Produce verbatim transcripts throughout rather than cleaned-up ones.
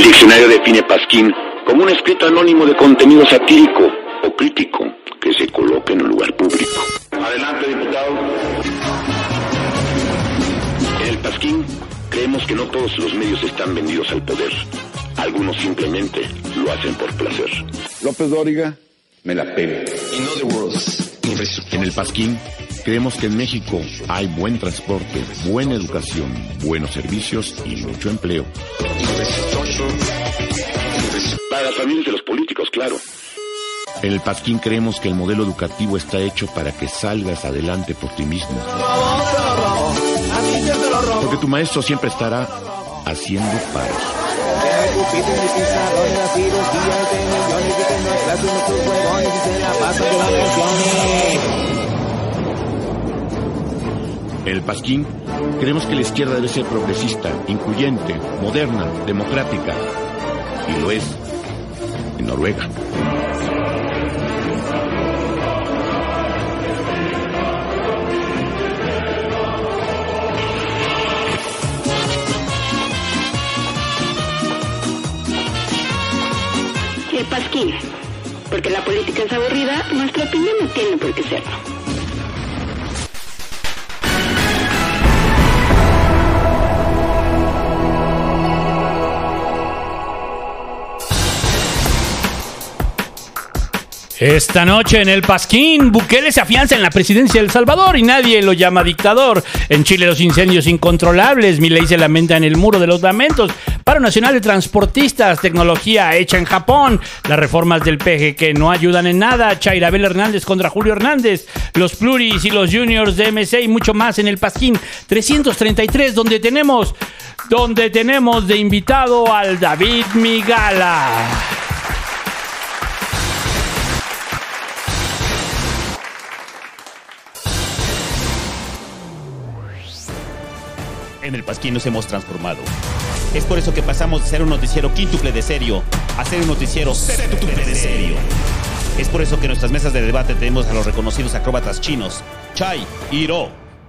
El diccionario define pasquín como un escrito anónimo de contenido satírico o crítico que se coloca en un lugar público. Adelante, diputado. En el pasquín creemos que no todos los medios están vendidos al poder. Algunos simplemente lo hacen por placer. López Dóriga, me la pego. In other words, en el pasquín creemos que en México hay buen transporte, buena educación, buenos servicios y mucho empleo. Para las familias de los políticos, claro. En el pasquín creemos que el modelo educativo está hecho para que salgas adelante por ti mismo. Porque tu maestro siempre estará haciendo paros. En el pasquín creemos que la izquierda debe ser progresista, incluyente, moderna, democrática. Y lo es en Noruega. El pasquín, porque la política es aburrida, nuestra opinión no tiene por qué serlo. Esta noche en el pasquín, Bukele se afianza en la presidencia de El Salvador y nadie lo llama dictador. En Chile los incendios incontrolables, Milei se lamenta en el muro de los lamentos. Paro nacional de transportistas, tecnología hecha en Japón, las reformas del P G que no ayudan en nada, Chairabel Hernández contra Julio Hernández, los pluris y los juniors de M C y mucho más en el pasquín trescientos treinta y tres, donde tenemos, donde tenemos de invitado al David Migala. En el pasquín nos hemos transformado. Es por eso que pasamos de ser un noticiero quíntuple de serio a ser un noticiero séptuple de serio. Es por eso que en nuestras mesas de debate tenemos a los reconocidos acróbatas chinos, Chai y Ro.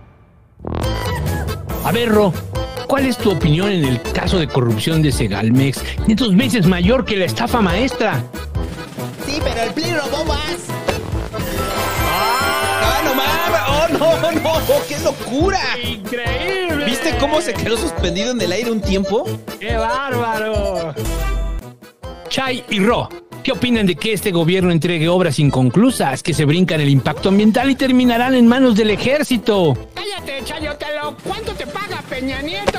A ver, Ro, ¿cuál es tu opinión en el caso de corrupción de Segalmex? quinientos veces mayor que la estafa maestra. Sí, pero el P R I robó más. ¡Ah, no mames! ¡Oh, no, no! ¡Qué locura! ¡Increíble! ¿Viste cómo se quedó suspendido en el aire un tiempo? ¡Qué bárbaro! Chai y Ro, ¿qué opinan de que este gobierno entregue obras inconclusas que se brincan el impacto ambiental y terminarán en manos del ejército? ¡Cállate, Chayotelo! ¿Cuánto te paga Peña Nieto?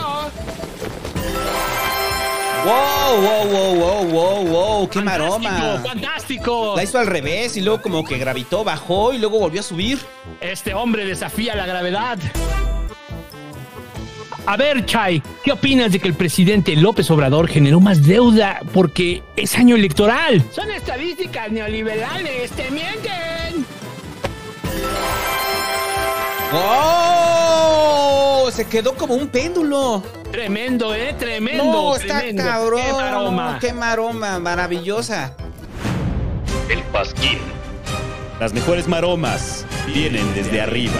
¡Wow, wow, wow, wow, wow, wow! ¡Qué ¡Fantástico, maroma! fantástico! La hizo al revés y luego como que gravitó, bajó y luego volvió a subir. Este hombre desafía la gravedad. A ver, Chai, ¿qué opinas de que el presidente López Obrador generó más deuda porque es año electoral? Son estadísticas neoliberales, te mienten. ¡Oh! Se quedó como un péndulo. Tremendo, eh, tremendo. No, está tremendo. cabrón. Qué maroma. Qué maroma, maravillosa. El pasquín. Las mejores maromas vienen desde arriba.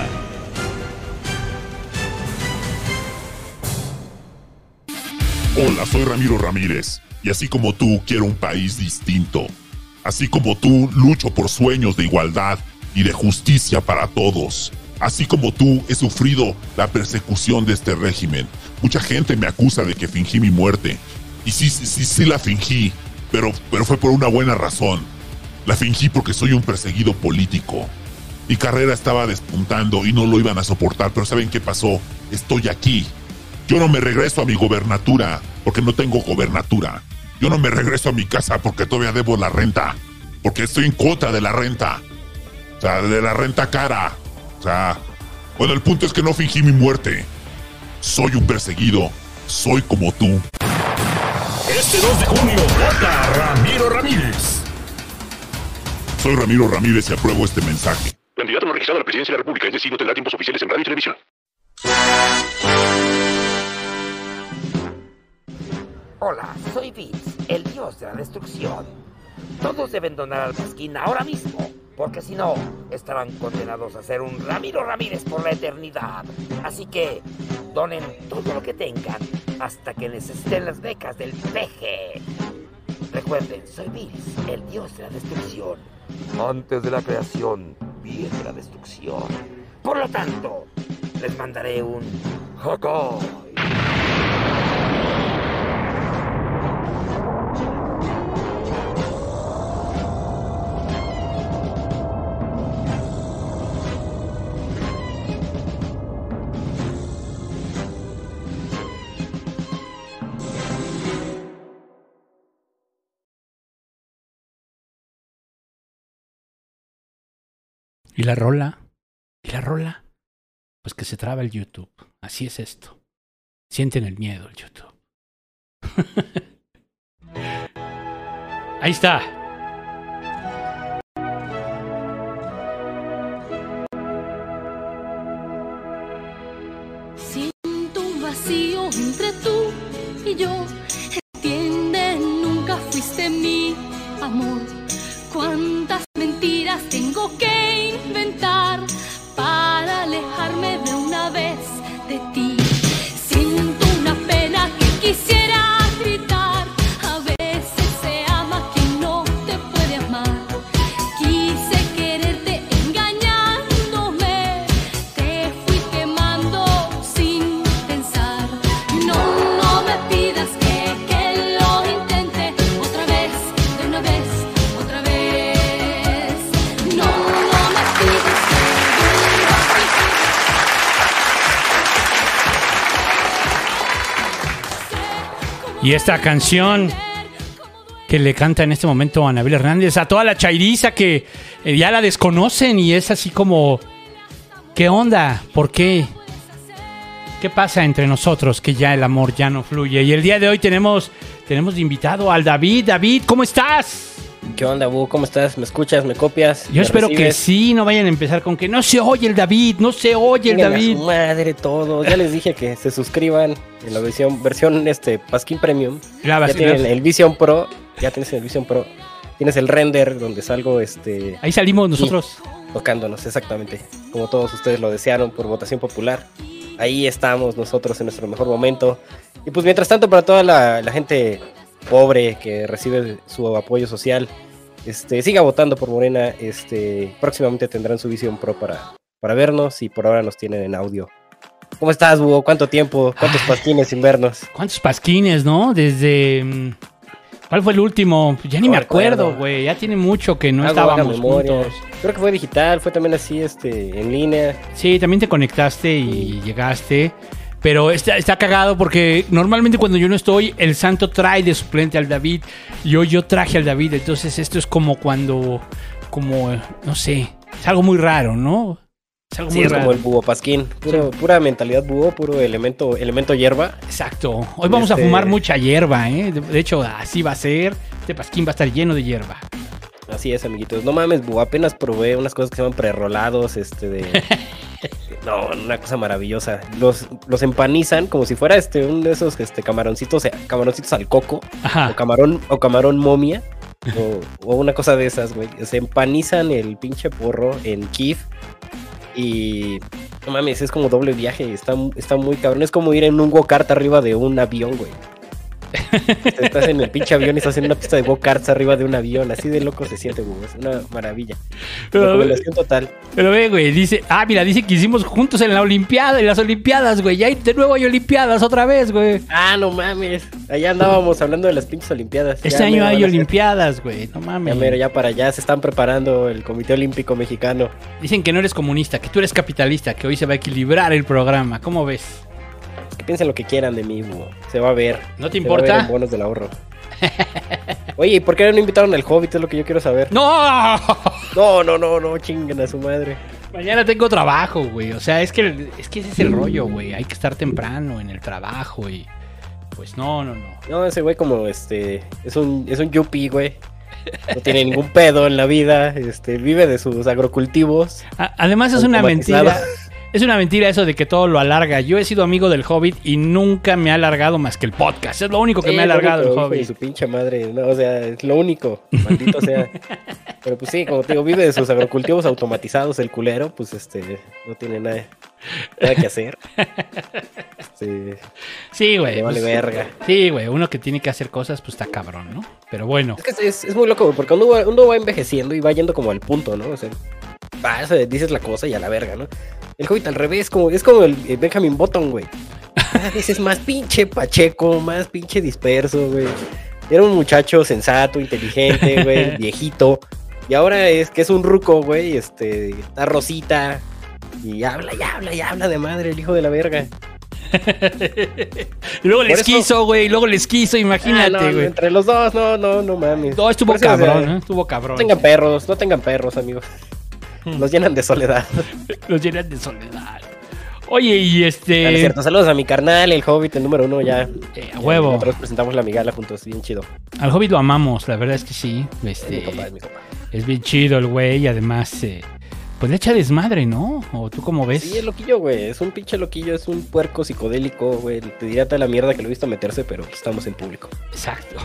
Hola, soy Ramiro Ramírez, y así como tú quiero un país distinto. Así como tú lucho por sueños de igualdad y de justicia para todos. Así como tú he sufrido la persecución de este régimen. Mucha gente me acusa de que fingí mi muerte. Y sí, sí, sí, sí la fingí, pero, pero fue por una buena razón. La fingí porque soy un perseguido político. Mi carrera estaba despuntando y no lo iban a soportar, pero ¿saben qué pasó? Estoy aquí. Yo no me regreso a mi gobernatura porque no tengo gobernatura. Yo no me regreso a mi casa porque todavía debo la renta. Porque estoy en contra de la renta. O sea, de la renta cara. O sea, bueno, el punto es que no fingí mi muerte. Soy un perseguido. Soy como tú. Este dos de junio, vota Ramiro Ramírez. Soy Ramiro Ramírez y apruebo este mensaje. Candidato no registrado a la presidencia de la República, es decir, no tendrá tiempos oficiales en radio y televisión. Hola, soy Vince, el dios de la destrucción. todos deben donar al Pasquín ahora mismo, porque si no, estarán condenados a ser un Ramiro Ramírez por la eternidad. Así que, donen todo lo que tengan hasta que necesiten las becas del P G. Recuerden, soy Bills, el dios de la destrucción. Antes de la creación, viene la destrucción. Por lo tanto, les mandaré un Hakai. ¿Y la rola? ¿Y la rola? Pues que se traba el YouTube. Así es esto. Sienten el miedo el YouTube. Ahí está. Siento un vacío entre tú y yo. Entiende, nunca fuiste mi amor. Cuántas mentiras tengo que inventar para alejarme de una vez de ti. Siento una pena que quisiera gritar. A veces se ama quien no te puede amar. Quise quererte engañándome. Te fui quemando sin pensar. No, no me pidas que, que lo intente otra vez, de una vez. Y esta canción que le canta en este momento a Anabel Hernández, a toda la chairiza que eh, ya la desconocen y es así como, ¿qué onda? ¿Por qué? ¿Qué pasa entre nosotros que ya el amor ya no fluye? Y el día de hoy tenemos, tenemos de invitado al David. David, ¿cómo estás? ¿Qué onda, Bu? ¿Cómo estás? ¿Me escuchas? ¿Me copias? Yo ¿Me espero recibes? que sí, no vayan a empezar con que no se oye el David, no se oye el Vengan David. A su madre todos. Ya les dije que se suscriban en la versión, versión este Pasquín Premium. La ya tienen el Vision Pro, ya tienes el Vision Pro. Tienes el render donde salgo este. Ahí salimos nosotros. Tocándonos, exactamente. Como todos ustedes lo desearon por votación popular. Ahí estamos nosotros en nuestro mejor momento. Y pues mientras tanto, para toda la, la gente pobre que recibe su apoyo social, este, siga votando por Morena. Este, próximamente tendrán su Vision Pro para, para vernos y por ahora nos tienen en audio. ¿Cómo estás, Búho? ¿Cuánto tiempo? ¿Cuántos pasquines sin vernos? ¿Cuántos pasquines, no? Desde... ¿Cuál fue el último? Ya ni no me acuerdo, güey. Ya tiene mucho que no Algo estábamos juntos. Creo que fue digital, fue también así, este, en línea. Sí, también te conectaste y llegaste. Pero está, está cagado porque normalmente cuando yo no estoy, el santo trae de suplente al David. Y hoy yo traje al David. Entonces esto es como cuando, como, no sé, es algo muy raro, ¿no? Es algo sí, muy es raro. Como el búho pasquín. Puro, sí. Pura mentalidad búho, puro elemento, elemento hierba. Exacto. Hoy vamos este... a fumar mucha hierba, ¿eh? De, de hecho, así va a ser. Este pasquín va a estar lleno de hierba. Así es, amiguitos. No mames, búho. Apenas probé unas cosas que se llaman prerrolados, este de... No, una cosa maravillosa. Los, los empanizan como si fuera este uno de esos este, camaroncitos, camaroncitos al coco. Ajá. O camarón, o camarón momia. o, o una cosa de esas, güey. Se empanizan el pinche porro en kif. Y no mames, es como doble viaje. Está, está muy cabrón. Es como ir en un go-kart arriba de un avión, güey. Estás en el pinche avión y estás en una pista de go-karts arriba de un avión. Así de loco se siente, güey. Es una maravilla. Pero, recomendación total. Pero ve, güey, dice, ah, mira, dice que hicimos juntos en la Olimpiada, en las Olimpiadas, güey. Ya hay, de nuevo hay Olimpiadas otra vez, güey. Ah, no mames. Allá andábamos hablando de las pinches Olimpiadas. Este ya año hay Olimpiadas, güey. No mames. Ya, mero, ya para allá se están preparando el Comité Olímpico Mexicano. Dicen que no eres comunista, que tú eres capitalista, que hoy se va a equilibrar el programa. ¿Cómo ves? Que piensen lo que quieran de mí, búho. Se va a ver. ¿No te importa? Se va a ver en bonos del ahorro. Oye, ¿y por qué no invitaron al Hobbit? Es lo que yo quiero saber. ¡No! No, no, no, no, chinguen a su madre. Mañana tengo trabajo, güey. O sea, es que, es que ese es el rollo, güey. Hay que estar temprano en el trabajo y... Pues no, no, no. No, ese güey como este... Es un, es un yuppie, güey. No tiene ningún pedo en la vida. Este, vive de sus agrocultivos. A- además es una mentira... Es una mentira eso de que todo lo alarga. Yo he sido amigo del Hobbit y nunca me ha alargado más que el podcast. Es lo único que Sí, me ha alargado lo el único, Hobbit. hijo de su pinche madre, no, o sea, es lo único, maldito sea. Pero pues sí, como te digo, vive de sus agrocultivos automatizados, el culero, pues este, no tiene nada, nada que hacer. Este, Sí, güey. le vale pues, verga. Sí, güey. Uno que tiene que hacer cosas, pues está cabrón, ¿no? Pero bueno. Es que es, es muy loco, güey, porque uno va, uno va envejeciendo y va yendo como al punto, ¿no? O sea, vas, eh, dices la cosa y a la verga, ¿no? El Hobbit al revés, como, es como el eh, Benjamin Button, güey. Cada vez es más pinche pacheco, más pinche disperso, güey. Era un muchacho sensato, inteligente, güey, viejito. Y ahora es que es un ruco, güey, este, está rosita. Y habla, y habla, y habla de madre, el hijo de la verga. Y luego les Por eso- quiso, güey. Luego les quiso, imagínate, Ah, no, güey. entre los dos, no, no, no mames. No, estuvo Por eso, cabrón, o sea, ¿eh? Estuvo cabrón. No tengan perros, no tengan perros, amigos. Los llenan de soledad. Los llenan de soledad. Oye, y este... Ah, no es cierto, saludos a mi carnal, el Hobbit, el número uno ya. Eh, a huevo. Nosotros presentamos la migala juntos, bien chido. Al Hobbit lo amamos, la verdad es que sí. Este, Es mi compa, es mi compa. es bien chido el güey y además, eh, pues le echa desmadre, ¿no? ¿O tú cómo ves? Sí, es loquillo, güey. Es un pinche loquillo, es un puerco psicodélico, güey. Te diría toda la mierda que lo he visto meterse, pero estamos en público. Exacto.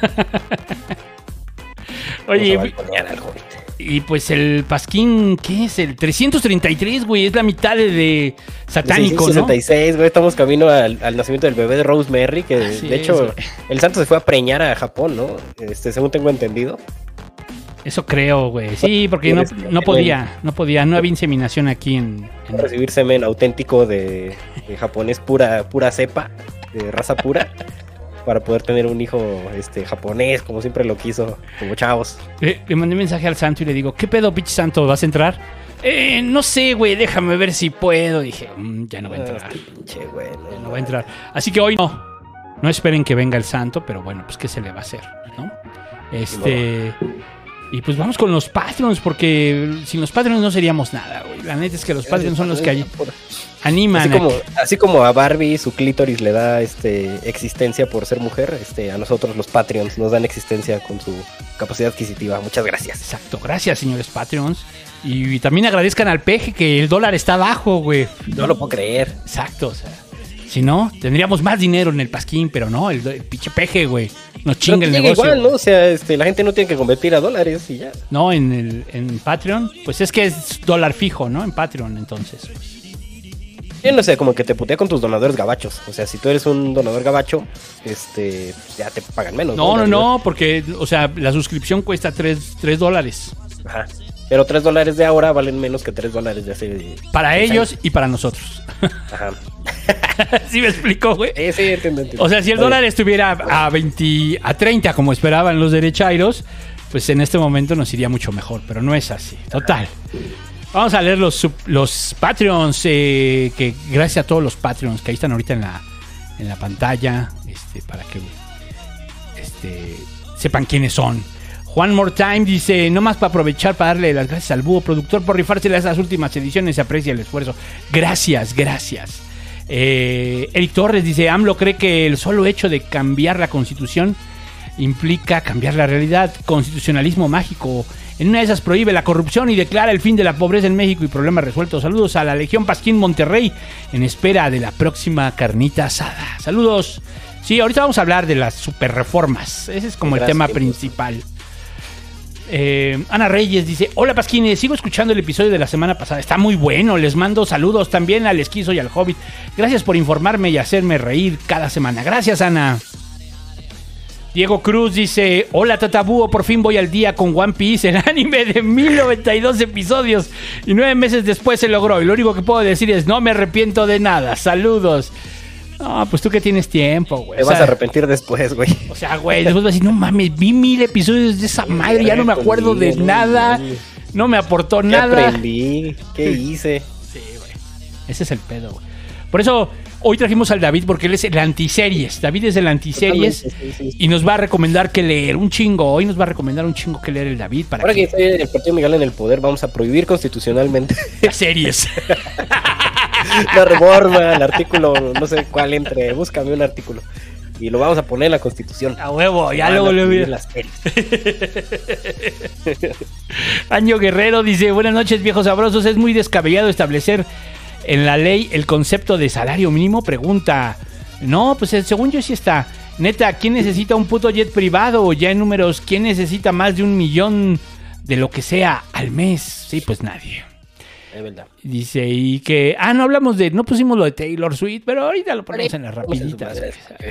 Oye, Vamos a balconear al Hobbit. y pues el Pasquín, ¿qué es? El trescientos treinta y tres, güey, es la mitad de, de satánico, ¿no? sesenta y seis, güey, estamos camino al, al nacimiento del bebé de Rosemary, que Así de es, hecho güey. el santo se fue a preñar a Japón, ¿no? Este, según tengo entendido. Eso creo, güey. Sí, porque no, Tienes- no podía, no podía, no había inseminación aquí en... en- Recibir semen auténtico de, de japonés pura, pura cepa, de raza pura, para poder tener un hijo este, japonés, como siempre lo quiso, como chavos. Le, le mandé mensaje al santo y le digo, ¿qué pedo, pinche santo? ¿Vas a entrar? Eh, no sé, güey, déjame ver si puedo. Dije, "Mm, ya no va a entrar. Ah, pinche, güey, no, No va a entrar. Así que hoy no. No esperen que venga el santo, pero bueno, pues qué se le va a hacer, ¿no? Este... Y pues vamos con los Patreons, porque sin los Patreons no seríamos nada, güey. La neta es que los Patreons son los que hay- animan. Así a- como, así como a Barbie su clítoris le da este existencia por ser mujer, este a nosotros los Patreons nos dan existencia con su capacidad adquisitiva. Muchas gracias. Exacto, gracias, señores Patreons. Y, también agradezcan al peje que el dólar está bajo, güey. No lo puedo creer. Exacto, o sea. Si no, tendríamos más dinero en el Pasquín, pero no, el, el pinche peje, güey. Nos chinga Pero el llega negocio. igual, ¿no? O sea, este, la gente no tiene que convertir a dólares y ya. No, en, el, en Patreon, pues es que es dólar fijo, ¿no? En Patreon, entonces. Yo no sé, como que te putea con tus donadores gabachos. O sea, si tú eres un donador gabacho, este, pues ya te pagan menos. No, no, La no, porque, o sea, la suscripción cuesta tres dólares. Ajá. Pero tres dólares de ahora valen menos que tres dólares de hace... Para seis ellos años. y para nosotros. Ajá. ¿Sí me explicó, güey? Sí, sí, entiendo, entiendo. O sea, si el Está dólar bien. estuviera a veinte, a treinta, como esperaban los derechairos, pues en este momento nos iría mucho mejor, pero no es así. Total. Vamos a leer los, sub- los Patreons, eh, que gracias a todos los Patreons que ahí están ahorita en la, en la pantalla, este, para que este, sepan quiénes son. Juan More Time dice, no más para aprovechar para darle las gracias al búho productor por rifarse esas últimas ediciones, se aprecia el esfuerzo. Gracias, gracias. Eh, Eric Torres dice, AMLO cree que el solo hecho de cambiar la constitución implica cambiar la realidad. Constitucionalismo mágico. En una de esas prohíbe la corrupción y declara el fin de la pobreza en México y problemas resueltos. Saludos a la Legión Pasquín Monterrey en espera de la próxima carnita asada. Saludos. Sí, ahorita vamos a hablar de las super reformas. Ese es como el Gracias. tema principal. Eh, Ana Reyes dice, hola Pasquines, sigo escuchando el episodio de la semana pasada, está muy bueno, les mando saludos también al Esquizo y al Hobbit, gracias por informarme y hacerme reír cada semana, gracias Ana. Diego Cruz dice, hola Tatabúo, por fin voy al día con One Piece, el anime de mil noventa y dos episodios y nueve meses después se logró y lo único que puedo decir es no me arrepiento de nada, saludos. No, pues tú que tienes tiempo, güey. Te O vas sea, a arrepentir después, güey. O sea, güey, después vas a decir, no mames, vi mil episodios de esa madre, ya no me acuerdo de nada, no me aportó ¿Qué nada. aprendí? ¿Qué hice? Sí, güey. Ese es el pedo, güey. Por eso hoy trajimos al David porque él es el antiseries. David es el antiseries Totalmente, sí, sí, sí. y nos va a recomendar que leer un chingo. Hoy nos va a recomendar un chingo que leer el David para Ahora que que esté el Partido Miguel en el poder, vamos a prohibir constitucionalmente las series. la reforma, el artículo, no sé cuál entre, búscame un artículo. Y lo vamos a poner en la Constitución. A huevo, ya Van a luego le prohibir voy a- las series. Año Guerrero dice, buenas noches viejos sabrosos, es muy descabellado establecer en la ley el concepto de salario mínimo? Pregunta. No, pues según yo sí está. Neta, ¿quién necesita un puto jet privado? O ya en números, ¿quién necesita más de un millón de lo que sea al mes? Sí, pues nadie. Es verdad. Dice, y que... Ah, no hablamos de... No pusimos lo de Taylor Swift, pero ahorita lo ponemos en las rapiditas.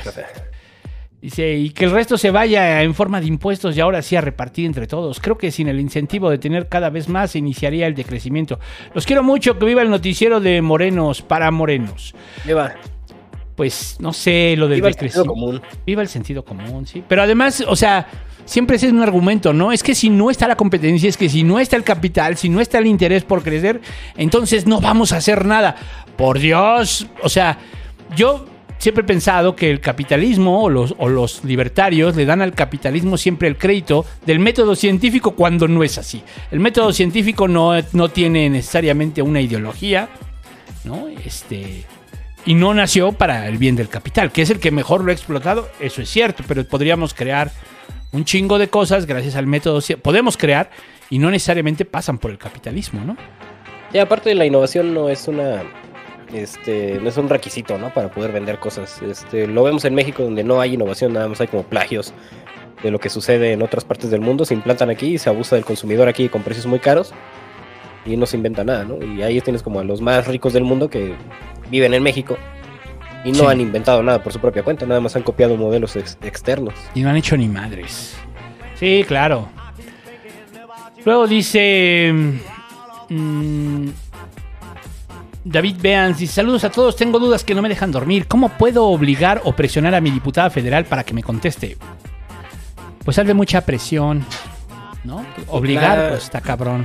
Dice, y que el resto se vaya en forma de impuestos y ahora sí a repartir entre todos. Creo que sin el incentivo de tener cada vez más se iniciaría el decrecimiento. Los quiero mucho, que viva el noticiero de morenos para morenos. Viva. Pues, no sé, lo del viva decrecimiento. El sentido común. Viva el sentido común, sí. Pero además, o sea, siempre ese es un argumento, ¿no? Es que si no está la competencia, es que si no está el capital, si no está el interés por crecer, entonces no vamos a hacer nada. Por Dios, o sea, yo... Siempre he pensado que el capitalismo o los, o los libertarios le dan al capitalismo siempre el crédito del método científico cuando no es así. El método científico no, no tiene necesariamente una ideología, ¿no? Este, y no nació para el bien del capital, que es el que mejor lo ha explotado, eso es cierto, pero podríamos crear un chingo de cosas gracias al método científico. Podemos crear y no necesariamente pasan por el capitalismo, ¿no? Y aparte la innovación no es una... Este, no es un requisito, ¿no? Para poder vender cosas. Este, lo vemos en México donde no hay innovación, nada más hay como plagios de lo que sucede en otras partes del mundo. Se implantan aquí y se abusa del consumidor aquí con precios muy caros y no se inventa nada, ¿no? Y ahí tienes como a los más ricos del mundo que viven en México y no sí. han inventado nada por su propia cuenta, nada más han copiado modelos ex- externos. Y no han hecho ni madres. Sí, claro. Luego dice... Mmm, David Beans dice, saludos a todos, tengo dudas que no me dejan dormir. ¿Cómo puedo obligar o presionar a mi diputada federal para que me conteste? Pues hazle mucha presión, ¿no? Obligar, la, pues está cabrón.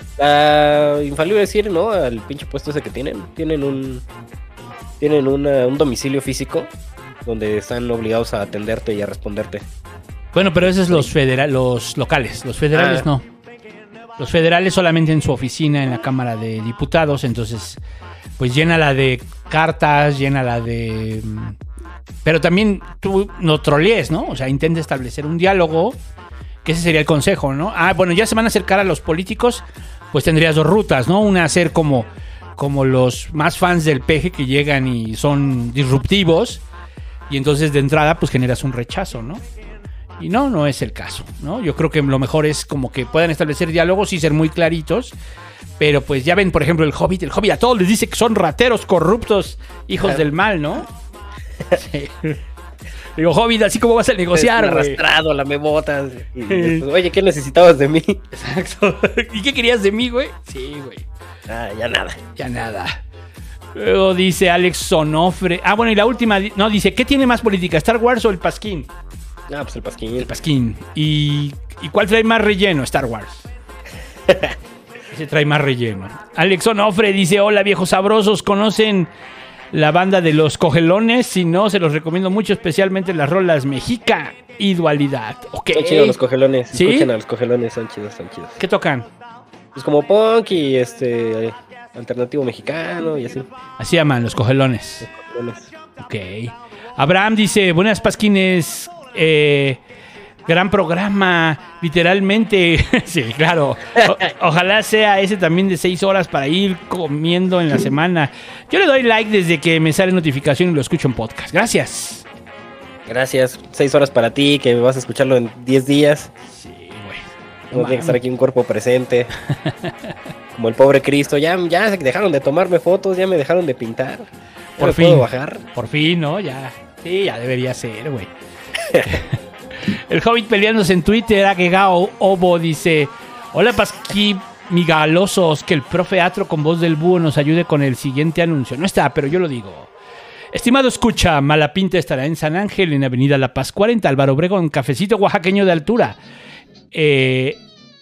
La infalible decir, ¿no? Al pinche puesto ese que tienen. Tienen un tienen una, un domicilio físico donde están obligados a atenderte y a responderte. Bueno, pero esos es los federales, los locales, los federales ah. no. Los federales solamente en su oficina en la Cámara de Diputados, entonces pues llénala de cartas, llénala de... Pero también tú no trolees, ¿no? O sea, intenta establecer un diálogo, que ese sería el consejo, ¿no? Ah, bueno, ya se van a acercar a los políticos, pues tendrías dos rutas, ¿no? Una hacer como, como los más fans del P G que llegan y son disruptivos, y entonces de entrada pues generas un rechazo, ¿no? Y no, no es el caso, ¿no? Yo creo que lo mejor es como que puedan establecer diálogos y ser muy claritos. Pero pues ya ven, por ejemplo, el Hobbit. El Hobbit a todos les dice que son rateros, corruptos, hijos claro. del mal, ¿no? Sí. Digo, Hobbit, así como vas a negociar, güey. Arrastrado, la me botas. Y después, oye, ¿qué necesitabas de mí? Exacto. ¿Y qué querías de mí, güey? Sí, güey. Ah, ya nada. Ya nada. Luego dice Alex Sonofre. Ah, bueno, y la última. No, dice, ¿qué tiene más política, Star Wars o el Pasquín? Ah, pues el Pasquín. El Pasquín. ¿Y, ¿y cuál trae más relleno? Star Wars. Ese trae más relleno. Alex Onofre dice, hola viejos sabrosos, ¿conocen la banda de Los Cogelones? Si no, se los recomiendo mucho, especialmente las rolas Mexica y Dualidad. Okay. Son chidos Los Cogelones. ¿Sí? Escuchen a Los Cogelones, son chidos, son chidos. ¿Qué tocan? Pues como punk y este alternativo mexicano y así. Así llaman, Los Cogelones. Los Cogelones. Ok. Abraham dice, buenas pasquines... Eh, gran programa, literalmente. Sí, claro. O, ojalá sea ese también de seis horas para ir comiendo en la semana. Yo le doy like desde que me sale notificación y lo escucho en podcast. Gracias. Gracias. Seis horas para ti, que vas a escucharlo en diez días. Sí, güey. No tiene que estar aquí un cuerpo presente. Como el pobre Cristo. Ya, ya dejaron de tomarme fotos, ya me dejaron de pintar. Ya por me fin. Puedo bajar. Por fin, ¿no? Ya. Sí, ya debería ser, güey. El Hobbit peleándose en Twitter, Agegao Obo dice, hola Pasqui migalosos, que el profe Atro con voz del búho nos ayude con el siguiente anuncio. No está, pero yo lo digo. Estimado escucha, Malapinta estará en San Ángel, en Avenida La Paz cuarenta, Álvaro Obregón, cafecito oaxaqueño de altura. Eh,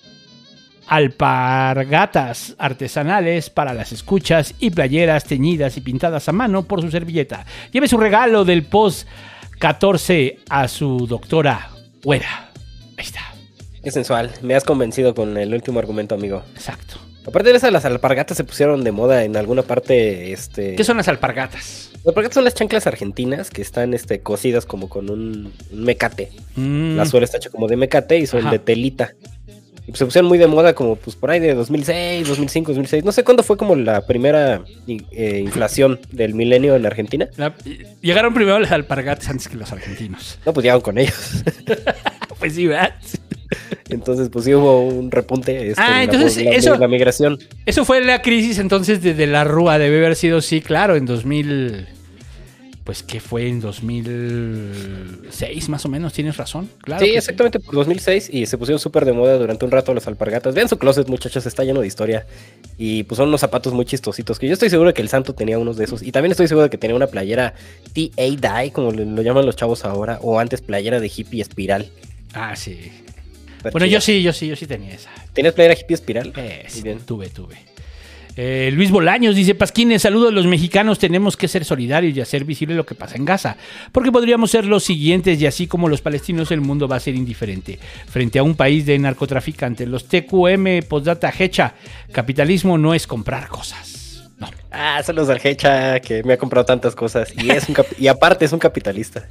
alpargatas artesanales para las escuchas y playeras teñidas y pintadas a mano por su servilleta. Lleve su regalo del post catorce a su doctora Güera. Ahí está. Qué sensual. Me has convencido con el último argumento, amigo. Exacto. Aparte de eso, las alpargatas se pusieron de moda en alguna parte. Este... ¿Qué son las alpargatas? Las alpargatas son las chanclas argentinas que están este, cosidas como con un, un mecate. Mm. La suela está hecha como de mecate y son Ajá. de telita. Y pues se pusieron muy de moda como pues por ahí de dos mil seis, dos mil cinco, dos mil seis. No sé cuándo fue como la primera eh, inflación del milenio en Argentina. La, llegaron primero los alpargatas antes que los argentinos. No, pues llegaron con ellos. Pues sí, ¿verdad? Entonces, pues sí hubo un repunte este, ah, en entonces la, la, eso, la migración. Eso fue la crisis entonces de, de la Rúa, debe haber sido, sí, claro, en dos mil... Pues que fue en dos mil seis más o menos, tienes razón. Claro sí, exactamente, sí. Por dos mil seis y se pusieron súper de moda durante un rato los alpargatas. Vean su closet, muchachos, está lleno de historia. Y pues son unos zapatos muy chistositos, que yo estoy seguro de que el Santo tenía unos de esos. Y también estoy seguro de que tenía una playera T A Dye, como lo llaman los chavos ahora, o antes playera de hippie espiral. Ah, sí. Super bueno, chida. yo sí, yo sí, yo sí tenía esa. ¿Tenías playera hippie espiral? Eh, sí, bien. tuve, tuve. Eh, Luis Bolaños dice, Pasquines, saludos, los mexicanos tenemos que ser solidarios y hacer visible lo que pasa en Gaza, porque podríamos ser los siguientes y así como los palestinos el mundo va a ser indiferente frente a un país de narcotraficantes. Los T Q M, postdata, Hecha, capitalismo no es comprar cosas. No. Ah, son los del Hecha que me ha comprado tantas cosas y, es un y aparte es un capitalista.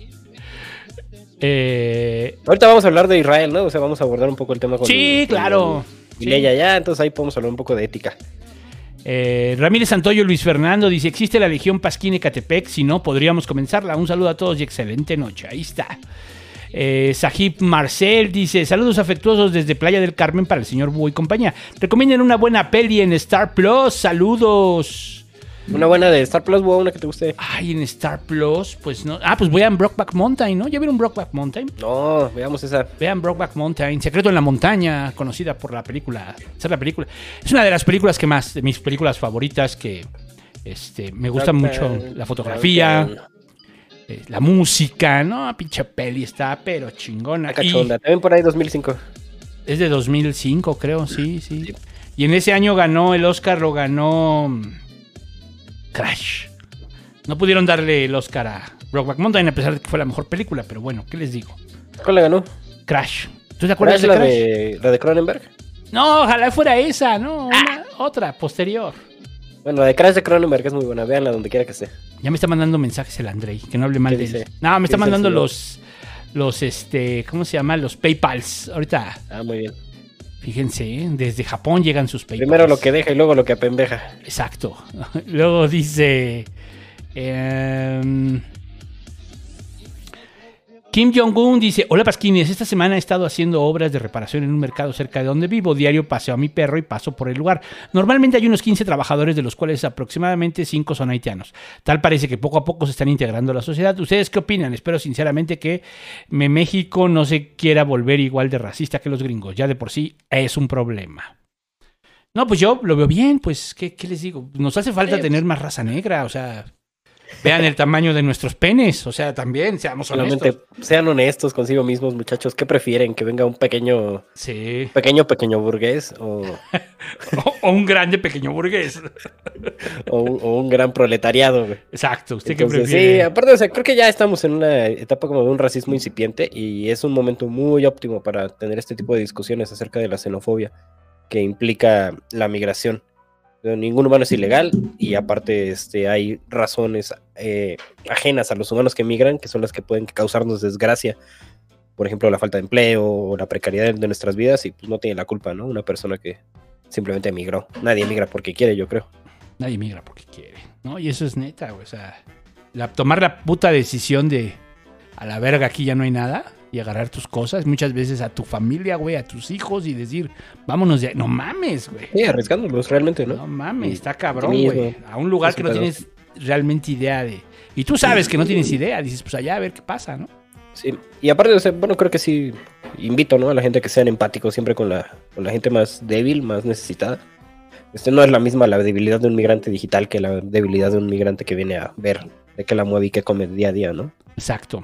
Eh... Ahorita vamos a hablar de Israel, ¿no? O sea, vamos a abordar un poco el tema con Sí, el, claro. Y Leia sí. Ya, entonces ahí podemos hablar un poco de ética. Eh, Ramírez Santoyo Luis Fernando dice, ¿existe la Legión Pasquín Ecatepec? Si no, podríamos comenzarla. Un saludo a todos y excelente noche. Ahí está. Eh, Sahib Marcel dice, saludos afectuosos desde Playa del Carmen para el señor Búho y compañía. Recomienden una buena peli en Star Plus. Saludos. Una buena de Star Plus, Búho, una que te guste. Ay, en Star Plus, pues no. Ah, pues vean Brokeback Mountain, ¿no? ¿Ya vieron Brokeback Mountain? No, veamos esa. Vean Brokeback Mountain, Secreto en la Montaña, conocida por la película. Esa es la película. Es una de las películas que más, de mis películas favoritas, que este, me gusta okay. mucho la fotografía, okay. eh, la música, ¿no? Pinche peli está, pero chingona. La cachonda, y también por ahí dos mil cinco. Es de dos mil cinco, creo, sí, sí, sí. Y en ese año ganó, el Oscar lo ganó Crash. No pudieron darle el Oscar a Brokeback Mountain a pesar de que fue la mejor película, pero bueno, ¿qué les digo? ¿Cuál le ganó? Crash. ¿Tú te acuerdas de la Crash? De, la de Cronenberg? No, ojalá fuera esa, ¿no? Una, ah. Otra, posterior. Bueno, la de Crash de Cronenberg es muy buena, véanla donde quiera que esté. Ya me está mandando mensajes el Andrei, que no hable mal de él. No, me está mandando los, los, este, ¿cómo se llama? Los PayPals. Ahorita. Ah, muy bien. Fíjense, ¿eh? Desde Japón llegan sus PayPals. Primero lo que deja y luego lo que apendeja. Exacto. Luego dice... Eh, Kim Jong-un dice, hola Pasquines, esta semana he estado haciendo obras de reparación en un mercado cerca de donde vivo. Diario paseo a mi perro y paso por el lugar. Normalmente hay unos quince trabajadores, de los cuales aproximadamente cinco son haitianos. Tal parece que poco a poco se están integrando a la sociedad. ¿Ustedes qué opinan? Espero sinceramente que México no se quiera volver igual de racista que los gringos. Ya de por sí es un problema. No, pues yo lo veo bien, pues, ¿qué, qué les digo? Nos hace falta sí, tener más raza negra, o sea... Vean el tamaño de nuestros penes, o sea, también seamos honestos. Solamente sean honestos consigo mismos, muchachos. ¿Qué prefieren? ¿Que venga un pequeño, sí. pequeño, pequeño burgués? O, o, o un grande pequeño burgués. o, un, o un gran proletariado, güey. Exacto, ¿usted Entonces, qué prefiere? Sí, aparte, o sea, creo que ya estamos en una etapa como de un racismo incipiente y es un momento muy óptimo para tener este tipo de discusiones acerca de la xenofobia que implica la migración. Ningún humano es ilegal y aparte este, hay razones eh, ajenas a los humanos que migran, que son las que pueden causarnos desgracia. Por ejemplo, la falta de empleo o la precariedad de nuestras vidas y pues no tiene la culpa, ¿no? Una persona que simplemente emigró. Nadie migra porque quiere, yo creo. Nadie migra porque quiere, ¿no? Y eso es neta, güey. O sea, la, tomar la puta decisión de a la verga aquí ya no hay nada y agarrar tus cosas, muchas veces a tu familia, güey, a tus hijos y decir, vámonos de ahí. No mames, güey. Sí, arriesgándolos realmente, ¿no? No mames, está cabrón, güey. A un lugar que no tienes realmente idea de... Y tú sabes que no tienes idea, dices, pues allá a ver qué pasa, ¿no? Sí, y aparte, o sea, bueno, creo que sí invito, ¿no? A la gente que sean empáticos siempre con la, con la gente más débil, más necesitada. Este no es la misma la debilidad de un migrante digital que la debilidad de un migrante que viene a ver de qué la mueve y qué come día a día, ¿no? Exacto.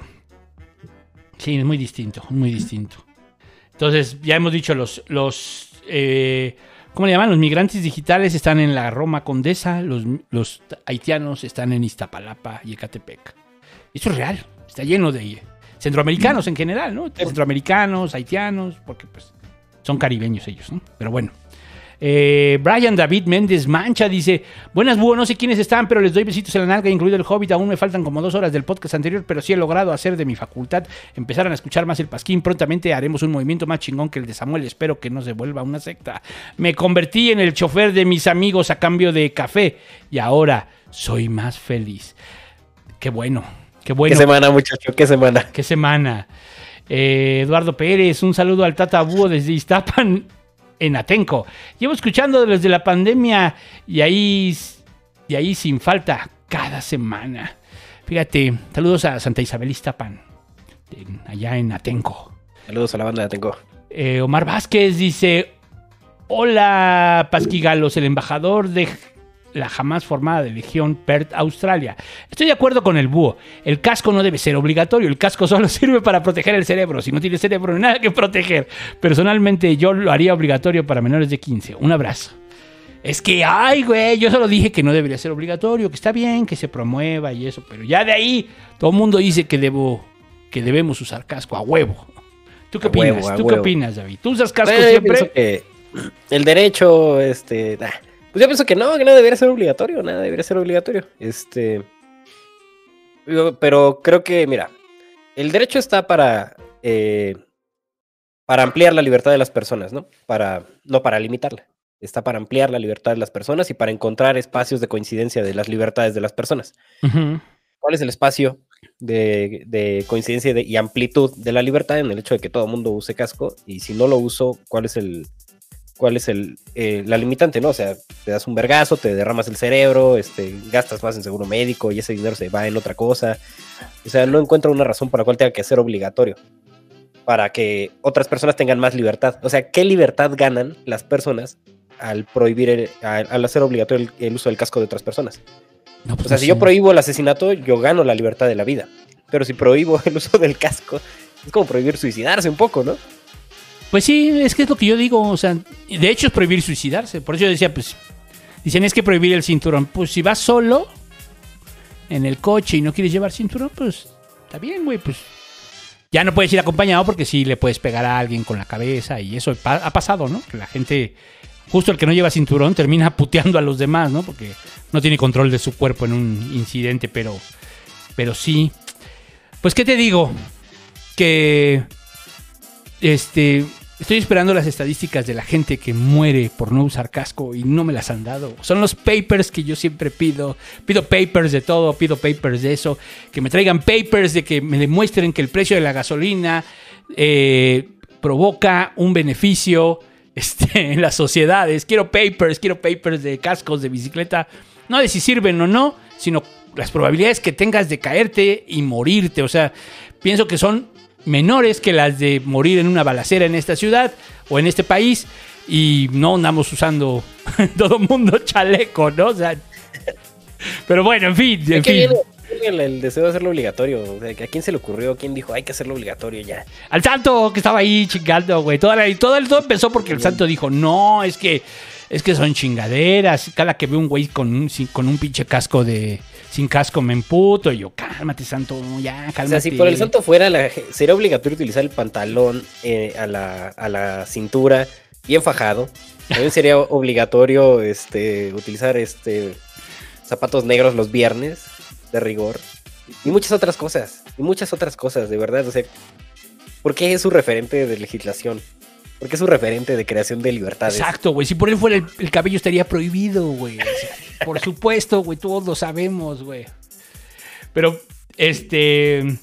Sí, es muy distinto, muy distinto. Entonces, ya hemos dicho, los, los eh, ¿cómo le llaman? Los migrantes digitales están en la Roma Condesa, los, los haitianos están en Iztapalapa y Ecatepec. Eso es real, está lleno de centroamericanos en general, ¿no? Centroamericanos, haitianos, porque pues son caribeños ellos, ¿no? Pero bueno. Eh, Brian David Méndez Mancha dice, buenas búho, no sé quiénes están, pero les doy besitos en la nalga, incluido el Hobbit. Aún me faltan como dos horas del podcast anterior, pero sí he logrado hacer de mi facultad. Empezaron a escuchar más el Pasquín. Prontamente haremos un movimiento más chingón que el de Samuel. Espero que no se vuelva una secta. Me convertí en el chofer de mis amigos a cambio de café y ahora soy más feliz. Qué bueno, qué bueno. Qué semana, muchacho, qué semana. Qué semana. Eh, Eduardo Pérez, un saludo al Tata Búho desde Iztapan, en Atenco. Llevo escuchando desde la pandemia y ahí, y ahí sin falta cada semana. Fíjate, saludos a Santa Isabel Iztapan, en, allá en Atenco. Saludos a la banda de Atenco. Eh, Omar Vázquez dice, hola Pasquigalos, el embajador de la jamás formada de Legión Perth, Australia. Estoy de acuerdo con el búho. El casco no debe ser obligatorio. El casco solo sirve para proteger el cerebro. Si no tienes cerebro, no hay nada que proteger. Personalmente, yo lo haría obligatorio para menores de quince. Un abrazo. Es que, ay, güey, yo solo dije que no debería ser obligatorio, que está bien, que se promueva y eso. Pero ya de ahí, todo el mundo dice que debo, que debemos usar casco a huevo. ¿Tú qué a opinas? Huevo, ¿Tú huevo. qué opinas, David? ¿Tú usas casco Bueno, siempre? Yo pienso que el derecho, este... Nah. Pues yo pienso que no, que no debería ser obligatorio, nada debería ser obligatorio. Este, pero creo que, mira, el derecho está para, eh, para ampliar la libertad de las personas, ¿no? Para, no para limitarla. Está para ampliar la libertad de las personas y para encontrar espacios de coincidencia de las libertades de las personas. Uh-huh. ¿Cuál es el espacio de, de coincidencia y, de, y amplitud de la libertad en el hecho de que todo el mundo use casco? Y si no lo uso, ¿cuál es el... cuál es el, eh, la limitante, ¿no? O sea, te das un vergazo, te derramas el cerebro, este, gastas más en seguro médico y ese dinero se va en otra cosa. O sea, no encuentro una razón por la cual tenga que ser obligatorio para que otras personas tengan más libertad. O sea, ¿qué libertad ganan las personas al prohibir, el, al, al hacer obligatorio el, el uso del casco de otras personas? No, pues o sea, si yo prohíbo el asesinato, yo gano la libertad de la vida. Pero si prohíbo el uso del casco, es como prohibir suicidarse un poco, ¿no? Pues sí, es que es lo que yo digo, o sea, de hecho es prohibir suicidarse, por eso yo decía, pues, dicen es que prohibir el cinturón, pues si vas solo en el coche y no quieres llevar cinturón, pues está bien, güey, pues ya no puedes ir acompañado porque sí le puedes pegar a alguien con la cabeza y eso ha pasado, ¿no? Que la gente, justo el que no lleva cinturón termina puteando a los demás, ¿no? Porque no tiene control de su cuerpo en un incidente, pero, pero sí, pues ¿qué te digo? Que, este... Estoy esperando las estadísticas de la gente que muere por no usar casco y no me las han dado. Son los papers que yo siempre pido. Pido papers de todo, pido papers de eso. Que me traigan papers de que me demuestren que el precio de la gasolina eh, provoca un beneficio este, en las sociedades. Quiero papers, quiero papers de cascos de bicicleta. No de si sirven o no, sino las probabilidades que tengas de caerte y morirte. O sea, pienso que son menores que las de morir en una balacera en esta ciudad o en este país y no andamos usando todo el mundo chaleco, ¿no? O sea, pero bueno, en fin, en fin. Viene el, el deseo de hacerlo obligatorio. O sea, ¿a quién se le ocurrió? ¿Quién dijo hay que hacerlo obligatorio ya? Al Santo que estaba ahí chingando, güey. Todo, todo, todo empezó porque el Santo dijo, no, es que es que son chingaderas. Cada que veo un güey con un, con un pinche casco de... sin casco me emputo. Y yo, cálmate, Santo, ya, cálmate. O sea, si por el Santo fuera, la, sería obligatorio utilizar el pantalón eh, a, la, a la cintura bien fajado. También sería obligatorio este, utilizar este, zapatos negros los viernes, de rigor. Y muchas otras cosas. Y muchas otras cosas, de verdad. O sea, ¿por qué es su referente de legislación? ¿Por qué es su referente de creación de libertades? Exacto, güey. Si por él fuera el, el cabello estaría prohibido, güey. O sea, por supuesto, güey. Todos lo sabemos, güey. Pero, este...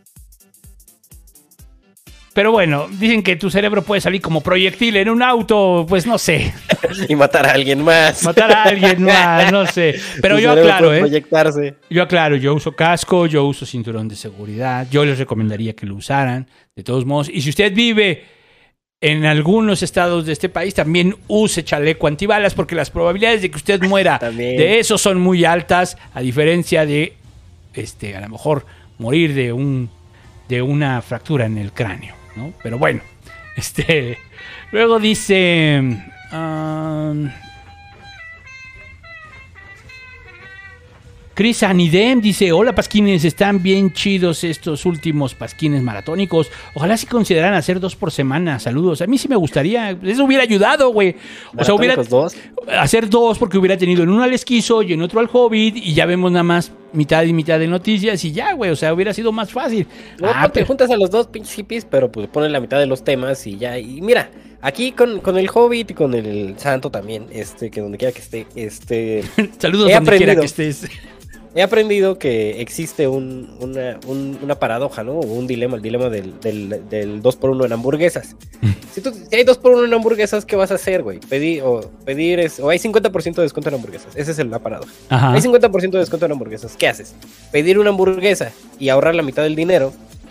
Pero bueno, dicen que tu cerebro puede salir como proyectil en un auto, pues no sé. Y matar a alguien más. Matar a alguien más, no sé. Pero tu yo aclaro, ¿eh? Proyectarse. Yo aclaro, yo uso casco, yo uso cinturón de seguridad. Yo les recomendaría que lo usaran, de todos modos. Y si usted vive en algunos estados de este país, también use chaleco antibalas, porque las probabilidades de que usted muera de eso son muy altas, a diferencia de, este, a lo mejor, morir de un de una fractura en el cráneo, ¿no? Pero bueno, este, luego dice, um, Chris Anidem dice, hola pasquines, están bien chidos estos últimos pasquines maratónicos. Ojalá sí consideraran hacer dos por semana. Saludos. A mí sí me gustaría. Eso hubiera ayudado, güey. O sea, hubiera... dos? Hacer dos porque hubiera tenido en uno al esquizo y en otro al Hobbit y ya vemos nada más mitad y mitad de noticias y ya, güey. O sea, hubiera sido más fácil. No, ah, te pero... juntas a los dos pinches hippies, pero pues ponen la mitad de los temas y ya. Y mira, aquí con, con el Hobbit y con el Santo también, este, que donde quiera que esté, este... Saludos donde quiera que estés. He aprendido que existe un, una, un, una paradoja, ¿no? O un dilema, el dilema del, del, del dos por uno en hamburguesas. Si, tú, si hay dos por uno en hamburguesas, ¿qué vas a hacer, güey? Pedir, o pedir es, o hay cincuenta por ciento de descuento en hamburguesas. Esa es la paradoja. Ajá. Hay cincuenta por ciento de descuento en hamburguesas. ¿Qué haces? Pedir una hamburguesa y ahorrar la mitad del dinero,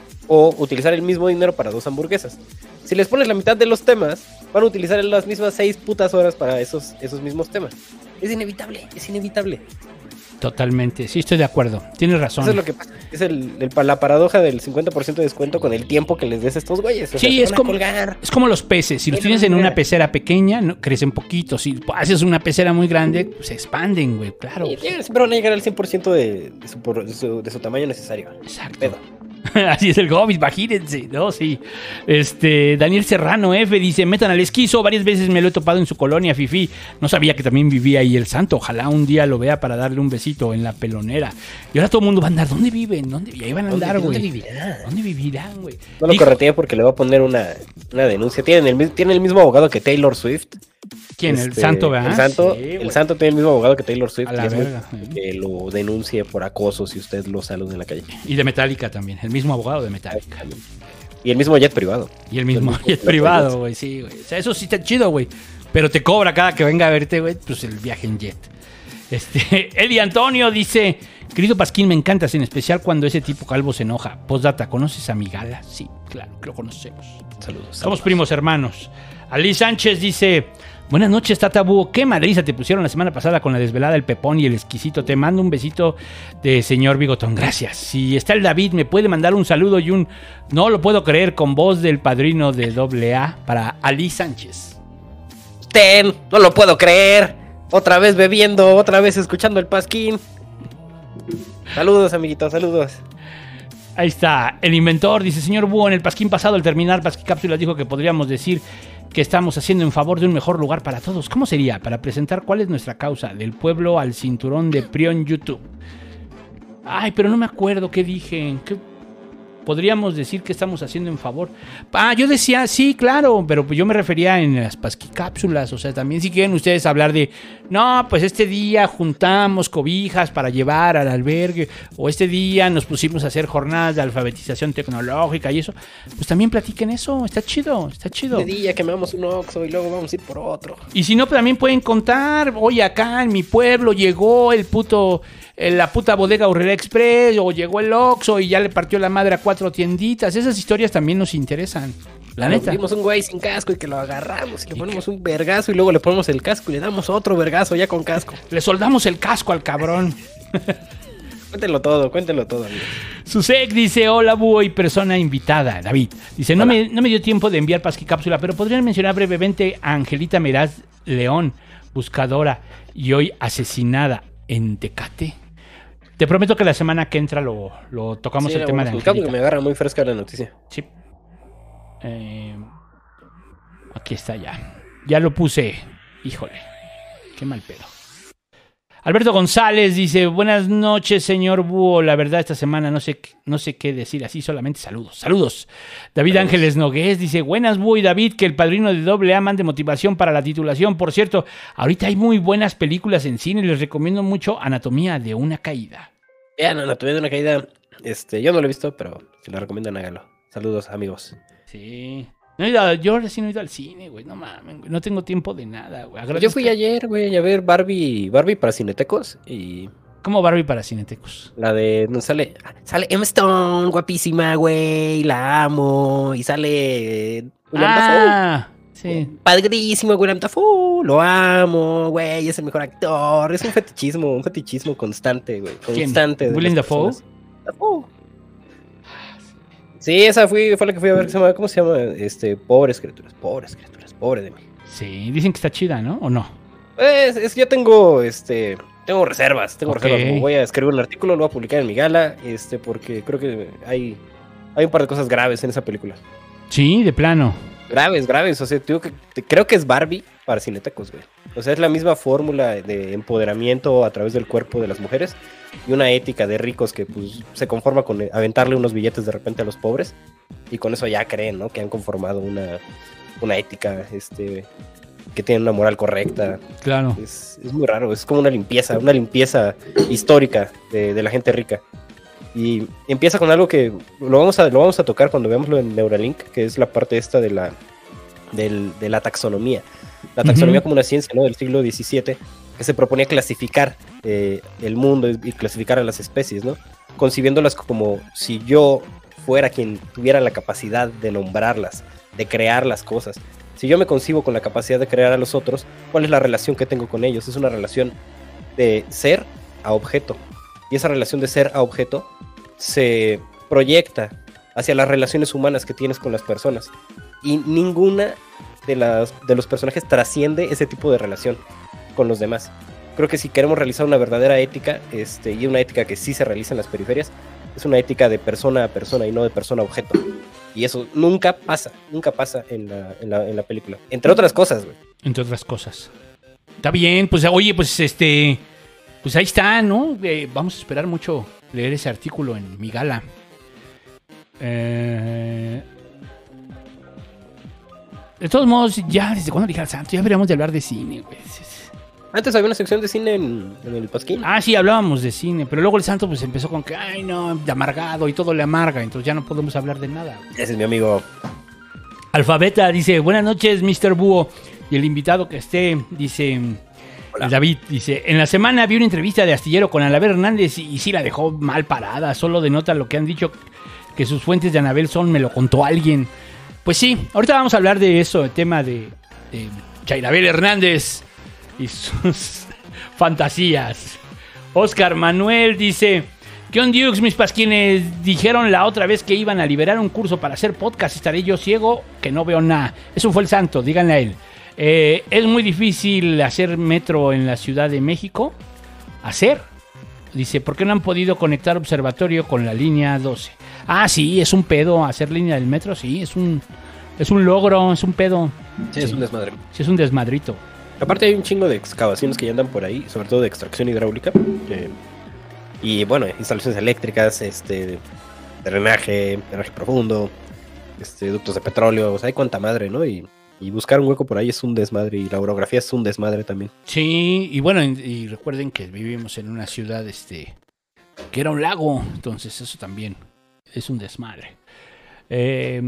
o utilizar el mismo dinero para dos hamburguesas. Si les pones la mitad de los temas, van a utilizar las mismas seis putas horas para esos, esos mismos temas. Es inevitable, es inevitable. Totalmente, sí, estoy de acuerdo. Tienes razón. Eso es lo que pasa. Es el, el, la paradoja del cincuenta por ciento de descuento con el tiempo que les des a estos güeyes. O sí, sea, es como, es como los peces. Si los tienes en una pecera pequeña, no, crecen poquito. Si haces una pecera muy grande, se expanden, güey, claro. Sí, siempre van a llegar al cien por ciento de, de, su, de, su, de su tamaño necesario. Exacto. Pedo. Así es el Hobbit, imagínense, ¿no? Sí. Este, Daniel Serrano F dice, metan al esquizo, varias veces me lo he topado en su colonia, Fifi. No sabía que también vivía ahí el santo. Ojalá un día lo vea para darle un besito en la pelonera. Y ahora todo el mundo va a andar, ¿dónde viven? ¿Dónde? Y ahí van a andar, güey. ¿Dónde vivirán? ¿Dónde vivirán, güey? No lo Dijo... corretea porque le va a poner una, una denuncia. Tienen el, tiene el mismo abogado que Taylor Swift. ¿Quién? Este, ¿El santo, verdad? El santo, sí, el santo tiene el mismo abogado que Taylor Swift. A la verga. Que lo denuncie por acoso si usted lo saluda en la calle. Y de Metallica también, el mismo abogado de Metallica. Y el mismo jet privado. Y el mismo, el mismo jet privado, güey, sí, güey. O sea, eso sí está chido, güey. Pero te cobra cada que venga a verte, güey, pues el viaje en jet. Este, Eli Antonio dice, querido Pasquín, me encantas, en especial cuando ese tipo calvo se enoja. Postdata, ¿conoces a mi Gala? Sí, claro, que lo conocemos. Saludos. Somos saludos. primos hermanos. Ali Sánchez dice, buenas noches, Tata Búho. Qué madriza te pusieron la semana pasada con la desvelada, el Pepón y el exquisito. Te mando un besito de señor Bigotón. Gracias. Si está el David, me puede mandar un saludo y un no lo puedo creer con voz del padrino de doble A para Ali Sánchez. Ten, no lo puedo creer. Otra vez bebiendo, otra vez escuchando el Pasquín. Saludos, amiguitos, saludos. Ahí está. El inventor dice, señor Búho, en el Pasquín pasado, al terminar Pasquín Cápsulas, dijo que podríamos decir que estamos haciendo en favor de un mejor lugar para todos. ¿Cómo sería? Para presentar cuál es nuestra causa, del pueblo al cinturón de Prion YouTube. Ay, pero no me acuerdo qué dije. ¿Qué podríamos decir que estamos haciendo en favor? Ah, yo decía, sí, claro, pero yo me refería en las pasquicápsulas. O sea, también si quieren ustedes hablar de, no, pues este día juntamos cobijas para llevar al albergue, o este día nos pusimos a hacer jornadas de alfabetización tecnológica y eso, pues también platiquen eso. Está chido, está chido. Este día quemamos un Oxxo y luego vamos a ir por otro. Y si no, también pueden contar, oye, acá en mi pueblo llegó el puto... la puta bodega Urrera Express, o llegó el Oxxo y ya le partió la madre a cuatro tienditas. Esas historias también nos interesan, la neta. Vimos un güey sin casco y que lo agarramos y le ponemos un vergazo y luego le ponemos el casco y le damos otro vergazo ya con casco. Le soldamos el casco al cabrón. Cuéntenlo todo, cuéntenlo todo, amigo. Susek dice, hola Búho y persona invitada, David. Dice, no me, no me dio tiempo de enviar Pasquicápsula, pero podrían mencionar brevemente a Angelita Meraz León, buscadora y hoy asesinada en Tecate. Te prometo que la semana que entra lo, lo tocamos sí, el tema de Angelita. Porque me agarra muy fresca la noticia. Sí. Eh, aquí está ya. Ya lo puse. Híjole. Qué mal pedo. Alberto González dice, buenas noches, señor Búho. La verdad, esta semana no sé, no sé qué decir. Así solamente saludos. Saludos. David saludos. Ángeles Nogués dice, buenas, Búho y David, que el padrino de doble A mande motivación para la titulación. Por cierto, ahorita hay muy buenas películas en cine. Les recomiendo mucho Anatomía de una caída. Vean, Anatomía de una caída. Este, yo no lo he visto, pero si lo recomiendan, háganlo. Saludos, amigos. Sí. No he ido, yo recién no he ido al cine, güey. No mames, güey. No tengo tiempo de nada, güey. Yo fui ayer, güey, a ver Barbie, Barbie para cinetecos y... ¿Cómo Barbie para cinetecos? La de... No, sale... Sale Emma Stone, guapísima, güey. La amo. Y sale... William ah, Dafoe. Sí. Padrísimo, William Dafoe. Lo amo, güey. Es el mejor actor. Es un fetichismo, un fetichismo constante, güey. Constante. ¿William Dafoe? Dafoe. Sí, esa fui, fue la que fui a ver, ¿cómo se llama? Este, pobres criaturas, pobres criaturas, pobre de mí. Sí, dicen que está chida, ¿no? ¿O no? Pues, es que yo tengo, este, Tengo reservas, tengo Okay. reservas. Voy a escribir un artículo, lo voy a publicar en mi gala, este, porque creo que hay, hay un par de cosas graves en esa película. Sí, de plano. Graves, graves. O sea, te digo que, te- creo que es Barbie para cinetecos, güey. O sea, es la misma fórmula de empoderamiento a través del cuerpo de las mujeres y una ética de ricos que pues se conforma con aventarle unos billetes de repente a los pobres y con eso ya creen, ¿no? Que han conformado una, una ética, este, que tienen una moral correcta. Claro. Es, es muy raro, es como una limpieza, una limpieza histórica de, de la gente rica. Y empieza con algo que lo vamos a, lo vamos a tocar cuando veamos lo en Neuralink, que es la parte esta de la, del- de la taxonomía. La taxonomía Ujú. como una ciencia, ¿no? Del siglo diecisiete, que se proponía clasificar eh, el mundo y clasificar a las especies, ¿no? Concibiéndolas como si yo fuera quien tuviera la capacidad de nombrarlas, de crear las cosas. Si yo me concibo con la capacidad de crear a los otros, ¿cuál es la relación que tengo con ellos? Es una relación de ser a objeto. Y esa relación de ser a objeto se proyecta hacia las relaciones humanas que tienes con las personas. Y ninguna de, las, de los personajes trasciende ese tipo de relación con los demás. Creo que si queremos realizar una verdadera ética, este, y una ética que sí se realiza en las periferias, es una ética de persona a persona y no de persona a objeto. Y eso nunca pasa, nunca pasa en la, en la, en la película. Entre otras cosas, güey. Entre otras cosas. Está bien, pues oye, pues este... Pues ahí está, ¿no? Eh, vamos a esperar mucho leer ese artículo en mi gala. Eh... De todos modos, ya desde cuando dije al santo, ya deberíamos de hablar de cine, güey. Antes había una sección de cine en, en el Pasquín. Ah, sí, hablábamos de cine, pero luego el santo pues empezó con que, ay, no, de amargado y todo le amarga, entonces ya no podemos hablar de nada. Ese es mi amigo. Alfabeta dice, buenas noches, mister Búho. Y el invitado que esté, dice, Hola. David, dice, en la semana vi una entrevista de Astillero con Anabel Hernández y, y sí la dejó mal parada, solo denota lo que han dicho, que sus fuentes de Anabel son, me lo contó alguien. Pues sí, ahorita vamos a hablar de eso, el tema de, de Chairabel Hernández y sus fantasías. Oscar Manuel dice, ¿qué ondiux, mis pasquines? Dijeron la otra vez que iban a liberar un curso para hacer podcast. ¿Estaré yo ciego? Que no veo nada. Eso fue el santo, díganle a él. Eh, es muy difícil hacer metro en la Ciudad de México. ¿Hacer? Dice, ¿por qué no han podido conectar observatorio con la línea doce? Ah, sí, es un pedo hacer línea del metro, sí, es un, es un logro, es un pedo. Sí, es un desmadre. Sí, es un desmadrito. Aparte hay un chingo de excavaciones que ya andan por ahí, sobre todo de extracción hidráulica. eh, y bueno, instalaciones eléctricas, este, de drenaje, drenaje profundo, este, ductos de petróleo, o sea, hay cuanta madre, ¿no? Y, y buscar un hueco por ahí es un desmadre y la orografía es un desmadre también. Sí, y bueno, y, y recuerden que vivimos en una ciudad, este, que era un lago, entonces eso también es un desmadre. Eh,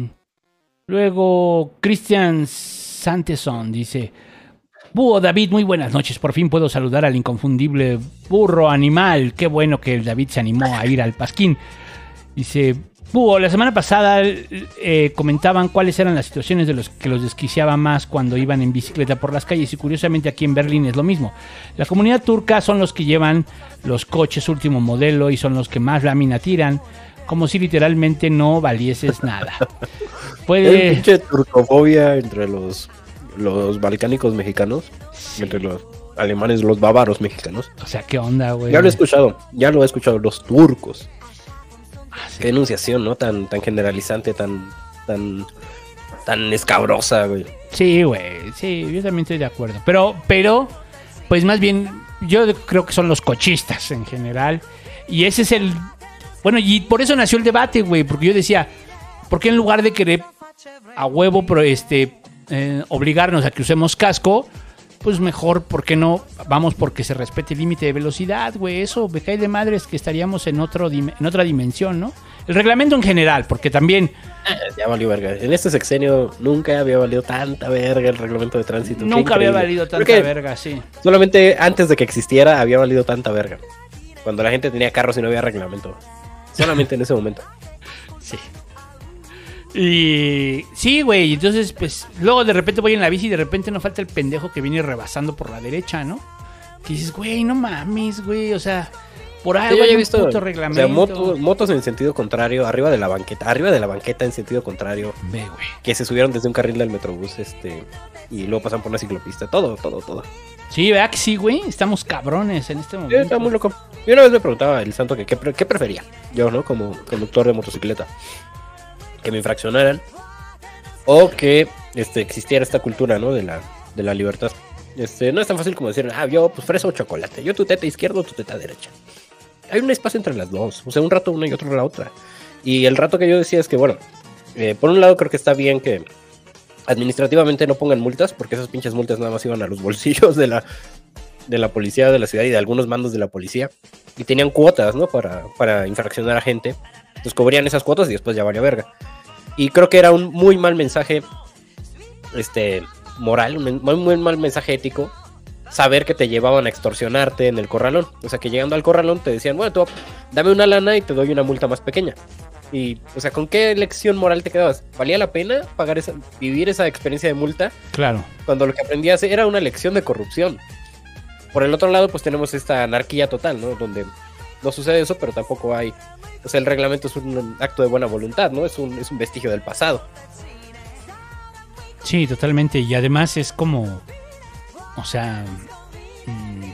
luego, Christian Santeson dice, Búho David, muy buenas noches, por fin puedo saludar al inconfundible burro animal, qué bueno que el David se animó a ir al Pasquín. Dice, Búho, la semana pasada eh, comentaban cuáles eran las situaciones de los que los desquiciaba más cuando iban en bicicleta por las calles y curiosamente aquí en Berlín es lo mismo. La comunidad turca son los que llevan los coches último modelo y son los que más lámina tiran, como si literalmente no valieses nada. Puede... Hay un pinche turcofobia entre los, los balcánicos mexicanos, sí. Entre los alemanes, los bávaros mexicanos. O sea, ¿qué onda, güey? Ya lo he escuchado, ya lo he escuchado, los turcos. Ah, sí. Qué enunciación, ¿no? Tan, tan generalizante, tan, tan, tan escabrosa, güey. Sí, güey, sí, yo también estoy de acuerdo. Pero, pero, pues más bien, yo creo que son los cochistas en general. Y ese es el... Bueno, y por eso nació el debate, güey, porque yo decía, ¿por qué en lugar de querer a huevo pero este, eh, obligarnos a que usemos casco, pues mejor, ¿por qué no? Vamos porque se respete el límite de velocidad, güey, eso me cae de madres que estaríamos en, otro en otra dimensión, ¿no? El reglamento en general, porque también... Ya valió verga. En este sexenio nunca había valido tanta verga el reglamento de tránsito. Nunca había valido tanta verga, sí. Solamente antes de que existiera había valido tanta verga. Cuando la gente tenía carros y no había reglamento. Solamente en ese momento. Sí. Y sí, güey, entonces pues luego de repente voy en la bici y de repente no falta el pendejo que viene rebasando por la derecha, ¿no? Que dices, güey, no mames, güey, o sea, por ahí sí, hay un puto reglamento. O sea, motos, motos en sentido contrario, arriba de la banqueta, arriba de la banqueta en sentido contrario. Ve, güey. Que se subieron desde un carril del Metrobús, este, y luego pasan por una ciclopista, todo, todo, todo. Sí, ¿verdad que sí, güey? Estamos cabrones en este momento. Sí, está muy loco. Yo una vez me preguntaba el santo que qué, qué prefería. Yo, ¿no? Como conductor de motocicleta. Que me infraccionaran. O que este, existiera esta cultura, ¿no? De la, de la libertad. Este, no es tan fácil como decir, ah, yo pues fresa o chocolate. Yo tu teta izquierda o tu teta derecha. Hay un espacio entre las dos. O sea, un rato una y otro la otra. Y el rato que yo decía es que, bueno, eh, por un lado creo que está bien que administrativamente no pongan multas, porque esas pinches multas nada más iban a los bolsillos de la, de la policía de la ciudad y de algunos mandos de la policía. Y tenían cuotas, ¿no? Para, para infraccionar a gente. Entonces cubrían esas cuotas y después ya valía verga. Y creo que era un muy mal mensaje este, moral, un muy, muy mal mensaje ético, saber que te llevaban a extorsionarte en el corralón. O sea, que llegando al corralón te decían, bueno, tú dame una lana y te doy una multa más pequeña. Y, o sea, ¿con qué lección moral te quedabas? ¿Valía la pena pagar esa, vivir esa experiencia de multa? Claro. Cuando lo que aprendías era una lección de corrupción. Por el otro lado, pues tenemos esta anarquía total, ¿no? Donde no sucede eso, pero tampoco hay... O sea, el reglamento es un acto de buena voluntad, ¿no? Es un, es un vestigio del pasado. Sí, totalmente. Y además es como... O sea... Mmm,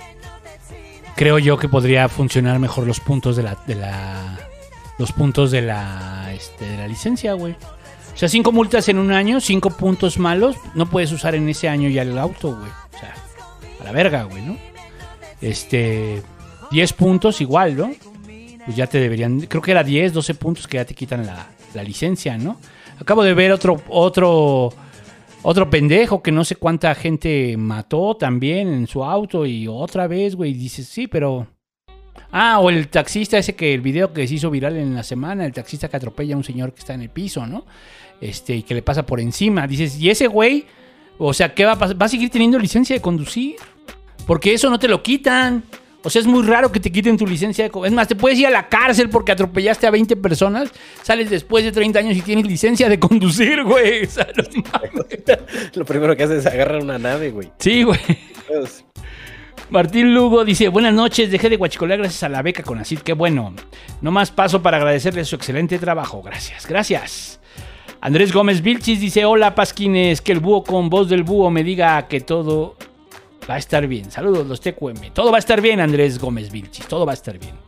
creo yo que podría funcionar mejor los puntos de la... De la los puntos de la... Este, de la licencia, güey. O sea, cinco multas en un año, cinco puntos malos, no puedes usar en ese año ya el auto, güey. O sea, a la verga, güey, ¿no? Este... diez puntos igual, ¿no? Pues ya te deberían... Creo que era diez, doce puntos que ya te quitan la, la licencia, ¿no? Acabo de ver otro... Otro... Otro pendejo que no sé cuánta gente mató también en su auto y otra vez, güey, dices, sí, pero... Ah, o el taxista ese que el video que se hizo viral en la semana, el taxista que atropella a un señor que está en el piso, ¿no? Este, y que le pasa por encima. Dices, ¿y ese güey? O sea, ¿qué va a pasar? ¿Va a seguir teniendo licencia de conducir? Porque eso no te lo quitan. O sea, es muy raro que te quiten tu licencia de conducir. Es más, te puedes ir a la cárcel porque atropellaste a veinte personas, sales después de treinta años y tienes licencia de conducir, güey. O sea, no lo primero que haces es agarrar una nave, güey. Sí, güey. Dios. Martín Lugo dice, buenas noches, dejé de guachicolear gracias a la beca Conacid, qué bueno. No más paso para agradecerle su excelente trabajo. Gracias, gracias. Andrés Gómez Vilchis dice, hola Pasquines, que el búho con voz del búho me diga que todo va a estar bien. Saludos los T Q M. Todo va a estar bien, Andrés Gómez Vilchis, todo va a estar bien.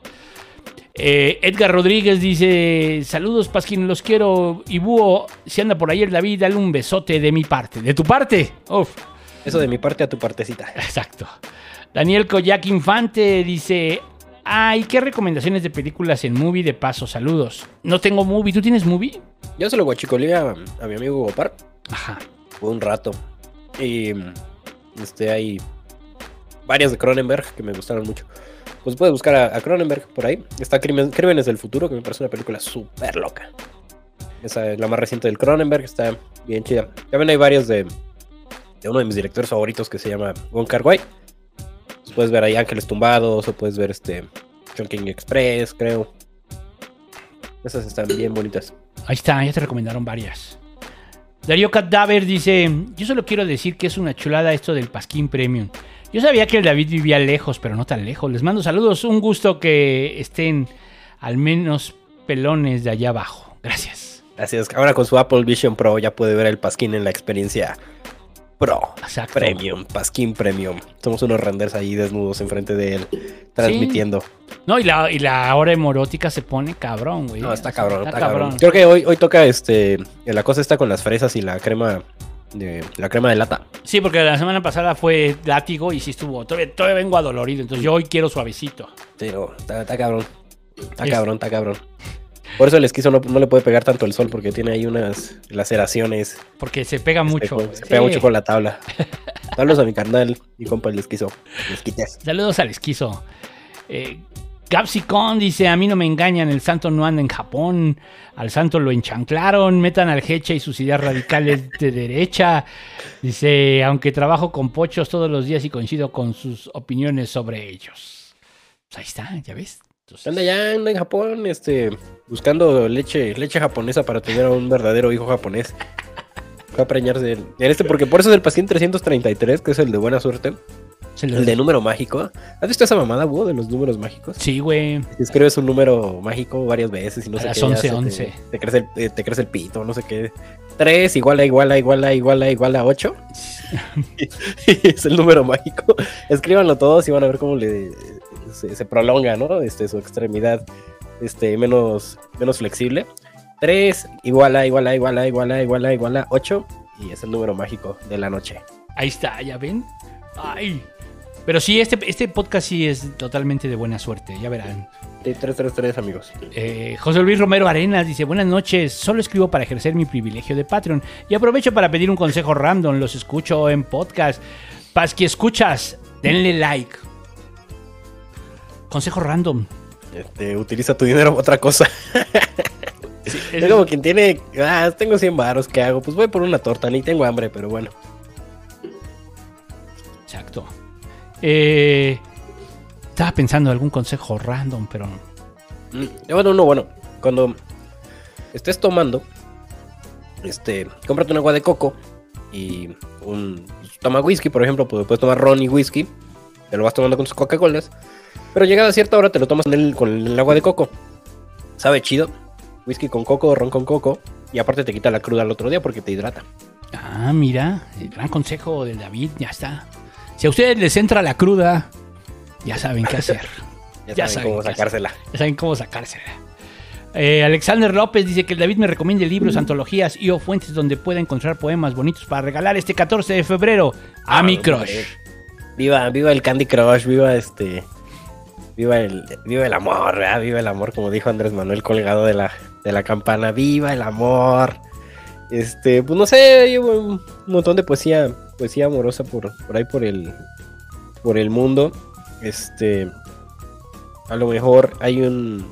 Eh, Edgar Rodríguez dice, saludos Pasquines, los quiero. Y búho, si anda por ahí el David, dale un besote de mi parte. ¿De tu parte? Uf. Eso de mi parte a tu partecita. Exacto. Daniel Koyak Infante dice, ay, ¿qué recomendaciones de películas en Movie? De paso, saludos. No tengo Movie, ¿tú tienes Movie? Yo se lo guachicoleé a, a mi amigo Gopar. Ajá. Por un rato. Y este, hay varias de Cronenberg que me gustaron mucho. Pues puedes buscar a, a Cronenberg por ahí. Está Crimen, Crímenes del Futuro, que me parece una película súper loca. Esa es la más reciente del Cronenberg, está bien chida. También hay varios de, de uno de mis directores favoritos que se llama Wong Kar-wai. Puedes ver ahí Ángeles Tumbados, o puedes ver este Chungking Express, creo. Esas están bien bonitas. Ahí está, ya te recomendaron varias. Darío Cadaver dice, yo solo quiero decir que es una chulada esto del Pasquín Premium. Yo sabía que el David vivía lejos, pero no tan lejos. Les mando saludos, un gusto que estén al menos pelones de allá abajo. Gracias. Gracias. Ahora con su Apple Vision Pro ya puede ver el Pasquín en la experiencia Pro. Exacto. Premium, Pasquín Premium. Somos unos renders ahí desnudos enfrente de él, transmitiendo. Sí. No, y la, y la hora hemorótica se pone cabrón, güey. No, está cabrón, está, está cabrón. cabrón. Creo que hoy, hoy toca este la cosa está con las fresas y la crema de la crema de lata. Sí, porque la semana pasada fue látigo y sí estuvo. Todavía, todavía vengo adolorido, entonces yo hoy quiero suavecito. Sí, no, está, está cabrón. Está es... cabrón, está cabrón. Por eso el esquizo no, no le puede pegar tanto el sol, porque tiene ahí unas laceraciones. Porque se pega mucho. Se, se pega sí. mucho con la tabla. Saludos a mi carnal, mi compa el esquizo. Saludos al esquizo. Eh, Capsicon dice, a mí no me engañan, el santo no anda en Japón. Al santo lo enchanclaron, metan al Hecha y sus ideas radicales de derecha. Dice, aunque trabajo con pochos todos los días y coincido con sus opiniones sobre ellos. Pues ahí está, ya ves. Entonces... Anda ya, anda en Japón, este, buscando leche, leche japonesa para tener a un verdadero hijo japonés. Va a preñarse en este, porque por eso es el paciente trescientos treinta y tres, que es el de buena suerte. El de número mágico. ¿Has visto esa mamada, Búho, de los números mágicos? Sí, güey. Si escribes un número mágico varias veces y no sé las qué. once, once. Te, te, crece el, te crece el pito, no sé qué. tres igual a igual a igual a igual a igual a ocho. Es el número mágico. Escríbanlo todos y van a ver cómo le se, se prolonga, ¿no? Este, su extremidad este, menos, menos flexible. tres igual a igual a igual a igual a igual a igual a ocho. Y es el número mágico de la noche. Ahí está, ¿ya ven? Ay. Pero sí, este, este podcast sí es totalmente de buena suerte, ya verán. De tres tres tres, amigos. Eh, José Luis Romero Arenas dice, buenas noches, solo escribo para ejercer mi privilegio de Patreon y aprovecho para pedir un consejo random, los escucho en podcast. Para que escuchas, denle like. Consejo random. Este, utiliza tu dinero para otra cosa. Sí, es, es como quien tiene, ah, tengo cien varos, ¿qué hago? Pues voy por una torta, ni tengo hambre, pero bueno. Exacto. Eh, estaba pensando en algún consejo random, pero... Mm, bueno, no, bueno. Cuando estés tomando, este, cómprate un agua de coco y un... Toma whisky, por ejemplo, pues puedes tomar ron y whisky. Te lo vas tomando con tus Coca-Colas. Pero llegada a cierta hora te lo tomas con el, con el agua de coco. Sabe chido. Whisky con coco, ron con coco. Y aparte te quita la cruda al otro día porque te hidrata. Ah, mira. El gran consejo de David, ya está. Si a ustedes les entra la cruda, ya saben qué hacer. ya, ya saben, saben cómo sacársela. Hacer. Ya saben cómo sacársela. Eh, Alexander López dice que el David me recomiende libros, antologías y o fuentes donde pueda encontrar poemas bonitos para regalar este catorce de febrero a ah, mi crush. Viva, viva el Candy Crush, viva este... Viva el, viva el amor, ¿verdad? Viva el amor, como dijo Andrés Manuel colgado de la, de la campana. Viva el amor. Este, pues no sé, hay un montón de poesía... poesía amorosa por, por ahí por el por el mundo. Este, a lo mejor hay un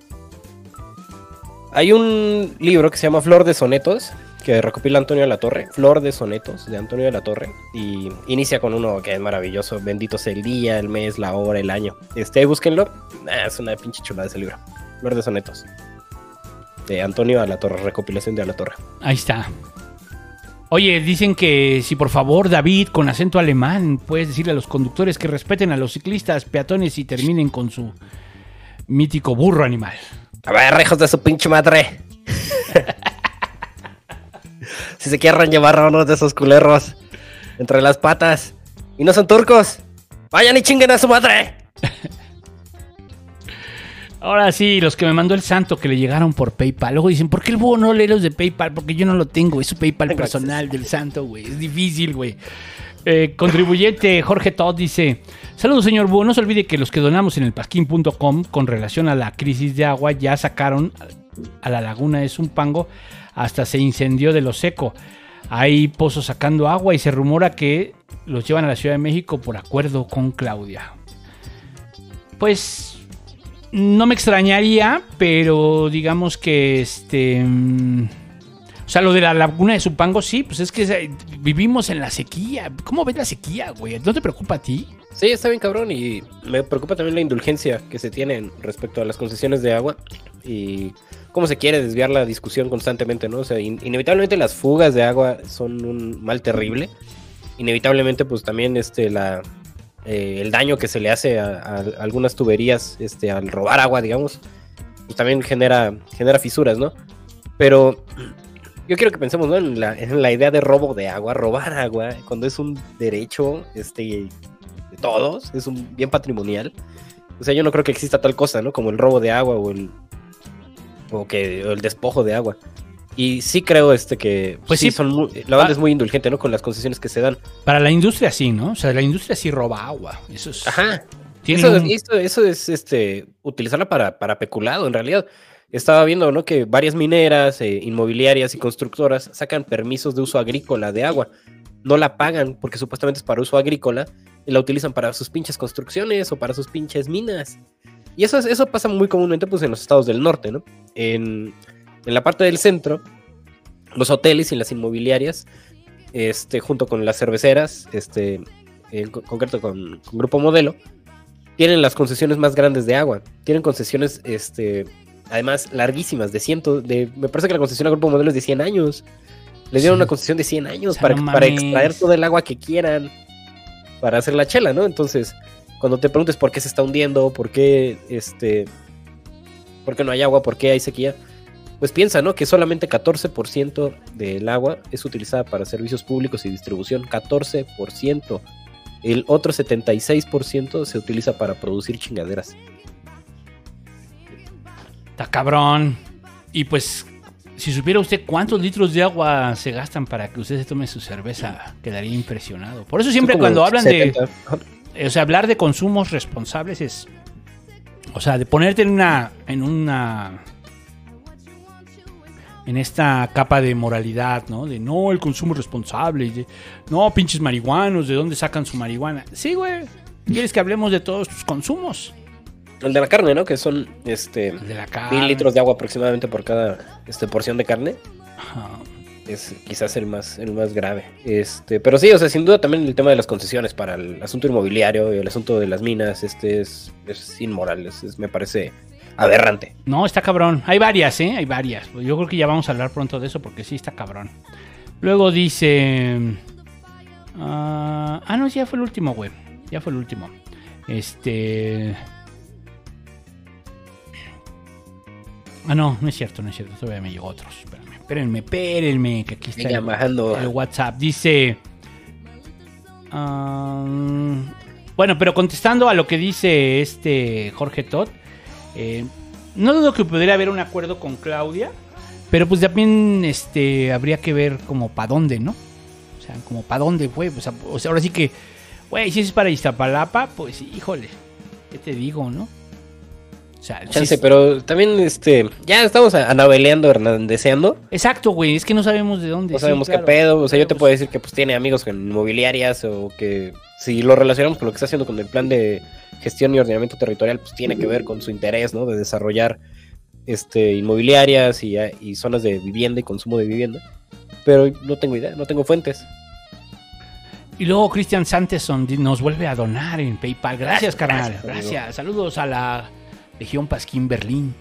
hay un libro que se llama Flor de Sonetos que recopila Antonio de la Torre. Flor de Sonetos de Antonio de la Torre y inicia con uno que es maravilloso. Bendito sea el día, el mes, la hora, el año. Este, búsquenlo. Ah, es una pinche chulada ese libro. Flor de Sonetos de Antonio de la Torre, recopilación de la Torre. Ahí está. Oye, dicen que si por favor, David, con acento alemán, puedes decirle a los conductores que respeten a los ciclistas, peatones y terminen con su mítico burro animal. A ver, hijos de su pinche madre. Si se quieren llevar a uno de esos culerros entre las patas y no son turcos, vayan y chinguen a su madre. Ahora sí, los que me mandó el santo que le llegaron por PayPal. Luego dicen, ¿por qué el búho no lee los de PayPal? Porque yo no lo tengo, es su PayPal personal del santo, güey. Es difícil, güey. Eh, contribuyente Jorge Todd dice, saludos señor búho, no se olvide que los que donamos en el pasquín punto com con relación a la crisis de agua ya sacaron a la laguna de Zumpango, hasta se incendió de lo seco. Hay pozos sacando agua y se rumora que los llevan a la Ciudad de México por acuerdo con Claudia. Pues... no me extrañaría, pero digamos que este... O sea, lo de la laguna de Zumpango, sí, pues es que vivimos en la sequía. ¿Cómo ves la sequía, güey? ¿No te preocupa a ti? Sí, está bien cabrón y me preocupa también la indulgencia que se tiene respecto a las concesiones de agua y cómo se quiere desviar la discusión constantemente, ¿no? O sea, in- inevitablemente las fugas de agua son un mal terrible. Inevitablemente, pues también este, la... Eh, el daño que se le hace a, a algunas tuberías este, al robar agua, digamos, pues también genera, genera fisuras, ¿no? Pero yo quiero que pensemos, ¿no? en, la, en la idea de robo de agua, robar agua, cuando es un derecho este, de todos, es un bien patrimonial. O sea, yo no creo que exista tal cosa, ¿no? Como el robo de agua o el, o que, o el despojo de agua. Y sí creo este que pues sí, sí, son muy, la banda ah, es muy indulgente, ¿no? Con las concesiones que se dan. Para la industria sí, ¿no? O sea, la industria sí roba agua. Eso es. Ajá. Eso, un... eso, eso es este utilizarla para, para peculado, en realidad. Estaba viendo, ¿no? Que varias mineras, eh, inmobiliarias y constructoras sacan permisos de uso agrícola de agua. No la pagan porque supuestamente es para uso agrícola y la utilizan para sus pinches construcciones o para sus pinches minas. Y eso, es, eso pasa muy comúnmente pues, en los estados del norte, ¿no? En... En la parte del centro, los hoteles y las inmobiliarias, este, junto con las cerveceras, este, en co- concreto con, con Grupo Modelo, tienen las concesiones más grandes de agua. Tienen concesiones, este, además, larguísimas, de cientos, de, me parece que la concesión a Grupo Modelo es de cien años. Les dieron sí. una concesión de cien años o sea, para, no para extraer todo el agua que quieran. para hacer la chela, ¿no? Entonces, cuando te preguntes por qué se está hundiendo, por qué, este, por qué no hay agua, por qué hay sequía, pues piensa, ¿no? Que solamente catorce por ciento del agua es utilizada para servicios públicos y distribución, catorce por ciento. El otro setenta y seis por ciento se utiliza para producir chingaderas. Está cabrón. Y pues, si supiera usted cuántos litros de agua se gastan para que usted se tome su cerveza, quedaría impresionado. Por eso siempre cuando hablan setenta. de... O sea, hablar de consumos responsables es... O sea, de ponerte en una... En una... En esta capa de moralidad, ¿no? De no, el consumo responsable. De, no, pinches marihuanos, ¿de dónde sacan su marihuana? Sí, güey. ¿Quieres que hablemos de todos tus consumos? El de la carne, ¿no? Que son este de la carne. mil litros de agua aproximadamente por cada este, porción de carne. Ajá. Es quizás el más, el más grave. Este, pero sí, o sea, sin duda también el tema de las concesiones para el asunto inmobiliario y el asunto de las minas, este es, es inmoral, es, es, me parece aberrante. No, está cabrón. Hay varias, ¿eh? Hay varias. Yo creo que ya vamos a hablar pronto de eso porque sí está cabrón. Luego dice... Uh, ah, no, ya fue el último, güey. Ya fue el último. Este... Ah, no, no es cierto, no es cierto. Todavía me llegó otros. Espérenme, espérenme, espérenme, que aquí está Venga, el, bajando. el WhatsApp. Dice... Um, bueno, pero contestando a lo que dice este Jorge Todd, eh, no dudo que pudiera haber un acuerdo con Claudia, pero pues también este, habría que ver como para dónde, ¿no? O sea, como para dónde fue. O sea, o sea, ahora sí que, güey, si es para Iztapalapa, pues híjole, ¿qué te digo, no? O sea, Chance, si es... pero también este ya estamos anabeleando, hernandeseando. Exacto, güey, es que no sabemos de dónde. No sabemos sí, qué claro. pedo. O sea, yo te pues... puedo decir que pues tiene amigos en inmobiliarias o que si lo relacionamos con lo que está haciendo con el plan de gestión y ordenamiento territorial, pues tiene que ver con su interés, ¿no? De desarrollar este inmobiliarias y, y zonas de vivienda y consumo de vivienda. Pero no tengo idea, no tengo fuentes. Y luego Christian Santeson nos vuelve a donar en PayPal. Gracias, Gracias, carnal. gracias, Gracias. Saludos a la Legión Pasquín Berlín.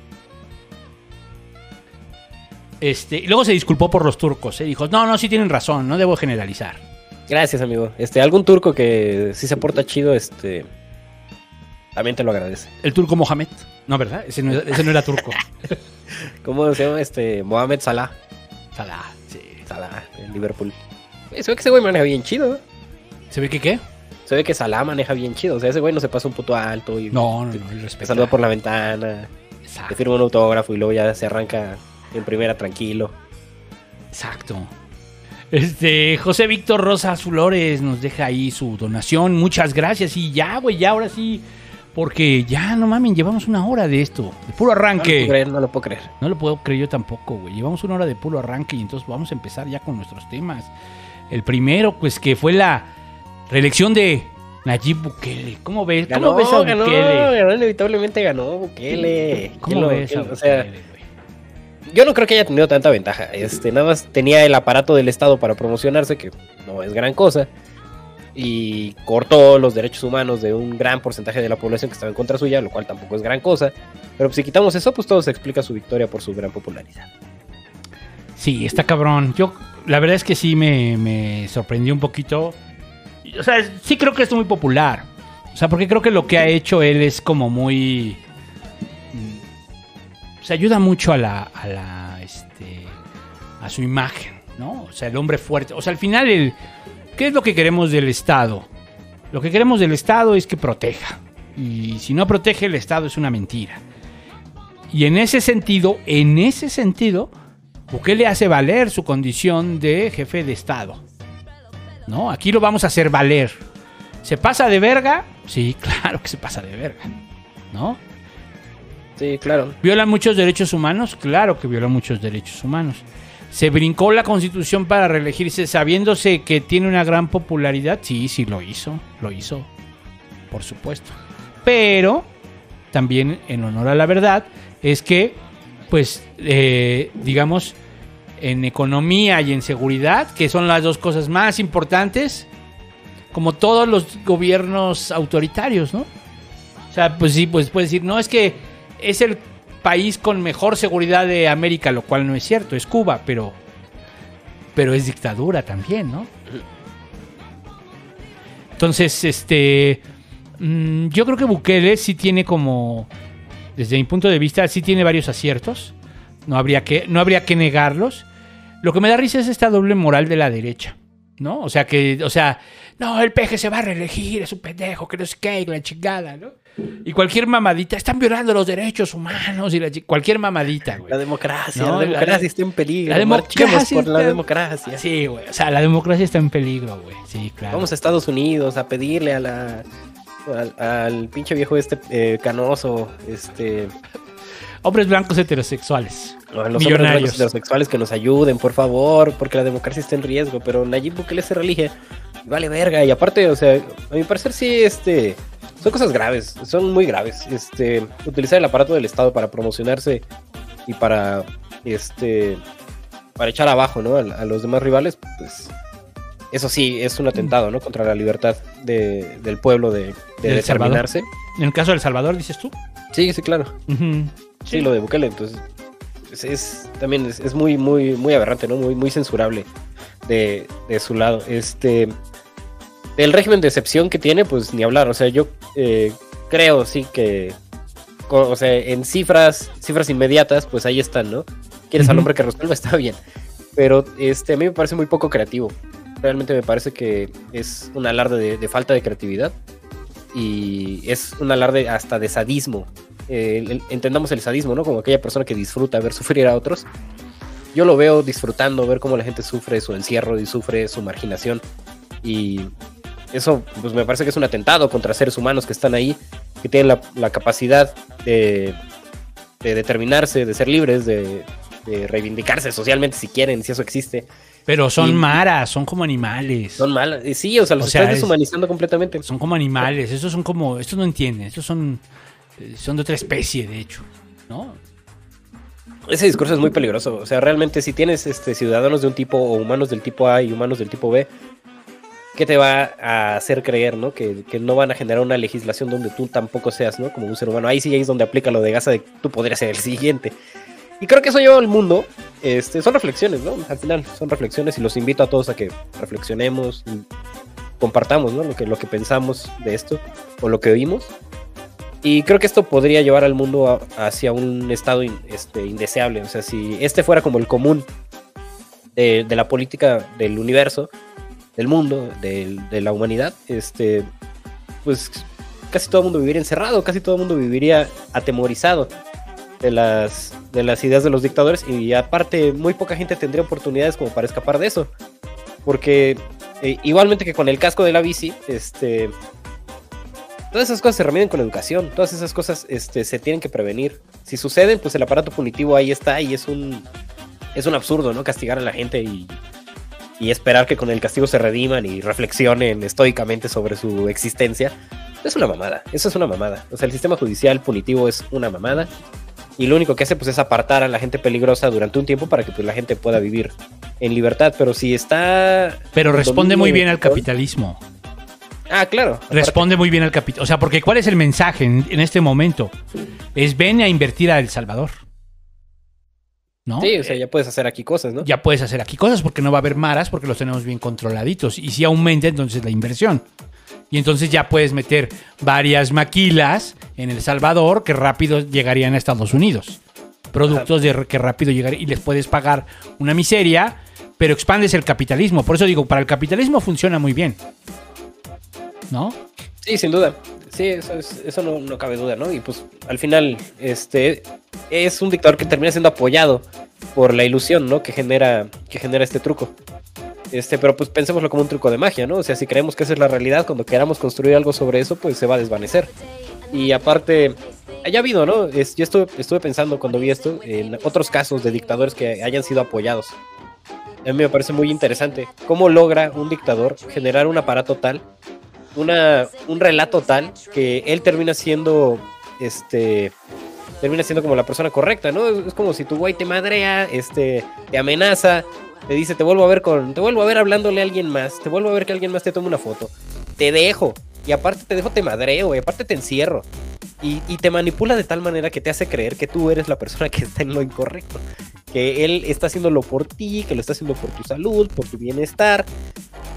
Este, y luego se disculpó por los turcos. ¿eh? Dijo, no, no, sí tienen razón, no debo generalizar. Gracias, amigo. Este, algún turco que sí se porta chido, este, también te lo agradece. El turco Mohamed. No, ¿verdad? Ese no, ese no era turco. ¿Cómo se llama? Este, Mohamed Salah. Salah, sí. Salah, en Liverpool. Se ve que ese güey maneja bien chido, ¿eh? ¿Se ve que qué? Se ve que Salah maneja bien chido. O sea, ese güey no se pasa un puto alto y no, no, te, no, te saluda por la ventana. Exacto. Te firma un autógrafo y luego ya se arranca en primera tranquilo. Exacto. Este, José Víctor Rosas Flores nos deja ahí su donación. Muchas gracias. Y ya, güey, ya ahora sí. Porque ya, no mames, llevamos una hora de esto. De puro arranque. No lo puedo creer, no lo puedo creer. No lo puedo creer yo tampoco, güey. Llevamos una hora de puro arranque y entonces vamos a empezar ya con nuestros temas. El primero, pues, que fue la reelección de Nayib Bukele. ¿Cómo ves? Ganó, ¿Cómo ves a ganó, Bukele? ganó, inevitablemente ganó Bukele. ¿Cómo lo, ves a o sea, Bukele, güey? Yo no creo que haya tenido tanta ventaja. Este, nada más tenía el aparato del Estado para promocionarse, que no es gran cosa. Y cortó los derechos humanos de un gran porcentaje de la población que estaba en contra suya, lo cual tampoco es gran cosa. Pero pues, si quitamos eso, pues todo se explica su victoria por su gran popularidad. Sí, está cabrón. Yo, la verdad es que sí me, me sorprendió un poquito. O sea, sí creo que es muy popular. O sea, porque creo que lo que ha hecho él es como muy... O sea, ayuda mucho a la... A la este, a su imagen, ¿no? O sea, el hombre fuerte. O sea, al final, el, ¿qué es lo que queremos del Estado? Lo que queremos del Estado es que proteja. Y si no protege, el Estado es una mentira. Y en ese sentido, en ese sentido... Bukele hace valer su condición de jefe de Estado, ¿no? Aquí lo vamos a hacer valer. ¿Se pasa de verga? Sí, claro que se pasa de verga, ¿no? Sí, claro. ¿Viola muchos derechos humanos? Claro que viola muchos derechos humanos. ¿Se brincó la Constitución para reelegirse sabiéndose que tiene una gran popularidad? Sí, sí lo hizo, lo hizo, por supuesto. Pero, también en honor a la verdad, es que pues, eh, digamos, en economía y en seguridad, que son las dos cosas más importantes, como todos los gobiernos autoritarios, ¿no? O sea, pues sí, pues puedes decir, no, es que es el país con mejor seguridad de América, lo cual no es cierto, es Cuba, pero, pero es dictadura también, ¿no? Entonces, este, mmm, yo creo que Bukele sí tiene como, desde mi punto de vista, sí tiene varios aciertos. No habría que, no habría que negarlos. Lo que me da risa es esta doble moral de la derecha, ¿no? O sea, que, o sea, no, el P G se va a reelegir, es un pendejo, que no es que, la chingada, ¿no? Y cualquier mamadita, están violando los derechos humanos, y la, cualquier mamadita, güey. La democracia, ¿no? la democracia la, está en peligro. La democracia por está, la democracia. Sí, güey, o sea, la democracia está en peligro, güey, sí, claro. Vamos a Estados Unidos a pedirle a la, al, al pinche viejo este eh, canoso, este... Hombres blancos heterosexuales. A los hombres blancos heterosexuales que nos ayuden, por favor, porque la democracia está en riesgo. Pero Nayib Bukele se reelige y vale verga. Y aparte, o sea, a mi parecer sí, este, son cosas graves, son muy graves. Este, utilizar el aparato del Estado para promocionarse y para, este, para echar abajo, ¿no? A, a los demás rivales, pues, eso sí es un atentado, ¿no? Contra la libertad de, del pueblo de, de determinarse. Salvador. En el caso del Salvador, dices tú. Sí, sí, claro. Uh-huh. Sí, sí, lo de Bukele, entonces es, es también es, es muy, muy, muy aberrante, ¿no? Muy, muy censurable de, de su lado. Este, el régimen de excepción que tiene, pues ni hablar. O sea, yo eh, creo sí que, o sea, en cifras, cifras inmediatas, pues ahí están, ¿no? ¿Quieres uh-huh. al hombre que resuelva? Está bien. Pero este, a mí me parece muy poco creativo. Realmente me parece que es un alarde de, de falta de creatividad y es un alarde hasta de sadismo. Eh, el, entendamos el sadismo, ¿no? Como aquella persona que disfruta ver sufrir a otros. Yo lo veo disfrutando, ver cómo la gente sufre su encierro y sufre su marginación. Y eso, pues me parece que es un atentado contra seres humanos que están ahí, que tienen la, la capacidad de, de determinarse, de ser libres, de, de reivindicarse socialmente si quieren, si eso existe. Pero son y, maras, son como animales. Son malas, sí, o sea, los o sea, estás deshumanizando es, completamente. Son como animales, estos son como, estos no entienden, estos son... Son de otra especie, de hecho, ¿no? Ese discurso es muy peligroso. O sea, realmente si tienes este, ciudadanos de un tipo o humanos del tipo A y humanos del tipo B, ¿qué te va a hacer creer, no? Que, que no van a generar una legislación donde tú tampoco seas, ¿no? Como un ser humano. Ahí sí ahí es donde aplica lo de Gaza de tú podrías ser el siguiente. Y creo que eso lleva al mundo. Este, son reflexiones, ¿no? Al final son reflexiones y los invito a todos a que reflexionemos y compartamos, ¿no? Lo que, lo que pensamos de esto o lo que oímos. Y creo que esto podría llevar al mundo a, hacia un estado in, este, indeseable. O sea, si este fuera como el común de, de la política del universo, del mundo, de, de la humanidad, este, pues casi todo el mundo viviría encerrado, casi todo el mundo viviría atemorizado de las, de las ideas de los dictadores. Y aparte, muy poca gente tendría oportunidades como para escapar de eso. Porque eh, igualmente que con el casco de la bici, este... todas esas cosas se remedian con educación, todas esas cosas este, se tienen que prevenir. Si suceden, pues el aparato punitivo ahí está y es un es un absurdo, ¿no? Castigar a la gente y, y esperar que con el castigo se rediman y reflexionen estoicamente sobre su existencia. Es una mamada, eso es una mamada. O sea, el sistema judicial punitivo es una mamada y lo único que hace pues es apartar a la gente peligrosa durante un tiempo para que pues, la gente pueda vivir en libertad. Pero si está... Pero responde muy bien al capitalismo. Ah, claro. Responde muy bien al capítulo. O sea, porque ¿cuál es el mensaje en, en este momento? Es ven a invertir a El Salvador. ¿No? Sí, o sea, ya puedes hacer aquí cosas, ¿no? Ya puedes hacer aquí cosas porque no va a haber maras porque los tenemos bien controladitos. Y si aumenta entonces la inversión. Y entonces ya puedes meter varias maquilas en El Salvador que rápido llegarían a Estados Unidos. Productos de, que rápido llegarían y les puedes pagar una miseria, pero expandes el capitalismo. Por eso digo, para el capitalismo funciona muy bien. ¿No? Sí, sin duda. Sí, eso, es, eso no, no cabe duda, ¿no? Y pues al final este es un dictador que termina siendo apoyado por la ilusión, ¿no? Que genera, que genera este truco. Este, pero pues pensémoslo como un truco de magia, ¿no? O sea, si creemos que esa es la realidad, cuando queramos construir algo sobre eso, pues se va a desvanecer. Y aparte, haya habido, ¿no? Es, yo estuve, estuve pensando cuando vi esto en otros casos de dictadores que hayan sido apoyados. A mí me parece muy interesante cómo logra un dictador generar un aparato tal, una, un relato tal, que él termina siendo, este, termina siendo como la persona correcta, ¿no? Es, es como si tu güey te madrea, este, te amenaza, te dice, te vuelvo a ver con, te vuelvo a ver hablándole a alguien más, te vuelvo a ver que alguien más te tome una foto, te dejo, y aparte te dejo, te madreo, y aparte te encierro, y, y te manipula de tal manera que te hace creer que tú eres la persona que está en lo incorrecto, que él está haciéndolo por ti, que lo está haciendo por tu salud, por tu bienestar.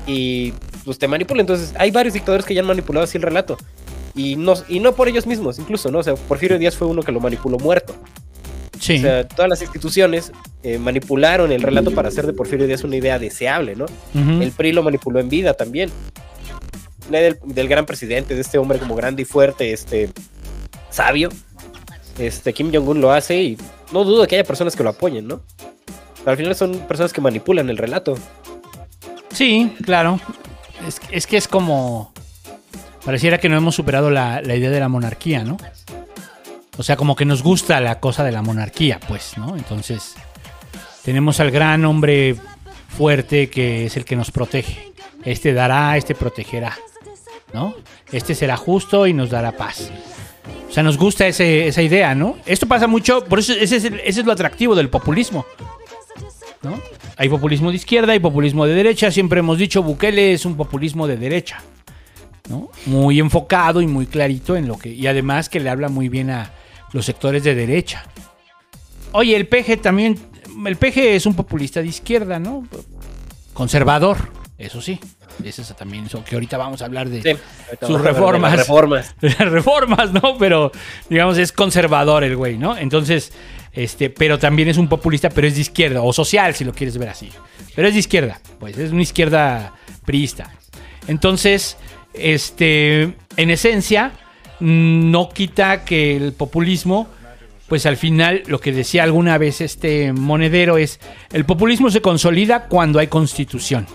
y pues te manipula. Entonces hay varios dictadores que ya han manipulado así el relato. Y no, y no por ellos mismos, incluso, ¿no? O sea, Porfirio Díaz fue uno que lo manipuló muerto. Sí. O sea, todas las instituciones eh, manipularon el relato para hacer de Porfirio Díaz una idea deseable, ¿no? Uh-huh. El P R I lo manipuló en vida también. La idea del, del gran presidente, de este hombre como grande y fuerte, este, sabio. Este, Kim Jong-un lo hace y no dudo que haya personas que lo apoyen, ¿no? Pero al final son personas que manipulan el relato. Sí, claro. Es, es que es como... Pareciera que no hemos superado la, la idea de la monarquía, ¿no? O sea, como que nos gusta la cosa de la monarquía, pues, ¿no? Entonces, tenemos al gran hombre fuerte que es el que nos protege. Este dará, este protegerá, ¿no? Este será justo y nos dará paz. O sea, nos gusta ese, esa idea, ¿no? Esto pasa mucho, por eso ese es, el, ese es lo atractivo del populismo, ¿no? Hay populismo de izquierda, hay populismo de derecha. Siempre hemos dicho, Bukele es un populismo de derecha, ¿no? Muy enfocado y muy clarito en lo que... Y además que le habla muy bien a los sectores de derecha. Oye, el P G también... El P G es un populista de izquierda, ¿no? Conservador, eso sí. Eso es también eso, que ahorita vamos a hablar de sí, sus reformas. De las reformas. Las reformas, ¿no? Pero, digamos, es conservador el güey, ¿no? Entonces, este, pero también es un populista, pero es de izquierda, o social, si lo quieres ver así. Pero es de izquierda, pues, es una izquierda priista. Entonces, este, en esencia, no quita que el populismo, pues al final, lo que decía alguna vez este Monedero es, el populismo se consolida cuando hay constitución.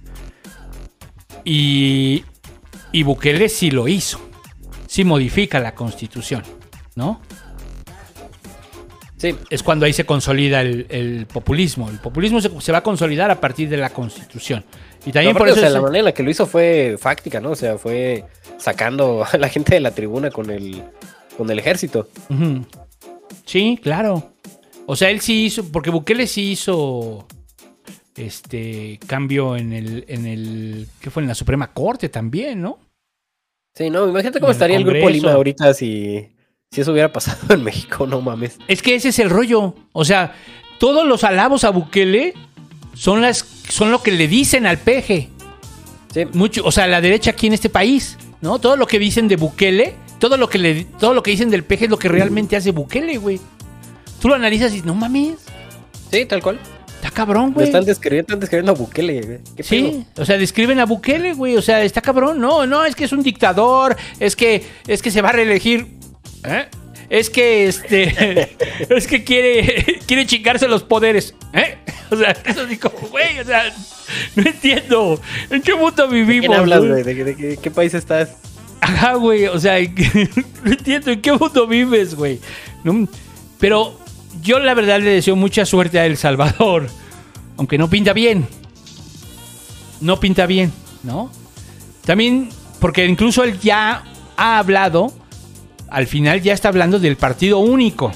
Y, y Bukele sí lo hizo. Sí modifica la constitución, ¿no? Sí. Es cuando ahí se consolida el, el populismo. El populismo se, se va a consolidar a partir de la constitución. Y también no, por eso... O sea, es, la manera en la que lo hizo fue fáctica, ¿no? O sea, fue sacando a la gente de la tribuna con el, con el ejército. Uh-huh. Sí, claro. O sea, él sí hizo... Porque Bukele sí hizo... Este cambio en el, en el, ¿qué fue? En la Suprema Corte también, ¿no? Sí, no, imagínate cómo estaría el Grupo Lima ahorita si, si eso hubiera pasado en México, no mames. Es que ese es el rollo, o sea, todos los alabos a Bukele son las, son lo que le dicen al P G. Sí. Mucho, o sea, la derecha aquí en este país, ¿no? Todo lo que dicen de Bukele, todo lo que le, todo lo que dicen del P G es lo que realmente hace Bukele, güey. Tú lo analizas y no mames. Sí, tal cual. Está cabrón, güey. Están describiendo, están describiendo a Bukele, güey. ¿Qué sí, pedo? O sea, describen a Bukele, güey. O sea, está cabrón. No, no, es que es un dictador. Es que, es que se va a reelegir. ¿Eh? Es que, este... es que quiere, quiere chingarse los poderes. ¿Eh? O sea, eso así como, güey, o sea... No entiendo. ¿En qué mundo vivimos? ¿De quién hablas, güey? ¿De, de, de, de qué país estás? Ajá, güey. O sea, no entiendo. ¿En qué mundo vives, güey? No, pero... Yo la verdad le deseo mucha suerte a El Salvador, aunque no pinta bien. No pinta bien, ¿no? También, porque incluso él ya ha hablado, al final ya está hablando del partido único.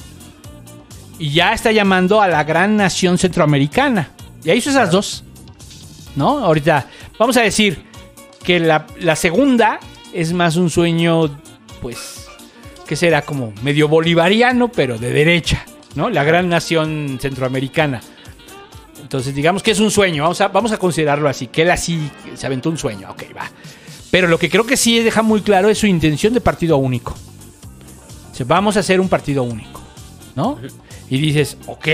Y ya está llamando a la gran nación centroamericana. Ya hizo esas dos, ¿no? Ahorita, vamos a decir que la, la segunda es más un sueño, pues, que será como medio bolivariano, pero de derecha, ¿no? La gran nación centroamericana. Entonces, digamos que es un sueño. Vamos a, vamos a considerarlo así. Que él así se aventó un sueño. Ok, va. Pero lo que creo que sí deja muy claro es su intención de partido único. O sea, vamos a hacer un partido único, ¿no? Y dices, ok.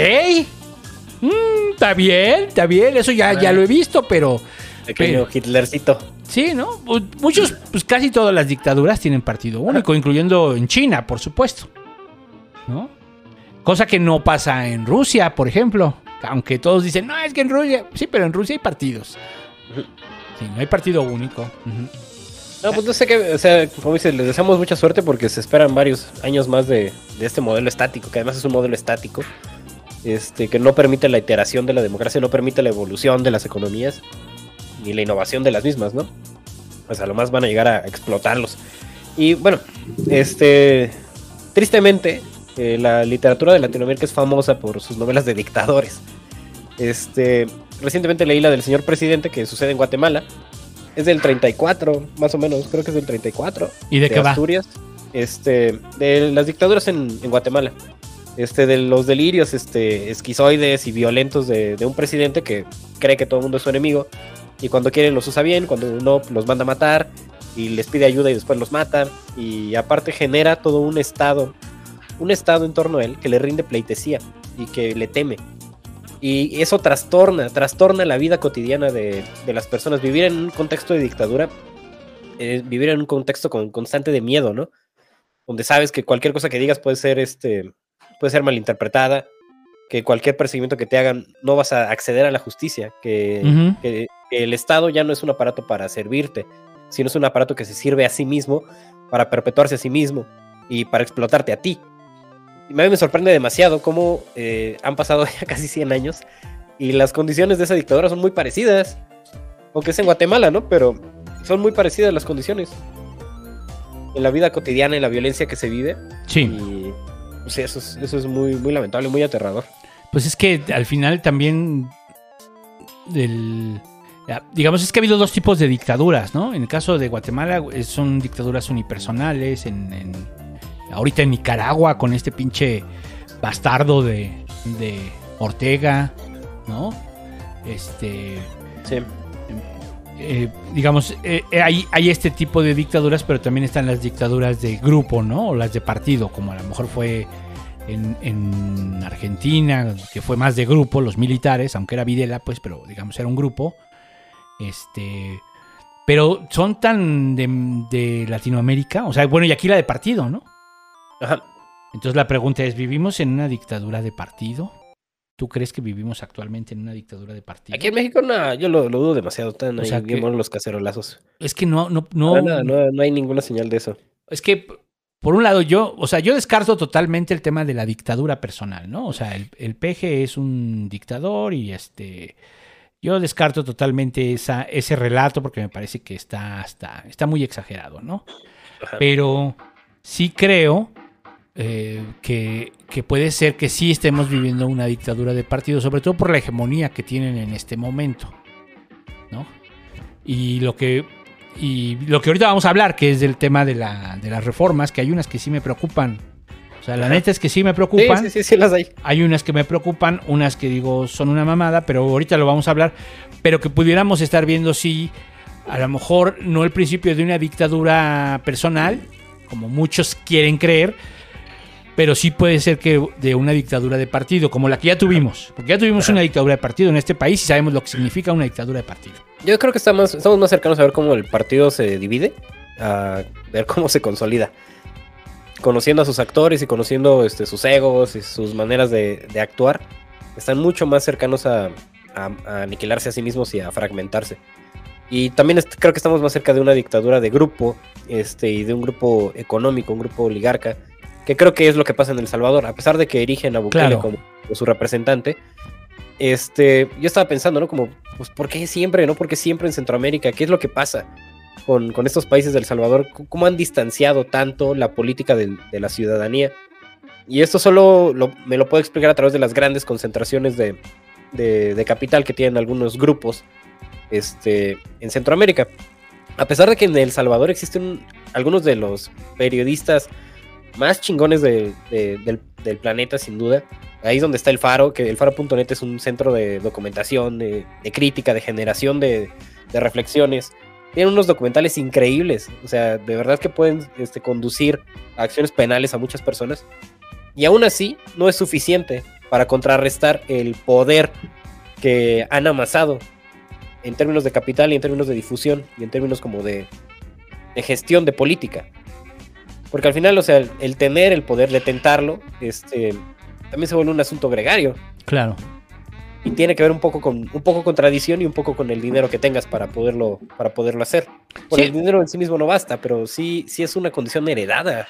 Mmm, está bien, está bien. Eso ya, ya lo he visto, pero... Pequeño pero, Hitlercito. Sí, ¿no? Muchos, pues casi todas las dictaduras tienen partido único, incluyendo en China, por supuesto, ¿no? Cosa que no pasa en Rusia, por ejemplo. Aunque todos dicen, no, es que en Rusia... Sí, pero en Rusia hay partidos. Sí, no hay partido único. Uh-huh. No, pues no sé qué... O sea, como dices, les deseamos mucha suerte porque se esperan varios años más de, de este modelo estático, que además es un modelo estático, este, que no permite la iteración de la democracia, no permite la evolución de las economías, ni la innovación de las mismas, ¿no? Pues a lo más van a llegar a explotarlos. Y bueno, este... Tristemente... Eh, la literatura de Latinoamérica es famosa por sus novelas de dictadores. Este, recientemente leí la del señor presidente que sucede en Guatemala. Es del treinta y cuatro, más o menos, creo que es del treinta y cuatro. ¿Y de, de qué Asturias. Va? Este, de las dictaduras en, en Guatemala. Este, de los delirios este, esquizoides y violentos de, de un presidente que cree que todo el mundo es su enemigo Y cuando quiere los usa bien, cuando no los manda a matar y les pide ayuda y después los mata. Y aparte genera todo un estado, un estado en torno a él que le rinde pleitesía y que le teme. Y eso trastorna, trastorna la vida cotidiana de, de las personas. Vivir en un contexto de dictadura, eh, vivir en un contexto con, constante de miedo, ¿no? Donde sabes que cualquier cosa que digas puede ser, este, puede ser malinterpretada, que cualquier perseguimiento que te hagan no vas a acceder a la justicia, que, uh-huh. que, que el Estado ya no es un aparato para servirte, sino es un aparato que se sirve a sí mismo para perpetuarse a sí mismo y para explotarte a ti. Y a mí me sorprende demasiado cómo eh, han pasado ya casi cien años y las condiciones de esa dictadura son muy parecidas, aunque es en Guatemala, ¿no? Pero son muy parecidas las condiciones en la vida cotidiana, en la violencia que se vive. Sí. Y o sea, eso es, eso es muy, muy lamentable, muy aterrador. Pues es que al final también del, digamos, es que ha habido dos tipos de dictaduras, ¿no? En el caso de Guatemala son dictaduras unipersonales, en, en ahorita en Nicaragua con este pinche bastardo de, de Ortega, ¿no? Este, sí. Eh, digamos, eh, hay, hay este tipo de dictaduras, pero también están las dictaduras de grupo, ¿no? O las de partido, como a lo mejor fue en, en Argentina, que fue más de grupo, los militares, aunque era Videla, pues, pero digamos era un grupo. Este, pero son tan de, de Latinoamérica, o sea, bueno, y aquí la de partido, ¿no? Ajá. Entonces la pregunta es, ¿vivimos en una dictadura de partido? ¿Tú crees que vivimos actualmente en una dictadura de partido? Aquí en México no, yo lo, lo dudo demasiado, están ahí bien buenos los cacerolazos. Es que no, no, no, no, no, no hay ninguna señal de eso. Es que, por un lado, yo, o sea, yo descarto totalmente el tema de la dictadura personal, ¿no? O sea, el, el P G es un dictador y este, yo descarto totalmente esa, ese relato porque me parece que está, está, está muy exagerado, ¿no? Ajá. Pero sí creo Eh, que, que puede ser que sí estemos viviendo una dictadura de partido, sobre todo por la hegemonía que tienen en este momento, ¿no? Y lo que y lo que ahorita vamos a hablar, que es del tema de, la, de las reformas, que hay unas que sí me preocupan. O sea, la neta es que sí me preocupan. Sí, sí, sí, sí las hay. Hay unas que me preocupan, unas que digo son una mamada, pero ahorita lo vamos a hablar. Pero que pudiéramos estar viendo si a lo mejor no el principio de una dictadura personal, como muchos quieren creer, pero sí puede ser que de una dictadura de partido, como la que ya tuvimos. Porque ya tuvimos una dictadura de partido en este país y sabemos lo que significa una dictadura de partido. Yo creo que estamos, estamos más cercanos a ver cómo el partido se divide, a ver cómo se consolida. Conociendo a sus actores y conociendo este, sus egos y sus maneras de, de actuar, están mucho más cercanos a, a, a aniquilarse a sí mismos y a fragmentarse. Y también est- creo que estamos más cerca de una dictadura de grupo este, y de un grupo económico, un grupo oligarca, que creo que es lo que pasa en El Salvador, a pesar de que erigen a Bukele claro. como, como su representante. Este, yo estaba pensando, ¿no? Como, pues, ¿por qué siempre, no? ¿Por qué siempre en Centroamérica? ¿Qué es lo que pasa con, con estos países del Salvador? ¿Cómo han distanciado tanto la política de, de la ciudadanía? Y esto solo lo, me lo puedo explicar a través de las grandes concentraciones de, de, de capital que tienen algunos grupos este, en Centroamérica. A pesar de que en El Salvador existen algunos de los periodistas más chingones de, de, del, del planeta, sin duda. Ahí es donde está El Faro, que el faro punto net es un centro de documentación, de, de crítica, de generación de, de reflexiones. Tienen unos documentales increíbles, o sea, de verdad que pueden este, conducir a acciones penales a muchas personas. Y aún así, no es suficiente para contrarrestar el poder que han amasado en términos de capital y en términos de difusión y en términos como de, de gestión de política. Porque al final, o sea, el, el tener el poder, de tentarlo, este, también se vuelve un asunto gregario. Claro. Y tiene que ver un poco con un poco con tradición y un poco con el dinero que tengas para poderlo, para poderlo hacer. Por sí. El dinero en sí mismo no basta, pero sí, sí es una condición heredada.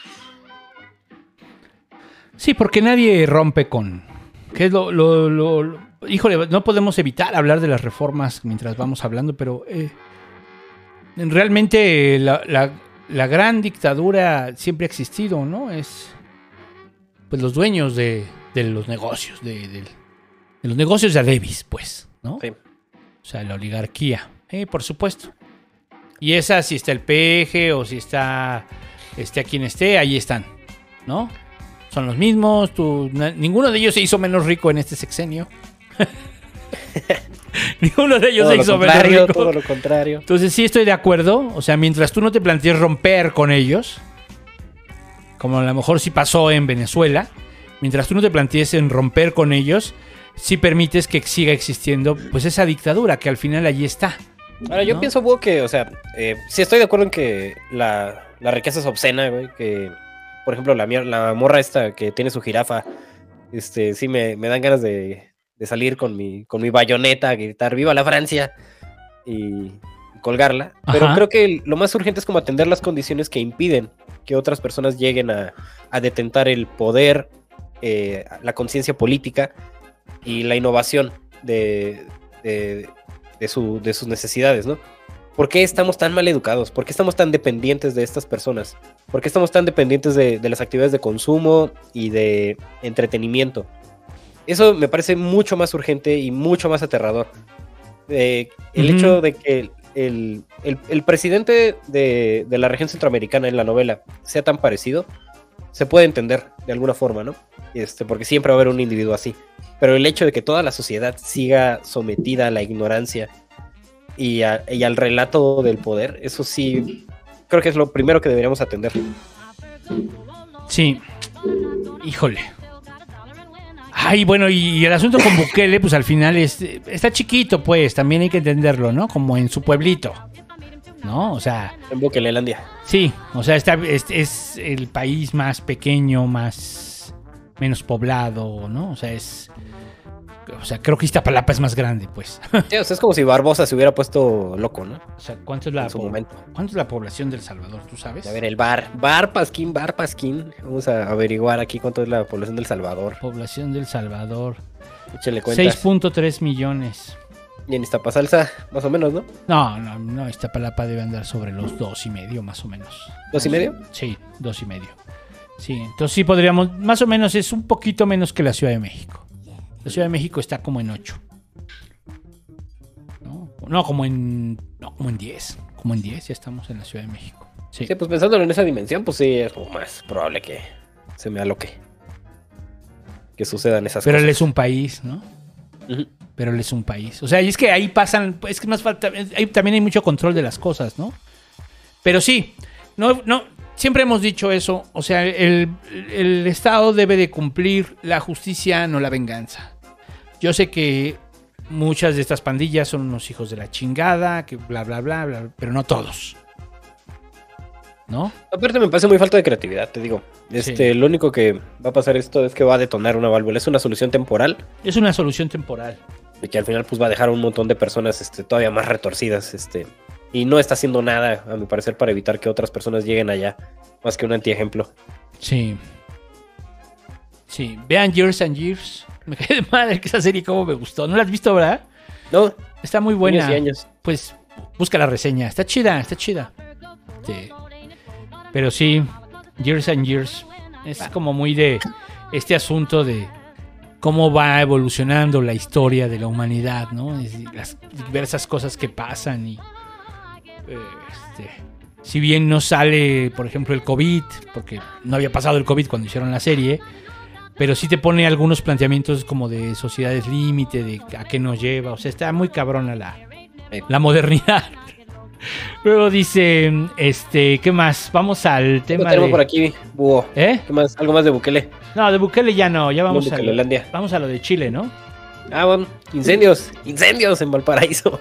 Sí, porque nadie rompe con... ¿Qué es lo, lo, lo, lo... Híjole, no podemos evitar hablar de las reformas mientras vamos hablando, pero eh, realmente la... la La gran dictadura siempre ha existido, ¿no? Es pues los dueños de, de los negocios, de, de, de los negocios de Adebis, pues, ¿no? Sí. O sea, la oligarquía, eh, por supuesto. Y esa, si está el P G o si está este, a quien esté, ahí están, ¿no? Son los mismos, tú, na, ninguno de ellos se hizo menos rico en este sexenio. Ninguno de ellos todo se lo hizo menos contrario, rico. todo lo contrario. Entonces sí estoy de acuerdo. O sea, mientras tú no te plantees romper con ellos, como a lo mejor sí pasó en Venezuela, mientras tú no te plantees en romper con ellos, sí permites que siga existiendo pues esa dictadura que al final allí está. Ahora, yo ¿no? pienso, Búho, que, o sea, eh, sí estoy de acuerdo en que la, la riqueza es obscena, güey, que, por ejemplo, la, mier- la morra esta que tiene su jirafa, este, sí me, me dan ganas de, de salir con mi, con mi bayoneta a gritar ¡Viva la Francia! Y, y colgarla. Pero Ajá. creo que lo más urgente es como atender las condiciones que impiden que otras personas lleguen a, a detentar el poder, eh, la conciencia política y la innovación de... de De, su, de sus necesidades, ¿no? ¿Por qué estamos tan mal educados? ¿Por qué estamos tan dependientes de estas personas? ¿Por qué estamos tan dependientes de, de las actividades de consumo y de entretenimiento? Eso me parece mucho más urgente y mucho más aterrador. Eh, el Ujú. hecho de que el, el, el presidente de, de la región centroamericana en la novela sea tan parecido, se puede entender de alguna forma, ¿no? Este, porque siempre va a haber un individuo así. Pero el hecho de que toda la sociedad siga sometida a la ignorancia y, a- y al relato del poder, eso sí, creo que es lo primero que deberíamos atender. Sí. Híjole. Ay, bueno, y el asunto con Bukele, pues al final es, está chiquito, pues, también hay que entenderlo, ¿no? Como en su pueblito, ¿no? O sea... En Bukelelandia. Sí, o sea, está, es, es el país más pequeño, más... menos poblado, ¿no? O sea, es... O sea, creo que Iztapalapa es más grande, pues. Sí, o sea, es como si Barbosa se hubiera puesto loco, ¿no? O sea, ¿cuánto es la, En su po- momento. ¿cuánto es la población de El Salvador? ¿Tú sabes? A ver, el bar. Bar Pasquín, Bar Pasquín. Vamos a averiguar aquí cuánto es la población del Salvador. Población del Salvador. Échale cuentas. seis punto tres millones. Y en Iztapasalsa, más o menos, ¿no? No, no, no, Iztapalapa debe andar sobre los dos y medio, más o menos. ¿Dos y medio? Sí, dos y medio. Sí, entonces sí podríamos, más o menos es un poquito menos que la Ciudad de México. La Ciudad de México está como en ocho. No, no como en, no, como en diez. Como en diez, ya estamos en la Ciudad de México. Sí. Sí, pues pensándolo en esa dimensión, pues sí, es como más probable que se me aloque. Que sucedan esas Pero cosas. él es un país, ¿no? Ujú. Pero él es un país. O sea, y es que ahí pasan, es que más falta, ahí también hay mucho control de las cosas, ¿no? Pero sí, no, no, siempre hemos dicho eso. O sea, el, el Estado debe de cumplir la justicia, no la venganza. Yo sé que muchas de estas pandillas son unos hijos de la chingada, que bla, bla, bla, bla, pero no todos. ¿No? Aparte me parece muy falta de creatividad, te digo. Este, Sí. Lo único que va a pasar esto es que va a detonar una válvula. Es una solución temporal Es una solución temporal. y que al final pues va a dejar a un montón de personas este, todavía más retorcidas. Este, y no está haciendo nada, a mi parecer, para evitar que otras personas lleguen allá. Más que un antiejemplo. Sí. Sí. Vean Years and Years. Me cae de madre que esa serie como me gustó. ¿No la has visto, verdad? No. Está muy buena. Años y años. Pues busca la reseña. Está chida, está chida. Sí. Pero sí, Years and Years. Es como muy de este asunto de cómo va evolucionando la historia de la humanidad, ¿no? Es decir, las diversas cosas que pasan y eh, este, si bien no sale, por ejemplo, el COVID, porque no había pasado el COVID cuando hicieron la serie, pero sí te pone algunos planteamientos como de sociedades límite, de a qué nos lleva. O sea, está muy cabrona la, la modernidad. Luego dice, este, ¿qué más? Vamos al tema Lo tenemos de... por aquí, Búho. ¿Eh? ¿Qué más? ¿Algo más de Bukele? No, de Bukele ya no, ya vamos No, a lo, Bukelelandia. vamos a lo de Chile, ¿no? Ah, bueno, incendios. Incendios en Valparaíso.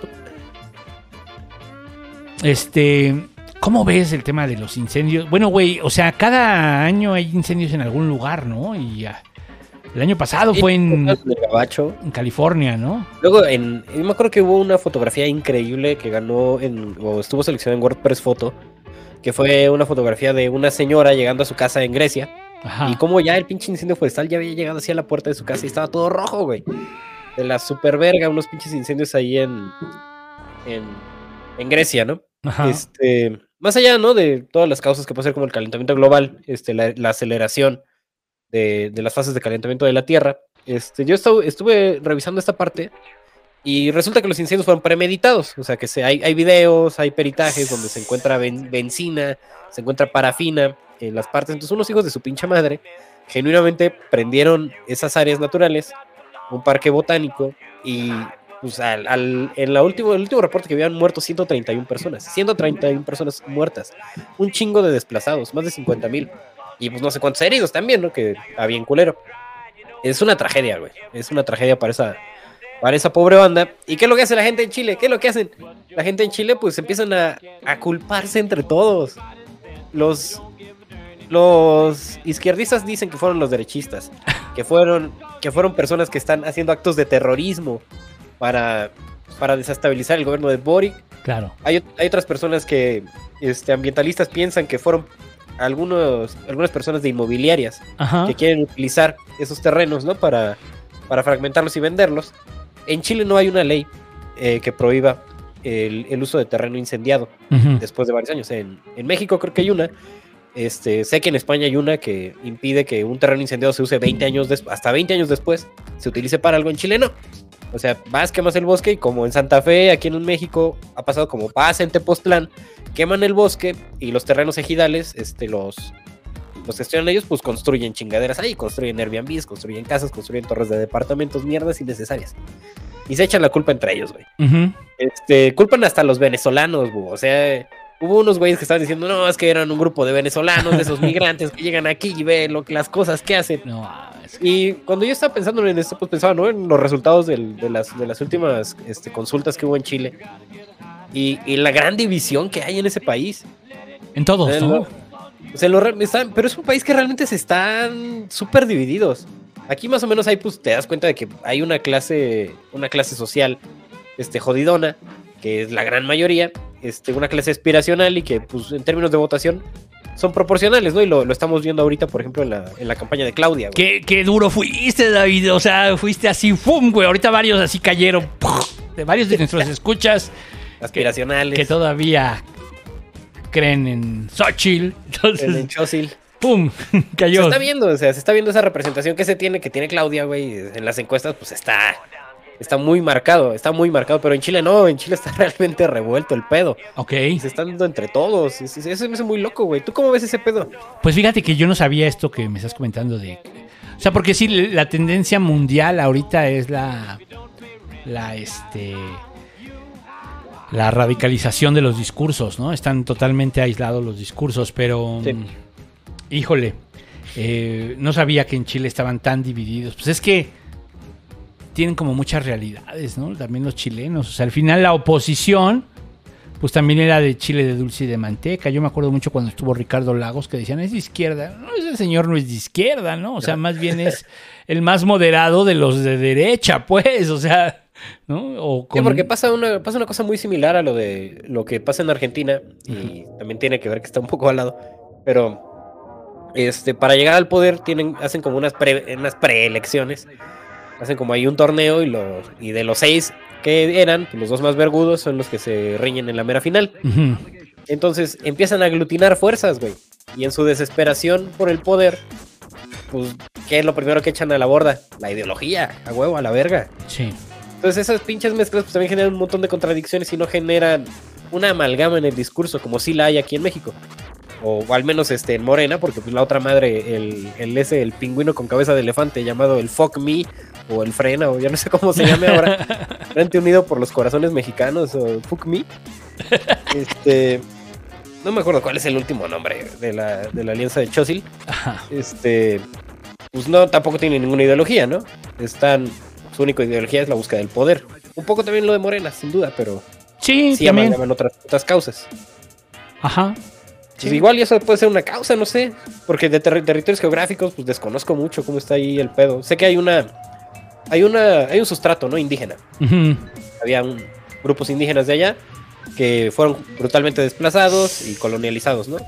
Este, ¿cómo ves el tema de los incendios? Bueno, güey, o sea, cada año hay incendios en algún lugar, ¿no? Y ah, el año pasado Sí, fue en, en el Gabacho. en California, ¿no? Luego, en, yo me acuerdo que hubo una fotografía increíble que ganó en, o estuvo seleccionada en WordPress Photo, que fue una fotografía de una señora llegando a su casa en Grecia. Ajá. Y como ya el pinche incendio forestal ya había llegado hacia la puerta de su casa y estaba todo rojo, güey. De la super verga, unos pinches incendios ahí en, en, en Grecia, ¿no? Ajá. Este, más allá, ¿no? De todas las causas que puede ser como el calentamiento global, este, la, la aceleración de, de las fases de calentamiento de la Tierra. Este, yo estu- estuve revisando esta parte y resulta que los incendios fueron premeditados. O sea, que se, hay, hay videos, hay peritajes donde se encuentra ben- benzina, se encuentra parafina en las partes. Entonces, unos hijos de su pinche madre genuinamente prendieron esas áreas naturales, un parque botánico, y pues al, al, en la último, el último reporte que habían muerto ciento treinta y una personas, ciento treinta y una personas muertas, un chingo de desplazados, más de cincuenta mil, y pues no sé cuántos heridos también, ¿no? Que había en culero. Es una tragedia, güey, es una tragedia para esa, para esa pobre banda. ¿Y qué es lo que hace la gente en Chile? ¿Qué es lo que hacen? La gente en Chile pues empiezan a, a culparse entre todos. Los... Los izquierdistas dicen que fueron los derechistas, que fueron, que fueron personas que están haciendo actos de terrorismo para, para desestabilizar el gobierno de Boric. Claro. Hay, hay otras personas que, este, ambientalistas, piensan que fueron algunos, algunas personas de inmobiliarias. Ajá. Que quieren utilizar esos terrenos, ¿no? Para, para fragmentarlos y venderlos. En Chile no hay una ley eh, que prohíba el, el uso de terreno incendiado. Uh-huh. Después de varios años. En, en México creo que hay una. Este, sé que en España hay una que impide que un terreno incendiado se use veinte años des- hasta veinte años después se utilice para algo. En Chile no. O sea, vas, quemas el bosque, y como en Santa Fe, aquí en México ha pasado como pasa en Tepoztlán, queman el bosque y los terrenos ejidales, este, los, los gestionan ellos, pues construyen chingaderas ahí, construyen Airbnbs, construyen casas, construyen torres de departamentos, mierdas innecesarias. Y se echan la culpa entre ellos, güey. Uh-huh. Este, culpan hasta a los venezolanos, güey. O sea, hubo unos güeyes que estaban diciendo, no, es que eran un grupo de venezolanos, de esos migrantes que llegan aquí y ven lo, las cosas que hacen. No, es que... Y cuando yo estaba pensando en esto, pues pensaba, ¿no? En los resultados del, de, las, de las últimas este, consultas que hubo en Chile. Y, y la gran división que hay en ese país. En todos, en ¿no? Lo, o sea, lo, están, pero es un país que realmente se están súper divididos. Aquí más o menos ahí pues te das cuenta de que hay una clase, una clase social este, jodidona, que es la gran mayoría, este, una clase aspiracional y que pues en términos de votación son proporcionales, ¿no? Y lo, lo estamos viendo ahorita, por ejemplo, en la, en la campaña de Claudia, güey. ¿Qué, qué duro fuiste, David, o sea, fuiste así, ¡fum!, güey, ahorita varios así cayeron, de varios de nuestros escuchas aspiracionales. Que, que todavía creen en Xochitl, entonces... En, en Xochitl. ¡Pum! Cayó. Se está viendo, o sea, se está viendo esa representación que se tiene, que tiene Claudia, güey, en las encuestas, pues está... Está muy marcado, está muy marcado, pero en Chile no, en Chile está realmente revuelto el pedo. Ok. Se están dando entre todos, eso me hace muy loco, güey. ¿Tú cómo ves ese pedo? Pues fíjate que yo no sabía esto que me estás comentando de... O sea, porque sí, la tendencia mundial ahorita es la... La, este... La radicalización de los discursos, ¿no? Están totalmente aislados los discursos, pero... Sí. Híjole, eh, no sabía que en Chile estaban tan divididos. Pues es que... tienen como muchas realidades, ¿no? También los chilenos. O sea, al final la oposición, pues también era de chile de dulce y de manteca. Yo me acuerdo mucho cuando estuvo Ricardo Lagos que decían, es de izquierda. No, ese señor no es de izquierda, ¿no? O sea, más bien es el más moderado de los de derecha, pues. O sea, ¿no? O con... Sí, porque pasa una, pasa una cosa muy similar a lo de lo que pasa en Argentina. Y uh-huh. también tiene que ver que está un poco al lado. Pero este, para llegar al poder tienen, hacen como unas, pre, unas preelecciones. Hacen como ahí un torneo y, los, y de los seis que eran, los dos más vergudos son los que se riñen en la mera final. Uh-huh. Entonces empiezan a aglutinar fuerzas, güey. Y en su desesperación por el poder, pues, ¿qué es lo primero que echan a la borda? La ideología, a huevo, a la verga. Sí. Entonces esas pinches mezclas pues también generan un montón de contradicciones y no generan una amalgama en el discurso, como sí la hay aquí en México. O, o al menos este, en Morena, porque pues la otra madre, el, el ese, el pingüino con cabeza de elefante llamado el Fuck Me, o el Frena, o ya no sé cómo se llame ahora, Frente Unido por los Corazones Mexicanos, o Fuck Me. Este, no me acuerdo cuál es el último nombre de la, de la alianza de Xochitl. Este, pues no, tampoco tiene ninguna ideología, ¿no? Están, su única ideología es la búsqueda del poder. Un poco también lo de Morena, sin duda, pero sí, sí también amalgaman otras, otras causas. Ajá. Pues sí. Igual y eso puede ser una causa, no sé, porque de ter- territorios geográficos pues desconozco mucho cómo está ahí el pedo. Sé que hay una hay una hay un sustrato, ¿no? Indígena. Uh-huh. Había un, grupos indígenas de allá que fueron brutalmente desplazados y colonializados, ¿no?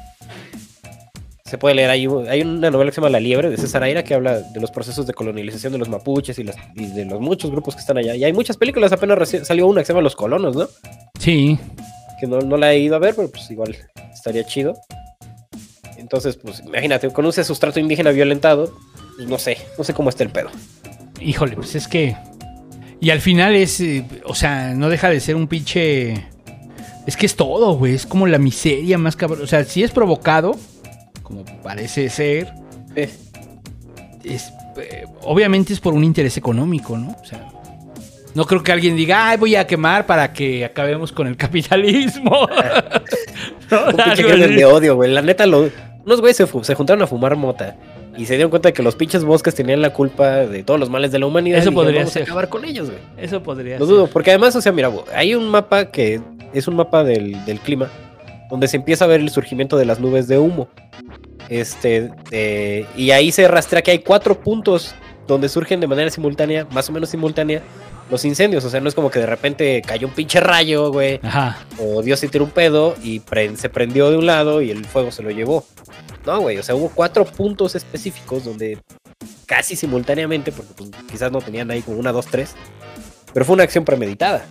Se puede leer ahí, hay una novela que se llama La Liebre de César Aira que habla de los procesos de colonialización de los mapuches y, las, y de los muchos grupos que están allá. Y hay muchas películas, apenas reci- salió una que se llama Los Colonos, ¿no? Sí. Que no, no la he ido a ver, pero pues igual estaría chido. Entonces, pues imagínate, con un sustrato indígena violentado, pues no sé, no sé cómo está el pedo. Híjole, pues es que... Y al final es, eh, o sea, no deja de ser un pinche... Es que es todo, güey, es como la miseria más cabrón. O sea, si es provocado, como parece ser, eh. es, eh, obviamente es por un interés económico, ¿no? O sea, No creo que alguien diga, ay, voy a quemar para que acabemos con el capitalismo. No, un pinche crimen de odio, güey. La neta, lo, unos güeyes se, se juntaron a fumar mota y se dieron cuenta de que los pinches bosques tenían la culpa de todos los males de la humanidad. Eso y podría vamos ser. a acabar con ellos, güey. Eso podría Lo ser. dudo, porque además, o sea, mira, hay un mapa que es un mapa del, del clima donde se empieza a ver el surgimiento de las nubes de humo. Este, eh, y ahí se rastrea que hay cuatro puntos donde surgen de manera simultánea, más o menos simultánea, los incendios. O sea, no es como que de repente cayó un pinche rayo, güey. Ajá. O Dios se tiró un pedo y pre- se prendió de un lado y el fuego se lo llevó. No, güey, o sea, hubo cuatro puntos específicos donde casi simultáneamente, porque pues, quizás no tenían ahí como una, dos, tres, pero fue una acción premeditada.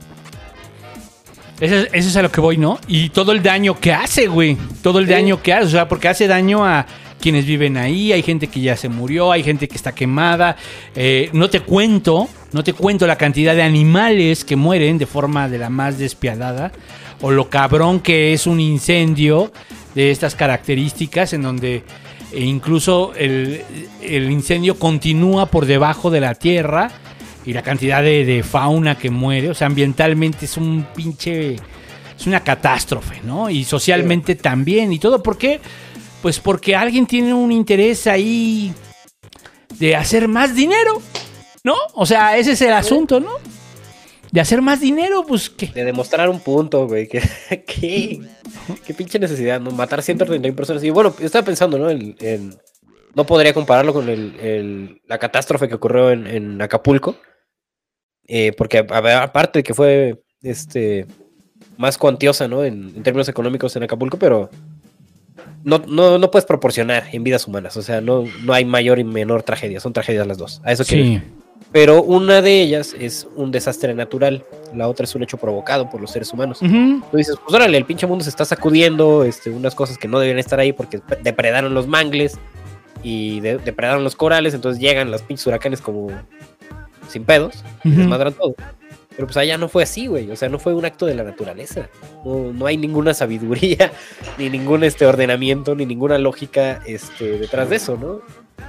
Eso es, eso es a lo que voy, ¿no? Y todo el daño que hace, güey. Todo el sí. daño que hace. O sea, porque hace daño a quienes viven ahí. Hay gente que ya se murió. Hay gente que está quemada. Eh, no te cuento, no te cuento la cantidad de animales que mueren de forma de la más despiadada. O lo cabrón que es un incendio de estas características en donde incluso el, el incendio continúa por debajo de la tierra. Y la cantidad de, de fauna que muere, o sea, ambientalmente es un pinche, es una catástrofe, ¿no? Y socialmente sí. también, y todo, ¿por qué? Pues porque alguien tiene un interés ahí de hacer más dinero, ¿no? O sea, ese es el asunto, ¿no? De hacer más dinero, pues, ¿qué? De demostrar un punto, güey, que, ¿qué? ¿Qué pinche necesidad, no? Matar ciento treinta y uno personas, y bueno, yo estaba pensando, ¿no? En, en, no podría compararlo con el, el, la catástrofe que ocurrió en, en Acapulco. Eh, porque a, a, aparte de que fue este más cuantiosa, ¿no? En, en términos económicos en Acapulco, pero no, no, no puedes proporcionar en vidas humanas. O sea, no, no hay mayor y menor tragedia. Son tragedias las dos. A eso sí. quiero. Pero una de ellas es un desastre natural. La otra es un hecho provocado por los seres humanos. Uh-huh. Tú dices, pues órale, el pinche mundo se está sacudiendo, este, unas cosas que no deben estar ahí porque depredaron los mangles y de, depredaron los corales. Entonces llegan los pinches huracanes como sin pedos, uh-huh. desmadran todo. Pero pues allá no fue así, güey. O sea, no fue un acto de la naturaleza. No, no hay ninguna sabiduría, ni ningún este ordenamiento, ni ninguna lógica este, detrás de eso, ¿no?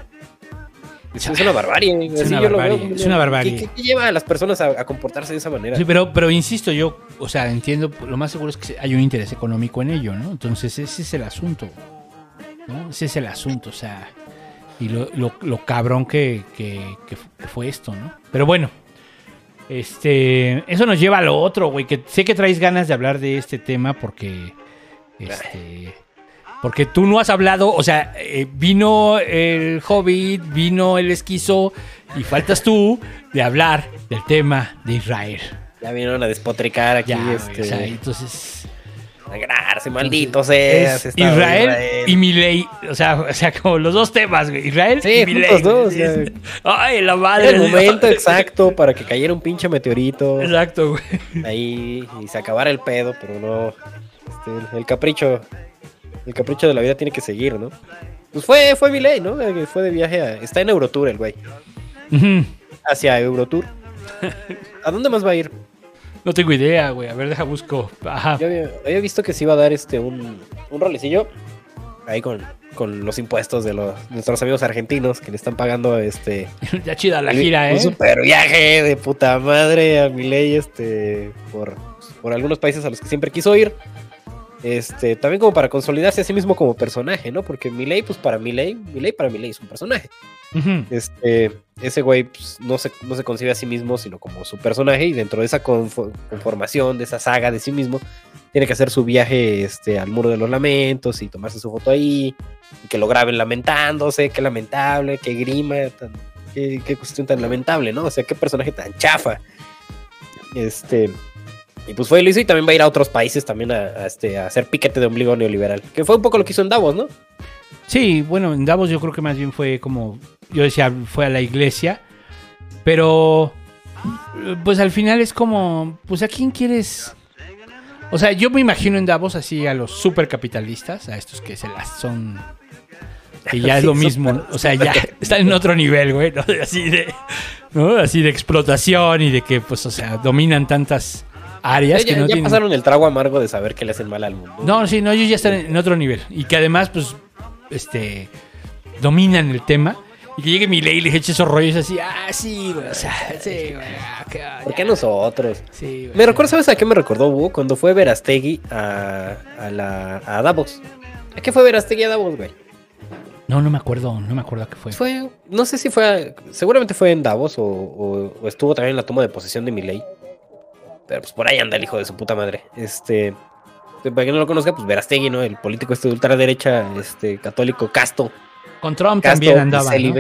Es, es una barbarie. Es, una, barbarie. Veo, es una barbarie. ¿Qué, qué, qué lleva a las personas a, a comportarse de esa manera? Sí, pero, pero insisto, yo, o sea, entiendo, lo más seguro es que hay un interés económico en ello, ¿no? Entonces ese es el asunto, ¿no? Ese es el asunto, o sea... Y lo, lo, lo cabrón que, que, que fue esto, ¿no? Pero bueno, este, eso nos lleva a lo otro, güey, que sé que traes ganas de hablar de este tema porque, este, porque tú no has hablado, o sea, eh, vino el Hobbit, vino el Esquizo y faltas tú de hablar del tema de Israel. Ya vinieron a despotricar aquí, ya, este... güey, o sea, entonces... Agarrarse, maldito seas. Israel, Israel y Milei, o sea, o sea, como los dos temas, güey. Israel sí, y Milei. Los dos, o sea, ay, la madre. Era el momento exacto para que cayera un pinche meteorito. Exacto, güey. Ahí y se acabara el pedo, pero no. Este, el capricho, el capricho de la vida tiene que seguir, ¿no? Pues fue, fue Milei, ¿no? Fue de viaje a, está en Eurotour el güey. Uh-huh. Hacia Eurotour. ¿A dónde más va a ir? No tengo idea, güey. A ver, deja busco. Ajá. Yo había, había visto que se iba a dar este un, un rolecillo ahí con, con los impuestos de los nuestros amigos argentinos que le están pagando este. Ya chida la gira, un ¿eh? Un super viaje de puta madre a Milei, este, por, por algunos países a los que siempre quiso ir. Este, también como para consolidarse a sí mismo como personaje, ¿no? Porque Milei, pues para Milei, Milei para Milei es un personaje. Uh-huh. Este, ese güey pues, no, se, no se concibe a sí mismo, sino como su personaje, y dentro de esa conf- conformación, de esa saga de sí mismo, tiene que hacer su viaje este, al Muro de los Lamentos y tomarse su foto ahí, y que lo graben lamentándose, qué lamentable, qué grima, tan, qué, qué cuestión tan lamentable, ¿no? O sea, qué personaje tan chafa. Este... Y pues fue y lo hizo, y también va a ir a otros países también a, a, este, a hacer piquete de ombligo neoliberal. Que fue un poco lo que hizo en Davos, ¿no? Sí, bueno, en Davos yo creo que más bien fue como... Yo decía, fue a la iglesia. Pero... Pues al final es como... Pues ¿a quién quieres...? O sea, yo me imagino en Davos así a los supercapitalistas. A estos que se las son... Que ya es lo mismo, ¿no? O sea, ya están en otro nivel, güey, ¿no? Así de... ¿no? Así de explotación y de que, pues, o sea, dominan tantas... áreas ya, que no ya tienen... pasaron el trago amargo de saber que le hacen mal al mundo. No, sí, no, ellos ya están en otro nivel. Y que además, pues, este, dominan el tema. Y que llegue Milei y le eche esos rollos así, ah, sí, güey, o sea, sí, güey. Ah, que, ¿por qué nosotros? Sí, güey. Me recuerdo, ¿sabes a qué me recordó, Hugo? Cuando fue Verástegui a, a, la, a Davos. ¿A qué fue Verástegui a Davos, güey? No, no me acuerdo, no me acuerdo a qué fue. Fue, no sé si fue, a, seguramente fue en Davos o, o, o estuvo también en la toma de posesión de Milei. Pero pues por ahí anda el hijo de su puta madre. Este, para quien no lo conozca, pues Verástegui, ¿no? El político este de ultraderecha, este, católico, casto. Con Trump casto, también andaba, ¿no?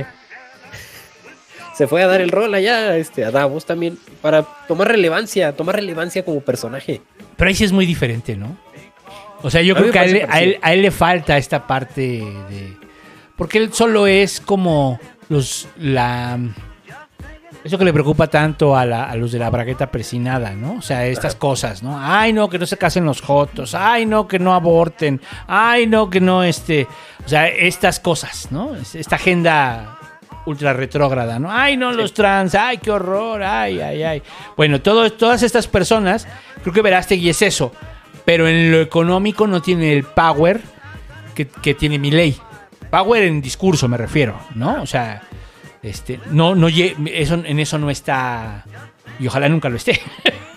Se fue a dar el rol allá, este, a Davos también, para tomar relevancia, tomar relevancia como personaje. Pero ahí sí es muy diferente, ¿no? O sea, yo A creo mí me que a él, parece a, él, a él le falta esta parte de... Porque él solo es como los... la Eso que le preocupa tanto a, la, a los de la bragueta persinada, ¿no? O sea, estas Ajá. cosas, ¿no? Ay, no, que no se casen los jotos. Ay, no, que no aborten. Ay, no, que no, este... O sea, estas cosas, ¿no? Esta agenda ultra retrógrada, ¿no? Ay, no, sí. los trans. Ay, qué horror. Ay, ay, ay. Bueno, todo, todas estas personas, creo que Verástegui es eso. Pero en lo económico no tiene el power que, que tiene Milei. Power en discurso me refiero, ¿no? O sea... Este, no, no, eso, en eso no está, y ojalá nunca lo esté.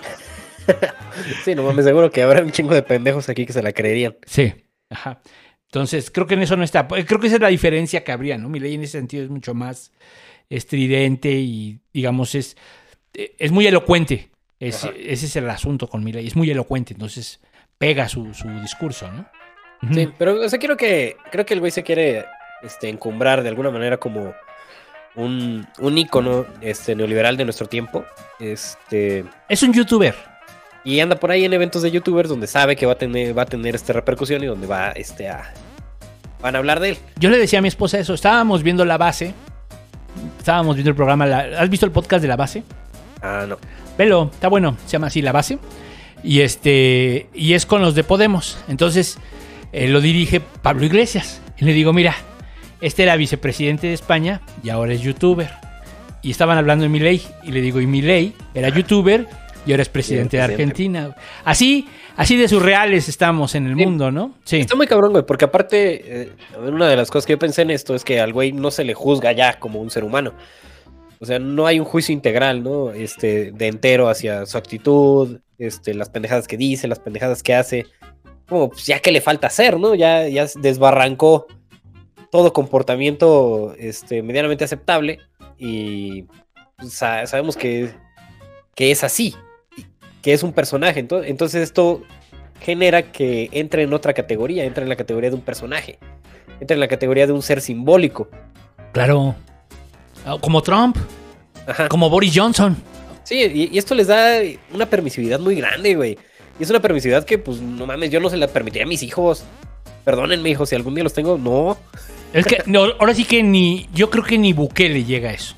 Sí, no mames, seguro que habrá un chingo de pendejos aquí que se la creerían. Sí, ajá. Entonces, creo que en eso no está. Creo que esa es la diferencia que habría, ¿no? Milei en ese sentido es mucho más estridente y, digamos, es, es muy elocuente. Es, ese es el asunto con Milei, es muy elocuente, entonces pega su, su discurso, ¿no? Sí, uh-huh. pero, o sea, creo que, creo que el güey se quiere este, encumbrar de alguna manera como... Un, un ícono este, neoliberal de nuestro tiempo. Este, es un youtuber. Y anda por ahí en eventos de youtubers donde sabe que va a tener, va a tener esta repercusión y donde va este, a, van a hablar de él. Yo le decía a mi esposa eso. Estábamos viendo La Base. Estábamos viendo el programa. La, ¿has visto el podcast de La Base? Ah, no. Velo, está bueno. Se llama así La Base. Y, este, y es con los de Podemos. Entonces eh, lo dirige Pablo Iglesias. Y le digo, mira... Este era vicepresidente de España y ahora es youtuber. Y estaban hablando de Milei. Y le digo, y Milei era youtuber y ahora es presidente de Argentina. Así, así de surreales estamos en el sí. mundo, ¿no? Sí. Está muy cabrón, güey, porque aparte, eh, una de las cosas que yo pensé en esto es que al güey no se le juzga ya como un ser humano. O sea, no hay un juicio integral, ¿no? Este, de entero hacia su actitud, este, las pendejadas que dice, las pendejadas que hace. Como, pues ya que le falta hacer, ¿no? Ya, ya desbarrancó todo comportamiento este, medianamente aceptable y pues, sabemos que, que es así, que es un personaje. Entonces, entonces esto genera que entre en otra categoría, entra en la categoría de un personaje, entra en la categoría de un ser simbólico. Claro, como Trump, Ajá. como Boris Johnson. Sí, y, y esto les da una permisividad muy grande, güey. Y es una permisividad que, pues, no mames, yo no se la permitiría a mis hijos. Perdónenme, hijos, si algún día los tengo, no. Es que, no, ahora sí que ni, yo creo que ni Bukele llega a eso.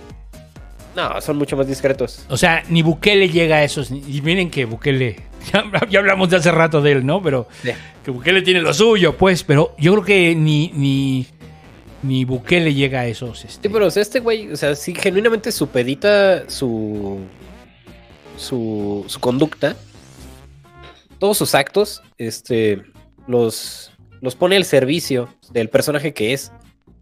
No, son mucho más discretos. O sea, ni Bukele llega a esos. Y miren que Bukele, ya, ya hablamos de hace rato de él, ¿no? Pero sí. que Bukele tiene lo suyo, pues. Pero yo creo que ni, ni, ni Bukele llega a esos. Este... Sí, pero o sea, este güey, o sea, sí, genuinamente supedita su, su, su conducta, todos sus actos, este, los... los pone al servicio del personaje que es.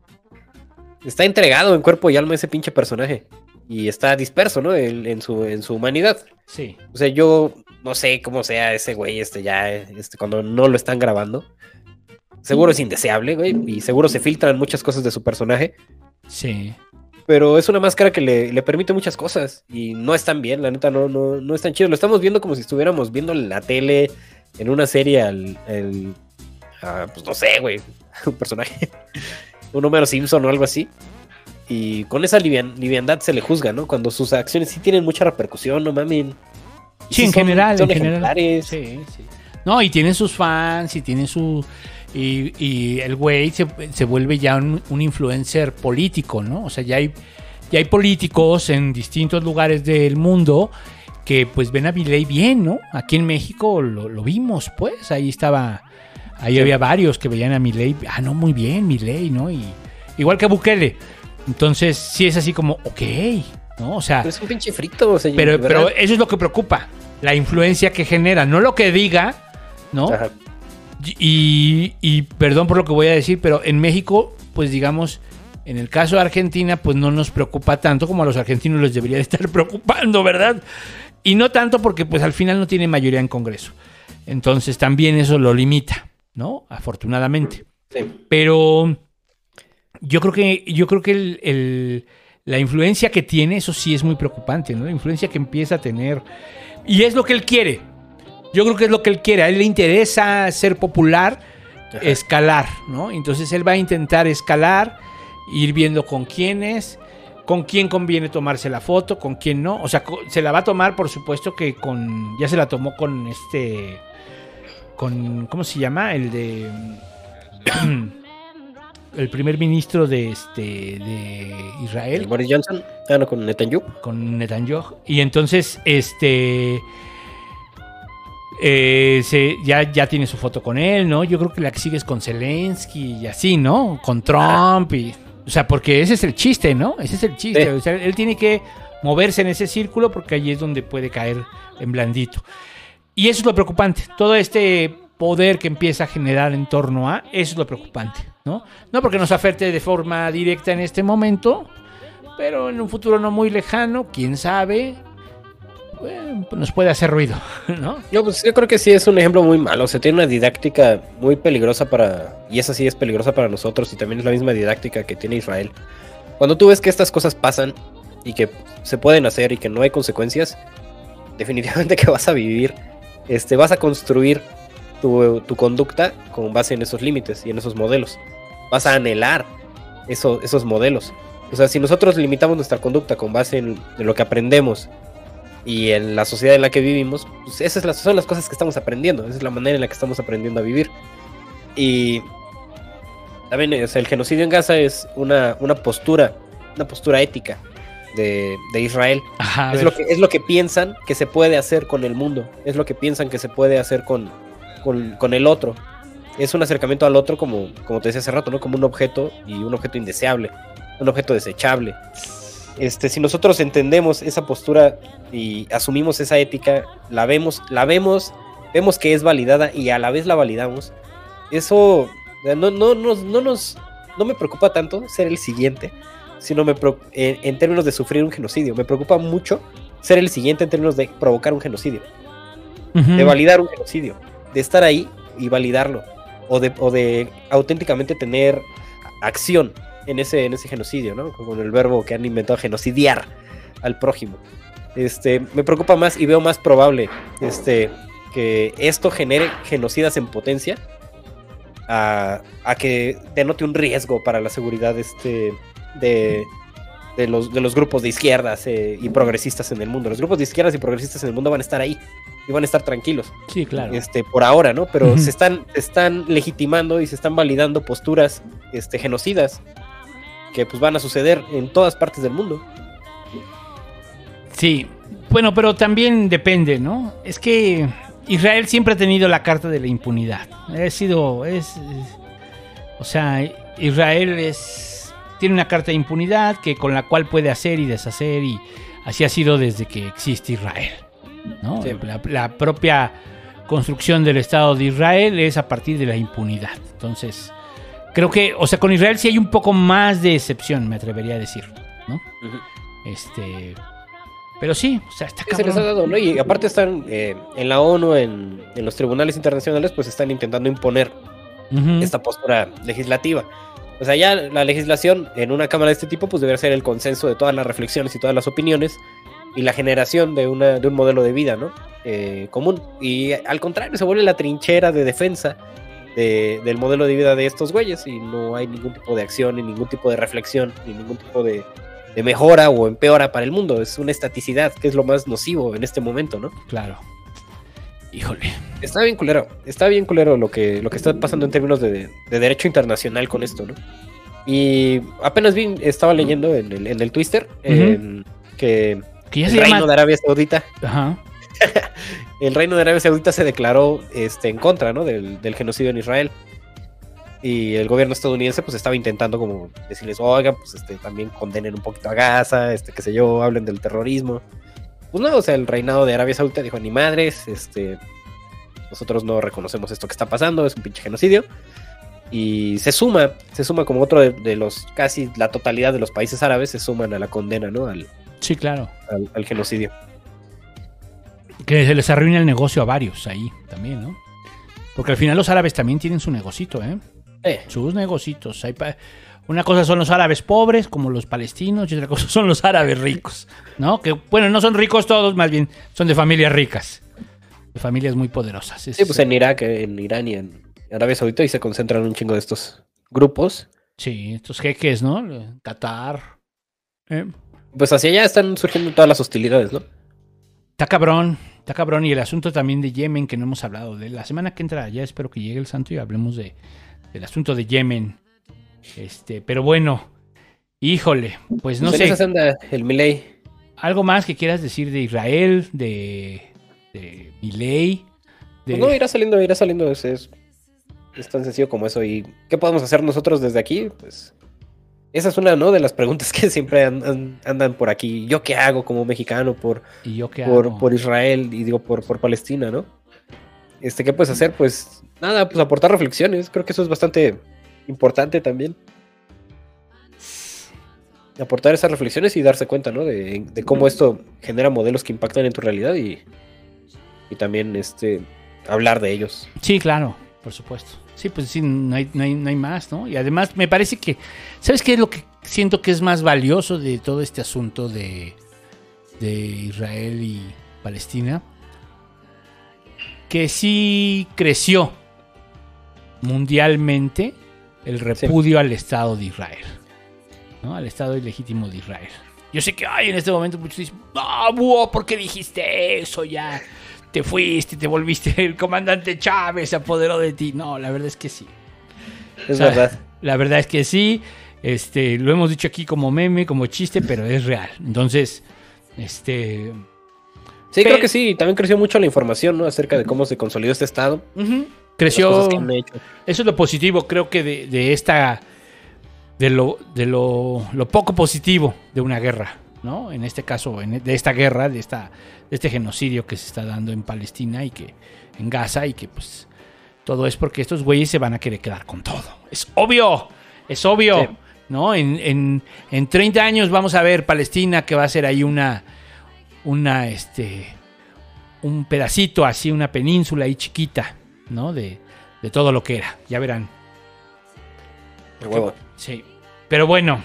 Está entregado en cuerpo y alma ese pinche personaje. Y está disperso, ¿no? En, en, su, en su humanidad. Sí. O sea, yo no sé cómo sea ese güey, este ya, este, cuando no lo están grabando. Seguro es indeseable, güey. Y seguro se filtran muchas cosas de su personaje. Sí. Pero es una máscara que le, le permite muchas cosas. Y no están bien, la neta, no, no, no es tan chido. Lo estamos viendo como si estuviéramos viendo la tele, en una serie, al... al Uh, pues no sé, güey, un personaje, un Homero Simpson o algo así. Y con esa livian, liviandad se le juzga, ¿no? Cuando sus acciones sí tienen mucha repercusión, no mamen. Sí, sí, en son, general, son en general. Sí, sí. No, y tienen sus fans, y tienen su... Y, y el güey se, se vuelve ya un, un influencer político, ¿no? O sea, ya hay, ya hay políticos en distintos lugares del mundo que pues ven a Milei bien, ¿no? Aquí en México lo, lo vimos, pues, ahí estaba... Ahí sí. había varios que veían a Milei, ah, no, muy bien, Milei, ¿no? Y igual que a Bukele. Entonces, sí es así como, ok, ¿no? O sea... Pero es un pinche frito, o sea, pero, pero eso es lo que preocupa, la influencia que genera, no lo que diga, ¿no? Y, y perdón por lo que voy a decir, pero en México, pues digamos, En el caso de Argentina, pues no nos preocupa tanto como a los argentinos les debería de estar preocupando, ¿verdad? Y no tanto porque pues al final no tiene mayoría en Congreso. Entonces también eso lo limita, ¿no? Afortunadamente. Sí. Pero yo creo que, yo creo que el, el, la influencia que tiene, eso sí es muy preocupante, ¿no? La influencia que empieza a tener. Y es lo que él quiere. Yo creo que es lo que él quiere. A él le interesa ser popular, ajá, escalar, ¿no? Entonces él va a intentar escalar, ir viendo con quiénes, con quién conviene tomarse la foto, con quién no. O sea, se la va a tomar, por supuesto, que con... Ya se la tomó con este... Con... ¿Cómo se llama? El de... el primer ministro de este de Israel. ¿El Boris Johnson? Ah, no, con Netanyahu. Con Netanyahu. Y entonces, este... Eh, se, ya, ya tiene su foto con él, ¿no? Yo creo que la que sigue es con Zelensky y así, ¿no? Con Trump y... O sea, porque ese es el chiste, ¿no? Ese es el chiste. Sí. O sea, él tiene que moverse en ese círculo porque allí es donde puede caer en blandito. Y eso es lo preocupante. Todo este poder que empieza a generar en torno a... Eso es lo preocupante, ¿no? No porque nos afecte de forma directa en este momento, pero en un futuro no muy lejano, quién sabe... Bueno, nos puede hacer ruido, ¿no? Yo, pues, yo creo que sí es un ejemplo muy malo. O sea, tiene una didáctica muy peligrosa para... Y esa sí es peligrosa para nosotros. Y también es la misma didáctica que tiene Israel. Cuando tú ves que estas cosas pasan y que se pueden hacer y que no hay consecuencias, definitivamente que vas a vivir, este, vas a construir tu, tu conducta con base en esos límites y en esos modelos. Vas a anhelar eso, esos modelos. O sea, si nosotros limitamos nuestra conducta con base en, en lo que aprendemos y en la sociedad en la que vivimos, pues esas las, son las cosas que estamos aprendiendo. Esa es la manera en la que estamos aprendiendo a vivir. Y también, o sea, el genocidio en Gaza es una, una postura, una postura ética de, de Israel. Ajá, es, lo que, es lo que piensan que se puede hacer con el mundo. Es lo que piensan que se puede hacer con, con, con el otro. Es un acercamiento al otro como, como te decía hace rato, ¿no? Como un objeto y un objeto indeseable, un objeto desechable. Este, si nosotros entendemos esa postura y asumimos esa ética, la vemos, la vemos, vemos que es validada y a la vez la validamos, eso no, no, no, no nos no me preocupa tanto ser el siguiente, sino me en, en términos de sufrir un genocidio. Me preocupa mucho ser el siguiente en términos de provocar un genocidio, uh-huh, de validar un genocidio, de estar ahí y validarlo, o de, o de auténticamente tener acción en ese, en ese genocidio, ¿no? Con el verbo que han inventado, genocidiar al prójimo. Este, me preocupa más y veo más probable este, que esto genere genocidas en potencia a, a que denote un riesgo para la seguridad este, de, de, los, de los grupos de izquierdas eh, y progresistas en el mundo. Los grupos de izquierdas y progresistas en el mundo van a estar ahí y van a estar tranquilos. Sí, claro. Este, por ahora, ¿no? Pero uh-huh, se están, se están legitimando y se están validando posturas este, genocidas que pues van a suceder en todas partes del mundo. Sí, bueno, pero también depende, ¿no? Es que Israel siempre ha tenido la carta de la impunidad. Ha sido, es, es o sea, Israel es tiene una carta de impunidad que con la cual puede hacer y deshacer, y así ha sido desde que existe Israel, ¿no? Sí. La, la propia construcción del Estado de Israel es a partir de la impunidad. Entonces, creo que, o sea, con Israel sí hay un poco más de excepción, me atrevería a decir, ¿no? Uh-huh. Este, pero sí, o sea, está cabrón. Se les ha dado, ¿no? Y aparte están eh, en la ONU, en, en los tribunales internacionales, pues están intentando imponer uh-huh, esta postura legislativa. O sea, ya la legislación en una cámara de este tipo, pues debería ser el consenso de todas las reflexiones y todas las opiniones y la generación de, una, de un modelo de vida, ¿no? Eh, común. Y al contrario, se vuelve la trinchera de defensa De, del modelo de vida de estos güeyes y no hay ningún tipo de acción, ni ningún tipo de reflexión, ni ningún tipo de, de mejora o empeora para el mundo. Es una estaticidad que es lo más nocivo en este momento, ¿no? Claro. Híjole. Está bien culero, está bien culero lo que, lo que está pasando en términos de, de derecho internacional con esto, ¿no? Y apenas vi, estaba leyendo en el, en el Twitter uh-huh, eh, que, que ya el se reino llama... de Arabia Saudita... Ajá. El reino de Arabia Saudita se declaró este, en contra, ¿no? del, del genocidio en Israel. Y el gobierno estadounidense pues estaba intentando como decirles, oigan, pues este, también condenen un poquito a Gaza, este, qué sé yo, hablen del terrorismo. Pues no, o sea, el reinado de Arabia Saudita dijo, ni madres, este, nosotros no reconocemos esto que está pasando, es un pinche genocidio. Y se suma, se suma como otro de, de los, casi la totalidad de los países árabes se suman a la condena, ¿no? Al, sí, claro. Al, al genocidio. Que se les arruina el negocio a varios ahí también, ¿no? Porque al final los árabes también tienen su negocito, ¿eh? Eh. Sus negocitos. Hay pa- Una cosa son los árabes pobres, como los palestinos, y otra cosa son los árabes ricos, ¿no? Que, bueno, no son ricos todos, más bien son de familias ricas. De familias muy poderosas. Es, sí, pues en Irak, en Irán y en Arabia Saudita y se concentran un chingo de estos grupos. Sí, estos jeques, ¿no? Qatar. ¿eh? Pues hacia allá están surgiendo todas las hostilidades, ¿no? Está cabrón, está cabrón. Y el asunto también de Yemen, que no hemos hablado de él. La semana que entra ya espero que llegue el santo y hablemos de, del asunto de Yemen. Este, pero bueno, híjole, pues no pues sé. En esas anda el Milei. ¿Algo más que quieras decir de Israel, de, de Milei? De... Pues no, irá saliendo, irá saliendo. Es, es, es tan sencillo como eso. ¿Y qué podemos hacer nosotros desde aquí? Pues esa es una, ¿no? De las preguntas que siempre andan, andan por aquí. ¿Yo qué hago como mexicano por, ¿Y yo qué por, hago? por Israel y digo por, por Palestina, ¿no? Este, ¿qué puedes hacer? Pues nada, pues aportar reflexiones. Creo que eso es bastante importante también. Aportar esas reflexiones y darse cuenta, ¿no? De, de cómo esto genera modelos que impactan en tu realidad y, y también este hablar de ellos. Sí, claro, por supuesto. Sí, pues sí, no hay, no hay, no hay más, ¿no? Y además me parece que, ¿sabes qué es lo que siento que es más valioso de todo este asunto de, de Israel y Palestina? Que sí creció mundialmente el repudio sí. al Estado de Israel, ¿no? Al Estado ilegítimo de Israel. Yo sé que ay, en este momento muchos dicen, no, búho, ¿por qué dijiste eso? Ya te fuiste, te volviste, el comandante Chávez se apoderó de ti. No, la verdad es que sí. Es o sea, verdad. La verdad es que sí. Este, lo hemos dicho aquí como meme, como chiste, pero es real. Entonces, este... Sí, pero... creo que sí. También creció mucho la información, ¿no? Acerca de cómo se consolidó este Estado. Uh-huh. Creció... Eso es lo positivo, creo que de, de esta... De, lo, de lo, lo poco positivo de una guerra, ¿no? En este caso, en, de esta guerra, de, esta, de este genocidio que se está dando en Palestina y que en Gaza y que pues todo es porque estos güeyes se van a querer quedar con todo. Es obvio, es obvio, sí. ¿no? En, en, en treinta años vamos a ver Palestina que va a ser ahí una, una, este, un pedacito así, una península ahí chiquita, ¿no? De, de todo lo que era, ya verán. De huevo. Sí, pero bueno,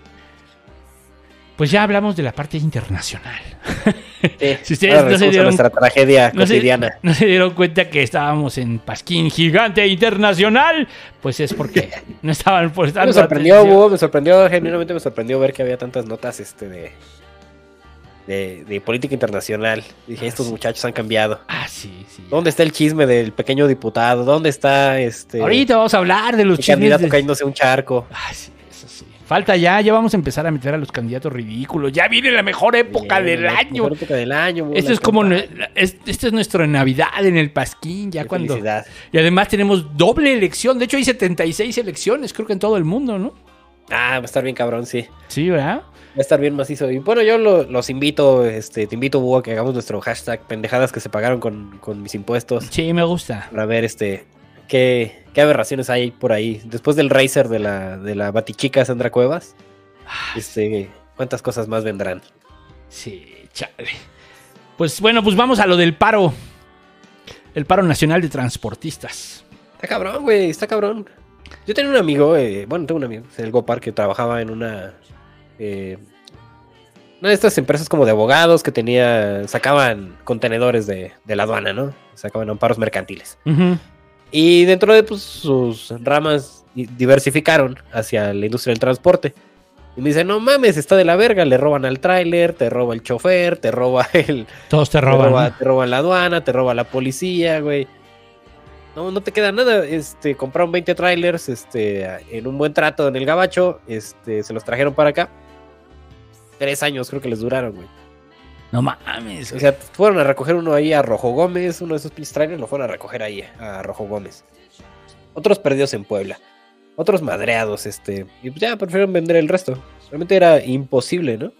pues ya hablamos de la parte internacional. Sí, si ustedes no se dieron, nuestra tragedia no cotidiana. Se, no se dieron cuenta que estábamos en Pasquín Gigante Internacional, pues es porque no estaban prestando Me sorprendió, Hugo, me sorprendió, genuinamente me sorprendió ver que había tantas notas este de, de, de política internacional. Dije, ah, estos sí. muchachos han cambiado. Ah, sí, sí. ¿Dónde está el chisme del pequeño diputado? ¿Dónde está este? Ahorita vamos a hablar de los el chismes. candidato de... cayéndose un charco. Ah, sí, eso sí. Falta ya, ya vamos a empezar a meter a los candidatos ridículos. Ya viene la mejor época Bien, del la año. Mejor época del año. Esto es como, es, esto es nuestra Navidad en el Pasquín, ya Qué cuando. Felicidad. Y además tenemos doble elección. De hecho hay setenta y seis elecciones, creo que en todo el mundo, ¿no? Ah, va a estar bien cabrón, sí. Sí, ¿verdad? Va a estar bien macizo. Y bueno, yo lo, los invito, este, te invito, Hugo, a que hagamos nuestro hashtag pendejadas que se pagaron con, con mis impuestos. Sí, me gusta. Para ver este qué, qué aberraciones hay por ahí. Después del racer de la, de la batichica Sandra Cuevas. Este, ¿cuántas cosas más vendrán? Sí, chale. Pues bueno, pues vamos a lo del paro. El paro nacional de transportistas. Está cabrón, güey, está cabrón. Yo tenía un amigo, eh, bueno, tengo un amigo, el Gopar, que trabajaba en una eh, una de estas empresas como de abogados que tenía, sacaban contenedores de, de la aduana, ¿no? Sacaban amparos mercantiles. Uh-huh. Y dentro de pues, sus ramas diversificaron hacia la industria del transporte. Y me dice, no mames, está de la verga, le roban al tráiler, te roba el chofer, te roba el... Todos te roban. Te, roba, ¿no? te roban la aduana, te roba la policía, güey. No, no te queda nada. Este, compraron veinte trailers, este, en un buen trato en el Gabacho, este, se los trajeron para acá. Tres años creo que les duraron, güey. No mames. O sea, fueron a recoger uno ahí a Rojo Gómez, uno de esos pinches trailers lo fueron a recoger ahí a Rojo Gómez. Otros perdidos en Puebla. Otros madreados, este, y pues ya prefirieron vender el resto. Realmente era imposible, ¿no?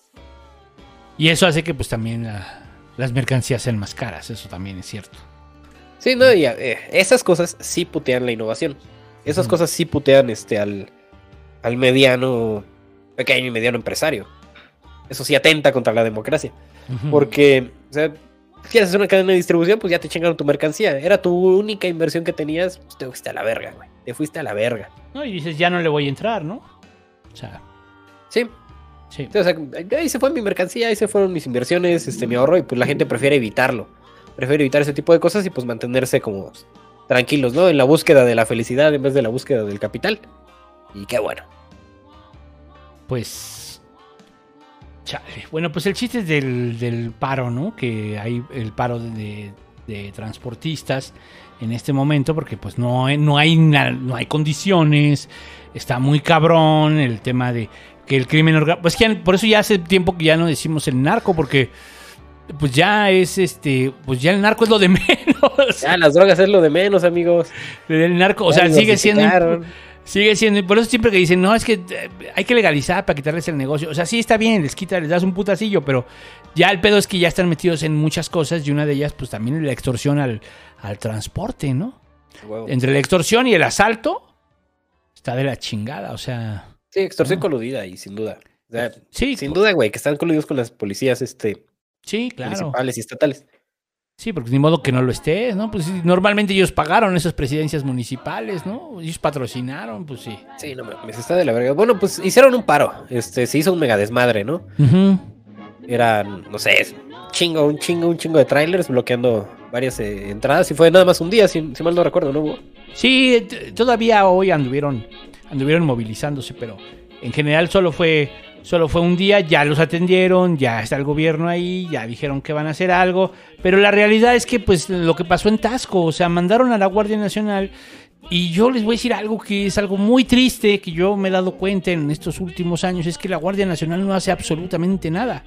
Y eso hace que pues también la, las mercancías sean más caras, eso también es cierto. Sí, no, y eh, esas cosas sí putean la innovación. Esas Ujú. cosas sí putean este, al, al mediano, pequeño y mediano empresario. Eso sí atenta contra la democracia. Ujú. Porque, o sea, quieres hacer una cadena de distribución, pues ya te chingaron tu mercancía. Era tu única inversión que tenías, pues te fuiste a la verga, güey. Te fuiste a la verga. No, y dices, ya no le voy a entrar, ¿no? O sea, Sí. sí. Sí, o sea, ahí se fue mi mercancía, ahí se fueron mis inversiones, este, mi ahorro, y pues la gente prefiere evitarlo. Prefiere evitar ese tipo de cosas y pues mantenerse como tranquilos, ¿no? En la búsqueda de la felicidad en vez de la búsqueda del capital. Y qué bueno. Pues. Chale. Bueno, pues el chiste es del, del paro, ¿no? Que hay el paro de, de transportistas en este momento, porque pues no, hay- no, hay, na- no hay condiciones. Está muy cabrón el tema de que el crimen organizado. Pues que ya- por eso ya hace tiempo que ya no decimos el narco, porque pues ya es este. Pues ya el narco es lo de menos. Ya, las drogas es lo de menos, amigos. El narco, o Ya sea, los sigue siendo. dosificaron. Sigue siendo, por eso siempre que dicen, no, es que eh, hay que legalizar para quitarles el negocio. O sea, sí está bien, les quita, les das un putacillo, pero ya el pedo es que ya están metidos en muchas cosas y una de ellas, pues también es la extorsión al, al transporte, ¿no? Huevo. Entre la extorsión y el asalto, está de la chingada, o sea. Sí, extorsión coludida y sin duda. O sea, Sí, sin duda, güey, que están coludidos con las policías este, Sí, claro. municipales y estatales. Sí, porque ni modo que no lo estés, ¿no? Pues sí, normalmente ellos pagaron esas presidencias municipales, ¿no? Ellos patrocinaron, pues sí. Sí, no mames, está de la verga. Bueno, pues hicieron un paro. Este, se hizo un mega desmadre, ¿no? Ujú. Eran, no sé, chingo, un chingo, un chingo de trailers bloqueando varias eh, entradas y fue nada más un día, si, si mal no recuerdo, ¿no hubo? Sí, t- todavía hoy anduvieron, anduvieron movilizándose, pero en general solo fue, solo fue un día, ya los atendieron, ya está el gobierno ahí, ya dijeron que van a hacer algo, pero la realidad es que pues lo que pasó en Tasco, o sea, mandaron a la Guardia Nacional y yo les voy a decir algo que es algo muy triste, que yo me he dado cuenta en estos últimos años, es que la Guardia Nacional no hace absolutamente nada.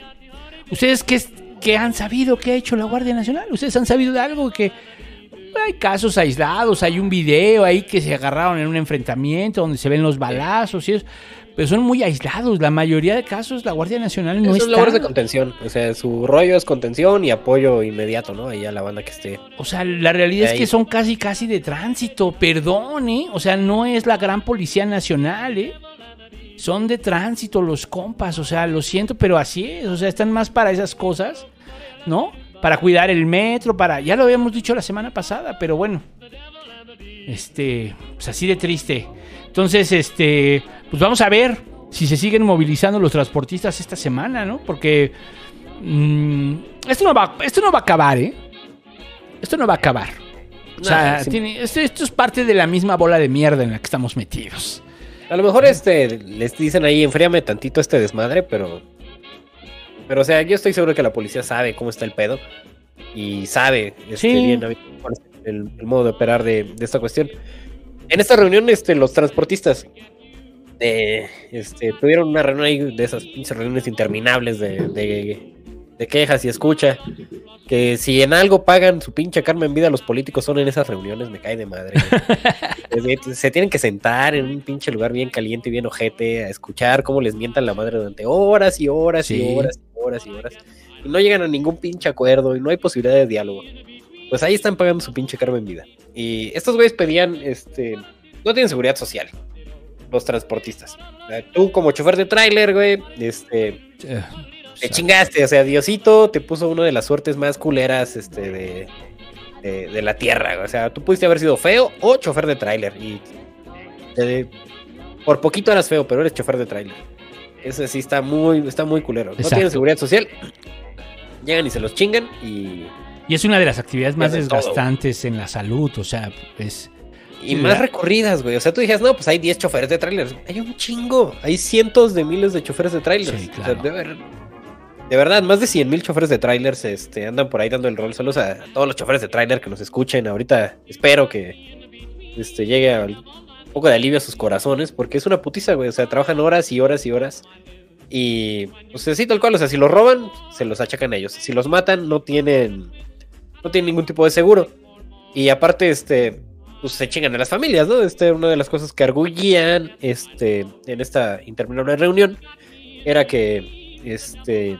¿Ustedes qué, es- qué han sabido que ha hecho la Guardia Nacional? ¿Ustedes han sabido de algo que... Hay casos aislados, hay un video ahí que se agarraron en un enfrentamiento donde se ven los balazos y eso, pero son muy aislados. La mayoría de casos la Guardia Nacional no Son está. labores de contención, o sea, su rollo es contención y apoyo inmediato, ¿no? Ahí a la banda que esté. O sea, la realidad Ahí. es que son casi casi de tránsito, perdón, ¿eh? O sea, no es la gran policía nacional, ¿eh? Son de tránsito los compas, o sea, lo siento, pero así es, o sea, están más para esas cosas, ¿no? Para cuidar el metro, para... Ya lo habíamos dicho la semana pasada, pero bueno. Este, pues así de triste. Entonces, este, pues vamos a ver si se siguen movilizando los transportistas esta semana, ¿no? Porque mmm, esto no va, esto no va a acabar, ¿eh? Esto no va a acabar. O sea, Nah, sí. tiene, esto, esto es parte de la misma bola de mierda en la que estamos metidos. A lo mejor este les dicen ahí, enfríame tantito este desmadre, pero. Pero, o sea, yo estoy seguro que la policía sabe cómo está el pedo. Y sabe este, Sí. bien cuál es el, el modo de operar de, de esta cuestión. En esta reunión, este, los transportistas eh, este, tuvieron una reunión ahí de esas pinches reuniones interminables de, de, de quejas y escucha. Que si en algo pagan su pinche karma en vida los políticos son en esas reuniones, me cae de madre. Se, se tienen que sentar en un pinche lugar bien caliente y bien ojete a escuchar cómo les mientan la madre durante horas y horas Sí. y horas y horas y horas. Y no llegan a ningún pinche acuerdo y no hay posibilidad de diálogo. Pues ahí están pagando su pinche karma en vida. Y estos güeyes pedían, este, no tienen seguridad social, los transportistas. O sea, tú como chofer de tráiler, güey, este... Eh, Te chingaste, o sea, Diosito te puso una de las suertes más culeras este, de, de, de la tierra. O sea, tú pudiste haber sido feo o chofer de tráiler. Y eh, por poquito eras feo, pero eres chofer de tráiler. Ese sí está muy, está muy culero. No Exacto. tienen seguridad social. Llegan y se los chingan y, Y es una de las actividades más Pierden todo, desgastantes en la salud, o sea, es... y Sí, más ¿verdad? recorridas, güey. O sea, tú dijeras, no, pues hay diez choferes de tráiler. Hay un chingo. Hay cientos de miles de choferes de tráiler. Sí, O sea, claro. de, ver- de verdad, más de cien mil choferes de trailers este, andan por ahí dando el rol. Saludos a todos los choferes de tráiler que nos escuchen. Ahorita espero que este, llegue a un poco de alivio a sus corazones, porque es una putiza, güey. O sea, trabajan horas y horas y horas. Y, pues así tal cual, o sea, si los roban, se los achacan a ellos. Si los matan, no tienen, no tienen ningún tipo de seguro. Y aparte, este, pues se chingan a las familias, ¿no? Este, una de las cosas que arguían, este, en esta interminable reunión, era que, este,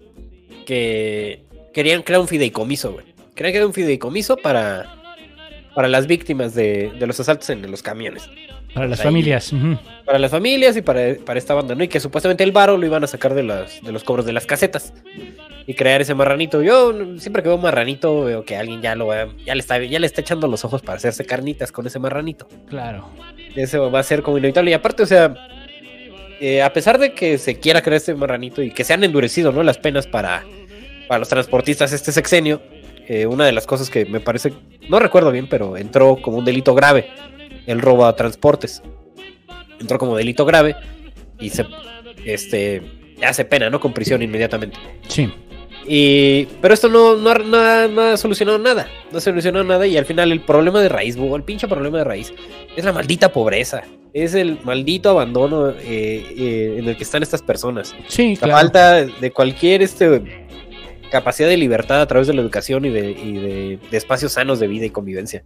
que querían crear un fideicomiso, güey. Querían crear un fideicomiso para, para las víctimas de, de los asaltos en los camiones. Para las Ahí, familias. Uh-huh. Para las familias y para, para esta banda, ¿no? Y que supuestamente el varo lo iban a sacar de, las, de los cobros de las casetas y crear ese marranito. Yo siempre que veo un marranito veo que alguien ya lo va, ya le está, ya le está echando los ojos para hacerse carnitas con ese marranito. Claro. Eso va a ser como inevitable. Y aparte, o sea, eh, a pesar de que se quiera crear ese marranito y que se han endurecido, ¿no?, las penas para, para los transportistas este sexenio, eh, una de las cosas que me parece, no recuerdo bien, pero entró como un delito grave, el robo a transportes. Entró como delito grave y se este hace pena, ¿no?, con prisión inmediatamente. Sí. Y, pero esto no, no, ha, no, ha, no ha solucionado nada. No ha solucionado nada. Y al final el problema de raíz, el pinche problema de raíz, es la maldita pobreza. Es el maldito abandono eh, eh, en el que están estas personas. Sí, la claro. falta de cualquier este capacidad de libertad a través de la educación y de, y de, de espacios sanos de vida y convivencia.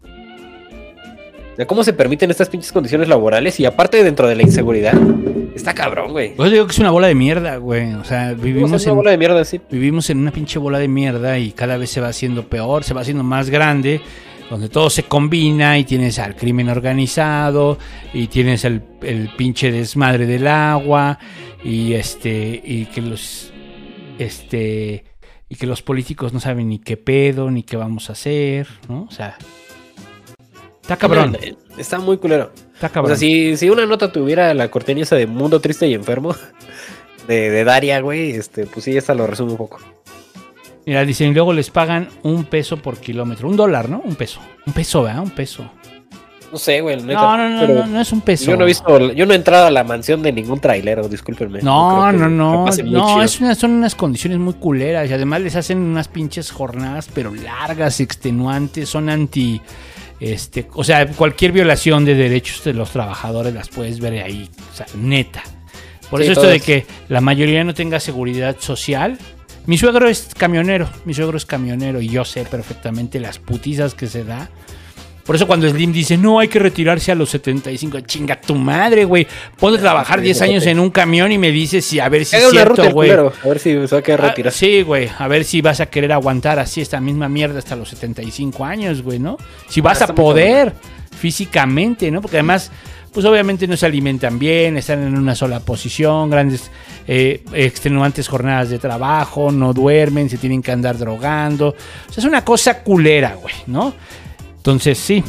De cómo se permiten estas pinches condiciones laborales y aparte dentro de la inseguridad. Está cabrón, güey. Yo digo que es una bola de mierda, güey. O sea, vivimos o sea, en una bola de mierda, sí. Vivimos en una pinche bola de mierda y cada vez se va haciendo peor, se va haciendo más grande, donde todo se combina y tienes al crimen organizado y tienes el, el pinche desmadre del agua y este y que los este y que los políticos no saben ni qué pedo ni qué vamos a hacer, ¿no? O sea, está cabrón. Está muy culero. Está cabrón. O sea, si, si una nota tuviera la cortina esa de Mundo Triste y Enfermo de, de Daria, güey, este, pues sí, esta lo resume un poco. Mira, dicen, y luego les pagan un peso por kilómetro. Un dólar, ¿no? Un peso. Un peso, ¿verdad? Un peso. No sé, güey. Neta, no, no, no, no, no es un peso. Yo no he visto, yo no he entrado a la mansión de ningún trailero, discúlpenme. No, no, no. No, no es una, son unas condiciones muy culeras. Y además les hacen unas pinches jornadas, pero largas, extenuantes. Son anti... Este, o sea, cualquier violación de derechos de los trabajadores las puedes ver ahí, o sea, neta. Por Sí, eso esto todos. de que la mayoría no tenga seguridad social. Mi suegro es camionero, mi suegro es camionero y yo sé perfectamente las putizas que se da. Por eso cuando Slim dice, no, hay que retirarse a los setenta y cinco, chinga tu madre, güey. Ponte a trabajar diez años en un camión y me dices si a ver si Haga es una ruta cierto, el güey. culero, a ver si se va a quedar Ah, retirado. sí, güey, a ver si vas a querer aguantar así esta misma mierda hasta los setenta y cinco años, güey, ¿no? Si vas Ah, a está muy poder físicamente, ¿no? Porque además, pues obviamente no se alimentan bien, están en una sola posición, grandes eh, extenuantes jornadas de trabajo, no duermen, se tienen que andar drogando. O sea, es una cosa culera, güey, ¿no? Entonces, sí.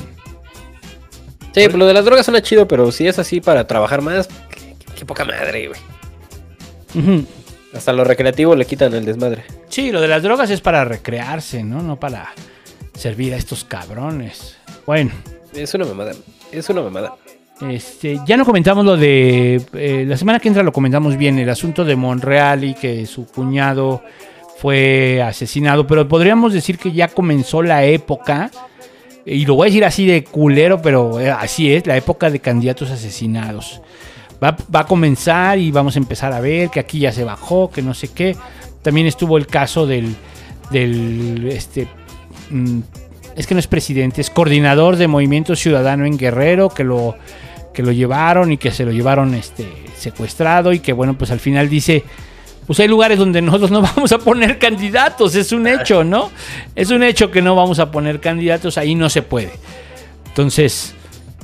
Sí, pues lo de las drogas suena chido, pero si es así para trabajar más, qué, qué poca madre, güey. Ujú. Hasta lo recreativo le quitan el desmadre. Sí, lo de las drogas es para recrearse, ¿no? No para servir a estos cabrones. Bueno. Es una mamada, es una mamada. Este, ya no comentamos lo de... Eh, la semana que entra lo comentamos bien, el asunto de Monreal y que su cuñado fue asesinado, pero podríamos decir que ya comenzó la época, y lo voy a decir así de culero, pero eh, así es, la época de candidatos asesinados. Va, va a comenzar y vamos a empezar a ver que aquí ya se bajó, que no sé qué. También estuvo el caso del... del este mm, es que no es presidente, es coordinador de Movimiento Ciudadano en Guerrero, que lo, que lo llevaron y que se lo llevaron este, secuestrado y que bueno, pues al final dice, pues hay lugares donde nosotros no vamos a poner candidatos, es un hecho, ¿no? Es un hecho que no vamos a poner candidatos, ahí no se puede. Entonces,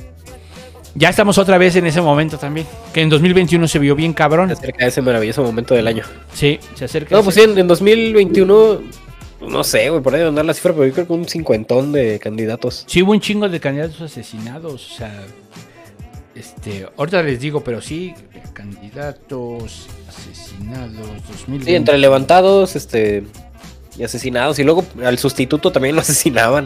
ya estamos otra vez en ese momento también, que en dos mil veintiuno se vio bien cabrón. Se acerca ese maravilloso momento del año. Sí, se acerca. No, pues sí, en, en dos mil veintiuno... No sé, güey, por ahí andar la cifra, pero yo creo que un cincuentón de candidatos. Sí, hubo un chingo de candidatos asesinados, o sea, este, ahorita les digo, pero sí, candidatos asesinados dos mil veinte. Sí, entre levantados, este, y asesinados, y luego al sustituto también lo asesinaban.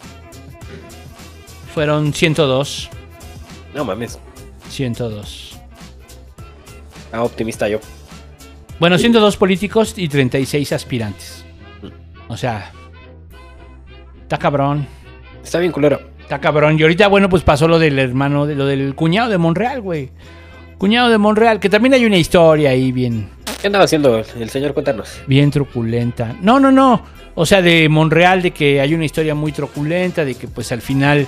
Fueron ciento dos. No mames. ciento dos. Ah, optimista yo. Bueno, ciento dos políticos y treinta y seis aspirantes. O sea, está cabrón. Está bien culero. Está cabrón. Y ahorita, bueno, pues pasó lo del hermano, de lo del cuñado de Monreal, güey. Cuñado de Monreal, que también hay una historia ahí bien... ¿Qué andaba haciendo el señor? Cuéntanos. Bien truculenta. No, no, no. O sea, de Monreal, de que hay una historia muy truculenta, de que pues al final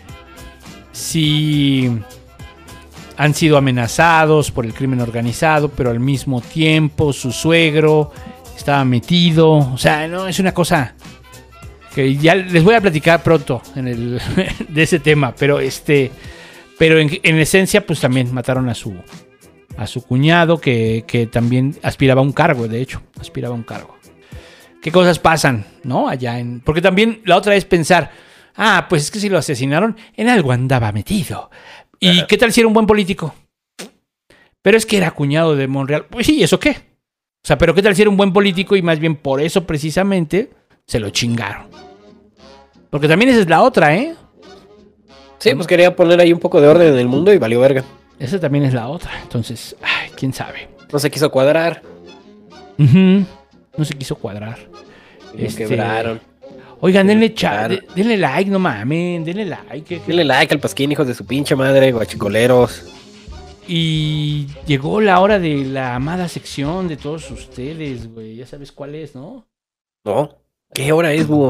sí han sido amenazados por el crimen organizado, pero al mismo tiempo su suegro... estaba metido, o sea, no, es una cosa Que ya les voy a platicar pronto en el, de ese tema, pero este, pero en, en esencia, pues también mataron a su, a su cuñado, que, que también aspiraba a un cargo, de hecho, aspiraba a un cargo. ¿Qué cosas pasan, no? Allá en, porque también la otra es pensar, ah, pues es que si lo asesinaron, en algo andaba metido. ¿Y uh-huh. qué tal si era un buen político? Pero es que era cuñado de Monreal. Pues sí, ¿eso qué? O sea, pero qué tal si era un buen político y más bien por eso precisamente se lo chingaron. Porque también esa es la otra, ¿eh? Sí, pues quería poner ahí un poco de orden en el mundo y valió verga. Esa también es la otra. Entonces, ay, quién sabe. No se quiso cuadrar. Uh-huh. No se quiso cuadrar. Y este... quebraron. Oigan, denle, cha... de, denle like, no mamen. Denle like. Que... Denle like al Pasquín, hijos de su pinche madre, guachicoleros. Y llegó la hora de la amada sección de todos ustedes, güey. Ya sabes cuál es, ¿no? No. ¿Qué hora es, búho?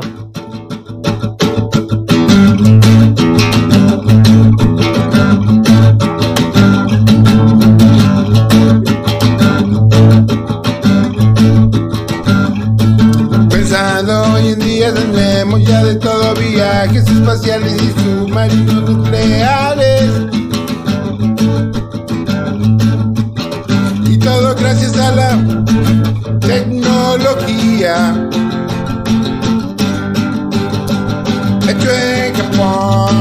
Pensando hoy en día tenemos ya de todo, viajes espaciales y submarinos nucleares. Y todo gracias a la tecnología. Hecho en Japón.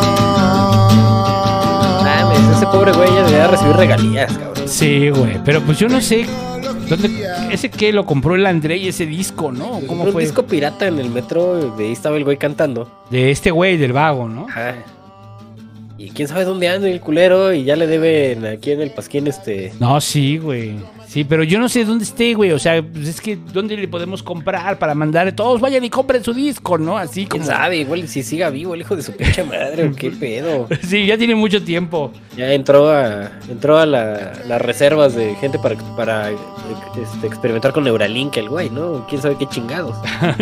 Mames, ese pobre güey ya debería recibir regalías, cabrón. Sí, güey, pero pues yo no sé dónde, ese que lo compró el André y ese disco, ¿no? ¿Cómo un fue? Un disco pirata en el metro, de ahí estaba el güey cantando. De este güey, del vago, ¿no? Ajá. Y quién sabe dónde anda el culero y ya le deben aquí en el Pasquín este... No, sí, güey. Sí, pero yo no sé dónde esté, güey. O sea, pues es que ¿dónde le podemos comprar para mandar? Todos vayan y compren su disco, ¿no? Así como... ¿Quién sabe? Igual si siga vivo el hijo de su pinche madre o qué pedo. Sí, ya tiene mucho tiempo. Ya entró a entró a la, las reservas de gente para, para este, experimentar con Neuralink el güey, ¿no? ¿Quién sabe qué chingados?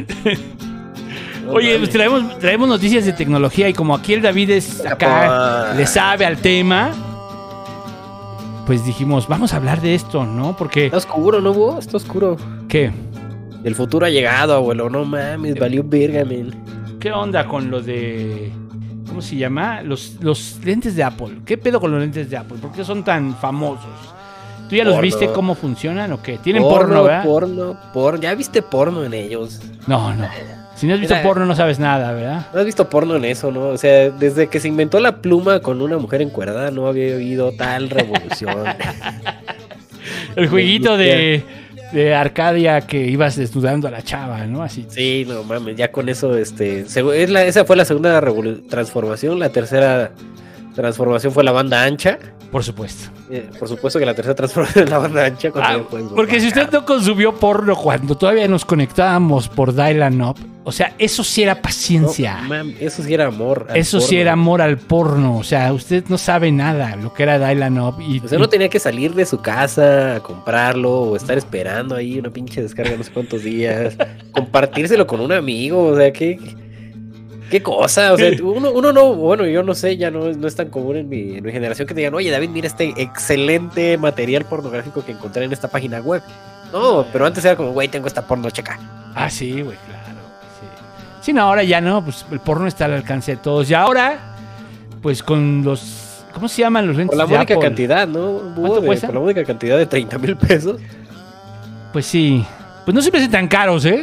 No, Oye, vale. pues traemos, traemos noticias de tecnología y como aquí el David es acá, le sabe al tema, pues dijimos, vamos a hablar de esto, ¿no? Porque... Está oscuro, ¿no, vos? Está oscuro. ¿Qué? El futuro ha llegado, abuelo. No mames, valió verga, man. ¿Qué onda con lo de... ¿Cómo se llama? Los, los lentes de Apple. ¿Qué pedo con los lentes de Apple? ¿Por qué son tan famosos? ¿Tú ya porno. los viste cómo funcionan o qué? ¿Tienen porno, porno ¿verdad? Porno, porno. ¿Ya viste porno en ellos? No, no. Si no has visto Era, porno no sabes nada, ¿verdad? No has visto porno en eso, ¿no? O sea, desde que se inventó la pluma con una mujer encuerada no había oído tal revolución. El jueguito de, de Arcadia que ibas desnudando a la chava, ¿no? Así. Sí, no mames, ya con eso, este... Es la, esa fue la segunda revolu- transformación, la tercera transformación fue la banda ancha. Por supuesto. Eh, por supuesto que la tercera transformación es la banda ancha. Ah, porque si usted no consumió porno cuando todavía nos conectábamos por Dial-Up, o sea, eso sí era paciencia. No, man, eso sí era amor. Al eso porno. sí era amor al porno. O sea, usted no sabe nada lo que era Dial-Up. Y, usted y... no tenía que salir de su casa a comprarlo o estar esperando ahí una pinche descarga no sé cuántos días. Compartírselo con un amigo. O sea, ¿qué, qué cosa? O sea, uno, uno no, bueno, yo no sé, ya no, no es tan común en mi, en mi generación que te digan, oye, David, mira este excelente material pornográfico que encontré en esta página web. No, pero antes era como, güey, tengo esta porno, checa. Ah, sí, güey, claro. Sí, no, ahora ya no, pues el porno está al alcance de todos. Y ahora, pues con los... ¿Cómo se llaman los lentes de Apple? Por la módica cantidad, ¿no? ¿Cuánto de, cuesta? Por la módica cantidad de treinta mil pesos. Pues sí. Pues no se me hacen tan caros, ¿eh?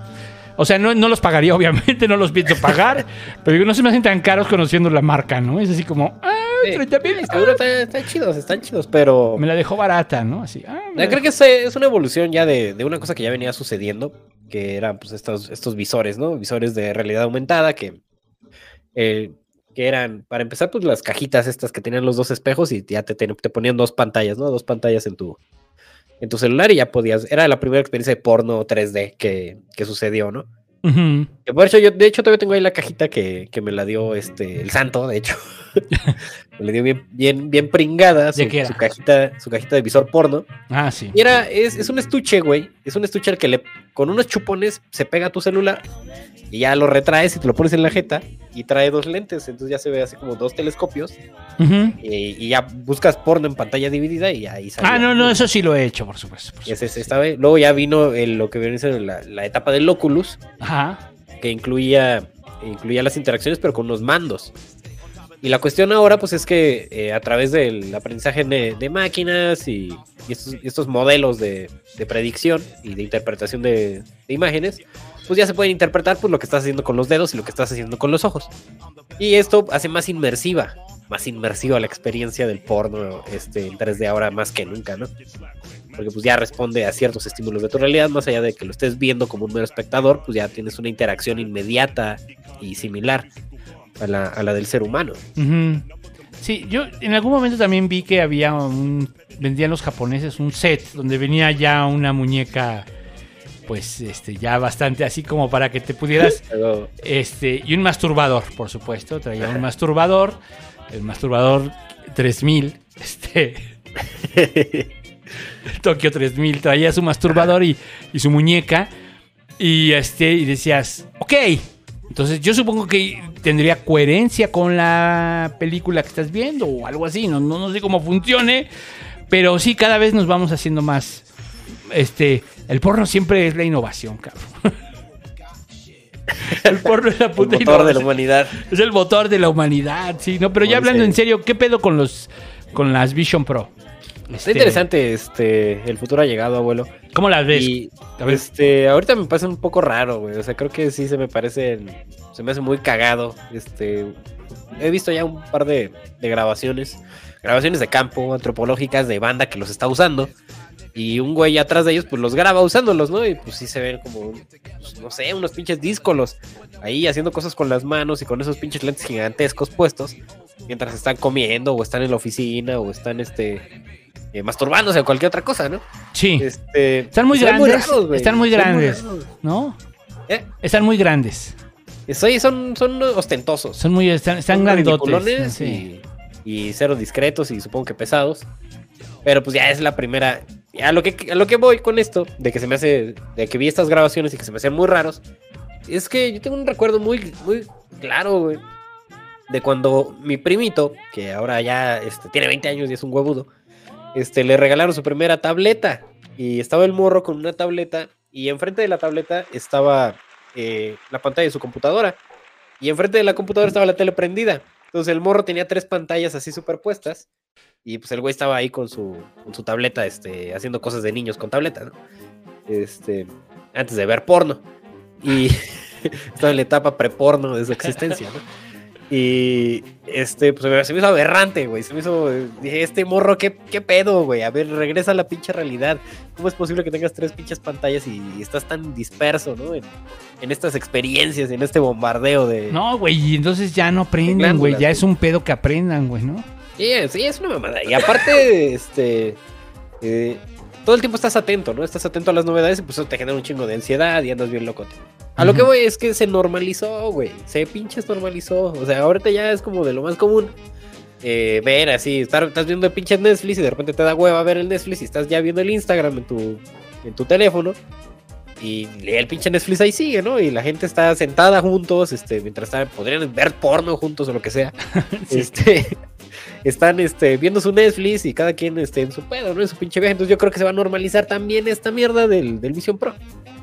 O sea, no, no los pagaría, obviamente, no los pienso pagar. Pero digo, no se me hacen tan caros conociendo la marca, ¿no? Es así como... ¡Ah, sí, treinta mil! Seguro están está chidos, están chidos, pero... Me la dejó barata, ¿no? Así. Ah, yo creo que es, es una evolución ya de, de una cosa que ya venía sucediendo, que eran pues estos, estos visores, ¿no? Visores de realidad aumentada que, eh, que eran, para empezar, pues las cajitas estas que tenían los dos espejos y ya te, te, te ponían dos pantallas, ¿no? Dos pantallas en tu, en tu celular y ya podías, era la primera experiencia de porno tres D que, que sucedió, ¿no? Uh-huh. Que por hecho, yo de hecho todavía tengo ahí la cajita que, que me la dio este el santo, de hecho. Me la dio bien, bien, bien pringada su, su cajita, su cajita de visor porno. Ah, sí. Y era, es, es un estuche, güey. Es un estuche al que le, con unos chupones se pega a tu celular y ya lo retraes y te lo pones en la jeta y trae dos lentes. Entonces ya se ve así como dos telescopios. Uh-huh. y, y ya buscas porno en pantalla dividida y ahí sale. Ah, no, no, eso sí lo he hecho, por supuesto. Por supuesto. Ese, ese, esta vez. Luego ya vino el, lo que viene siendo la, la etapa del Oculus. Ajá. que incluía, incluía las interacciones, pero con unos mandos. Y la cuestión ahora, pues, es que eh, a través del aprendizaje de, de máquinas y, y, estos, y estos modelos de, de predicción y de interpretación de, de imágenes, pues ya se pueden interpretar pues, lo que estás haciendo con los dedos y lo que estás haciendo con los ojos. Y esto hace más inmersiva, más inmersiva la experiencia del porno este, en tres D ahora más que nunca, ¿no? Porque pues ya responde a ciertos estímulos de tu realidad, más allá de que lo estés viendo como un mero espectador, pues ya tienes una interacción inmediata y similar a la, a la del ser humano. Uh-huh. Sí, yo en algún momento también vi que había un, vendían los japoneses un set donde venía ya una muñeca, pues este ya bastante así como para que te pudieras, este y un masturbador, por supuesto, traía un masturbador, el masturbador tres mil, este Tokio tres mil traía su masturbador y, y su muñeca y este y decías, ok. Entonces yo supongo que tendría coherencia con la película que estás viendo o algo así, no, no, no sé cómo funcione, pero sí, cada vez nos vamos haciendo más, este, el porno siempre es la innovación, cabrón. El porno es la puta el motor innovación de la humanidad. Es el motor de la humanidad, sí, no, pero ya hablando en serio, ¿qué pedo con los, con las Vision Pro? Está este... interesante, este, el futuro ha llegado, abuelo. ¿Cómo las ves? Y, este, ahorita me parece un poco raro, güey. O sea, creo que sí se me parece, se me hace muy cagado. Este, he visto ya un par de, de grabaciones, grabaciones de campo, antropológicas de banda que los está usando. Y un güey atrás de ellos, pues los graba usándolos, ¿no? Y pues sí se ven como, pues, no sé, unos pinches díscolos ahí haciendo cosas con las manos y con esos pinches lentes gigantescos puestos mientras están comiendo o están en la oficina o están, este... Eh, masturbándose o cualquier otra cosa, ¿no? Sí. Este, están muy grandes. Muy raros, están muy grandes, muy ¿no? ¿Eh? Están muy grandes. Sí, son, son ostentosos. Son muy, están, están son grandotes. Sí. Y, y cero discretos y supongo que pesados. Pero pues ya es la primera. A lo que, a lo que voy con esto, de que se me hace, de que vi estas grabaciones y que se me hacen muy raros, es que yo tengo un recuerdo muy, muy claro, güey, de cuando mi primito, que ahora ya este, tiene veinte años y es un huevudo, Este, le regalaron su primera tableta y estaba el morro con una tableta y enfrente de la tableta estaba eh, la pantalla de su computadora y enfrente de la computadora estaba la tele prendida. Entonces el morro tenía tres pantallas así superpuestas y pues el güey estaba ahí con su, con su tableta este, haciendo cosas de niños con tableta, ¿no? Este, antes de ver porno y estaba en la etapa preporno de su existencia, ¿no? Y este, pues se me hizo aberrante, güey. Se me hizo. Dije, este morro, ¿qué, qué pedo, güey? A ver, regresa a la pinche realidad. ¿Cómo es posible que tengas tres pinches pantallas y, y estás tan disperso, ¿no? En, en estas experiencias, en este bombardeo de. No, güey, y entonces ya no aprenden, güey. Ya es un pedo que aprendan, güey, ¿no? Sí, sí, es una mamada. Y aparte, este. Eh, todo el tiempo estás atento, ¿no? Estás atento a las novedades y pues eso te genera un chingo de ansiedad y andas bien loco. A lo que voy es que se normalizó, güey. Se pinches normalizó. O sea, ahorita ya es como de lo más común. Eh, ver así, estar, estás viendo el pinche Netflix y de repente te da hueva ver el Netflix y estás ya viendo el Instagram en tu, en tu teléfono. Y el pinche Netflix ahí sigue, ¿no? Y la gente está sentada juntos, este, mientras están, podrían ver porno juntos o lo que sea. Sí. Este, están este, viendo su Netflix y cada quien este, en su pedo, ¿no? En su pinche viaje. Entonces yo creo que se va a normalizar también esta mierda del, del Vision Pro.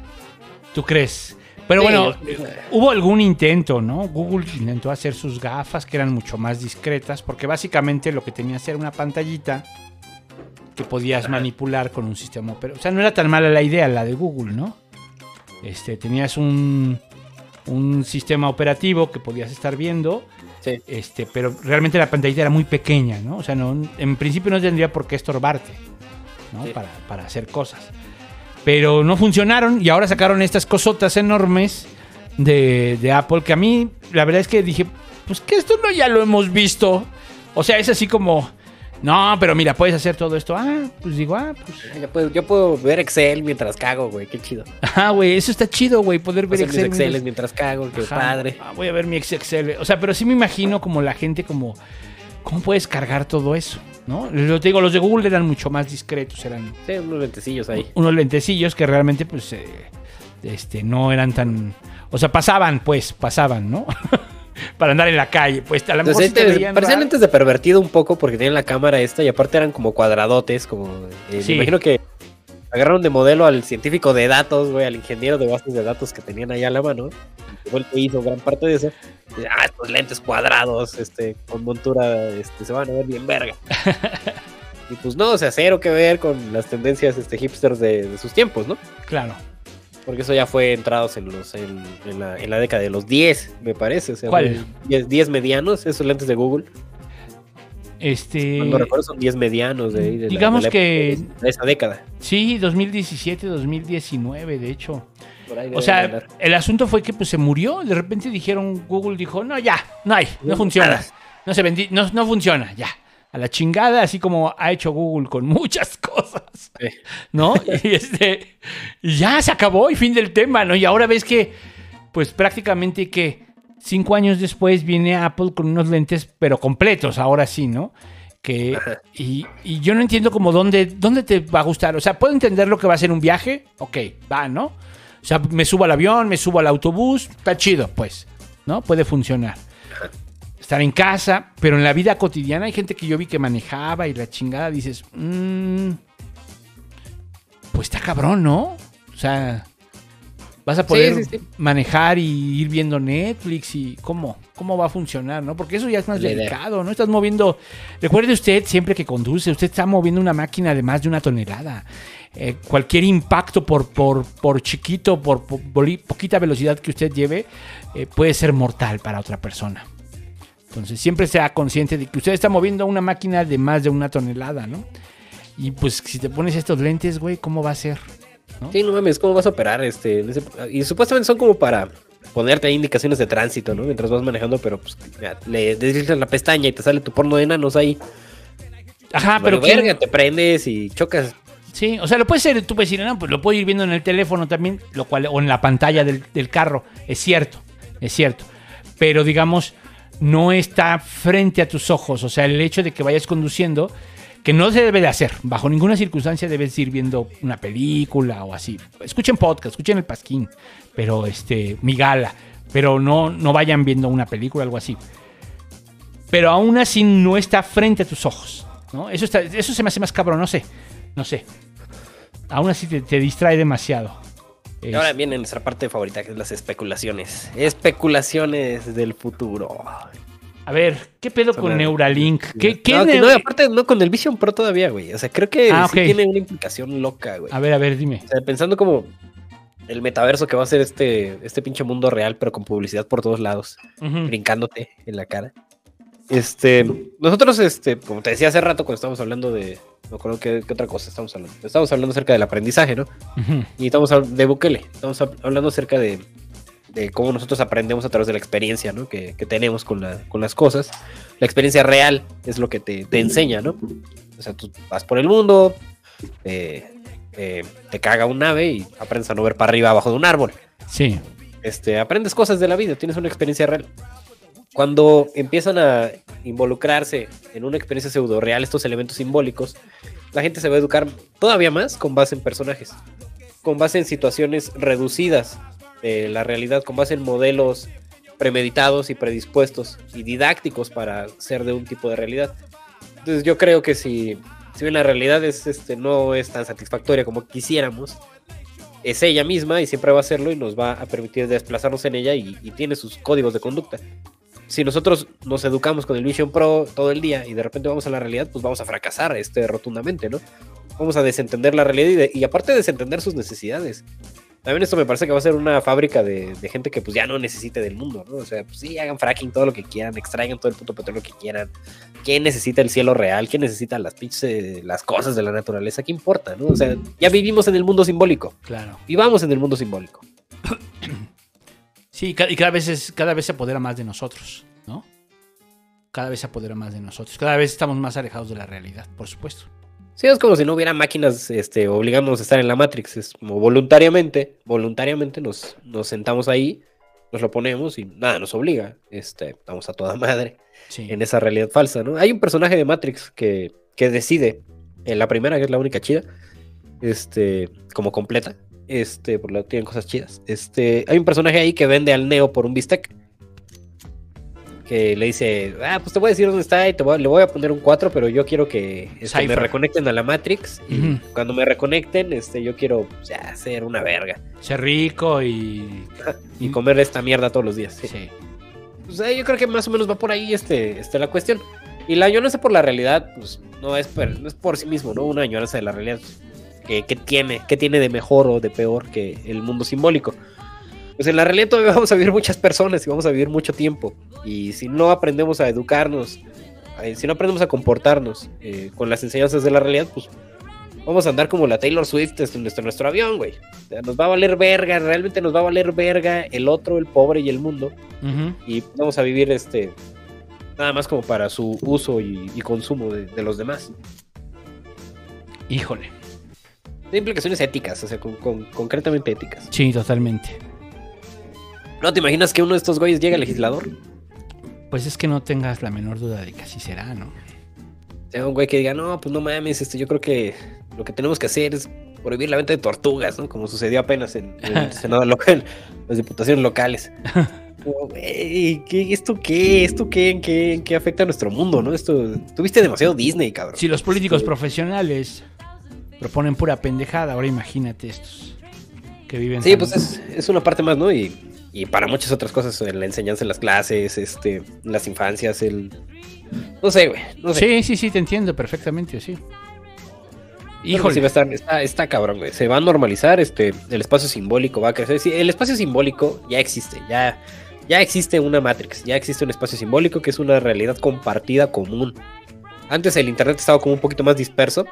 ¿Tú crees? Pero sí, bueno, hubo algún intento, ¿no? Google intentó hacer sus gafas que eran mucho más discretas, porque básicamente lo que tenías era una pantallita que podías manipular con un sistema operativo. O sea, no era tan mala la idea la de Google, ¿no? Este, tenías un, un sistema operativo que podías estar viendo, sí. este, pero realmente la pantallita era muy pequeña, ¿no? O sea, no, en principio no tendría por qué estorbarte, ¿no? Sí. Para, para hacer cosas. Pero no funcionaron y ahora sacaron estas cosotas enormes de, de Apple que a mí, la verdad es que dije, pues que esto no ya lo hemos visto. O sea, es así como, no, pero mira, puedes hacer todo esto. Ah, pues digo, ah, pues. Yo puedo, yo puedo ver Excel mientras cago, güey, qué chido. Ah, güey, eso está chido, güey, poder ver Excel. Excel mientras... mientras cago, qué Ajá. padre. Ah, voy a ver mi Excel. O sea, pero sí me imagino como la gente como, ¿cómo puedes cargar todo eso? ¿No? Lo te digo, los de Google eran mucho más discretos, eran sí, unos lentecillos ahí. Unos lentecillos que realmente pues eh, este no eran tan, o sea, pasaban, pues, pasaban, ¿no? Para andar en la calle, pues a lo mejor Entonces, sí te parecían lentes de pervertido un poco porque tenían la cámara esta y aparte eran como cuadradotes, como eh, sí. Me imagino que agarraron de modelo al científico de datos, güey, al ingeniero de bases de datos que tenían ahí a la mano fue el que hizo gran parte de eso. Y, ah, estos lentes cuadrados, este, con montura, este, se van a ver bien verga. Y pues no, o sea, cero que ver con las tendencias este, hipsters de, de sus tiempos, ¿no? Claro. Porque eso ya fue entrados en los en, en, la, en la década de los diez, me parece. O sea, ¿cuál? diez medianos, esos lentes de Google. Este... Cuando recuerdo son diez medianos de, de digamos la, de la que... de esa década. Sí, dos mil diecisiete, dos mil diecinueve, de hecho. Por ahí o sea, ganar. El asunto fue que pues se murió. De repente dijeron, Google dijo, no, ya, no hay, no, no funciona. Nada. No se vendí, no, no funciona, ya. A la chingada, así como ha hecho Google con muchas cosas, sí. ¿no? Y, este, y ya se acabó y fin del tema, ¿no? Y ahora ves que, pues prácticamente que cinco años después viene Apple con unos lentes, pero completos, ahora sí, ¿no? Que, y, y yo no entiendo como dónde, dónde te va a gustar. O sea, puedo entender lo que va a ser un viaje, ok, va, ¿no? O sea, me subo al avión, me subo al autobús, está chido, pues, ¿no? Puede funcionar. Estar en casa, pero en la vida cotidiana hay gente que yo vi que manejaba y la chingada dices, mmm, pues está cabrón, ¿no? O sea, vas a poder sí, sí, sí. manejar y ir viendo Netflix y cómo, cómo va a funcionar, ¿no? Porque eso ya es más la delicado, idea. ¿No? Estás moviendo, recuerde usted siempre que conduce, usted está moviendo una máquina de más de una tonelada. Eh, cualquier impacto por, por, por chiquito, por, por, por poquita velocidad que usted lleve, eh, puede ser mortal para otra persona. Entonces siempre sea consciente de que usted está moviendo una máquina de más de una tonelada, ¿no? Y pues si te pones estos lentes, güey, ¿cómo va a ser? ¿No? Sí, no mames, ¿cómo vas a operar? este Y supuestamente son como para ponerte ahí indicaciones de tránsito, ¿no? Mientras vas manejando, pero pues ya, le deslizas la pestaña y te sale tu porno de enanos ahí. Ajá, pues, pero ¿quién... verga, te prendes y chocas. Sí, o sea, lo puedes ser, tú puedes decir, no, pues lo puedo ir viendo en el teléfono también, lo cual, o en la pantalla del, del carro, es cierto, es cierto. Pero digamos, no está frente a tus ojos, o sea, el hecho de que vayas conduciendo, que no se debe de hacer, bajo ninguna circunstancia debes ir viendo una película o así. Escuchen podcast, escuchen el Pasquín, pero este, mi gala, pero no, no vayan viendo una película o algo así. Pero aún así no está frente a tus ojos, ¿no? Eso, está, eso se me hace más cabrón, no sé, no sé. Aún así te, te distrae demasiado. Y ahora viene nuestra parte favorita, que es las especulaciones. Especulaciones del futuro. A ver, ¿qué pedo con Neuralink? ¿Qué, qué no, Neur... no, aparte, no con el Vision Pro todavía, güey. O sea, creo que ah, sí okay. tiene una implicación loca, güey. A ver, a ver, dime. O sea, pensando como el metaverso que va a ser este, este pinche mundo real, pero con publicidad por todos lados, uh-huh. brincándote en la cara. Este, nosotros, este, como te decía hace rato, cuando estábamos hablando de, no recuerdo qué, qué otra cosa estamos hablando. Estamos hablando acerca del aprendizaje, ¿no? Uh-huh. Y estamos hablando de Bukele. Estamos hablando acerca de, de cómo nosotros aprendemos a través de la experiencia, ¿no? Que, que tenemos con, la, con las cosas. La experiencia real es lo que te, te enseña, ¿no? O sea, tú vas por el mundo, eh, eh, te caga un ave y aprendes a no ver para arriba abajo de un árbol. Sí. Este, aprendes cosas de la vida, tienes una experiencia real. Cuando empiezan a involucrarse en una experiencia pseudo real estos elementos simbólicos, la gente se va a educar todavía más con base en personajes, con base en situaciones reducidas de la realidad, con base en modelos premeditados y predispuestos y didácticos para ser de un tipo de realidad. Entonces yo creo que si, si bien la realidad es, este, no es tan satisfactoria como quisiéramos, es ella misma y siempre va a serlo y nos va a permitir desplazarnos en ella y, y tiene sus códigos de conducta. Si nosotros nos educamos con el Vision Pro todo el día y de repente vamos a la realidad, pues vamos a fracasar este, rotundamente, ¿no? Vamos a desentender la realidad y, de, y aparte de desentender sus necesidades. También esto me parece que va a ser una fábrica de, de gente que pues ya no necesite del mundo, ¿no? O sea, pues sí, hagan fracking todo lo que quieran, extraigan todo el puto petróleo que quieran. ¿Quién necesita el cielo real? ¿Quién necesita las pinches, eh, las cosas de la naturaleza? ¿Qué importa, no? O sea, ya vivimos en el mundo simbólico. Claro. Vivamos en el mundo simbólico. Sí, y cada vez, es, cada vez se apodera más de nosotros, ¿no? Cada vez se apodera más de nosotros. Cada vez estamos más alejados de la realidad, por supuesto. Sí, es como si no hubiera máquinas este, obligándonos a estar en la Matrix. Es como voluntariamente, voluntariamente nos, nos sentamos ahí, nos lo ponemos y nada nos obliga. Este, estamos a toda madre sí. en esa realidad falsa, ¿no? Hay un personaje de Matrix que, que decide, en la primera, que es la única chida, este, como completa, este, por lo tienen cosas chidas. Este, hay un personaje ahí que vende al Neo por un bistec. que le dice, ah, pues te voy a decir dónde está y te voy a, le voy a poner un cuatro, pero yo quiero que este, me reconecten a la Matrix. Y uh-huh. cuando me reconecten, este, yo quiero pues, ya, ser una verga. Ser rico y... y comer esta mierda todos los días. Sí. sí. Pues, eh, yo creo que más o menos va por ahí este, este, la cuestión. Y la añoranza por la realidad, pues no es, por, no es por sí mismo, ¿no? Una añoranza de la realidad. ¿Qué, qué tiene? ¿Qué tiene de mejor o de peor que el mundo simbólico? Pues en la realidad todavía vamos a vivir muchas personas y vamos a vivir mucho tiempo. Y si no aprendemos a educarnos, eh, si no aprendemos a comportarnos eh, con las enseñanzas de la realidad, pues vamos a andar como la Taylor Swift en nuestro, nuestro avión, güey. O sea, nos va a valer verga, realmente nos va a valer verga el otro, el pobre y el mundo. Uh-huh. Y vamos a vivir este nada más como para su uso y, y consumo de, de los demás. Híjole. De implicaciones éticas, o sea, con, con, concretamente éticas. Sí, totalmente. ¿No te imaginas que uno de estos güeyes llegue al legislador? Pues es que no tengas la menor duda de que así será, ¿no? O sea, un güey que diga, no, pues no mames, este, yo creo que lo que tenemos que hacer es prohibir la venta de tortugas, ¿no? Como sucedió apenas en, en el Senado local, las diputaciones locales. Oh, güey, ¿qué, ¿esto qué? ¿Esto qué? ¿En qué, en qué afecta a nuestro mundo, no? Esto, tuviste demasiado Disney, cabrón. Si los políticos esto... profesionales proponen pura pendejada, ahora imagínate estos que viven... Sí, tan... pues es, es una parte más, ¿no? Y... Y para muchas otras cosas, en la enseñanza en las clases, este, en las infancias, el... No sé, güey, no sé. Sí, sí, sí, te entiendo perfectamente, sí. Híjole. Sí va a estar, está, está cabrón, güey. Se va a normalizar, este, el espacio simbólico va a crecer. Sí, el espacio simbólico ya existe, ya, ya existe una Matrix, ya existe un espacio simbólico que es una realidad compartida común. Antes el internet estaba como un poquito más disperso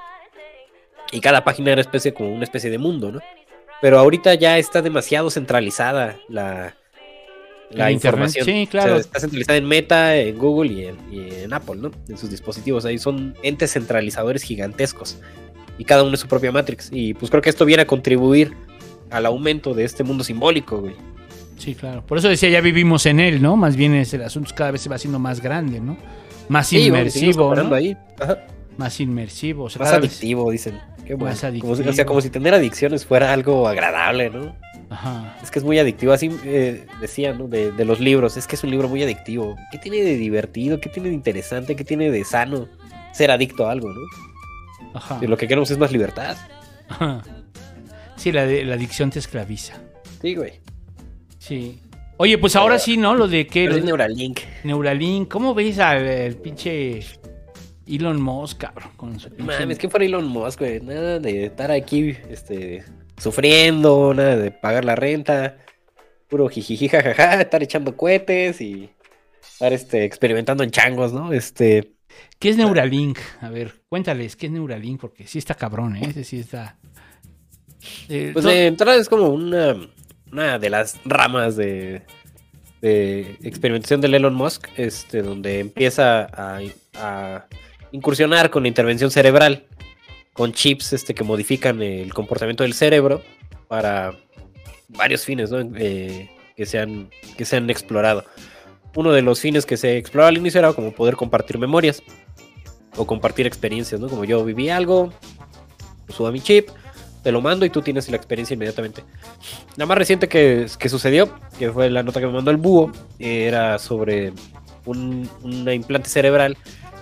y cada página era especie, como una especie de mundo, ¿no? Pero ahorita ya está demasiado centralizada la, la información. Sí, claro. O sea, está centralizada en Meta, en Google y en, y en Apple, ¿no? En sus dispositivos. Ahí son entes centralizadores gigantescos. Y cada uno es su propia Matrix. Y pues creo que esto viene a contribuir al aumento de este mundo simbólico, güey. Sí, claro. Por eso decía, ya vivimos en él, ¿no? Más bien es el asunto cada vez se va haciendo más grande, ¿no? Más sí, inmersivo, bueno, ¿no? Ahí. Ajá. Más inmersivo. O sea, más adictivo, vez... dicen. Qué bueno. Como si, o sea, como si tener adicciones fuera algo agradable, ¿no? Ajá. Es que es muy adictivo, así eh, decían, ¿no? De, de los libros, es que es un libro muy adictivo. ¿Qué tiene de divertido? ¿Qué tiene de interesante? ¿Qué tiene de sano? Ser adicto a algo, ¿no? Ajá. Y lo que queremos es más libertad. Ajá. Sí, la, de, la adicción te esclaviza. Sí, güey. Sí. Oye, pues ahora sí, ¿no? Lo de que... Pero es Neuralink. Neuralink. ¿Cómo ves al, al pinche... Elon Musk, cabrón, con su pinche... Mames, ¿qué fuera Elon Musk, güey? Nada de estar aquí, este, sufriendo, nada de pagar la renta, puro jijiji, jajaja, estar echando cohetes y estar, este, experimentando en changos, ¿no? Este... ¿Qué es Neuralink? A ver, cuéntales, ¿qué es Neuralink? Porque sí está cabrón, ¿eh? Ese sí está... Eh, pues de entrada es como una, una de las ramas de, de experimentación del Elon Musk, este, donde empieza a... a incursionar con la intervención cerebral, con chips este, que modifican el comportamiento del cerebro para varios fines, ¿no? eh, que, se han, que se han explorado. Uno de los fines que se exploraba al inicio era como poder compartir memorias o compartir experiencias, ¿no? Como yo viví algo, subo a mi chip, te lo mando y tú tienes la experiencia inmediatamente. La más reciente que, que sucedió, que fue la nota que me mandó el búho, era sobre un, una implante cerebral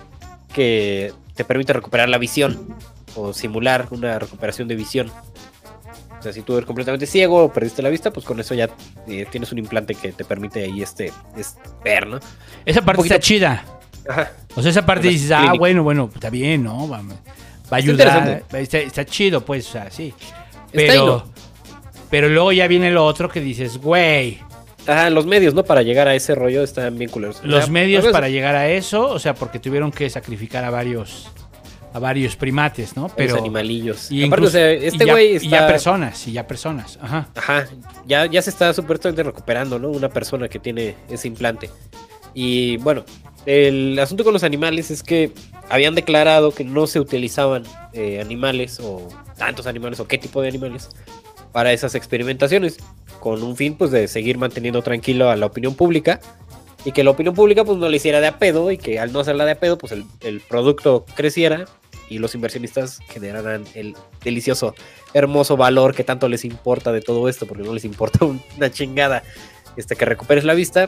que te permite recuperar la visión o simular una recuperación de visión. O sea, si tú eres completamente ciego o perdiste la vista, pues con eso ya eh, tienes un implante que te permite ahí este, es ver, ¿no? Esa parte está chida. Ajá. O sea, esa parte dices, clínica. ah, bueno, bueno, está bien, ¿no? Va, va a ayudar. Está, está chido, pues, o sea, sí. Pero, no. pero luego ya viene lo otro que dices, güey. Ajá, los medios, ¿no? Para llegar a ese rollo están bien culeros. Los o sea, medios para llegar a eso, o sea, porque tuvieron que sacrificar a varios a varios primates, ¿no? Pero los animalillos. Y, aparte, incluso, o sea, este y, güey ya, está... y ya personas, y ya personas. Ajá. Ajá. Ya, ya se está supuestamente recuperando, ¿no? Una persona que tiene ese implante. Y bueno, el asunto con los animales es que habían declarado que no se utilizaban eh, animales o tantos animales o qué tipo de animales para esas experimentaciones, con un fin pues de seguir manteniendo tranquilo a la opinión pública y que la opinión pública pues no le hiciera de a pedo y que al no hacerla de a pedo pues el, el producto creciera y los inversionistas generaran el delicioso, hermoso valor que tanto les importa de todo esto, porque no les importa una chingada este, que recuperes la vista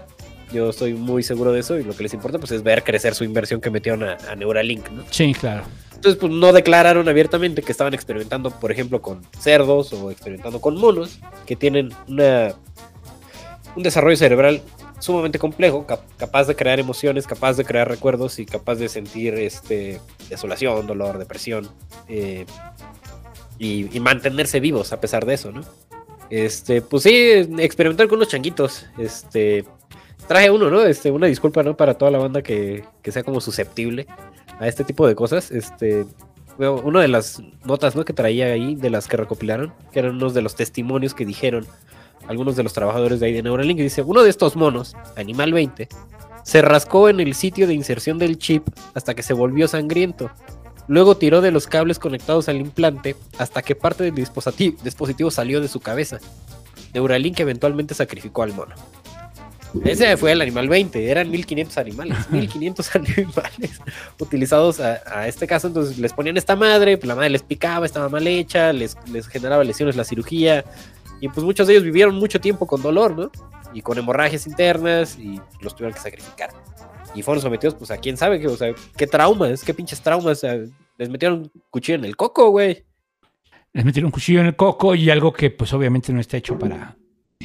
Yo estoy muy seguro de eso y lo que les importa pues es ver crecer su inversión que metieron a, a Neuralink, ¿no? Sí, claro. Entonces pues no declararon abiertamente que estaban experimentando, por ejemplo, con cerdos o experimentando con monos que tienen una un desarrollo cerebral sumamente complejo, cap capaz de crear emociones, capaz de crear recuerdos y capaz de sentir este, desolación, dolor, depresión eh, y, y mantenerse vivos a pesar de eso, ¿no? Este, pues sí, experimentar con unos changuitos. Este, traje uno, ¿no? Este, una disculpa, ¿no? Para toda la banda que, que sea como susceptible a este tipo de cosas. Este, una de las notas, ¿no? Que traía ahí, de las que recopilaron, que eran unos de los testimonios que dijeron algunos de los trabajadores de ahí de Neuralink, y dice, uno de estos monos, Animal veinte, se rascó en el sitio de inserción del chip hasta que se volvió sangriento. Luego tiró de los cables conectados al implante hasta que parte del dispositivo, dispositivo salió de su cabeza. Neuralink eventualmente sacrificó al mono. Ese fue el Animal veinte, eran mil quinientos animales, mil quinientos animales utilizados a, a este caso. Entonces les ponían esta madre, la madre les picaba, estaba mal hecha, les, les generaba lesiones la cirugía, y pues muchos de ellos vivieron mucho tiempo con dolor, ¿no? Y con hemorragias internas, y los tuvieron que sacrificar. Y fueron sometidos, pues, a quién sabe qué, o sea, qué traumas, qué pinches traumas. O sea, les metieron un cuchillo en el coco, güey. Les metieron un cuchillo en el coco y algo que, pues, obviamente no está hecho para,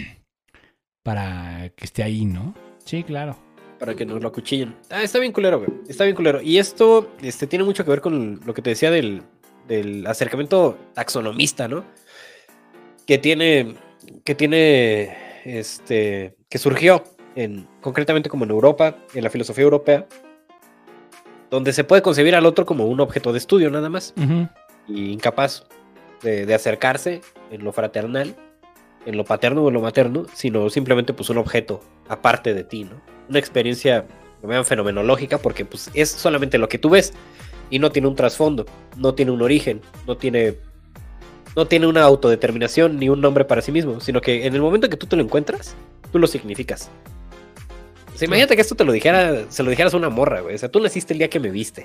para que esté ahí, ¿no? Sí, claro. Para que nos lo acuchillen. Ah, está bien culero, güey. Está bien culero. Y esto este, tiene mucho que ver con lo que te decía del, del acercamiento taxonomista, ¿no? Que tiene, que tiene, este, que surgió en, concretamente como en Europa, en la filosofía europea, donde se puede concebir al otro como un objeto de estudio nada más, uh-huh. y incapaz de, de acercarse en lo fraternal, en lo paterno o en lo materno, sino simplemente pues un objeto aparte de ti, ¿no? Una experiencia, lo vean, fenomenológica, porque pues es solamente lo que tú ves y no tiene un trasfondo, no tiene un origen, no tiene... no tiene una autodeterminación ni un nombre para sí mismo, sino que en el momento que tú te lo encuentras, tú lo significas. O sea, imagínate que esto te lo dijera, se lo dijeras a una morra, güey. O sea, tú naciste el día que me viste.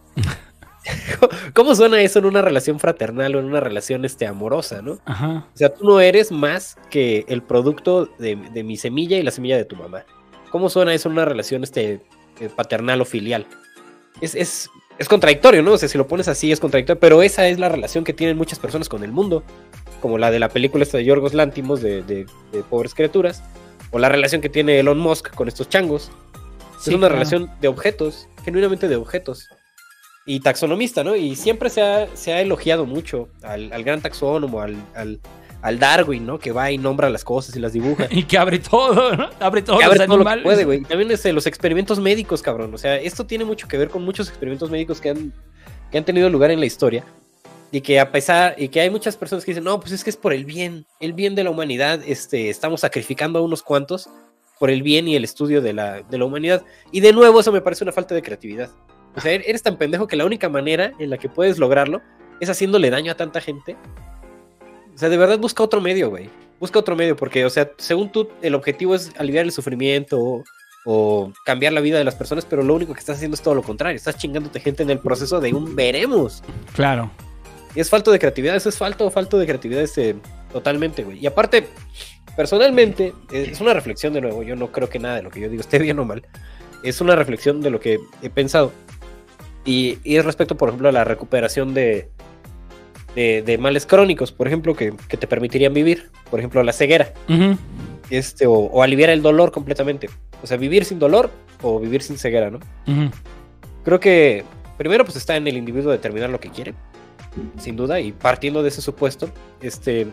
¿Cómo suena eso en una relación fraternal o en una relación este, amorosa, no? Ajá. O sea, tú no eres más que el producto de, de mi semilla y la semilla de tu mamá. ¿Cómo suena eso en una relación este, paternal o filial? Es, es, es contradictorio, ¿no? O sea, si lo pones así es contradictorio, pero esa es la relación que tienen muchas personas con el mundo, como la de la película esta de Yorgos Lántimos de, de, de Pobres Criaturas, o la relación que tiene Elon Musk con estos changos. Sí, es una claro. relación de objetos, genuinamente de objetos. Y taxonomista, ¿no? Y siempre se ha, se ha elogiado mucho al, al gran taxónomo, al, al, al Darwin, ¿no? Que va y nombra las cosas y las dibuja. Y que abre todo, ¿no? Abre todos que los abre todo animales. Lo que puede, güey. También este, los experimentos médicos, cabrón. O sea, esto tiene mucho que ver con muchos experimentos médicos que han, que han tenido lugar en la historia. Y que a pesar, y que hay muchas personas que dicen, no, pues es que es por el bien, el bien de la humanidad, este, estamos sacrificando a unos cuantos por el bien y el estudio de la, de la humanidad. Y de nuevo eso me parece una falta de creatividad. O sea, eres tan pendejo que la única manera en la que puedes lograrlo es haciéndole daño a tanta gente. O sea, de verdad busca otro medio, güey. Busca otro medio, porque, o sea, según tú, el objetivo es aliviar el sufrimiento o, o cambiar la vida de las personas, pero lo único que estás haciendo es todo lo contrario. Estás chingándote gente en el proceso de un veremos. Claro. Y es falta de creatividad, eso es falta o falta de creatividad este, totalmente, güey. Y aparte, personalmente, es una reflexión de nuevo. Yo no creo que nada de lo que yo digo esté bien o mal. Es una reflexión de lo que he pensado. Y, y es respecto, por ejemplo, a la recuperación de, de, de males crónicos, por ejemplo, que, que te permitirían vivir. Por ejemplo, la ceguera. Uh-huh. este, o, o aliviar el dolor completamente. O sea, vivir sin dolor o vivir sin ceguera, ¿no? Uh-huh. Creo que primero pues está en el individuo determinar lo que quiere, sin duda, y partiendo de ese supuesto, este,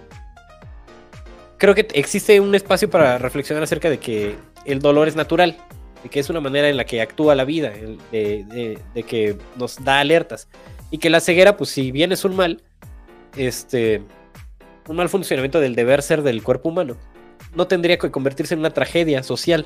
creo que existe un espacio para reflexionar acerca de que el dolor es natural, de que es una manera en la que actúa la vida, de, de, de que nos da alertas, y que la ceguera, pues si bien es un mal, este, un mal funcionamiento del deber ser del cuerpo humano, no tendría que convertirse en una tragedia social.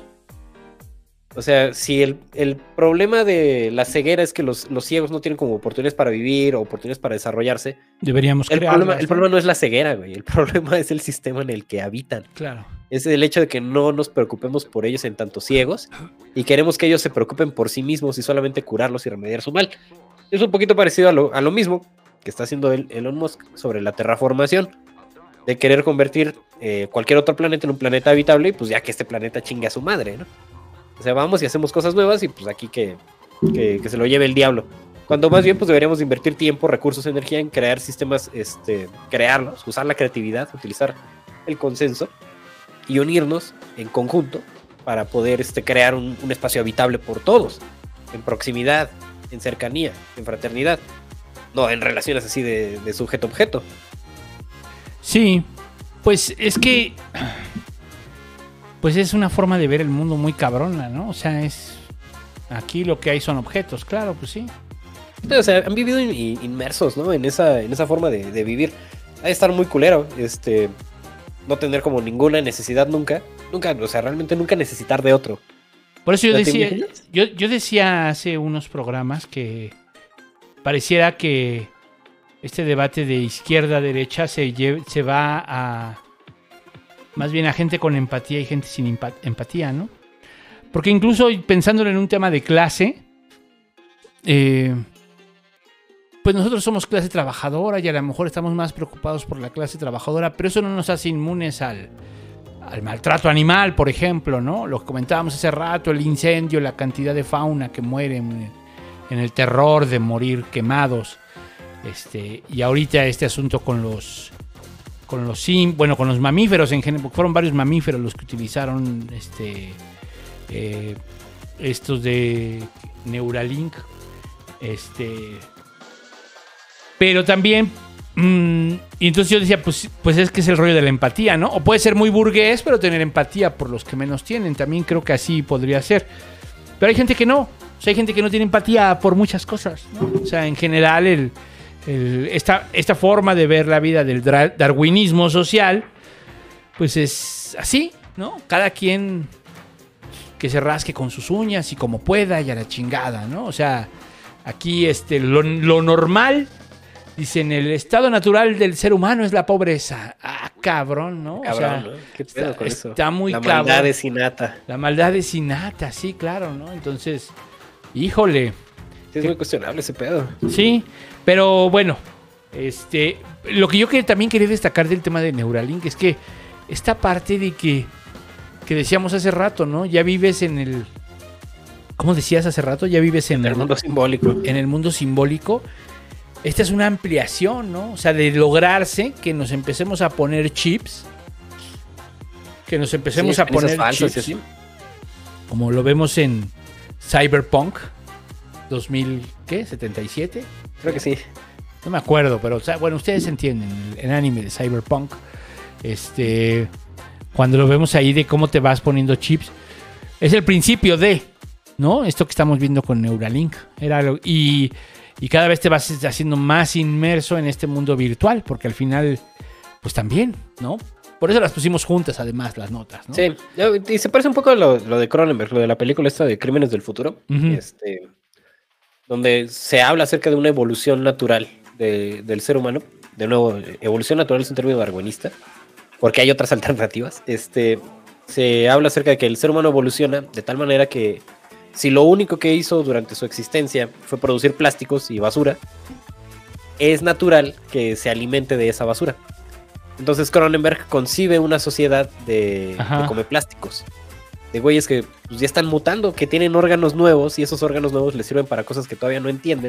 O sea, si el, el problema de la ceguera es que los, los ciegos no tienen como oportunidades para vivir o oportunidades para desarrollarse, deberíamos el crearlas, problema, ¿no? El problema no es la ceguera, güey. El problema es el sistema en el que habitan. Claro. Es el hecho de que no nos preocupemos por ellos en tanto ciegos y queremos que ellos se preocupen por sí mismos y solamente curarlos y remediar su mal. Es un poquito parecido a lo, a lo mismo que está haciendo el, Elon Musk sobre la terraformación, de querer convertir eh, cualquier otro planeta en un planeta habitable y pues ya que este planeta chingue a su madre, ¿no? O sea, vamos y hacemos cosas nuevas y pues aquí que, que, que se lo lleve el diablo. Cuando más bien pues deberíamos invertir tiempo, recursos, energía en crear sistemas, este, crearlos, usar la creatividad, utilizar el consenso y unirnos en conjunto para poder este, crear un, un espacio habitable por todos, en proximidad, en cercanía, en fraternidad, no en relaciones así de, de sujeto-objeto. Sí, pues es que pues es una forma de ver el mundo muy cabrona, ¿no? O sea, es aquí lo que hay son objetos, claro, pues sí. O sea, han vivido in, inmersos, ¿no? En esa, en esa forma de, de vivir. Ha de estar muy culero, este, no tener como ninguna necesidad nunca, nunca, o sea, realmente nunca necesitar de otro. Por eso yo decía, yo, yo decía hace unos programas que pareciera que este debate de izquierda-derecha se, lleve, se va a más bien a gente con empatía y gente sin empatía, ¿no? Porque incluso pensándolo en un tema de clase, eh, pues nosotros somos clase trabajadora y a lo mejor estamos más preocupados por la clase trabajadora, pero eso no nos hace inmunes al, al maltrato animal, por ejemplo, ¿no? Lo que comentábamos hace rato, el incendio, la cantidad de fauna que muere en, en el terror de morir quemados. Este, y ahorita este asunto con los con los sim, bueno, con los mamíferos en general, porque fueron varios mamíferos los que utilizaron este eh, estos de Neuralink, este, pero también mmm, y entonces yo decía, pues, pues es que es el rollo de la empatía, ¿no? O puede ser muy burgués, pero tener empatía por los que menos tienen, también creo que así podría ser. Pero hay gente que no, o sea, hay gente que no tiene empatía por muchas cosas, ¿no? O sea, en general el El, esta, esta forma de ver la vida del darwinismo social, pues es así, ¿no? Cada quien que se rasque con sus uñas y como pueda y a la chingada, ¿no? O sea, aquí este, lo, lo normal, dicen, el estado natural del ser humano es la pobreza. Ah, cabrón, ¿no? Cabrón, o sea, ¿no? ¿Qué pedo está, con eso? Está muy La cabrón. maldad es innata. La maldad es innata, sí, claro, ¿no? Entonces, híjole. Es muy cuestionable ese pedo. Sí, pero bueno, este, lo que yo que también quería destacar del tema de Neuralink es que esta parte de que, que decíamos hace rato, ¿no? Ya vives en el, ¿cómo decías hace rato? Ya vives en el, el mundo simbólico. En el mundo simbólico. Esta es una ampliación, ¿no? O sea, de lograrse que nos empecemos a poner chips, que nos empecemos sí, a poner falsos, chips, ¿sí? Como lo vemos en Cyberpunk dos mil, ¿qué? ¿setenta y siete? Creo que sí. No me acuerdo, pero o sea, bueno, ustedes entienden el, el anime de Cyberpunk. Este, cuando lo vemos ahí de cómo te vas poniendo chips, es el principio de, ¿no? Esto que estamos viendo con Neuralink. Era lo, y, y cada vez te vas haciendo más inmerso en este mundo virtual, porque al final, pues también, ¿no? Por eso las pusimos juntas, además, las notas, ¿no? Sí, y se parece un poco a lo, lo de Cronenberg, lo de la película esta de Crímenes del Futuro. Uh-huh. Este... donde se habla acerca de una evolución natural de, del ser humano. De nuevo, evolución natural es un término darwinista, porque hay otras alternativas. Este, se habla acerca de que el ser humano evoluciona de tal manera que si lo único que hizo durante su existencia fue producir plásticos y basura, es natural que se alimente de esa basura. Entonces Cronenberg concibe una sociedad de, de come plásticos. De güeyes que pues, ya están mutando, que tienen órganos nuevos y esos órganos nuevos les sirven para cosas que todavía no entienden.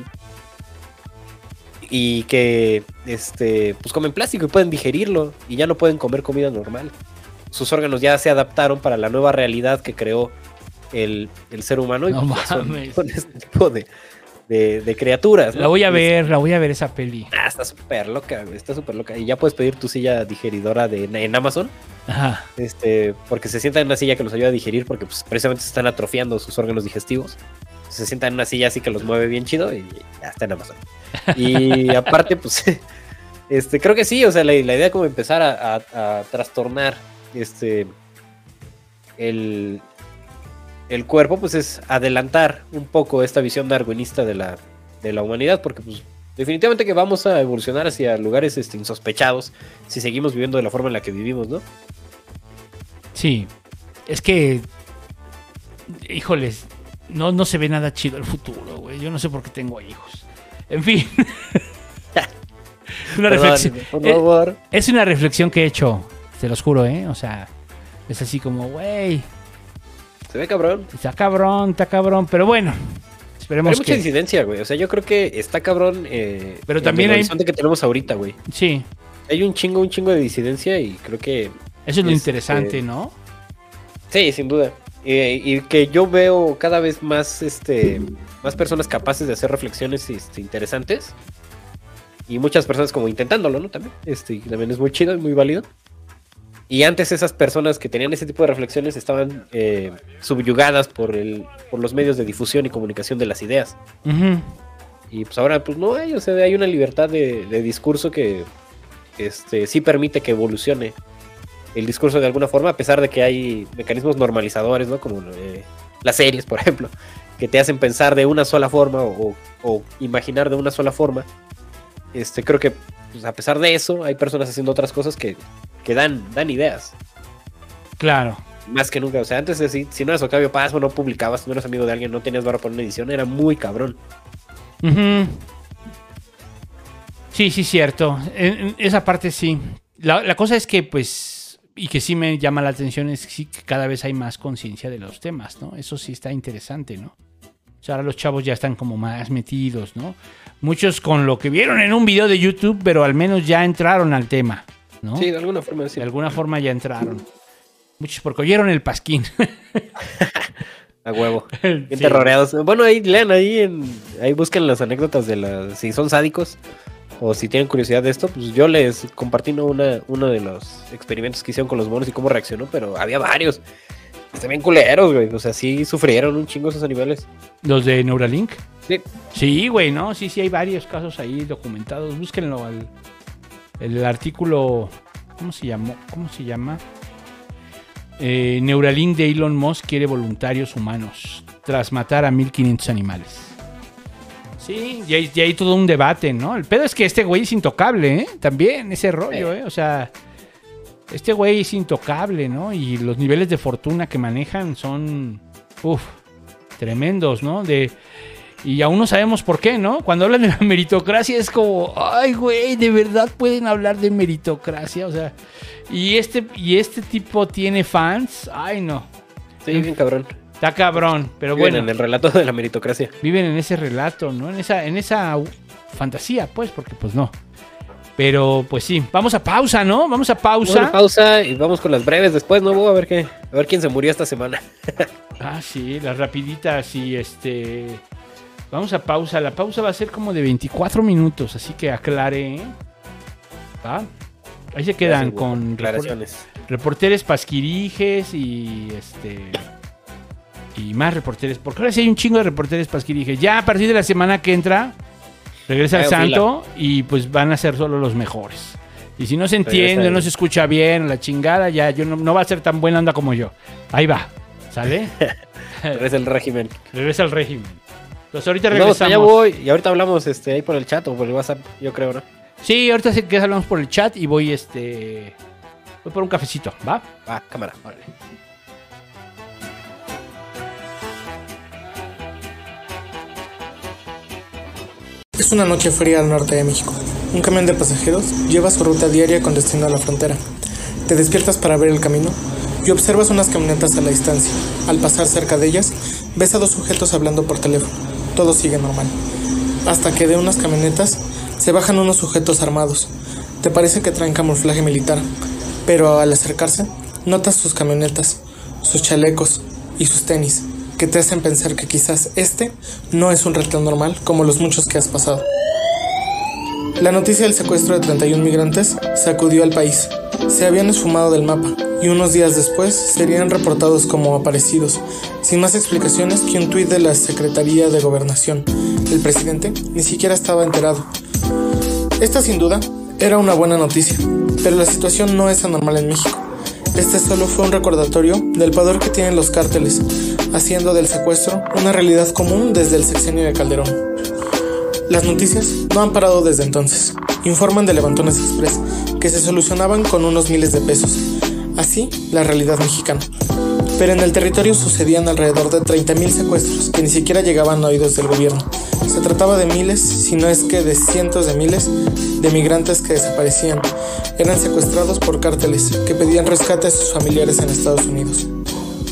Y que este, pues comen plástico y pueden digerirlo y ya no pueden comer comida normal. Sus órganos ya se adaptaron para la nueva realidad que creó el, el ser humano y no pues, son, son este tipo de, de, de criaturas, ¿no? La voy a ver, la voy a ver esa peli. Ah, está súper loca, está súper loca. Y ya puedes pedir tu silla digeridora de, en Amazon. Ajá. Este, porque se sientan en una silla que los ayuda a digerir, porque pues, precisamente se están atrofiando sus órganos digestivos. Se sientan en una silla así que los mueve bien chido y ya está en Amazon. Y aparte, pues, este, creo que sí, o sea, la, la idea como empezar a, a, a trastornar este el, el cuerpo, pues es adelantar un poco esta visión darwinista de la, de la humanidad, porque pues definitivamente que vamos a evolucionar hacia lugares este, insospechados si seguimos viviendo de la forma en la que vivimos, ¿no? Sí, es que, híjoles, no, no se ve nada chido el futuro, güey. Yo no sé por qué tengo hijos. En fin. una Perdón, reflexión. Por favor. Es, es una reflexión que he hecho, te los juro, ¿eh? O sea, es así como, güey. Sí, Se ve cabrón. Está cabrón, está cabrón, pero bueno. Esperemos pero hay que... mucha incidencia, güey. O sea, yo creo que está cabrón. Eh, pero también hay... el horizonte que tenemos ahorita, güey. Sí. Hay un chingo, un chingo de disidencia y creo que... Eso es lo interesante, eh... ¿no? Sí, sin duda. Eh, y que yo veo cada vez más, este, más personas capaces de hacer reflexiones este, interesantes. Y muchas personas como intentándolo, ¿no? También. Este, y también es muy chido y muy válido. Y antes esas personas que tenían ese tipo de reflexiones estaban eh, subyugadas por el por los medios de difusión y comunicación de las ideas. Uh-huh. Y pues ahora pues no hay, o sea, hay una libertad de, de discurso que este, sí permite que evolucione el discurso de alguna forma, a pesar de que hay mecanismos normalizadores, ¿no? Como eh, las series, por ejemplo, que te hacen pensar de una sola forma o, o imaginar de una sola forma. Este, creo que pues, a pesar de eso hay personas haciendo otras cosas que que dan, dan ideas. Claro. Más que nunca. O sea, antes de si, si no eras Octavio Paz o no publicabas, si no eras amigo de alguien, no tenías vara para una edición, era muy cabrón. Uh-huh. Sí, sí, cierto. En, en esa parte sí. La, la cosa es que, pues, y que sí me llama la atención, es que sí que cada vez hay más conciencia de los temas, ¿no? Eso sí está interesante, ¿no? O sea, ahora los chavos ya están como más metidos, ¿no? Muchos con lo que vieron en un video de YouTube, pero al menos ya entraron al tema, ¿no? Sí, de alguna forma sí. De alguna forma ya entraron. Muchos porque oyeron el pasquín. A huevo. Bien sí. Terroreados. Bueno, ahí lean, ahí en, ahí busquen las anécdotas de las, si son sádicos o si tienen curiosidad de esto, pues yo les compartí ¿no? una, uno de los experimentos que hicieron con los monos y cómo reaccionó, pero había varios. Están bien culeros, güey. O sea, sí sufrieron un chingo esos animales. ¿Los de Neuralink? Sí. Sí, güey, ¿no? Sí, sí, hay varios casos ahí documentados. Búsquenlo al... El artículo, ¿cómo se llamó? ¿Cómo se llama? Eh, Neuralink de Elon Musk quiere voluntarios humanos tras matar a mil quinientos animales. Sí, y hay, y hay todo un debate, ¿no? El pedo es que este güey es intocable, ¿eh? También, ese rollo, ¿eh? O sea, este güey es intocable, ¿no? Y los niveles de fortuna que manejan son, uff, tremendos, ¿no? De... Y aún no sabemos por qué, ¿no? Cuando hablan de la meritocracia es como, ay, güey, ¿de verdad pueden hablar de meritocracia? O sea, y este, y este tipo tiene fans, ay, no. Sí, bien cabrón. Está cabrón, pero viven bueno. En el relato de la meritocracia. Viven en ese relato, ¿no? En esa, en esa fantasía, pues, porque pues no. Pero, pues sí, vamos a pausa, ¿no? Vamos a pausa. Vamos a pausa y vamos con las breves después, ¿no? Voy a ver qué, a ver quién se murió esta semana. Ah, sí, las rapiditas y este... Vamos a pausa. La pausa va a ser como de veinticuatro minutos, así que aclare. ¿eh? ¿Va? Ahí se quedan con repor- reporteres pasquirijes y este y más reporteres. Porque ahora sí hay un chingo de reporteres pasquirijes. Ya a partir de la semana que entra regresa el santo y pues van a ser solo los mejores. Y si no se entiende, no se escucha bien, la chingada, ya yo no, no va a ser tan buena onda como yo. Ahí va. ¿Sale? Regresa el régimen. Regresa el régimen. Pues ahorita regresamos. regresamos. Ya voy y ahorita hablamos este ahí por el chat o por el WhatsApp, yo creo, ¿no? Sí, ahorita sí que hablamos por el chat y voy este voy por un cafecito, ¿va? Va, cámara, órale. Es una noche fría al norte de México. Un camión de pasajeros lleva su ruta diaria con destino a la frontera. Te despiertas para ver el camino y observas unas camionetas a la distancia. Al pasar cerca de ellas, ves a dos sujetos hablando por teléfono. Todo sigue normal. Hasta que de unas camionetas se bajan unos sujetos armados. Te parece que traen camuflaje militar, pero al acercarse, notas sus camionetas, sus chalecos y sus tenis, que te hacen pensar que quizás este no es un reto normal como los muchos que has pasado. La noticia del secuestro de treinta y un migrantes sacudió al país. Se habían esfumado del mapa y unos días después serían reportados como aparecidos, sin más explicaciones que un tuit de la Secretaría de Gobernación. El presidente ni siquiera estaba enterado. Esta sin duda era una buena noticia, pero la situación no es anormal en México. Este solo fue un recordatorio del poder que tienen los cárteles, haciendo del secuestro una realidad común desde el sexenio de Calderón. Las noticias no han parado desde entonces. Informan de levantones express que se solucionaban con unos miles de pesos. Así, la realidad mexicana. Pero en el territorio sucedían alrededor de treinta mil secuestros que ni siquiera llegaban a oídos del gobierno. Se trataba de miles, si no es que de cientos de miles, de migrantes que desaparecían. Eran secuestrados por cárteles que pedían rescate a sus familiares en Estados Unidos.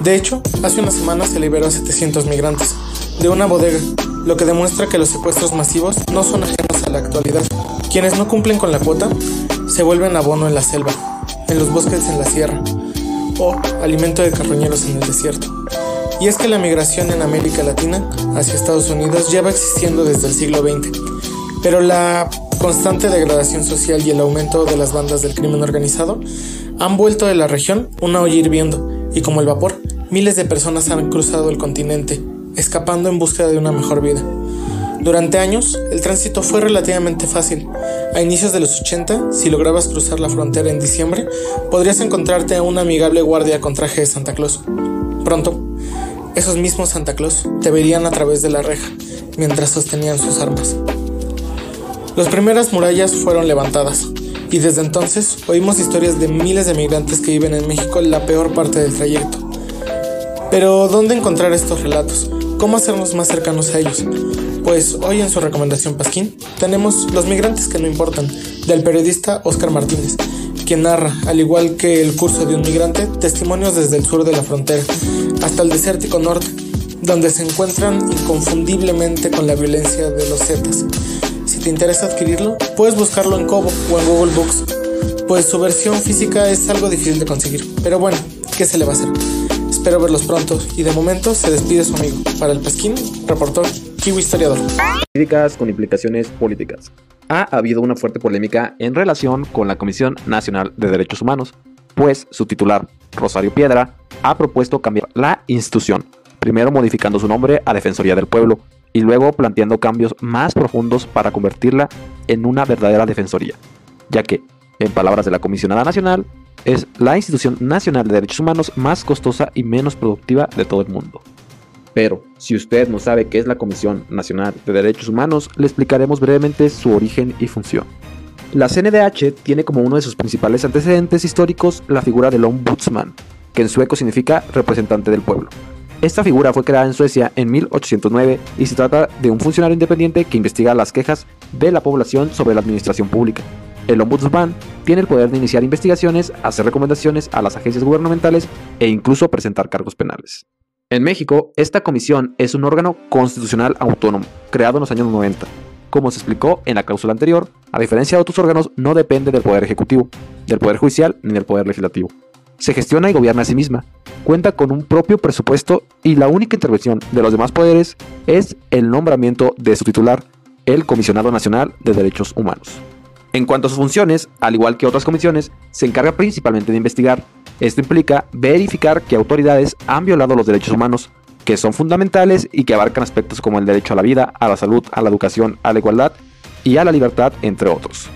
De hecho, hace una semana se liberó a setecientos migrantes de una bodega, lo que demuestra que los secuestros masivos no son ajenos a la actualidad. Quienes no cumplen con la cuota se vuelven abono en la selva, en los bosques en la sierra, o alimento de carroñeros en el desierto. Y es que la migración en América Latina hacia Estados Unidos lleva existiendo desde el siglo veinte, pero la constante degradación social y el aumento de las bandas del crimen organizado han vuelto de la región una olla hirviendo, y como el vapor, miles de personas han cruzado el continente, escapando en búsqueda de una mejor vida. Durante años, el tránsito fue relativamente fácil. A inicios de los ochenta, si lograbas cruzar la frontera en diciembre, podrías encontrarte a un amigable guardia con traje de Santa Claus. Pronto, esos mismos Santa Claus te verían a través de la reja, mientras sostenían sus armas. Las primeras murallas fueron levantadas, y desde entonces oímos historias de miles de migrantes que viven en México la peor parte del trayecto. Pero, ¿dónde encontrar estos relatos? ¿Cómo hacernos más cercanos a ellos? Pues hoy en su recomendación Pasquín tenemos Los migrantes que no importan, del periodista Óscar Martínez, quien narra, al igual que El curso de un migrante, testimonios desde el sur de la frontera hasta el desértico norte, donde se encuentran inconfundiblemente con la violencia de los Zetas. Si te interesa adquirirlo, puedes buscarlo en Kobo o en Google Books, pues su versión física es algo difícil de conseguir. Pero bueno, ¿qué se le va a hacer? Espero verlos pronto, y de momento se despide su amigo. Para el Pasquín, reportó Kiwi Historiador. Jurídicas con implicaciones políticas. Ha habido una fuerte polémica en relación con la Comisión Nacional de Derechos Humanos, pues su titular, Rosario Piedra, ha propuesto cambiar la institución, primero modificando su nombre a Defensoría del Pueblo, y luego planteando cambios más profundos para convertirla en una verdadera defensoría, ya que, en palabras de la Comisionada Nacional, es la institución nacional de derechos humanos más costosa y menos productiva de todo el mundo. Pero, si usted no sabe qué es la Comisión Nacional de Derechos Humanos, le explicaremos brevemente su origen y función. La C N D H tiene como uno de sus principales antecedentes históricos la figura del Ombudsman, que en sueco significa representante del pueblo. Esta figura fue creada en Suecia en mil ochocientos nueve y se trata de un funcionario independiente que investiga las quejas de la población sobre la administración pública. El Ombudsman tiene el poder de iniciar investigaciones, hacer recomendaciones a las agencias gubernamentales e incluso presentar cargos penales. En México, esta comisión es un órgano constitucional autónomo, creado en los años noventa. Como se explicó en la cláusula anterior, a diferencia de otros órganos, no depende del Poder Ejecutivo, del Poder Judicial ni del Poder Legislativo. Se gestiona y gobierna a sí misma, cuenta con un propio presupuesto y la única intervención de los demás poderes es el nombramiento de su titular, el Comisionado Nacional de Derechos Humanos. En cuanto a sus funciones, al igual que otras comisiones, se encarga principalmente de investigar. Esto implica verificar que autoridades han violado los derechos humanos, que son fundamentales y que abarcan aspectos como el derecho a la vida, a la salud, a la educación, a la igualdad y a la libertad, entre otros.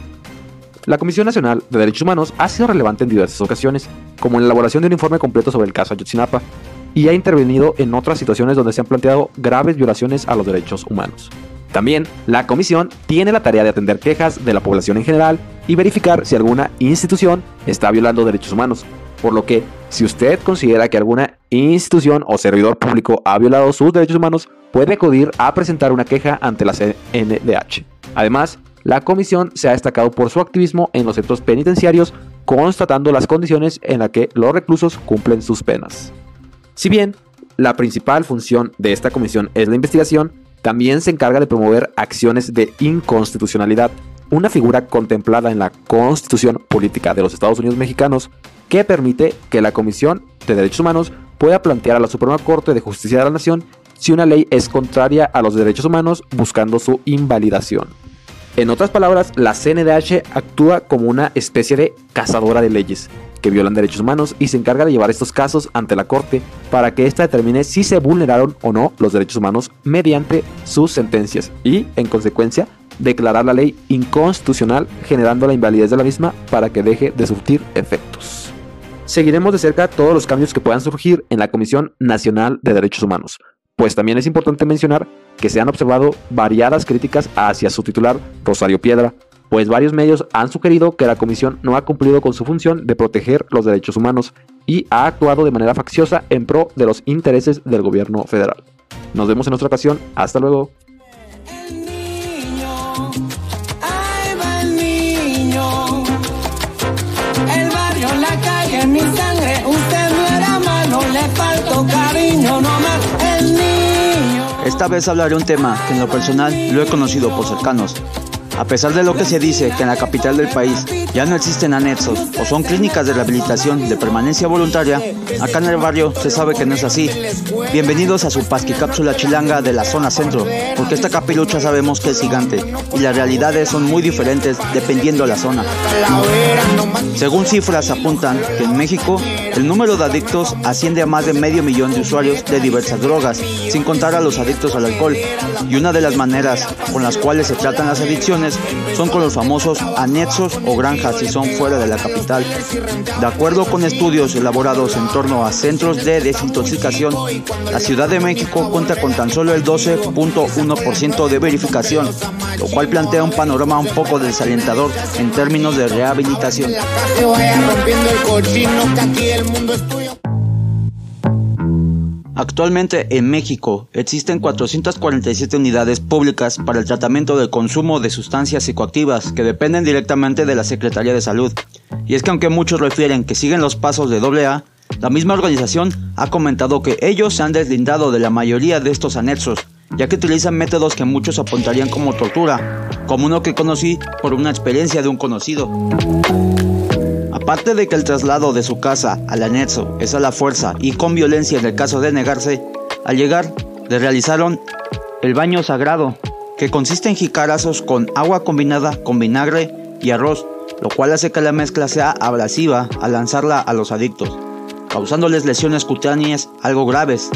La Comisión Nacional de Derechos Humanos ha sido relevante en diversas ocasiones, como en la elaboración de un informe completo sobre el caso Ayotzinapa, y ha intervenido en otras situaciones donde se han planteado graves violaciones a los derechos humanos. También, la comisión tiene la tarea de atender quejas de la población en general y verificar si alguna institución está violando derechos humanos, por lo que, si usted considera que alguna institución o servidor público ha violado sus derechos humanos, puede acudir a presentar una queja ante la C N D H. Además, la comisión se ha destacado por su activismo en los centros penitenciarios, constatando las condiciones en las que los reclusos cumplen sus penas. Si bien la principal función de esta comisión es la investigación, también se encarga de promover acciones de inconstitucionalidad, una figura contemplada en la Constitución Política de los Estados Unidos Mexicanos que permite que la Comisión de Derechos Humanos pueda plantear a la Suprema Corte de Justicia de la Nación si una ley es contraria a los derechos humanos, buscando su invalidación. En otras palabras, la C N D H actúa como una especie de cazadora de leyes que violan derechos humanos y se encarga de llevar estos casos ante la Corte para que ésta determine si se vulneraron o no los derechos humanos mediante sus sentencias y, en consecuencia, declarar la ley inconstitucional, generando la invalidez de la misma para que deje de surtir efectos. Seguiremos de cerca todos los cambios que puedan surgir en la Comisión Nacional de Derechos Humanos, pues también es importante mencionar que se han observado variadas críticas hacia su titular, Rosario Piedra, pues varios medios han sugerido que la comisión no ha cumplido con su función de proteger los derechos humanos y ha actuado de manera facciosa en pro de los intereses del gobierno federal. Nos vemos en otra ocasión. Hasta luego. El niño, ahí va el niño. El barrio, la calle, mi sangre. Usted no era malo, le faltó Esta vez hablaré un tema que en lo personal lo he conocido por cercanos. A pesar de lo que se dice que en la capital del país ya no existen anexos o son clínicas de rehabilitación de permanencia voluntaria, acá en el barrio se sabe que no es así. Bienvenidos a su pasquicápsula chilanga de la zona centro, porque esta capilucha sabemos que es gigante y las realidades son muy diferentes dependiendo de la zona. Según cifras apuntan que en México el número de adictos asciende a más de medio millón de usuarios de diversas drogas, sin contar a los adictos al alcohol, y una de las maneras con las cuales se tratan las adicciones son con los famosos anexos o granjas si son fuera de la capital. De acuerdo con estudios elaborados en torno a centros de desintoxicación, la Ciudad de México cuenta con tan solo el doce punto uno por ciento de verificación, lo cual plantea un panorama un poco desalentador en términos de rehabilitación. Actualmente en México existen cuatrocientas cuarenta y siete unidades públicas para el tratamiento del consumo de sustancias psicoactivas que dependen directamente de la Secretaría de Salud. Y es que aunque muchos refieren que siguen los pasos de doble A, la misma organización ha comentado que ellos se han deslindado de la mayoría de estos anexos, ya que utilizan métodos que muchos apuntarían como tortura, como uno que conocí por una experiencia de un conocido. Aparte de que el traslado de su casa al anexo es a la fuerza y con violencia en el caso de negarse, al llegar le realizaron el baño sagrado, que consiste en jicarazos con agua combinada con vinagre y arroz, lo cual hace que la mezcla sea abrasiva al lanzarla a los adictos, causándoles lesiones cutáneas algo graves.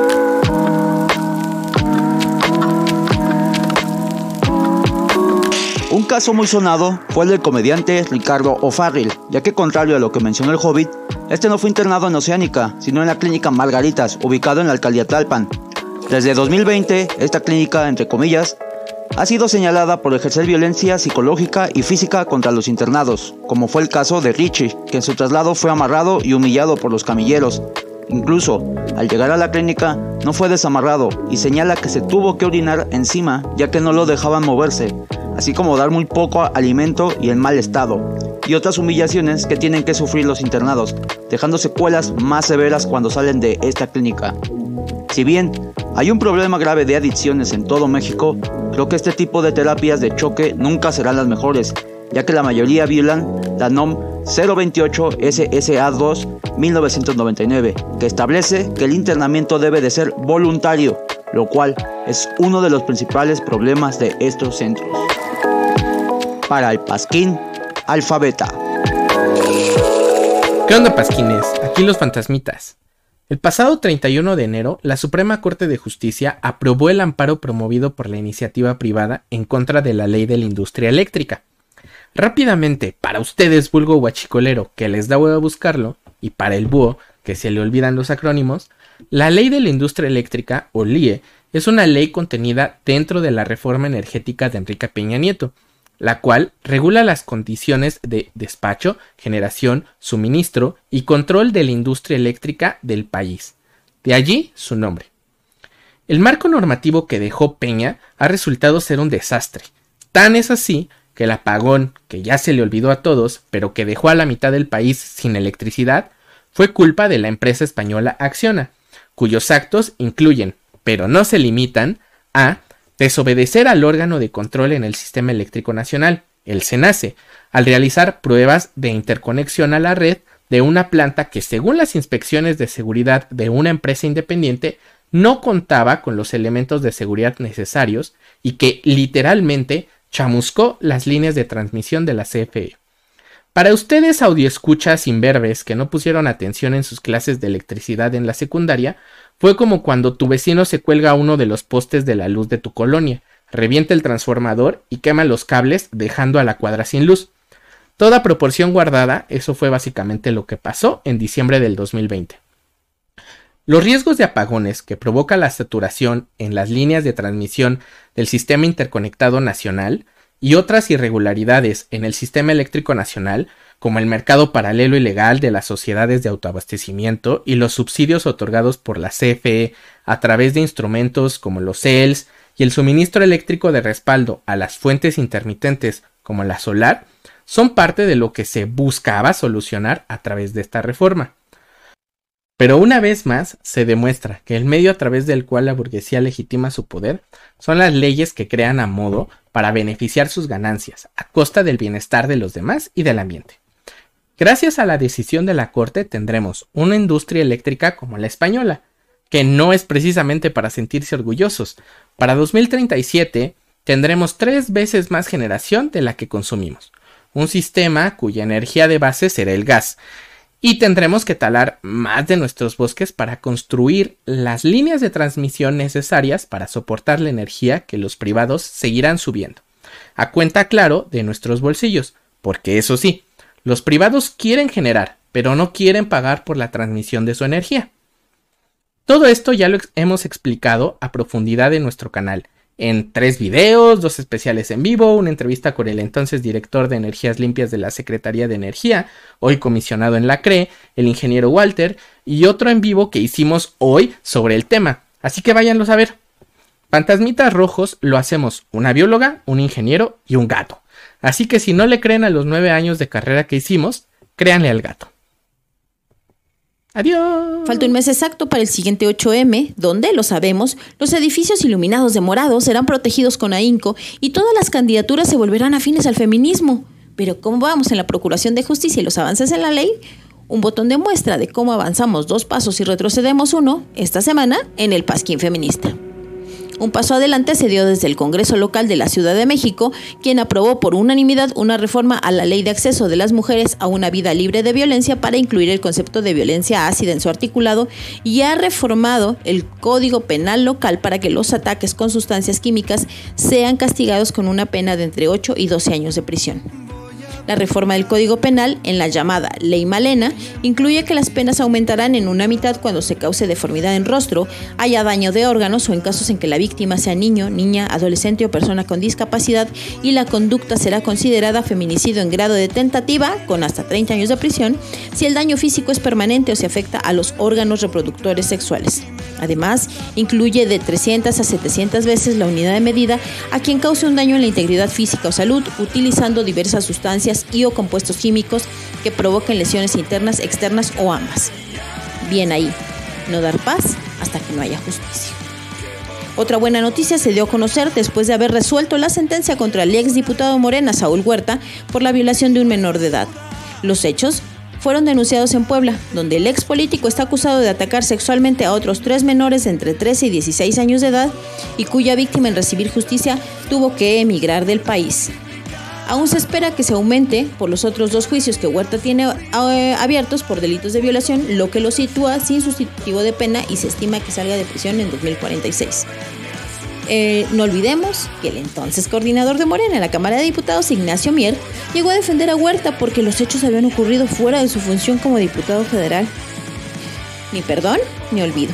Un caso muy sonado fue el del comediante Ricardo O'Farrill, ya que contrario a lo que mencionó el Hobbit, este no fue internado en Oceánica, sino en la clínica Margaritas, ubicado en la alcaldía Tlalpan. Desde dos mil veinte, esta clínica, entre comillas, ha sido señalada por ejercer violencia psicológica y física contra los internados, como fue el caso de Richie, que en su traslado fue amarrado y humillado por los camilleros. Incluso, al llegar a la clínica, no fue desamarrado y señala que se tuvo que orinar encima ya que no lo dejaban moverse, así como dar muy poco alimento y en mal estado, y otras humillaciones que tienen que sufrir los internados, dejando secuelas más severas cuando salen de esta clínica. Si bien hay un problema grave de adicciones en todo México, creo que este tipo de terapias de choque nunca serán las mejores, ya que la mayoría violan la N O M cero veintiocho S S A dos mil novecientos noventa y nueve, que establece que el internamiento debe de ser voluntario, lo cual es uno de los principales problemas de estos centros. Para el Pasquín Alfabeta. ¿Qué onda, pasquines? Aquí los fantasmitas. El pasado treinta y uno de enero, la Suprema Corte de Justicia aprobó el amparo promovido por la iniciativa privada en contra de la ley de la industria eléctrica. Rápidamente, para ustedes, vulgo guachicolero, que les da hueva buscarlo, y para el búho, que se le olvidan los acrónimos, la ley de la industria eléctrica, o L I E, es una ley contenida dentro de la reforma energética de Enrique Peña Nieto, la cual regula las condiciones de despacho, generación, suministro y control de la industria eléctrica del país. De allí su nombre. El marco normativo que dejó Peña ha resultado ser un desastre. Tan es así que el apagón, que ya se le olvidó a todos, pero que dejó a la mitad del país sin electricidad, fue culpa de la empresa española Acciona, cuyos actos incluyen, pero no se limitan, a desobedecer al órgano de control en el Sistema Eléctrico Nacional, el SENACE, al realizar pruebas de interconexión a la red de una planta que, según las inspecciones de seguridad de una empresa independiente, no contaba con los elementos de seguridad necesarios y que literalmente chamuscó las líneas de transmisión de la C F E. Para ustedes audioescuchas imberbes que no pusieron atención en sus clases de electricidad en la secundaria, fue como cuando tu vecino se cuelga uno de los postes de la luz de tu colonia, revienta el transformador y quema los cables dejando a la cuadra sin luz. Toda proporción guardada, eso fue básicamente lo que pasó en diciembre del dos mil veinte. Los riesgos de apagones que provoca la saturación en las líneas de transmisión del Sistema Interconectado Nacional y otras irregularidades en el Sistema Eléctrico Nacional, como el mercado paralelo ilegal de las sociedades de autoabastecimiento y los subsidios otorgados por la C F E a través de instrumentos como los C E L S y el suministro eléctrico de respaldo a las fuentes intermitentes como la solar, son parte de lo que se buscaba solucionar a través de esta reforma. Pero una vez más se demuestra que el medio a través del cual la burguesía legitima su poder son las leyes que crean a modo para beneficiar sus ganancias a costa del bienestar de los demás y del ambiente. Gracias a la decisión de la Corte tendremos una industria eléctrica como la española, que no es precisamente para sentirse orgullosos. Para dos mil treinta y siete tendremos tres veces más generación de la que consumimos, un sistema cuya energía de base será el gas. Y tendremos que talar más de nuestros bosques para construir las líneas de transmisión necesarias para soportar la energía que los privados seguirán subiendo. A cuenta, claro, de nuestros bolsillos, porque eso sí, los privados quieren generar, pero no quieren pagar por la transmisión de su energía. Todo esto ya lo ex- hemos explicado a profundidad en nuestro canal, en tres videos, dos especiales en vivo, una entrevista con el entonces director de Energías Limpias de la Secretaría de Energía, hoy comisionado en la C R E, el ingeniero Walter, y otro en vivo que hicimos hoy sobre el tema. Así que váyanlos a ver. Fantasmitas Rojos lo hacemos una bióloga, un ingeniero y un gato. Así que si no le creen a los nueve años de carrera que hicimos, créanle al gato. Adiós. Falta un mes exacto para el siguiente ocho eme, donde, lo sabemos, los edificios iluminados de morado serán protegidos con ahínco y todas las candidaturas se volverán afines al feminismo. Pero ¿cómo vamos en la Procuración de Justicia y los avances en la ley? Un botón de muestra de cómo avanzamos dos pasos y retrocedemos uno esta semana en el Pasquín Feminista. Un paso adelante se dio desde el Congreso Local de la Ciudad de México, quien aprobó por unanimidad una reforma a la Ley de Acceso de las Mujeres a una Vida Libre de Violencia para incluir el concepto de violencia ácida en su articulado y ha reformado el Código Penal local para que los ataques con sustancias químicas sean castigados con una pena de entre ocho y doce años de prisión. La reforma del Código Penal, en la llamada Ley Malena, incluye que las penas aumentarán en una mitad cuando se cause deformidad en rostro, haya daño de órganos o en casos en que la víctima sea niño, niña, adolescente o persona con discapacidad y la conducta será considerada feminicidio en grado de tentativa, con hasta treinta años de prisión, si el daño físico es permanente o se afecta a los órganos reproductores sexuales. Además, incluye de trescientas a setecientas veces la unidad de medida a quien cause un daño en la integridad física o salud utilizando diversas sustancias y o compuestos químicos que provoquen lesiones internas, externas o ambas. Bien ahí, no dar paz hasta que no haya justicia. Otra buena noticia se dio a conocer después de haber resuelto la sentencia contra el exdiputado Morena, Saúl Huerta, por la violación de un menor de edad. Los hechos fueron denunciados en Puebla, donde el ex político está acusado de atacar sexualmente a otros tres menores de entre trece y dieciséis años de edad y cuya víctima en recibir justicia tuvo que emigrar del país. Aún se espera que se aumente por los otros dos juicios que Huerta tiene eh, abiertos por delitos de violación, lo que lo sitúa sin sustitutivo de pena y se estima que salga de prisión en dos mil cuarenta y seis. Eh, no olvidemos que el entonces coordinador de Morena en la Cámara de Diputados, Ignacio Mier, llegó a defender a Huerta porque los hechos habían ocurrido fuera de su función como diputado federal. Ni perdón, ni olvido.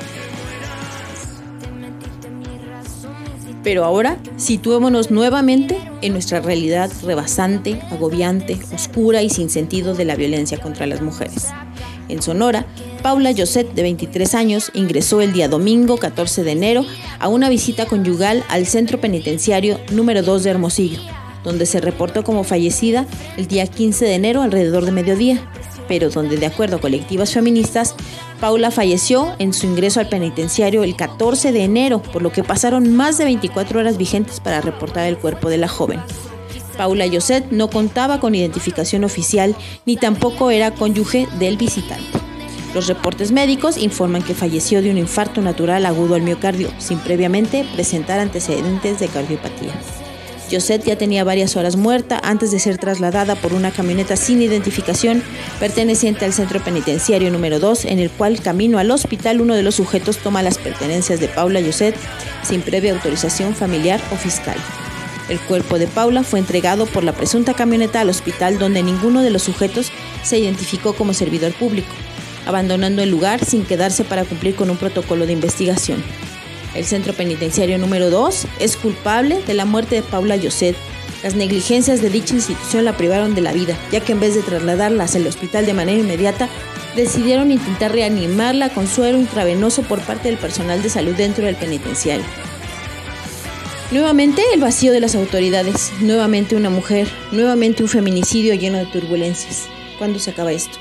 Pero ahora, situémonos nuevamente en nuestra realidad rebasante, agobiante, oscura y sin sentido de la violencia contra las mujeres. En Sonora, Paula Yoset, de veintitrés años, ingresó el día domingo catorce de enero a una visita conyugal al Centro Penitenciario número dos de Hermosillo, donde se reportó como fallecida el día quince de enero alrededor de mediodía, pero donde, de acuerdo a colectivas feministas, Paula falleció en su ingreso al penitenciario el catorce de enero, por lo que pasaron más de veinticuatro horas vigentes para reportar el cuerpo de la joven. Paula Yoset no contaba con identificación oficial ni tampoco era cónyuge del visitante. Los reportes médicos informan que falleció de un infarto natural agudo al miocardio, sin previamente presentar antecedentes de cardiopatía. Yoset ya tenía varias horas muerta antes de ser trasladada por una camioneta sin identificación perteneciente al centro penitenciario número dos, en el cual, camino al hospital, uno de los sujetos toma las pertenencias de Paula Yoset sin previa autorización familiar o fiscal. El cuerpo de Paula fue entregado por la presunta camioneta al hospital, donde ninguno de los sujetos se identificó como servidor público, abandonando el lugar sin quedarse para cumplir con un protocolo de investigación. El centro penitenciario número dos es culpable de la muerte de Paula Yoset. Las negligencias de dicha institución la privaron de la vida, ya que en vez de trasladarla hacia el hospital de manera inmediata, decidieron intentar reanimarla con suero intravenoso por parte del personal de salud dentro del penitenciario. Nuevamente el vacío de las autoridades, nuevamente una mujer, nuevamente un feminicidio lleno de turbulencias. ¿Cuándo se acaba esto?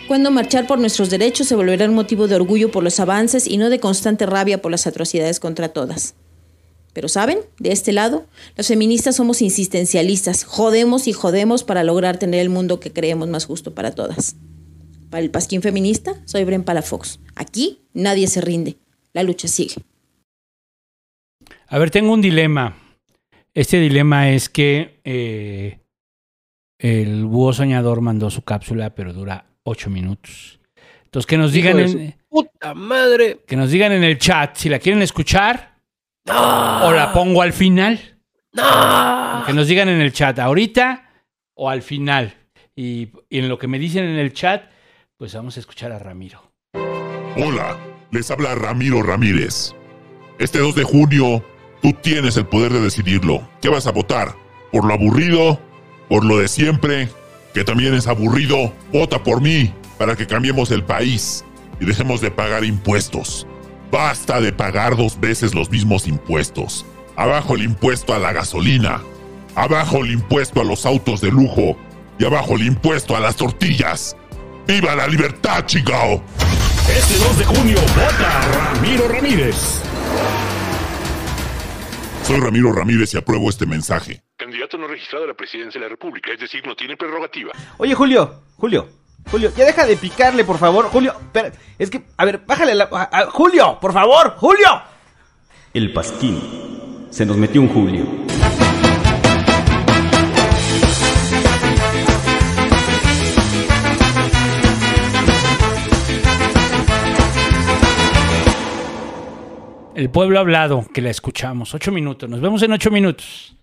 Cuando marchar por nuestros derechos se volverá un motivo de orgullo por los avances y no de constante rabia por las atrocidades contra todas. Pero ¿saben? De este lado, los feministas somos insistencialistas, jodemos y jodemos para lograr tener el mundo que creemos más justo para todas. Para el Pasquín Feminista, soy Bren Palafox. Aquí nadie se rinde, la lucha sigue. A ver, tengo un dilema. Este dilema es que eh, el búho soñador mandó su cápsula, pero dura ocho minutos. Entonces, que nos digan en, ¡puta madre! Que nos digan en el chat si la quieren escuchar ¡no! O la pongo al final. ¡No! Que nos digan en el chat ahorita o al final. Y, y en lo que me dicen en el chat, pues vamos a escuchar a Ramiro. Hola, les habla Ramiro Ramírez. Este dos de junio, tú tienes el poder de decidirlo. ¿Qué vas a votar? ¿Por lo aburrido? ¿Por lo de siempre? Que también es aburrido. Vota por mí para que cambiemos el país y dejemos de pagar impuestos. Basta de pagar dos veces los mismos impuestos. Abajo el impuesto a la gasolina. Abajo el impuesto a los autos de lujo. Y abajo el impuesto a las tortillas. ¡Viva la libertad, chingao! Este dos de junio, vota Ramiro Ramírez. Soy Ramiro Ramírez y apruebo este mensaje. Candidato no registrado a la presidencia de la República, es decir, no tiene prerrogativa. Oye, Julio, Julio, Julio, ya deja de picarle, por favor. Julio, espera, es que, a ver, bájale la... A, a, Julio, por favor, Julio. El Pasquín. Se nos metió un Julio. El pueblo ha hablado, que la escuchamos. Ocho minutos. Nos vemos en ocho minutos.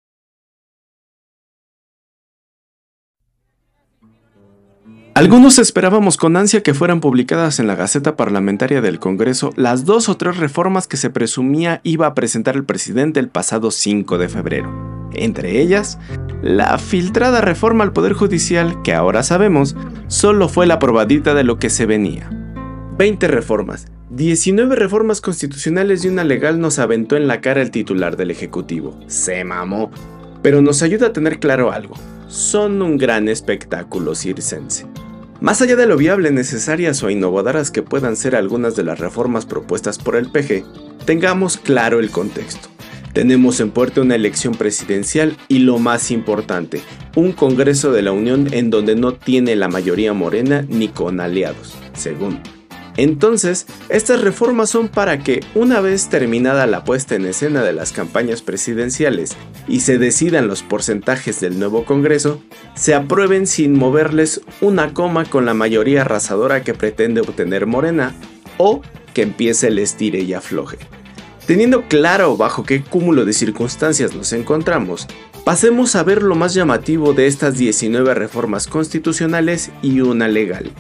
Algunos esperábamos con ansia que fueran publicadas en la Gaceta Parlamentaria del Congreso las dos o tres reformas que se presumía iba a presentar el presidente el pasado cinco de febrero. Entre ellas, la filtrada reforma al Poder Judicial, que ahora sabemos, solo fue la probadita de lo que se venía. veinte reformas. diecinueve reformas constitucionales y una legal nos aventó en la cara el titular del Ejecutivo. Se mamó. Pero nos ayuda a tener claro algo. Son un gran espectáculo circense. Más allá de lo viable, necesarias o innovadoras que puedan ser algunas de las reformas propuestas por el P G, tengamos claro el contexto. Tenemos en puerta una elección presidencial y lo más importante, un Congreso de la Unión en donde no tiene la mayoría morena ni con aliados, según. Entonces, estas reformas son para que, una vez terminada la puesta en escena de las campañas presidenciales y se decidan los porcentajes del nuevo Congreso, se aprueben sin moverles una coma con la mayoría arrasadora que pretende obtener Morena, o que empiece el estire y afloje. Teniendo claro bajo qué cúmulo de circunstancias nos encontramos, pasemos a ver lo más llamativo de estas diecinueve reformas constitucionales y una legal.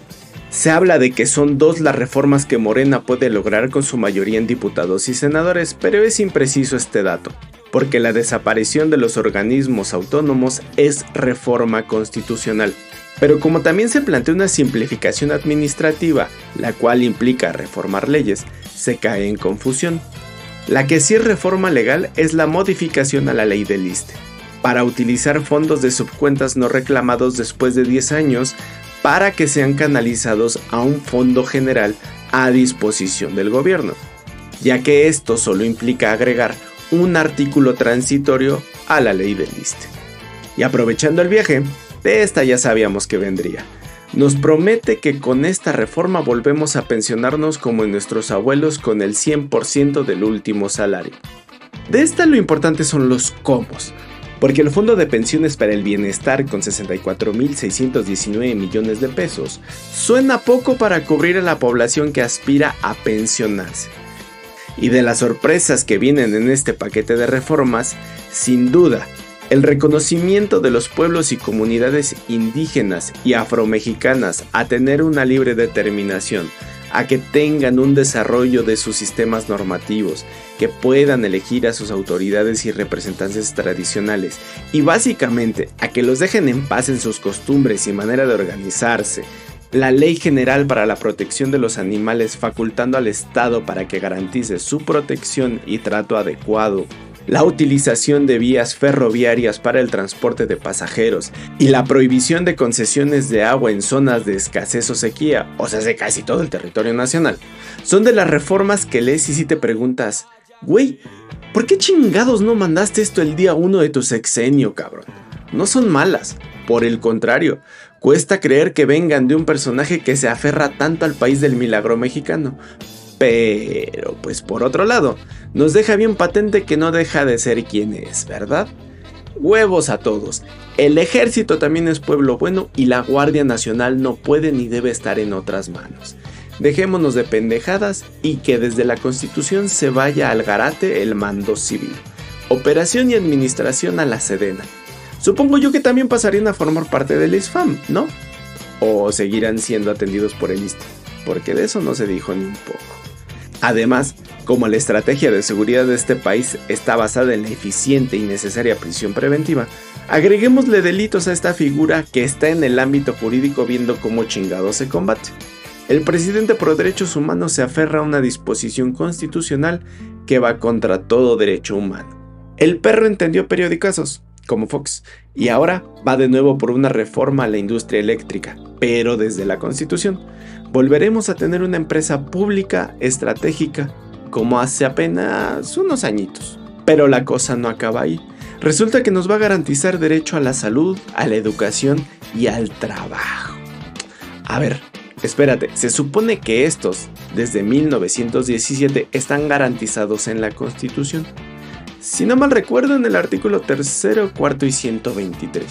Se habla de que son dos las reformas que Morena puede lograr con su mayoría en diputados y senadores, pero es impreciso este dato, porque la desaparición de los organismos autónomos es reforma constitucional. Pero como también se plantea una simplificación administrativa, la cual implica reformar leyes, se cae en confusión. La que sí es reforma legal es la modificación a la ley del ISSSTE, para utilizar fondos de subcuentas no reclamados después de diez años, para que sean canalizados a un fondo general a disposición del gobierno, ya que esto solo implica agregar un artículo transitorio a la ley del ISSSTE. Y aprovechando el viaje, de esta ya sabíamos que vendría. Nos promete que con esta reforma volvemos a pensionarnos como en nuestros abuelos con el cien por ciento del último salario. De esta lo importante son los cómo. Porque el Fondo de Pensiones para el Bienestar con sesenta y cuatro mil seiscientos diecinueve millones de pesos suena poco para cubrir a la población que aspira a pensionarse. Y de las sorpresas que vienen en este paquete de reformas, sin duda, el reconocimiento de los pueblos y comunidades indígenas y afromexicanas a tener una libre determinación, a que tengan un desarrollo de sus sistemas normativos, que puedan elegir a sus autoridades y representantes tradicionales, y básicamente a que los dejen en paz en sus costumbres y manera de organizarse. La Ley General para la Protección de los Animales facultando al Estado para que garantice su protección y trato adecuado. la utilización de vías ferroviarias para el transporte de pasajeros y la prohibición de concesiones de agua en zonas de escasez o sequía, o sea, de casi todo el territorio nacional, son de las reformas que lees y si te preguntas, güey, ¿por qué chingados no mandaste esto el día uno de tu sexenio, cabrón? No son malas, por el contrario, cuesta creer que vengan de un personaje que se aferra tanto al país del milagro mexicano. Pero, pues por otro lado, nos deja bien patente que no deja de ser quien es, ¿verdad? Huevos a todos. El ejército también es pueblo bueno y la Guardia Nacional no puede ni debe estar en otras manos. Dejémonos de pendejadas y que desde la Constitución se vaya al garate el mando civil. Operación y administración a la Sedena. Supongo yo que también pasarían a formar parte del ISFAM, ¿no? O seguirán siendo atendidos por el ISSSTE, porque de eso no se dijo ni un poco. Además, como la estrategia de seguridad de este país está basada en la eficiente y necesaria prisión preventiva, agreguémosle delitos a esta figura que está en el ámbito jurídico viendo cómo chingado se combate. El presidente pro derechos humanos se aferra a una disposición constitucional que va contra todo derecho humano. El perro entendió periodicazos, como Fox, y ahora va de nuevo por una reforma a la industria eléctrica, pero desde la Constitución. Volveremos a tener una empresa pública estratégica como hace apenas unos añitos. Pero la cosa no acaba ahí. Resulta que nos va a garantizar derecho a la salud, a la educación y al trabajo. A ver, espérate, se supone que estos, desde mil novecientos diecisiete, están garantizados en la Constitución. Si no mal recuerdo, en el artículo tercero, cuarto y ciento veintitrés.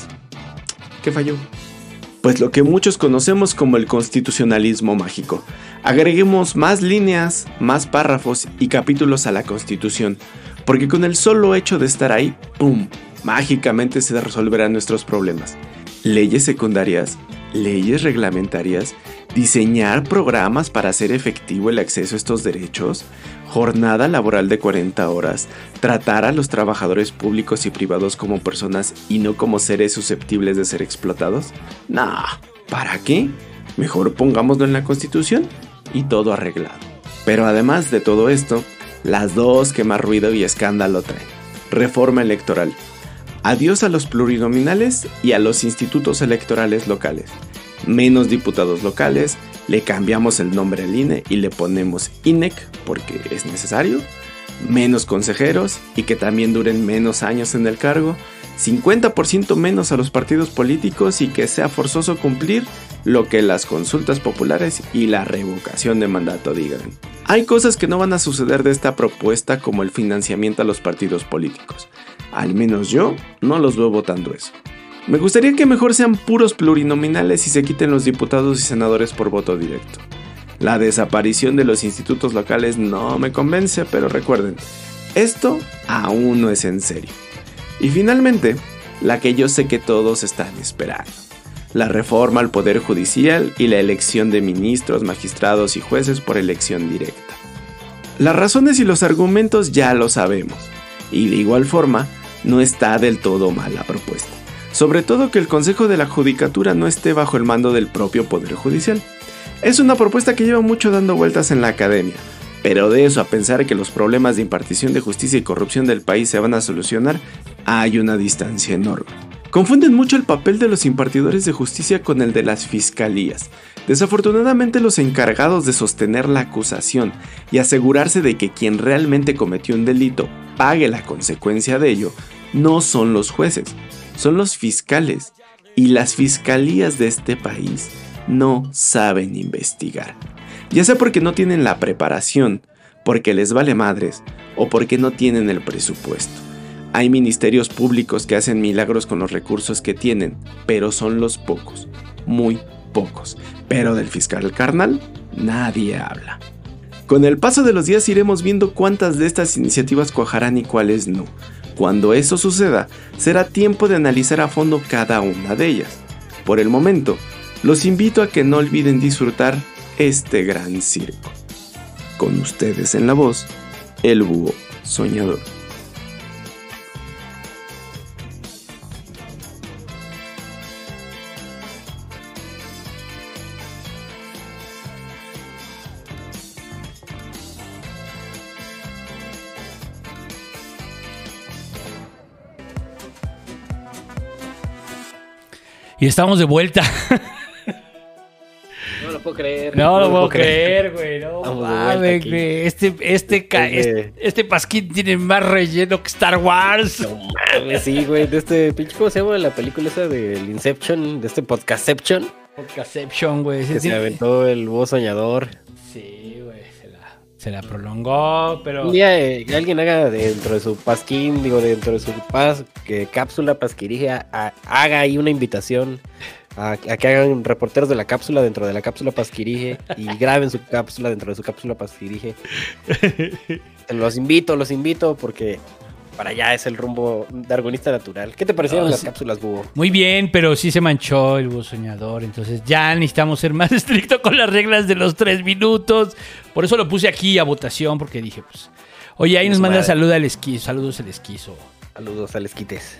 ¿Qué falló? Pues lo que muchos conocemos como el constitucionalismo mágico. Agreguemos más líneas, más párrafos y capítulos a la Constitución, porque con el solo hecho de estar ahí, ¡pum!, mágicamente se resolverán nuestros problemas. Leyes secundarias, leyes reglamentarias, diseñar programas para hacer efectivo el acceso a estos derechos, jornada laboral de cuarenta horas, tratar a los trabajadores públicos y privados como personas y no como seres susceptibles de ser explotados. Nah, ¿para qué? Mejor pongámoslo en la Constitución y todo arreglado. Pero además de todo esto, las dos que más ruido y escándalo traen. Reforma electoral. Adiós a los plurinominales y a los institutos electorales locales. Menos diputados locales, le cambiamos el nombre al I N E y le ponemos I N E C porque es necesario. Menos consejeros y que también duren menos años en el cargo. cincuenta por ciento menos a los partidos políticos y que sea forzoso cumplir lo que las consultas populares y la revocación de mandato digan. Hay cosas que no van a suceder de esta propuesta como el financiamiento a los partidos políticos. Al menos yo no los veo votando eso. Me gustaría que mejor sean puros plurinominales y se quiten los diputados y senadores por voto directo. La desaparición de los institutos locales no me convence, pero recuerden, esto aún no es en serio. Y finalmente, la que yo sé que todos están esperando. La reforma al Poder Judicial y la elección de ministros, magistrados y jueces por elección directa. Las razones y los argumentos ya lo sabemos. Y de igual forma, no está del todo mal la propuesta. Sobre todo que el Consejo de la Judicatura no esté bajo el mando del propio Poder Judicial. Es una propuesta que lleva mucho dando vueltas en la academia, pero de eso a pensar que los problemas de impartición de justicia y corrupción del país se van a solucionar, hay una distancia enorme. Confunden mucho el papel de los impartidores de justicia con el de las fiscalías. Desafortunadamente, los encargados de sostener la acusación y asegurarse de que quien realmente cometió un delito pague la consecuencia de ello, no son los jueces, son los fiscales. Y las fiscalías de este país no saben investigar. Ya sea porque no tienen la preparación, porque les vale madres o porque no tienen el presupuesto. Hay ministerios públicos que hacen milagros con los recursos que tienen, pero son los pocos, muy pocos. Pero del fiscal carnal, nadie habla. Con el paso de los días iremos viendo cuántas de estas iniciativas cuajarán y cuáles no. Cuando eso suceda, será tiempo de analizar a fondo cada una de ellas. Por el momento, los invito a que no olviden disfrutar este gran circo. Con ustedes en la voz, el búho soñador. Y estamos de vuelta. No lo puedo creer. No, no lo puedo creer, güey. No Vamos de mames, vuelta aquí. güey. Este, este, ca- Este- este, este pasquín tiene más relleno que Star Wars. No mames, sí, güey. De este pinche, ¿cómo se llama la película esa del Inception? De este Podcastception. Podcastception, güey. Que se aventó el búho soñador. Sí, güey. Se la, se la prolongó, pero. Un día eh, que alguien haga dentro de su pasquín, digo, dentro de su pas, que cápsula pasquirige, a- a- haga ahí una invitación a, a que hagan reporteros de la cápsula dentro de la cápsula pasquirige y graben su cápsula dentro de su cápsula pasquirige. Los invito, los invito porque para allá es el rumbo darwinista natural. ¿Qué te parecieron No, las sí. cápsulas, búho? Muy bien, pero sí se manchó el búho soñador. Entonces ya necesitamos ser más estrictos con las reglas de los tres minutos. Por eso lo puse aquí a votación, porque dije, pues. Oye, ahí Es nos manda madre. salud al esquizo. Saludos al esquizo. Saludos al esquites.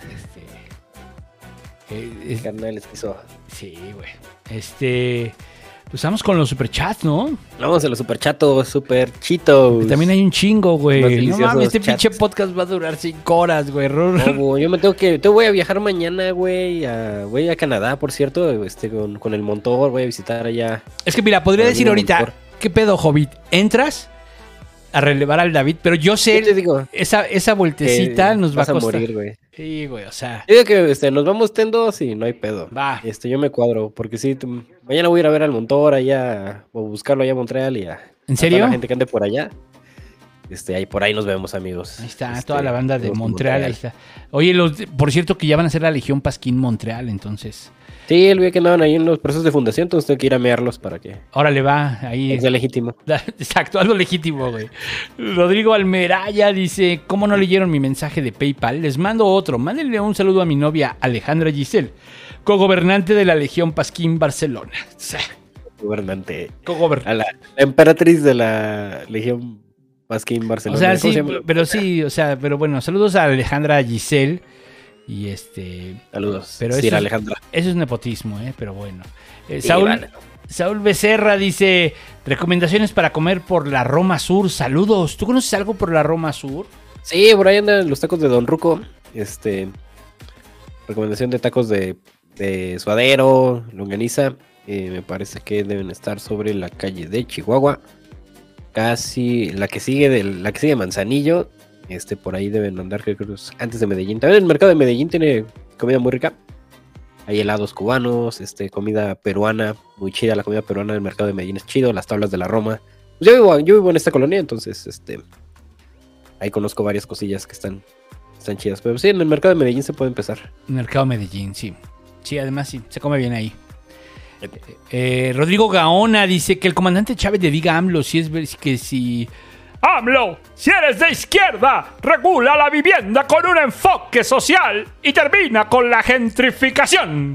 Eh, es- Carnal esquizo. Sí, güey. Este. Pues vamos con los superchats, ¿no? Vamos a los superchatos, superchitos. También hay un chingo, Los güey. No deliciosos mames, este chats. pinche podcast va a durar cinco horas, güey. Ro- No, bo, yo me tengo que, te voy a viajar mañana, güey, a, voy a Canadá, por cierto, este, con, con el Montor, voy a visitar allá. Es que mira, podría Al decir mismo ahorita, Montor. ¿qué pedo, Hobbit? Entras a relevar al David, pero yo sé, Yo te digo esa, esa vueltecita que nos va a vas a costar. morir, güey. Sí, güey, o sea. Yo digo que este, nos vamos tendos y no hay pedo. Va. Este, yo me cuadro, porque sí, tú- mañana voy a ir a ver al Montor allá, o buscarlo allá a Montreal y a, ¿En a serio? toda la gente que ande por allá. Este, ahí por ahí nos vemos, amigos. Ahí está, Este, toda la banda de todos Montreal, ahí está. Oye, los, por cierto que ya van a ser la Legión Pasquín Montreal, entonces. Sí, el día que andaban ahí en los procesos de fundación, entonces tengo que ir a mearlos para que Órale, va, ahí. sea legítimo. Exacto, algo legítimo, güey. Rodrigo Almeraya dice, ¿cómo no leyeron mi mensaje de PayPal? Les mando otro. Mándenle un saludo a mi novia Alejandra Giselle, cogobernante de la Legión Pasquín Barcelona. Gobernante. Cogobernante. A la, la emperatriz de la Legión Pasquín O Barcelona. sea, ¿Cómo sí, se llama? pero sí, o sea, pero bueno, saludos a Alejandra Giselle y este... Saludos, Pero Sir eso, es- Alejandra. eso es nepotismo, ¿eh? Pero bueno. Eh, Sí, Saúl, vale. Saúl Becerra dice, recomendaciones para comer por la Roma Sur. Saludos. ¿Tú conoces algo por la Roma Sur? Sí, por ahí andan los tacos de Don Ruco. Este. Recomendación de tacos de, de suadero, longaniza. Eh, me parece que deben estar sobre la calle de Chihuahua. Casi la que sigue de la que sigue Manzanillo. Este, por ahí deben andar, creo que es antes de Medellín. También el mercado de Medellín tiene comida muy rica. Hay helados cubanos, este, comida peruana, muy chida. La comida peruana del mercado de Medellín es chido. Las tablas de la Roma. Pues yo vivo, yo vivo en esta colonia, entonces, este, ahí conozco varias cosillas que están, están chidas. Pero sí, en el mercado de Medellín se puede empezar. Mercado Medellín, sí. Sí, además sí, se come bien ahí. Eh, Rodrigo Gaona dice que el comandante Chávez le diga a AMLO si es ver- que si... AMLO, si eres de izquierda, regula la vivienda con un enfoque social y termina con la gentrificación.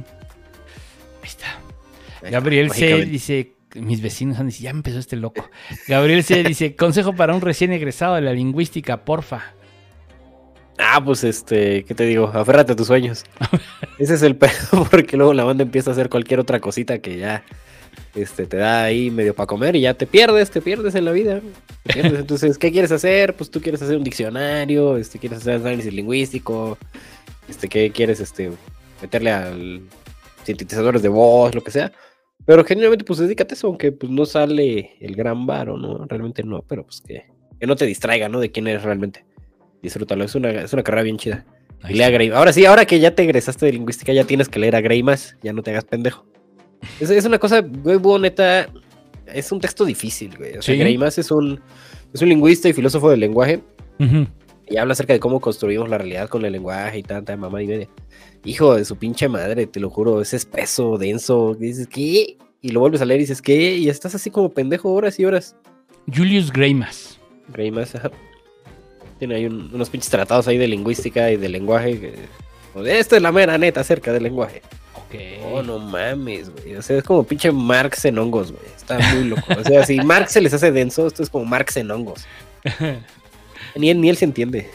Gabriel C. mágicamente. dice, mis vecinos han dicho, ya empezó este loco. Gabriel C. dice, consejo para un recién egresado de la lingüística, porfa. Ah, pues este, ¿qué te digo? Aférrate a tus sueños. Ese es el pedo, porque luego la banda empieza a hacer cualquier otra cosita que ya este, te da ahí medio para comer y ya te pierdes, te pierdes en la vida. Te pierdes. Entonces, ¿qué quieres hacer? Pues tú quieres hacer un diccionario, este, quieres hacer análisis lingüístico, este, ¿qué quieres? Este, meterle al sintetizadores de voz, lo que sea. Pero generalmente, pues dedícate a eso, aunque pues no sale el gran varo, ¿no? Realmente no, pero pues que, que no te distraiga, ¿no? De quién eres realmente. Disfrútalo, es una, es una carrera bien chida. Y lea Gray. Ahora sí, ahora que ya te egresaste de lingüística, ya tienes que leer a Gray más, ya no te hagas pendejo. Es, es una cosa, güey, buo, neta, es un texto difícil, güey. O sea, ¿Sí? Gray más es un, es un lingüista y filósofo del lenguaje. Ujú. Y habla acerca de cómo construimos la realidad con el lenguaje y tanta mamá y media. Hijo de su pinche madre, te lo juro, es espeso, denso. Dices, ¿qué? Y lo vuelves a leer y dices, ¿qué? Y estás así como pendejo horas y horas. Julius Greimas. Greimas, ajá. Tiene ahí un- unos pinches tratados ahí de lingüística y de lenguaje. Que, pues, esta es la mera neta acerca del lenguaje. Ok. Oh, no mames, güey. O sea, es como pinche Marx en hongos, güey. Está muy loco. O sea, si Marx se les hace denso, esto es como Marx en hongos. Ni él, ni él se entiende.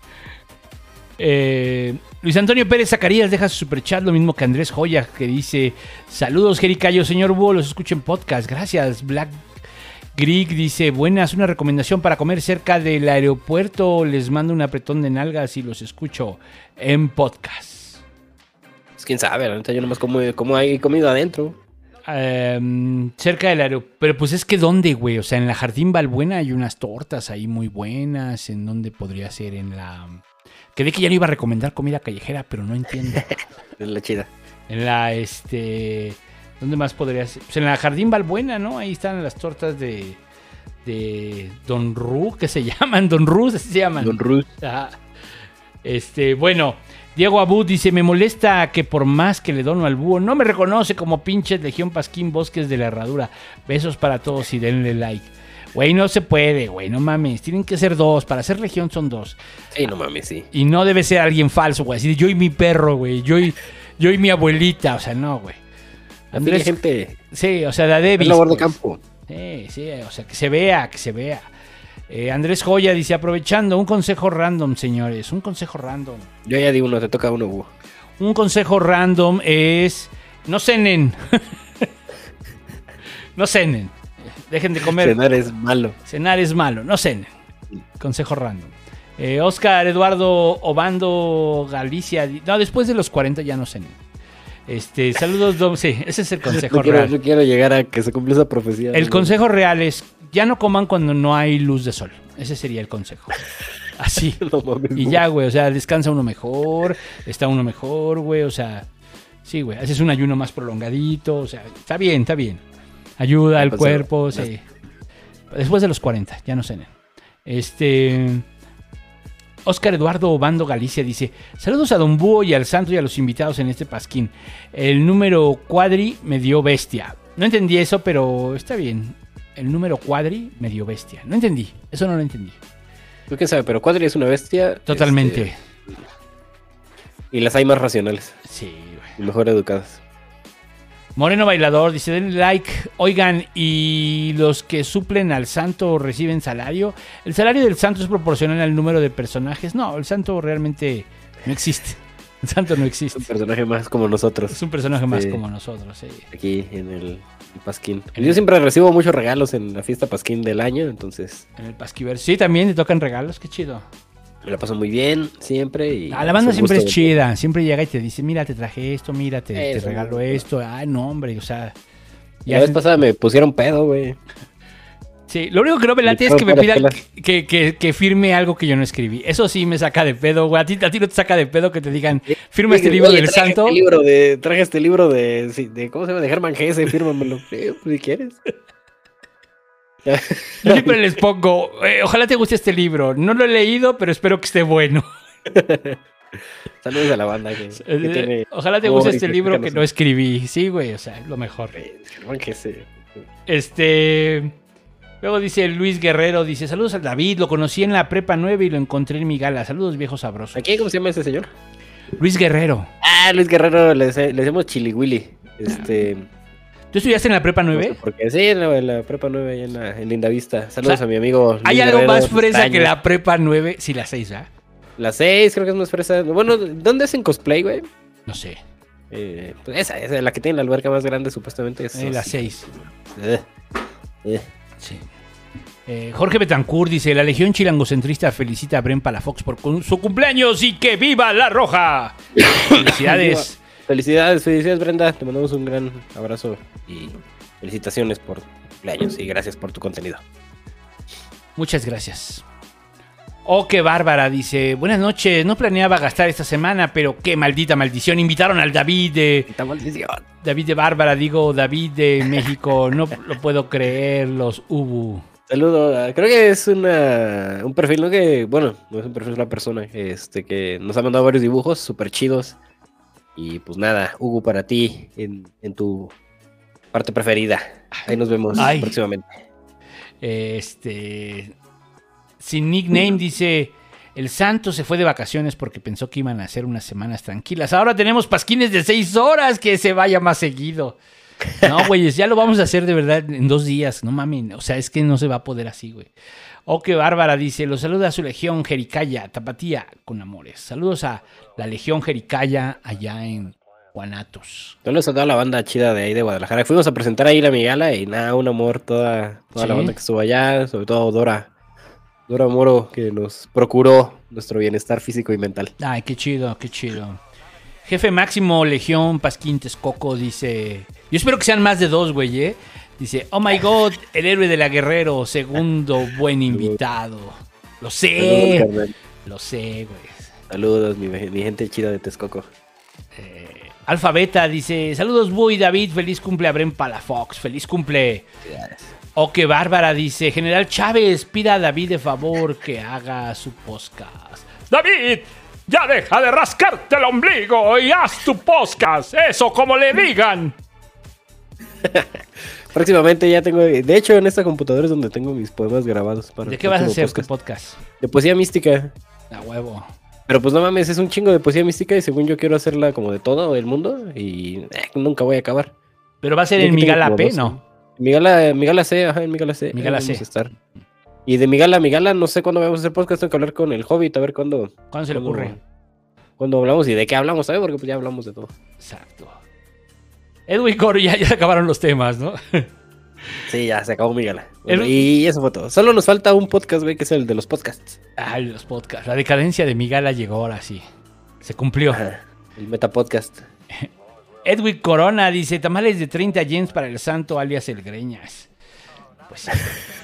Eh, Luis Antonio Pérez Zacarías deja su superchat, lo mismo que Andrés Joya, que dice: saludos, Jericayo, señor Búho, los escucho en podcast. Gracias, Black Greek dice: buenas, una recomendación para comer cerca del aeropuerto. Les mando un apretón de nalgas y los escucho en podcast. Pues quién sabe, la neta yo nomás como, como hay comida adentro. Um, cerca del aeropuerto. Pero pues es que ¿dónde, güey? O sea, en la Jardín Balbuena hay unas tortas ahí muy buenas. ¿En dónde podría ser? En la... Quedé que ya no iba a recomendar comida callejera, pero no entiendo. Es la chida. En la, este... ¿Dónde más podría ser? Pues en la Jardín Balbuena, ¿no? Ahí están las tortas de... De Don Ru, ¿qué se llaman? Don Ru, así se llaman. Don Ru. Ajá. Este, bueno... Diego Abud dice, me molesta que por más que le dono al búho, no me reconoce como pinches Legión Pasquín Bosques de la Herradura. Besos para todos y denle like. Güey, no se puede, güey, no mames. Tienen que ser dos, para ser Legión son dos. Sí, no mames, sí. Y no debe ser alguien falso, güey. Así, yo y mi perro, güey, yo y, yo y mi abuelita, o sea, no, güey. Andrés, gente. Sí, o sea, la Davis. Es labor de pues. campo. Sí, sí, o sea, que se vea, que se vea. Eh, Andrés Joya dice, aprovechando, un consejo random, señores, un consejo random. Yo ya di uno, te toca uno, búho. Un consejo random es, no cenen. No cenen. Dejen de comer. Cenar es malo. Cenar es malo, no cenen. Consejo random. Eh, Oscar Eduardo Obando Galicia, no, después de los cuarenta ya no cenen. Este, saludos, Dom. Sí, ese es el consejo no quiero, real. No quiero llegar a que se cumpla esa profecía. El ¿no? consejo real es, ya no coman cuando no hay luz de sol. Ese sería el consejo. Así. No mames, y ya, güey, o sea, descansa uno mejor, está uno mejor, güey, o sea, sí, güey, haces un ayuno más prolongadito, o sea, está bien, está bien. Ayuda al cuerpo, sí. Después de los cuarenta, ya no cenen. Este... Oscar Eduardo Obando Galicia dice, saludos a Don Búho y al Santo y a los invitados en este pasquín. El número cuadri me dio bestia. No entendí eso, pero está bien. El número cuadri me dio bestia. No entendí, eso no lo entendí. ¿Tú qué sabes? Pero cuadri es una bestia. Totalmente. Este, y las hay más racionales. Sí, güey. Y mejor educadas. Moreno Bailador dice, denle like. Oigan, ¿y los que suplen al santo reciben salario? ¿El salario del santo es proporcional al número de personajes? No, el santo realmente no existe. El santo no existe. Es un personaje más como nosotros. Es un personaje más sí. como nosotros, sí. Aquí en el, el Pasquín. Yo siempre recibo muchos regalos en la fiesta Pasquín del año, entonces... En el Pasquiverso. Sí, también te tocan regalos, qué chido. Me la paso muy bien, siempre. Y ah, la banda siempre es de... chida. Siempre llega y te dice, mira, te traje esto, mira, te, te Eso, regalo no, esto. Ay, no, hombre, o sea... La vez pasada me pusieron pedo, güey. Sí, lo único que no me late es que me pidan que, que, que firme algo que yo no escribí. Eso sí me saca de pedo, güey. A ti, a ti no te saca de pedo que te digan, firma este libro Oye, del traje santo. Este libro de, traje este libro de, de, ¿cómo se llama? De Germán Gese, fírmamelo. Eh, si quieres. Yo siempre les pongo, eh, ojalá te guste este libro. No lo he leído, pero espero que esté bueno. Saludos a la banda que, que eh, tiene... Ojalá te guste este libro que no escribí. Sí, güey, o sea, lo mejor. Germán Gese. Este... Luego dice Luis Guerrero, dice, saludos al David, lo conocí en la prepa nueve y lo encontré en mi gala. Saludos, viejo sabroso. ¿A quién? ¿Cómo se llama ese señor? Luis Guerrero. Ah, Luis Guerrero, le, le decimos Chili Willy. Este... ¿Tú estudiaste en la prepa nueve? Porque sí, en la, en la prepa nueve, allá en, la, en Lindavista. Saludos, o sea, a mi amigo Luis ¿hay algo Guerrero, más fresa Pestaña. que la prepa nueve? Sí, la seis, ¿verdad? La seis creo que es más fresa. Bueno, ¿dónde hacen cosplay, güey? No sé. Eh, pues esa, esa, la que tiene la alberca más grande, supuestamente. Es eh, la seis. Eh, eh. Sí. Eh, Jorge Betancourt dice, la Legión Chilangocentrista felicita a Bren Palafox por su cumpleaños y que viva la Roja. Felicidades. Felicidades, felicidades, Brenda. Te mandamos un gran abrazo y felicitaciones por tu cumpleaños y gracias por tu contenido. Muchas gracias. Oh, qué bárbara, dice, buenas noches, no planeaba gastar esta semana, pero qué maldita maldición, invitaron al David de... Esta maldición. David de Bárbara, digo, David de México, no lo puedo creer, los Ubu. Saludo, creo que es una, un perfil, no que, bueno, no es un perfil, es una persona este, que nos ha mandado varios dibujos súper chidos. Y pues nada, Hugo, para ti, en, en tu parte preferida. Ahí nos vemos Ay. próximamente. Este... Sin nickname dice, el santo se fue de vacaciones porque pensó que iban a hacer unas semanas tranquilas. Ahora tenemos pasquines de seis horas, que se vaya más seguido. No, güeyes, ya lo vamos a hacer de verdad en dos días. No mames, o sea, es que no se va a poder así, güey. Oh, qué bárbara, dice, los saluda a su Legión Jericaya, Tapatía, con amores. Saludos a la Legión Jericaya allá en Guanatos. Saludos a toda la banda chida de ahí de Guadalajara. Fuimos a presentar ahí la Migala y nada, un amor, toda, toda ¿Sí? la banda que estuvo allá, sobre todo Dora. Dora Moro, que nos procuró nuestro bienestar físico y mental. Ay, qué chido, qué chido. Jefe Máximo Legión Pasquín Texcoco dice... Yo espero que sean más de dos, güey, ¿eh? Dice, oh my God, el héroe de la Guerrero, segundo buen invitado. Lo sé. Saludos, Lo sé, güey. Saludos, mi, mi gente chida de Texcoco. Eh, Alfa Beta dice, saludos, Buy David, feliz cumple a Bren Palafox, feliz cumple. Gracias. O que Bárbara dice, General Chávez, pida a David de favor que haga su podcast. David, ya deja de rascarte el ombligo y haz tu podcast. Eso como le digan. Próximamente ya tengo... De hecho, en esta computadora es donde tengo mis poemas grabados. Para ¿De qué vas a hacer podcast. tu podcast? De poesía mística. A huevo. Pero pues no mames, es un chingo de poesía mística y según yo quiero hacerla como de todo el mundo y eh, nunca voy a acabar. Pero va a ser en Migala P, ¿no? Migala, Migala C, ajá, en Migala C. Migala ahí C. vamos a estar. Y de Migala a Migala, no sé cuándo vamos a hacer podcast, tengo que hablar con el Hobbit, a ver cuándo... ¿Cuándo se le ocurre? Cuando hablamos y de qué hablamos, ¿sabes? Porque pues ya hablamos de todo. Exacto. Edwin Coro, ya, ya acabaron los temas, ¿no? Sí, ya se acabó Migala. Bueno, El- y eso fue todo. Solo nos falta un podcast, güey, que es el de los podcasts. Ay, los podcasts. La decadencia de Migala llegó ahora sí. Se cumplió. Ajá, el Meta Podcast. Edwin Corona dice, tamales de treinta yens para el santo alias el Greñas. Pues sí.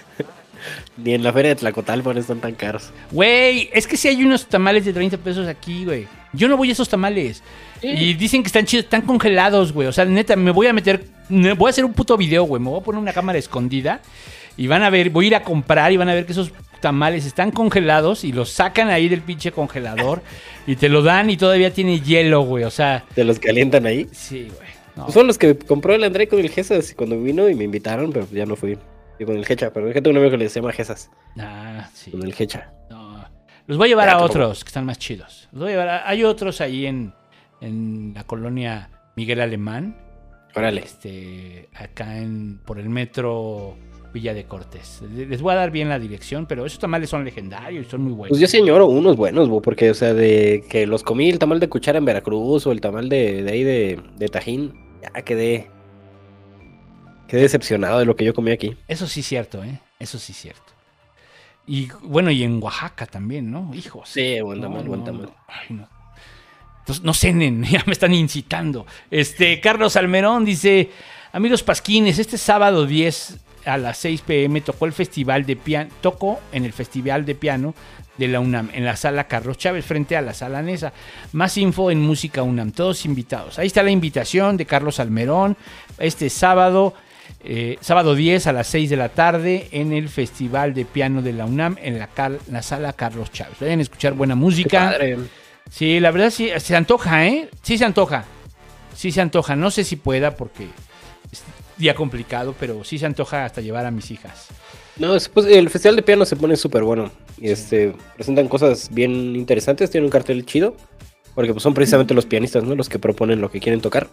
Ni en la feria de Tlacotalpan están tan caros. Güey, es que sí hay unos tamales de treinta pesos aquí, güey. Yo no voy a esos tamales. Y dicen que están chidos, están congelados, güey. O sea, neta, me voy a meter, me voy a hacer un puto video, güey. Me voy a poner una cámara escondida y van a ver, voy a ir a comprar y van a ver que esos tamales están congelados y los sacan ahí del pinche congelador y te lo dan y todavía tiene hielo, güey. O sea, ¿Te los calientan ahí? sí, güey. No. Pues son los que compró el André con el Gesas cuando vino y me invitaron, pero ya no fui. Y con el Hecha, pero fíjate un amigo que le llama Gesas. Ah, sí. Con el Hecha. No. Los voy a llevar Ya, a tampoco. otros que están más chidos. Los voy a llevar a- hay otros ahí en, en la colonia Miguel Alemán. Órale. Este, acá en por el metro Villa de Cortés. Les voy a dar bien la dirección, pero esos tamales son legendarios y son muy buenos. Pues yo sí añoro unos buenos, bo, porque, o sea, de que los comí el tamal de cuchara en Veracruz o el tamal de, de ahí de, de Tajín, ya quedé. Quedé decepcionado de lo que yo comí aquí. Eso sí es cierto, ¿eh? Eso sí es cierto. Y bueno, y en Oaxaca también, ¿no? Hijos. Sí, buen tamal, No, buen no, tamal. no. Ay, no. Entonces, no cenen, ya me están incitando. Este, Carlos Almerón dice, amigos pasquines, este sábado diez a las seis pm tocó el festival de piano, tocó en el Festival de Piano de la UNAM, en la sala Carlos Chávez, frente a la sala Nesa. Más info en Música UNAM, todos invitados. Ahí está la invitación de Carlos Almerón, este sábado, eh, sábado diez a las seis de la tarde, en el Festival de Piano de la UNAM, en la, cal- la sala Carlos Chávez. Vayan a escuchar buena música. Padre. Sí, la verdad sí, se antoja, ¿eh? Sí se antoja. Sí se antoja. No sé si pueda porque es día complicado, pero sí se antoja hasta llevar a mis hijas. No, es- pues, el festival de piano se pone súper bueno. Y este, presentan cosas bien interesantes, tienen un cartel chido. Porque pues, son precisamente los pianistas, ¿no? Los que proponen lo que quieren tocar.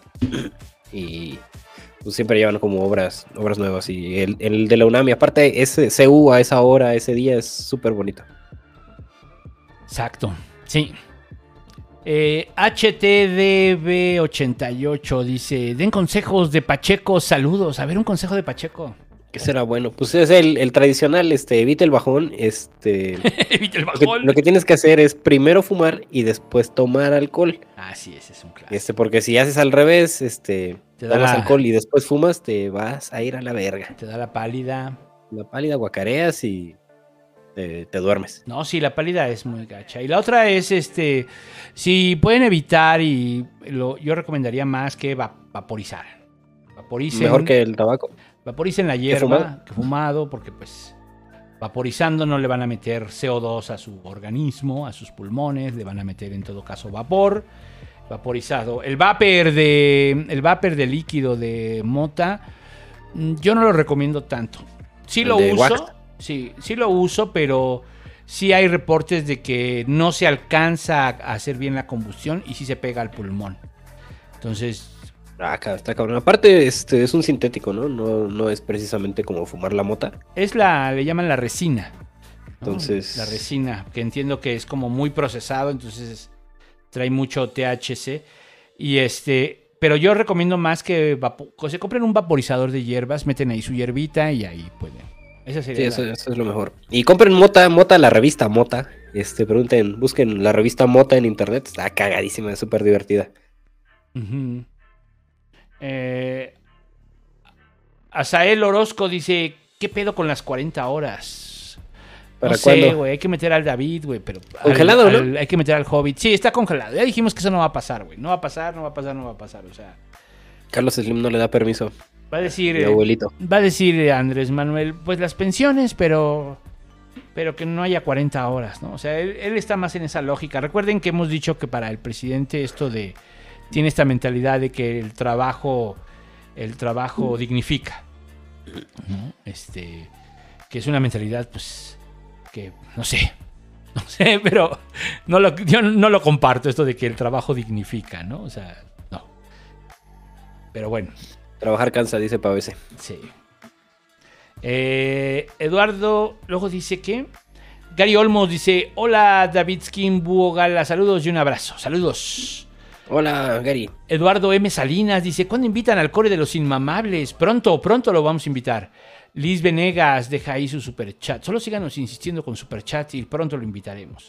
Y pues, siempre llevan como obras, obras nuevas. Y el, el de la UNAM, y aparte ese C U a esa hora, ese día es súper bonito. Exacto, sí. Eh, H T D B ochenta y ocho dice, den consejos de Pacheco, saludos. A ver, un consejo de Pacheco. ¿Qué será bueno? Pues es el, el tradicional, este, evita el bajón, este... Evita el Lo que, bajón. lo que tienes que hacer es primero fumar y después tomar alcohol. Ah, sí, ese es un clásico. Este, porque si haces al revés, este, Te da tomas la- alcohol y después fumas, te vas a ir a la verga. Te da la pálida. La pálida, guacareas y te, te duermes. No, sí, la pálida es muy gacha. Y la otra es, este, si pueden evitar, y lo, yo recomendaría más que va- vaporizar. Vaporicen. Mejor que el tabaco. Vaporicen la hierba, fumado? que fumado, porque pues vaporizando no le van a meter C O dos a su organismo, a sus pulmones, le van a meter en todo caso vapor, vaporizado. El vapor de, el vapor de líquido de mota, mm, yo no lo recomiendo tanto. Sí ¿El lo de uso, wax? sí, sí lo uso, pero sí hay reportes de que no se alcanza a hacer bien la combustión y sí se pega al pulmón. Entonces, Ah, ca- está cabrón. Aparte, este, es un sintético, ¿no? No, no es precisamente como fumar la mota. es la, le llaman la resina. ¿no? Entonces- La resina, que entiendo que es como muy procesado, entonces trae mucho T H C. Y este, pero yo recomiendo más que, vapo- que se compren un vaporizador de hierbas, meten ahí su hierbita y ahí pueden. Esa Sí, sería eso, la- eso es lo mejor. Y compren Mota, Mota, la revista Mota. Este, pregunten, busquen la revista Mota en internet. Está cagadísima, es súper divertida. Uh-huh. eh, Asael Orozco dice, ¿qué pedo con las cuarenta horas? ¿Para no sé, cuándo? güey, hay que meter al David, güey, pero... ¿Congelado, al, al, no? Hay que meter al Hobbit. Sí, está congelado. Ya dijimos que eso no va a pasar, güey. No va a pasar, no va a pasar, no va a pasar, o sea... Carlos Slim no le da permiso. Va a decir... Mi eh, abuelito. Va a decir eh, Andrés Manuel, pues las pensiones, pero... Pero que no haya cuarenta horas, ¿no? O sea, él, él está más en esa lógica. Recuerden que hemos dicho que para el presidente esto de... Tiene esta mentalidad de que el trabajo... El trabajo dignifica, ¿no? Este... Que es una mentalidad, pues... Que, no sé... No sé, pero... No lo, yo no lo comparto, esto de que el trabajo dignifica, ¿no? O sea, no. Pero bueno. Trabajar cansa, dice Pavese. Sí. Eh, Eduardo luego dice que Gary Olmos dice, hola David Skin, Búho Gala, saludos y un abrazo. Saludos. Hola Gary. Eduardo M. Salinas dice, ¿cuándo invitan al core de los inmamables? Pronto, pronto lo vamos a invitar. Liz Venegas deja ahí su superchat. Solo síganos insistiendo con superchat y pronto lo invitaremos.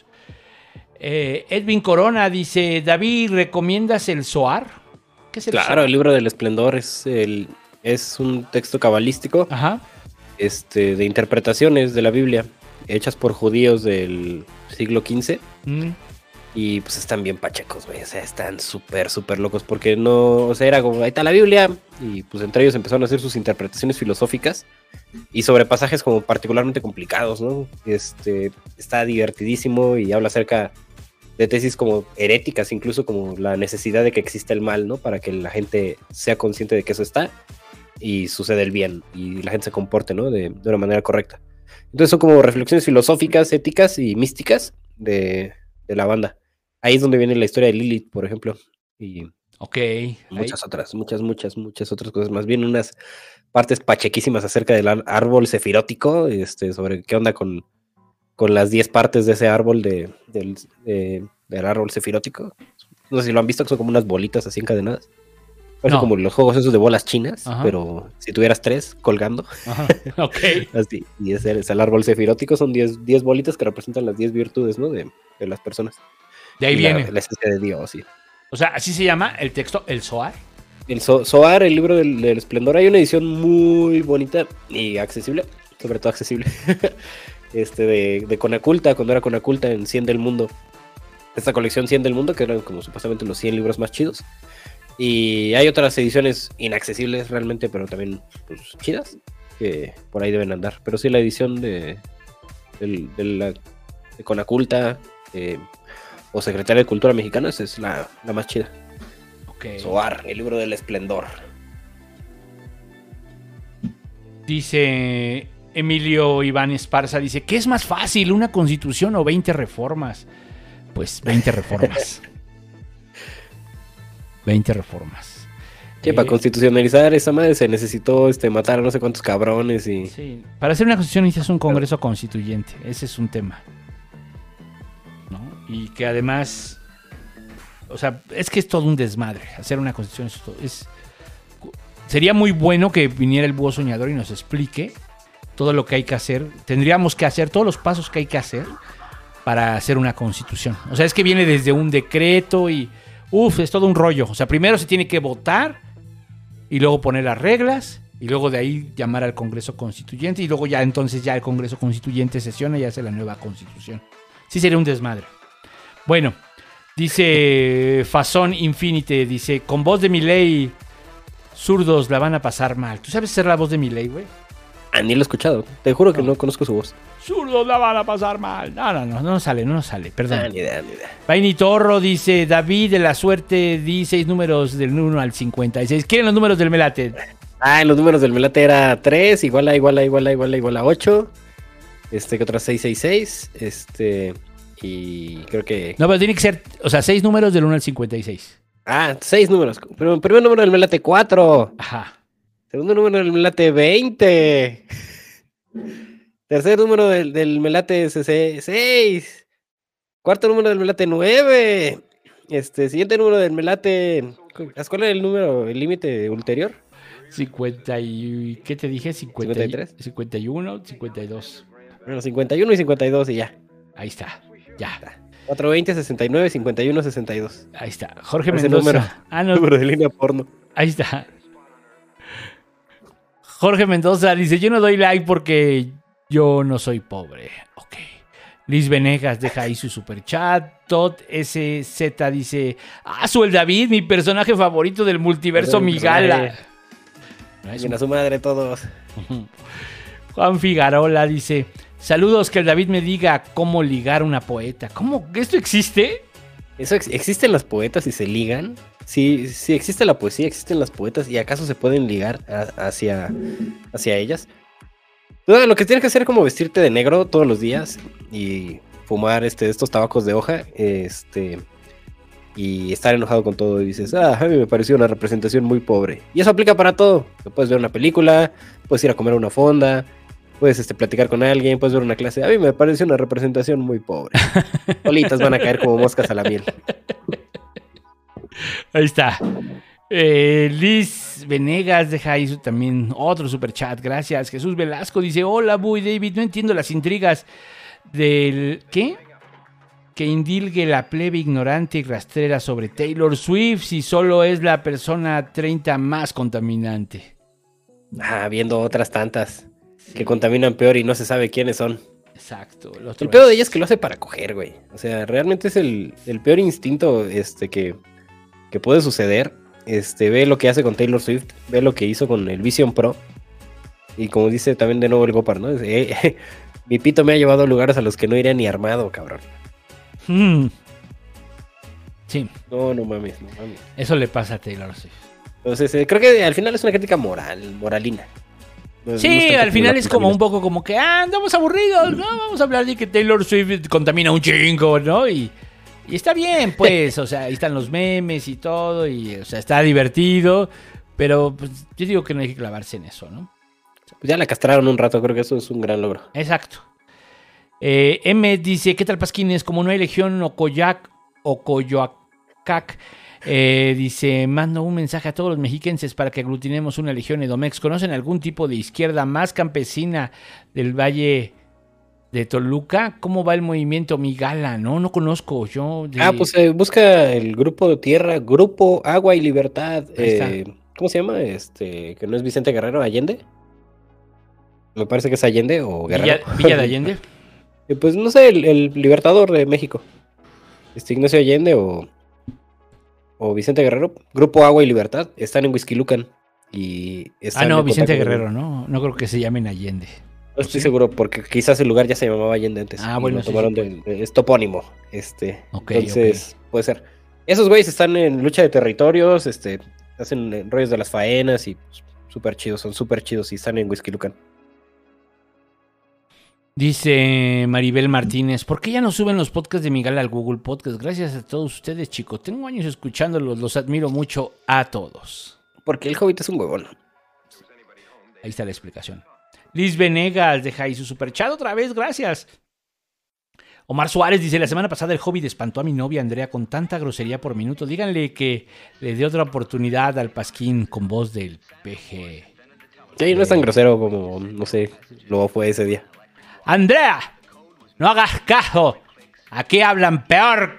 Eh, Edwin Corona dice, David, ¿recomiendas el Zohar? ¿Qué es el Claro, Zohar? el libro del esplendor es, el, es un texto cabalístico. Ajá. Este, de interpretaciones de la Biblia hechas por judíos del siglo quince. Mm. Y pues están bien pachecos, güey. O sea, están súper, súper locos. Porque no, o sea, era como, ahí está la Biblia. Y pues entre ellos empezaron a hacer sus interpretaciones filosóficas. Y sobre pasajes como particularmente complicados, ¿no? Este, está divertidísimo y habla acerca de tesis como heréticas, incluso como la necesidad de que exista el mal, ¿no? Para que la gente sea consciente de que eso está y sucede el bien y la gente se comporte, ¿no? De, de una manera correcta. Entonces son como reflexiones filosóficas, éticas y místicas de, de la banda. Ahí es donde viene la historia de Lilith, por ejemplo. Y ok. muchas ahí. otras, muchas, muchas, muchas otras cosas. Más bien unas partes pachequísimas acerca del ar- árbol sefirótico, este, sobre qué onda con, con las diez partes de ese árbol de, del, de, del árbol sefirótico. No sé si lo han visto, que son como unas bolitas así encadenadas. Parece No. como los juegos esos de bolas chinas, Ajá. pero si tuvieras tres colgando. Ajá. Ok. Así, y ese es el árbol sefirótico, son diez bolitas que representan las diez virtudes, ¿no? De, de las personas. De ahí Y viene. La, la esencia de Dios, sí. O sea, así se llama el texto, el Zohar. El Zo- Zohar, el libro del, del esplendor, hay una edición muy bonita y accesible, sobre todo accesible, este de, de Conaculta, cuando era Conaculta en cien del Mundo. Esta colección cien del Mundo, que eran como supuestamente los cien libros más chidos. Y hay otras ediciones inaccesibles realmente, pero también pues, chidas, que por ahí deben andar. Pero sí, la edición de, del- de, la, de Conaculta eh, o Secretaría de Cultura Mexicana, esa es la, la más chida. Ok. Zohar, el libro del esplendor. Dice Emilio Iván Esparza, dice, ¿qué es más fácil, una constitución o veinte reformas? Pues veinte reformas. veinte reformas. Que Eh, para constitucionalizar esa madre se necesitó este, matar a no sé cuántos cabrones y... Sí, para hacer una constitución necesitas un congreso constituyente. Ese es un tema. ¿No? Y que además... O sea, es que es todo un desmadre. Hacer una constitución es, todo- es- sería muy bueno que viniera el búho soñador y nos explique todo lo que hay que hacer. Tendríamos que hacer todos los pasos que hay que hacer para hacer una constitución. O sea, es que viene desde un decreto y... Uf, es todo un rollo. O sea, primero se tiene que votar y luego poner las reglas y luego de ahí llamar al Congreso Constituyente y luego ya entonces ya el Congreso Constituyente sesiona y hace la nueva constitución. Sí sería un desmadre. Bueno, dice Fazón Infinite, dice, con voz de Milei, zurdos la van a pasar mal. ¿Tú sabes hacer la voz de Milei, güey? Ah, ni lo he escuchado. Te juro que no conozco su voz. Zurdos la van a pasar mal. No, no, no, no nos sale, no nos sale, perdón. Ah, ni idea, ni idea. Vaini Torro dice, David de la suerte, di seis números del uno al cincuenta y seis. ¿Quieren los números del Melate? Ah, en los números del Melate era tres, igual a, igual a, igual a, igual a, igual a ocho. Este, que otra seis seis seis. Este, y creo que... No, pero tiene que ser, o sea, seis números del uno al cincuenta y seis. Ah, seis números. Pero primer número del Melate cuatro. Ajá. Segundo número del Melate veinte. Tercer número del, del Melate seis. Cuarto número del Melate nueve. Este, siguiente número del Melate... ¿Cuál era el número, el límite ulterior? cincuenta y... ¿Qué te dije? cincuenta, ¿cincuenta y tres? cincuenta y uno, cincuenta y dos. Bueno, cincuenta y uno y cincuenta y dos y ya. Ahí está, ya. cuatro veinte, sesenta y nueve, cincuenta y uno, sesenta y dos. Ahí está. Jorge Ese Mendoza. Número, ah, no. número de línea porno. Ahí está. Jorge Mendoza dice, yo no doy like porque yo no soy pobre. Ok. Liz Venegas deja ahí su superchat. Todd S Z dice, ah, su el David, mi personaje favorito del multiverso Migala. No es a su madre todos. Juan Figarola dice, saludos, que el David me diga cómo ligar una poeta. ¿Cómo? ¿Esto existe? ¿Eso ex- existen las poetas y se ligan? Sí, sí existe la poesía, existen las poetas, ¿y acaso se pueden ligar a- hacia, hacia ellas? No, lo que tienes que hacer es como vestirte de negro todos los días y fumar este, estos tabacos de hoja, este, y estar enojado con todo y dices, ah, a mí me pareció una representación muy pobre. Y eso aplica para todo. Puedes ver una película, puedes ir a comer a una fonda, puedes este, platicar con alguien, puedes ver una clase. A mí me pareció una representación muy pobre. Solitas van a caer como moscas a la miel. Ahí está. Eh, Liz Venegas deja ahí su- también otro superchat. Gracias. Jesús Velasco dice, hola, Buy David, no entiendo las intrigas del... ¿Qué? Que indilgue la plebe ignorante y rastrera sobre Taylor Swift si solo es la persona treinta más contaminante. Ah, viendo otras tantas que contaminan peor y no se sabe quiénes son. Exacto. El, El otro peor es- de ella es que lo hace para coger, güey. O sea, realmente es el, el peor instinto este, que, que puede suceder. Este, ve lo que hace con Taylor Swift, ve lo que hizo con el Vision Pro. Y como dice también de nuevo el Gopar, ¿no? Dice, "Eh, mi pito me ha llevado a lugares a los que no iría ni armado, cabrón. Mm. Sí. No, no mames, no mames. Eso le pasa a Taylor Swift. Entonces, eh, creo que al final es una crítica moral, moralina. No- no Sí, es tanto al final la es como un contaminación. poco como que, ah, andamos aburridos, ¿no? Vamos a hablar de que Taylor Swift contamina un chingo, ¿no? Y, y está bien, pues, o sea, ahí están los memes y todo, y, o sea, está divertido, pero pues, yo digo que no hay que clavarse en eso, ¿no? Pues ya la castraron un rato, creo que eso es un gran logro. Exacto. Eh, M dice, ¿qué tal, Pasquines? Como no hay legión Ocoyac o Coyoacac, eh, dice, mando un mensaje a todos los mexiquenses para que aglutinemos una legión Edomex. ¿Conocen algún tipo de izquierda más campesina del Valle de Toluca? ¿Cómo va el movimiento Migala? No, no conozco. Yo de- Ah, pues eh, busca el grupo de tierra, Grupo Agua y Libertad. Ahí está. eh, ¿Cómo se llama? Este, que no es Vicente Guerrero, Allende. Me parece que es Allende o Guerrero. Villa, Villa de Allende. Eh, pues no sé, el, el libertador de México. Este Ignacio Allende o, o Vicente Guerrero. Grupo Agua y Libertad. Están en Huixquilucan. Y Ah, están no, en Vicente contacto con- Guerrero, ¿no? No creo que se llamen Allende. No estoy seguro, porque quizás el lugar ya se llamaba Allende antes. Ah, y bueno, lo sí, tomaron sí, de- de- es topónimo. Este, Ok, entonces, puede ser. Esos güeyes están en lucha de territorios, este, hacen eh, rollos de las faenas y pues, súper chidos, son súper chidos y están en Huixquilucan. Dice Maribel Martínez, ¿por qué ya no suben los podcasts de Miguel al Google Podcast? Gracias a todos ustedes, chicos. Tengo años escuchándolos, los admiro mucho a todos. Porque el Hobbit es un huevón. Ahí está la explicación. Liz Venegas deja ahí su superchat otra vez, gracias. Omar Suárez dice, la semana pasada el Hobbit espantó a mi novia Andrea con tanta grosería por minuto. Díganle que le dé otra oportunidad al Pasquín con voz del P G. Sí, no es tan grosero como, no sé, lo fue ese día. Andrea, no hagas caso. Aquí hablan peor.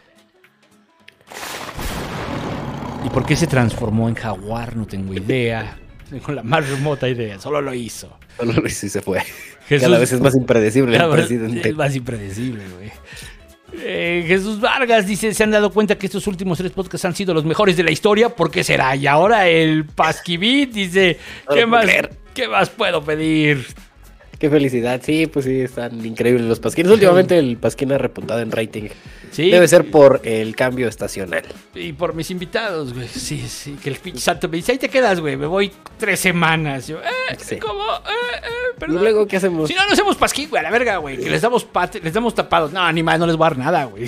¿Y por qué se transformó en jaguar? No tengo idea. Tengo la más remota idea. Solo lo hizo. Solo lo hizo y se fue. Jesús- Cada vez es más impredecible el Cada vez presidente. Es más impredecible, güey. Eh, Jesús Vargas dice, ¿se han dado cuenta que estos últimos tres podcasts han sido los mejores de la historia? ¿Por qué será? Y ahora el Pasquibit dice, No ¿qué lo más, puedo creer. ¿qué más puedo pedir? Qué felicidad, sí, pues sí, están increíbles los pasquines. Últimamente el pasquín ha repuntado en rating. Sí. Debe ser por el cambio estacional. Y por mis invitados, güey. Sí, sí, que el pinche santo me dice, ahí te quedas, güey. Me voy tres semanas. Yo, eh, Sí. ¿cómo? Eh, eh, ¿Y perdón. luego qué hacemos? Si no, no hacemos pasquín, güey, a la verga, güey. Que les damos pate, les damos tapados. No, ni más, no les voy a dar nada, güey.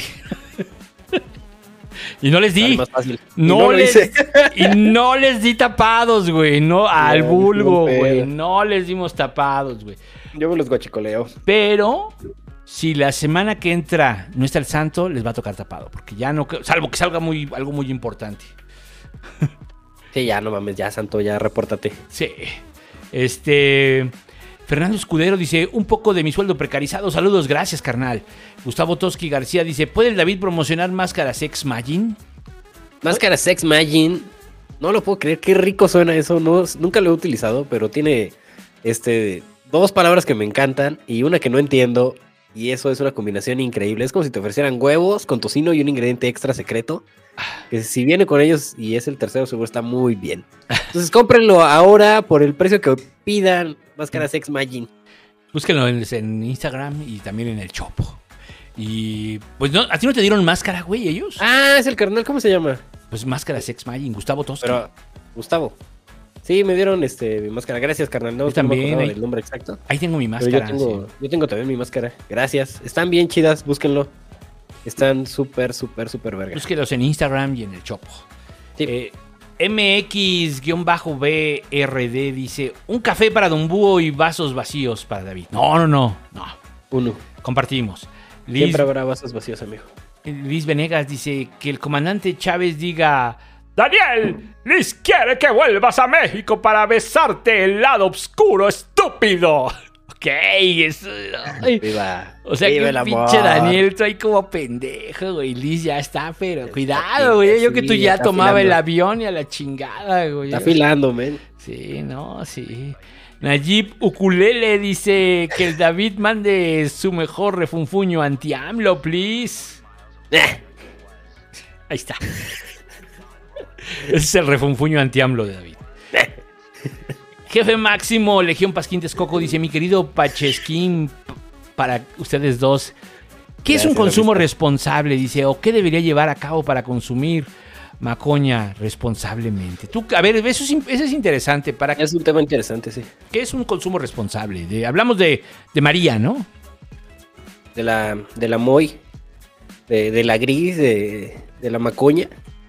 Y no les di. Sale más fácil. Y No, no lo les, hice. y no les di tapados, güey. No, al No, vulgo, no, pero- güey. No les dimos tapados, güey. Yo me los guachicoleo. Pero si la semana que entra no está el santo, les va a tocar tapado. Porque ya no, salvo que salga muy, algo muy importante. Sí, ya no mames, ya santo, ya repórtate. Sí. Este. Fernando Escudero dice, un poco de mi sueldo precarizado. Saludos, gracias, carnal. Gustavo Toski García dice, ¿puede el David promocionar máscaras Sex Magin? Máscaras Sex Magin. No lo puedo creer, qué rico suena eso. No, nunca lo he utilizado, pero tiene este, dos palabras que me encantan y una que no entiendo. Y eso es una combinación increíble. Es como si te ofrecieran huevos con tocino y un ingrediente extra secreto. Que si viene con ellos y es el tercero, seguro está muy bien. Entonces cómprenlo ahora por el precio que pidan. Máscara Sex Magin. Búsquenlo en, en Instagram y también en el Chopo. Y pues no, ¿a ti no te dieron máscara, güey, ellos? Ah, es el carnal, ¿cómo se llama? Pues máscara Sex Magin, Gustavo Toski. Pero, Gustavo. Sí, me dieron este mi máscara. Gracias, carnal. No, yo también. No el nombre exacto. Ahí tengo mi máscara. Yo tengo, sí. yo tengo también mi máscara. Gracias. Están bien chidas, búsquenlo. Están súper, súper, súper verga. Búsquenlos en Instagram y en el Chopo. Sí. Eh, M X-B R D dice, un café para Don Búho y vasos vacíos para David. No, no, no. no. Uno. Compartimos. Liz, Siempre habrá vasos vacíos, amigo. Luis Venegas dice que el comandante Chávez diga... Daniel, Liz quiere que vuelvas a México para besarte el lado oscuro, estúpido. Ok, eso... Ay. Viva, o sea viva que el el pinche amor. Daniel trae como pendejo, güey. Liz ya está, pero cuidado, güey. Yo sí, que tú ya está tomaba afilando. el avión y a la chingada, güey. Está afilando, men. Sí, no, sí. Nayib Ukulele dice que el David mande su mejor refunfuño anti-AMLO, please. Ahí está. Ese es el refunfuño anti-AMLO de David. Jefe Máximo, Legión Pasquín Texcoco, dice, mi querido Pachesquín, p- para ustedes dos, ¿qué es un consumo responsable? Dice, o qué debería llevar a cabo para consumir macoña responsablemente. Tú, a ver, eso es, eso es interesante. Para, es un tema interesante, sí. ¿Qué es un consumo responsable? De, hablamos de, de María, ¿no? De la, de la Moy, de, de la Gris, de, de la macoña.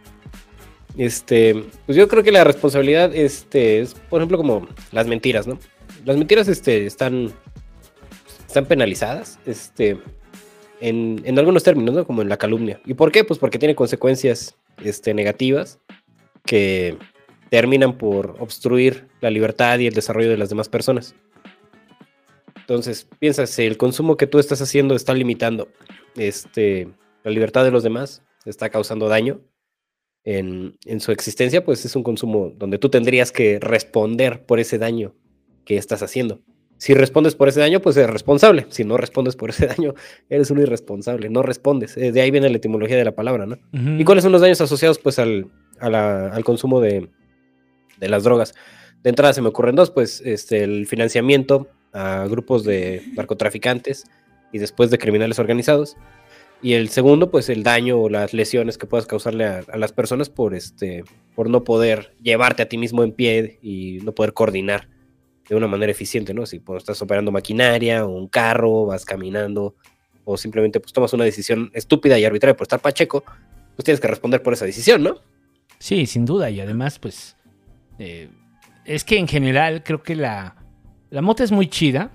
Este, pues yo creo que la responsabilidad este, es, por ejemplo, como las mentiras, ¿no? Las mentiras este, están, están penalizadas este, en, en algunos términos, ¿no? Como en la calumnia. ¿Y por qué? Pues porque tiene consecuencias este, negativas que terminan por obstruir la libertad y el desarrollo de las demás personas. Entonces, piensas, si el consumo que tú estás haciendo está limitando este, la libertad de los demás, está causando daño en, en su existencia, pues es un consumo donde tú tendrías que responder por ese daño que estás haciendo. Si respondes por ese daño, pues eres responsable. Si no respondes por ese daño, eres un irresponsable. No respondes. De ahí viene la etimología de la palabra, ¿no? Uh-huh. ¿Y cuáles son los daños asociados, pues, al, a la, al consumo de, de las drogas? De entrada se me ocurren dos, pues, este, el financiamiento a grupos de narcotraficantes y después de criminales organizados. Y el segundo, pues, el daño o las lesiones que puedas causarle a, a las personas por, este, por no poder llevarte a ti mismo en pie y no poder coordinar de una manera eficiente, ¿no? Si pues, estás operando maquinaria o un carro, vas caminando o simplemente pues tomas una decisión estúpida y arbitraria por estar pacheco, pues tienes que responder por esa decisión, ¿no? Sí, sin duda. Y además, pues, eh, es que en general creo que la, la mota es muy chida,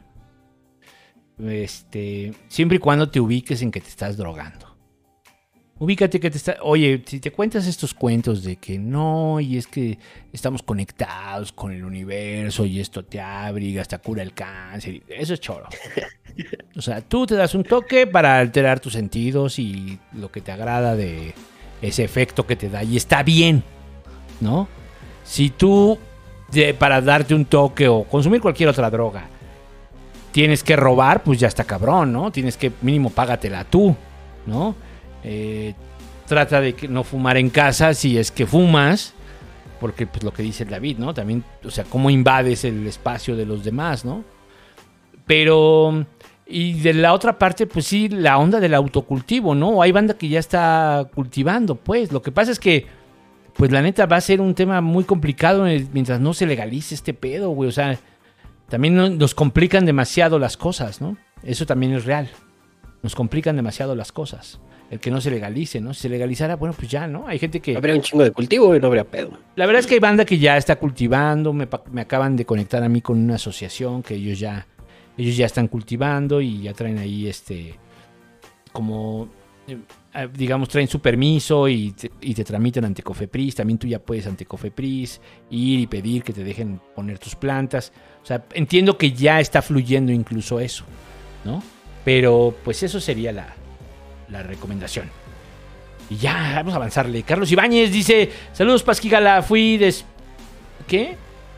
este, siempre y cuando te ubiques en que te estás drogando. Ubícate que te está... Oye, si te cuentas estos cuentos de que no, y es que estamos conectados con el universo y esto te abriga, hasta cura el cáncer, eso es choro. O sea, tú te das un toque para alterar tus sentidos y lo que te agrada de ese efecto que te da, y está bien, ¿no? Si tú, de, para darte un toque o consumir cualquier otra droga, tienes que robar, pues ya está cabrón, ¿no? Tienes que, mínimo, págatela tú, ¿no? Eh, trata de que no fumar en casa si es que fumas, porque pues lo que dice el David, ¿no? También, o sea, cómo invades el espacio de los demás, ¿no? Pero, y de la otra parte, pues sí, la onda del autocultivo, ¿no? Hay banda que ya está cultivando, pues. Lo que pasa es que, pues la neta va a ser un tema muy complicado mientras no se legalice este pedo, güey. O sea, también nos complican demasiado las cosas, ¿no? Eso también es real. Nos complican demasiado las cosas. El que no se legalice, ¿no? Si se legalizara, bueno, pues ya, ¿no? Hay gente que... Habría un chingo de cultivo y no habría pedo. La verdad es que hay banda que ya está cultivando. Me, me acaban de conectar a mí con una asociación que ellos ya, ellos ya están cultivando y ya traen ahí este... como... digamos, traen su permiso y te, y te tramitan ante Cofepris. También tú ya puedes ante Cofepris ir y pedir que te dejen poner tus plantas. O sea, entiendo que ya está fluyendo incluso eso, ¿no? Pero pues eso sería la, la recomendación. Y ya, vamos a avanzarle. Carlos Ibáñez dice, saludos Pasquigala, fui des... ¿Qué?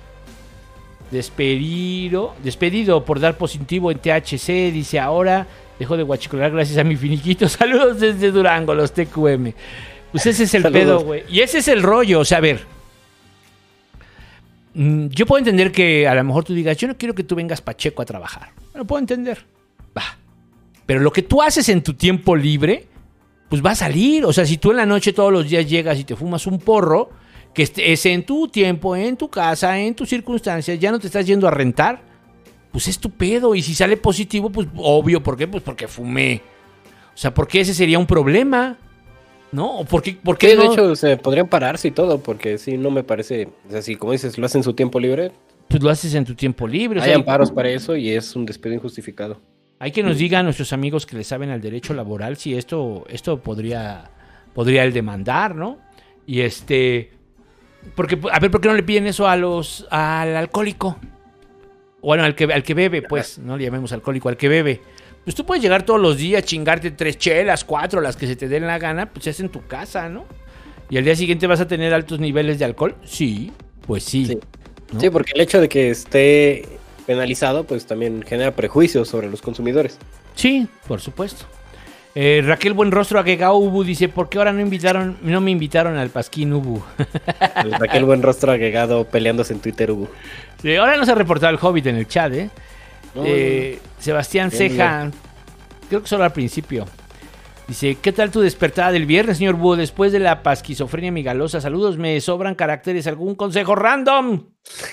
Despedido, despedido por dar positivo en T H C, dice ahora... Dejo de guachicolar gracias a mi finiquito. Saludos desde Durango, los T Q M. Pues ese es el pedo, güey. Y ese es el rollo. O sea, a ver. Yo puedo entender que a lo mejor tú digas, yo no quiero que tú vengas pacheco a trabajar. Lo puedo entender. Va. Pero lo que tú haces en tu tiempo libre, pues va a salir. O sea, si tú en la noche todos los días llegas y te fumas un porro, que es en tu tiempo, en tu casa, en tus circunstancias, ya no te estás yendo a rentar, pues es tu pedo. Y si sale positivo, pues obvio. ¿Por qué? Pues porque fumé. O sea, ¿por qué ese sería un problema? ¿No? ¿Por qué, por qué sí, no? De hecho, se podrían pararse y todo, porque sí, no me parece... O sea, si como dices, lo hacen en su tiempo libre... Pues lo haces en tu tiempo libre. Hay o sea, amparos para eso y es un despido injustificado. Hay que nos digan nuestros amigos que le saben al derecho laboral si esto, esto podría, podría el demandar, ¿no? Y este... Porque, a ver, ¿por qué no le piden eso a los al alcohólico? Bueno, al que, al que bebe, pues, no le llamemos alcohólico, al que bebe. Pues tú puedes llegar todos los días, chingarte tres chelas, cuatro, las que se te den la gana, pues es en tu casa, ¿no? Y al día siguiente vas a tener altos niveles de alcohol. Sí, pues sí. Sí, ¿no? Sí, porque el hecho de que esté penalizado, pues también genera prejuicios sobre los consumidores. Sí, por supuesto. Eh, Raquel Buenrostro Agegao Ubu dice, ¿por qué ahora no invitaron, no me invitaron al Pasquín Ubu? El Raquel Buenrostro Agregado peleándose en Twitter, Ubu. Sí, ahora no se ha reportado el Hobbit en el chat, ¿eh? No, eh no. Sebastián bien, Ceja, bien. Creo que solo al principio. Dice, ¿qué tal tu despertada del viernes, señor Búho? Después de la pasquizofrenia migalosa, saludos, me sobran caracteres, ¿algún consejo random?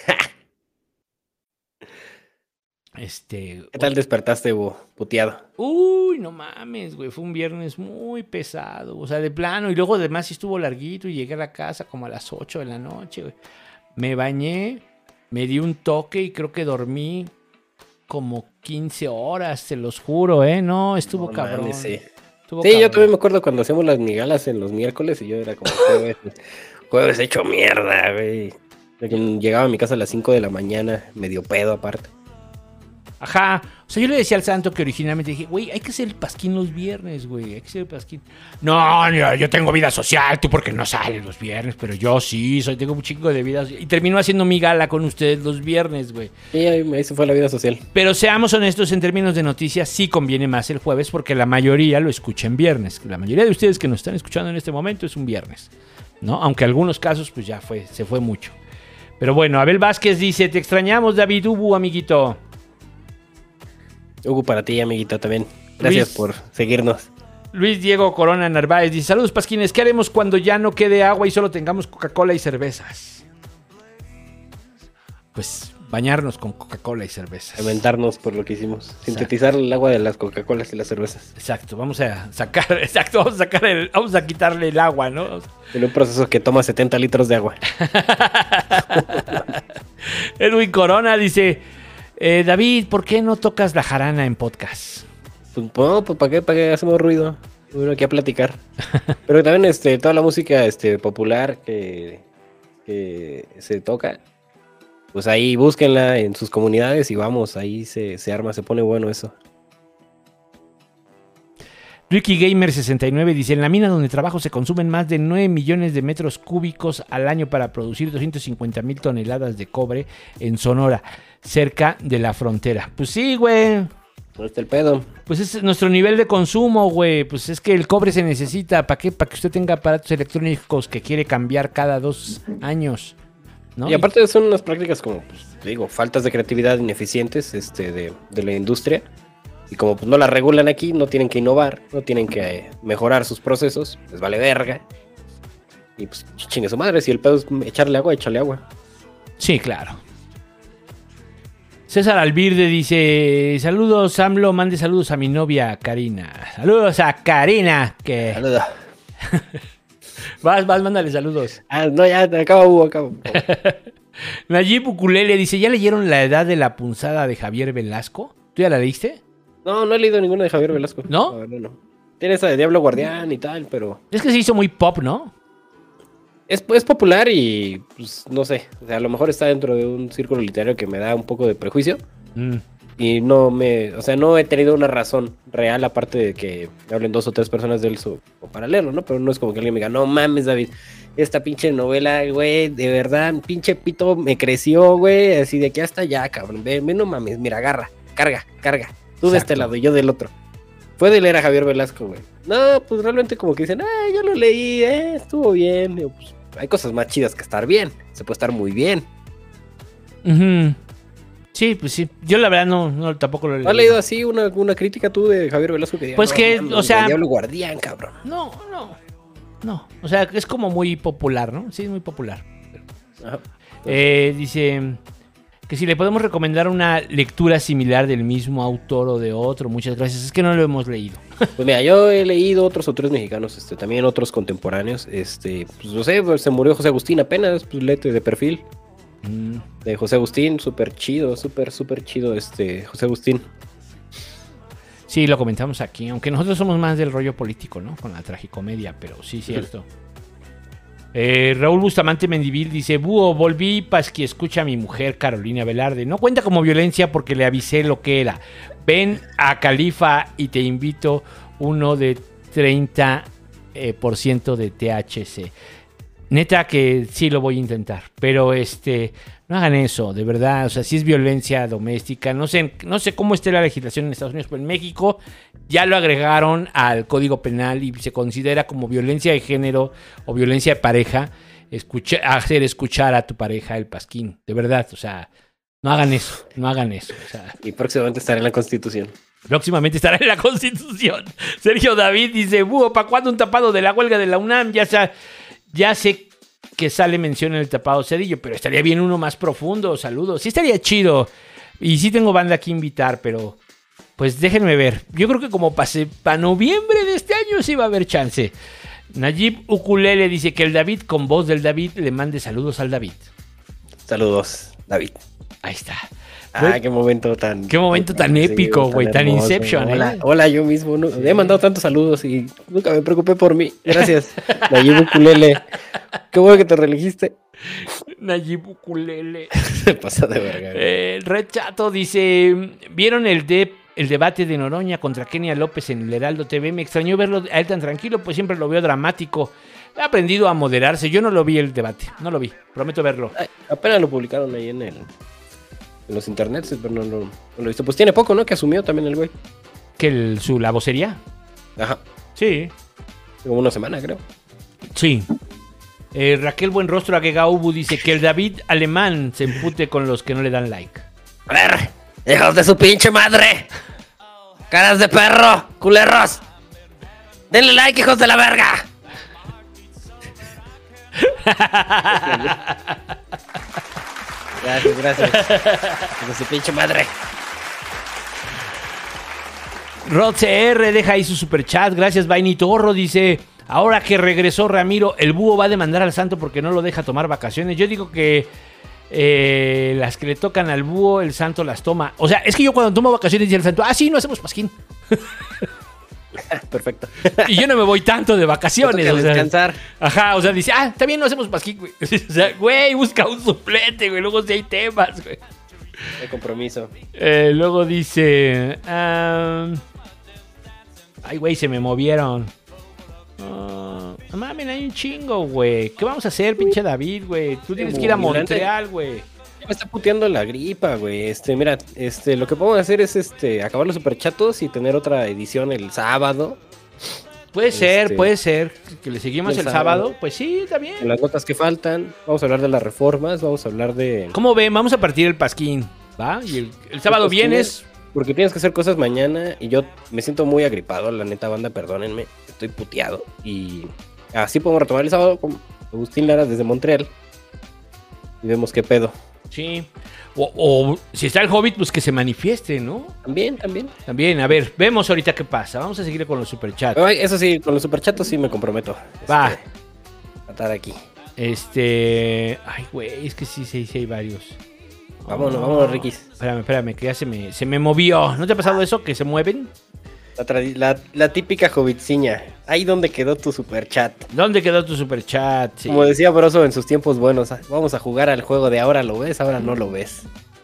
Este, ¿Qué tal despertaste, Búho? Puteado. Uy, no mames, güey, fue un viernes muy pesado, o sea, de plano, y luego además sí estuvo larguito y llegué a la casa como a las ocho de la noche, güey. Me bañé, me di un toque y creo que dormí como quince horas, se los juro, ¿eh? No, estuvo no, cabrón. Mames, sí, estuvo sí cabrón. Yo también me acuerdo cuando hacíamos las migalas en los miércoles y yo era como jueves, jueves hecho mierda, güey. Llegaba a mi casa a las cinco de la mañana, medio pedo aparte. Ajá, o sea, yo le decía al santo que originalmente dije, güey, hay que hacer el pasquín los viernes, güey, hay que hacer el pasquín. No, no, yo tengo vida social, tú porque no sales los viernes, pero yo sí, soy, tengo un chingo de vida social. Y termino haciendo mi gala con ustedes los viernes, güey. Sí, ahí se fue la vida social. Pero seamos honestos, en términos de noticias, sí conviene más el jueves porque la mayoría lo escucha en viernes. La mayoría de ustedes que nos están escuchando en este momento es un viernes, ¿no? Aunque en algunos casos, pues ya fue, se fue mucho. Pero bueno, Abel Vázquez dice, te extrañamos, David Ubu, amiguito. Hugo, para ti, amiguito, también. Gracias Luis, por seguirnos. Luis Diego Corona Narváez dice, saludos, pasquines, ¿qué haremos cuando ya no quede agua y solo tengamos Coca-Cola y cervezas? Pues bañarnos con Coca-Cola y cervezas. Inventarnos por lo que hicimos. Sintetizar exacto. El agua de las Coca-Colas y las cervezas. Exacto, vamos a sacar, exacto, vamos a sacar el, vamos a quitarle el agua, ¿no? En un proceso que toma setenta litros de agua. Edwin Corona dice... Eh, David, ¿por qué no tocas la jarana en podcast? Pues no, pues ¿para qué? ¿Para qué hacemos ruido? Bueno, aquí a platicar. Pero también este, toda la música este, popular que, que se toca, pues ahí búsquenla en sus comunidades y vamos, ahí se, se arma, se pone bueno eso. Ricky Gamer sesenta y nueve dice, en la mina donde trabajo se consumen más de nueve millones de metros cúbicos al año para producir doscientas cincuenta mil toneladas de cobre en Sonora, cerca de la frontera. Pues sí, güey. ¿Dónde está el pedo? Pues es nuestro nivel de consumo, güey. Pues es que el cobre se necesita. ¿Para qué? Para que usted tenga aparatos electrónicos que quiere cambiar cada dos años, ¿no? Y aparte son unas prácticas como, pues, digo, faltas de creatividad ineficientes este, de, de la industria. Y como pues no la regulan aquí, no tienen que innovar, no tienen que eh, mejorar sus procesos, les vale verga. Y pues chingue su madre, si el pedo es echarle agua, échale agua. Sí, claro. César Albirde dice, saludos AMLO, mande saludos a mi novia Karina. Saludos a Karina, que... Saludos. vas, vas, mándale saludos. Ah, no, ya, acabo, acabo. Nayib Ukulele dice, ¿ya leyeron La edad de la punzada de Javier Velasco? ¿Tú ya la leíste? No, no he leído ninguna de Javier Velasco. ¿No? No, no, no. tiene esa de Diablo Guardián y tal, pero... Es que se hizo muy pop, ¿no? Es, es popular y, pues, no sé. O sea, a lo mejor está dentro de un círculo literario que me da un poco de prejuicio. Mm. Y no me... O sea, no he tenido una razón real, aparte de que me hablen dos o tres personas de él so, para leerlo, ¿no? Pero no es como que alguien me diga, no mames, David, esta pinche novela, güey, de verdad, pinche pito me creció, güey, así de que hasta ya, cabrón. Ve, ve, no mames, mira, agarra, carga, carga. Tú de este lado y yo del otro. Puede leer a Javier Velasco, güey. No, pues realmente como que dicen, ah, yo lo leí, eh, estuvo bien. Digo, pues, hay cosas más chidas que estar bien. Se puede estar muy bien. Uh-huh. Sí, pues sí. Yo la verdad no, no tampoco lo he leído. ¿Has leído así una, una crítica tú de Javier Velasco que diga, pues no, que, mames, o sea... Diablo Guardián, cabrón. No, no. No. O sea, es como muy popular, ¿no? Sí, es muy popular. Ajá. Eh, dice... Que si le podemos recomendar una lectura similar del mismo autor o de otro, muchas gracias. Es que no lo hemos leído. Pues mira, yo he leído otros autores mexicanos, este, también otros contemporáneos. Este, pues no sé, pues, se murió José Agustín apenas, pues lete de perfil. Mm. De José Agustín, súper chido, súper, súper chido, este, José Agustín. Sí, lo comentamos aquí, aunque nosotros somos más del rollo político, ¿no? Con la tragicomedia, pero sí, cierto. Eh, Raúl Bustamante Mendivil dice: Búho, volví pasqui, escucha a mi mujer Carolina Velarde. No cuenta como violencia porque le avisé lo que era. Ven a Califa y te invito uno de treinta por ciento de T H C. Neta que sí lo voy a intentar, pero este, no hagan eso, de verdad. O sea, si es violencia doméstica, no sé, no sé cómo esté la legislación en Estados Unidos, pero en México ya lo agregaron al Código Penal y se considera como violencia de género o violencia de pareja escuchar, hacer escuchar a tu pareja el pasquín, de verdad. O sea, no hagan eso, no hagan eso. O sea, y próximamente estará en la Constitución. Próximamente estará en la Constitución. Sergio David dice: Búho, ¿para cuándo un tapado de la huelga de la UNAM? Ya sea... Ya sé que sale mención en el tapado Cedillo, pero estaría bien uno más profundo. Saludos. Sí estaría chido. Y sí tengo banda que invitar, pero pues déjenme ver. Yo creo que como pase para noviembre de este año sí va a haber chance. Nayib Ukulele dice que el David con voz del David le mande saludos al David. Saludos, David. Ahí está. Ah, wey, qué momento tan... Qué momento tan sí, épico, güey, tan, tan Inception. Hola, ¿eh? Hola, yo mismo. No, sí. He mandado tantos saludos y nunca me preocupé por mí. Gracias, Nayib Ukulele. Qué bueno que te reelegiste. Nayib Ukulele. Se pasa de verga. Eh, Red Chato dice: ¿vieron el, de, el debate de Noroña contra Kenia López en el Heraldo T V? Me extrañó verlo a él tan tranquilo, pues siempre lo veo dramático. He aprendido a moderarse. Yo no lo vi el debate, no lo vi. Prometo verlo. Ay, apenas lo publicaron ahí en el... En los internets, pero no, no, no lo he visto. Pues tiene poco, ¿no? Que asumió también el güey. ¿Que el, su, la vocería? Ajá. Sí. Como una semana, creo. Sí. Eh, Raquel Buenrostro Agegaubu dice que el David alemán se empute con los que no le dan like. A ver, hijos de su pinche madre. Caras de perro, culeros. Denle like, hijos de la verga. Gracias, gracias. De su pinche madre. Rod C R deja ahí su superchat. Gracias, Vainito Horro. Dice: ahora que regresó Ramiro, el búho va a demandar al santo porque no lo deja tomar vacaciones. Yo digo que eh, las que le tocan al búho, el santo las toma. O sea, es que yo cuando tomo vacaciones dice el santo: ah, sí, no hacemos pasquín. Perfecto. Y yo no me voy tanto de vacaciones. O sea, descansar. Ajá, o sea, dice: ah, está bien, no hacemos pasquín, güey. O sea, güey, busca un suplente, güey. Luego si hay temas, güey. De compromiso. Eh, luego dice: um, ay, güey, se me movieron. Uh, no mames, hay un chingo, güey. ¿Qué vamos a hacer, pinche David, güey? Tú tienes que ir a Montreal, güey. Me está puteando la gripa, güey. Este, mira, este, lo que podemos hacer es este acabar los superchatos y tener otra edición el sábado. Puede este, ser, puede ser. Que le seguimos el, el sábado. sábado. Pues sí, está bien. Las notas que faltan. Vamos a hablar de las reformas. Vamos a hablar de. ¿Cómo ven? Vamos a partir el pasquín, ¿va? Y el, el sábado pues vienes. Porque tienes que hacer cosas mañana. Y yo me siento muy agripado. La neta, banda, perdónenme. Estoy puteado. Y así podemos retomar el sábado con Agustín Lara desde Montreal. Y vemos qué pedo. Sí, o, o si está el Hobbit, pues que se manifieste, ¿no? También, también. También, a ver, vemos ahorita qué pasa. Vamos a seguir con los superchats. Eso sí, con los superchats sí me comprometo. Va. Este, a estar aquí. Este... Ay, güey, es que sí, sí, sí hay varios. Vámonos, oh, vámonos, Riquis. Espérame, espérame, que ya se me, se me movió. ¿No te ha pasado eso, que se mueven? La, tradi- la, la típica hobbitciña. Ahí donde quedó tu superchat. ¿Dónde quedó tu superchat? Sí. Como decía Broso en sus tiempos buenos, "Ah, vamos a jugar al juego de ahora lo ves, ahora no lo ves".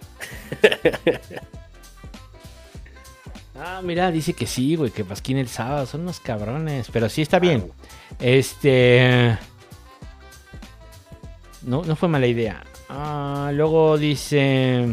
Ah, mira, dice que sí, güey, que Pasquín el sábado, son unos cabrones, pero sí está bien. Este... No, no fue mala idea. Ah, luego dice...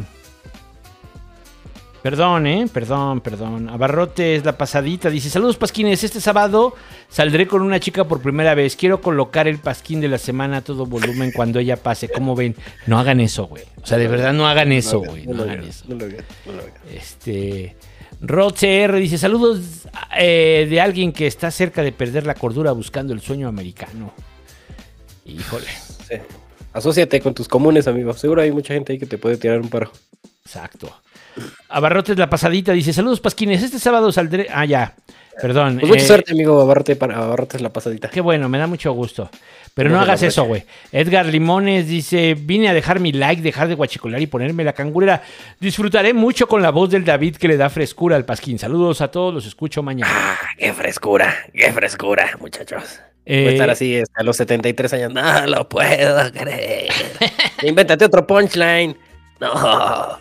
Perdón, eh, perdón, perdón. Abarrotes, la pasadita, dice, saludos Pasquines, este sábado saldré con una chica por primera vez. Quiero colocar el Pasquín de la semana a todo volumen cuando ella pase. ¿Cómo ven? No hagan eso, güey. O sea, de verdad no hagan eso, güey. No, no, no hagan eso. No lo hagan, no lo hagan. Este... Rod C R dice, saludos eh, de alguien que está cerca de perder la cordura buscando el sueño americano. Híjole. Sí. Asóciate con tus comunes, amigo. Seguro hay mucha gente ahí que te puede tirar un paro. Exacto. Abarrotes la pasadita dice, saludos Pasquines, este sábado saldré... Ah, ya, perdón. Pues mucha eh, suerte, amigo, Abarrote, para Abarrotes la pasadita. Qué bueno, me da mucho gusto. Pero No no, te la hagas eso, aprecio. güey. Edgar Limones dice, vine a dejar mi like, dejar de guachicolar y ponerme la cangurera. Disfrutaré mucho con la voz del David que le da frescura al Pasquín. Saludos a todos, los escucho mañana. Ah, qué frescura, qué frescura, muchachos. Eh, Puede estar así este, a los setenta y tres años. No lo puedo creer. Invéntate otro punchline. No.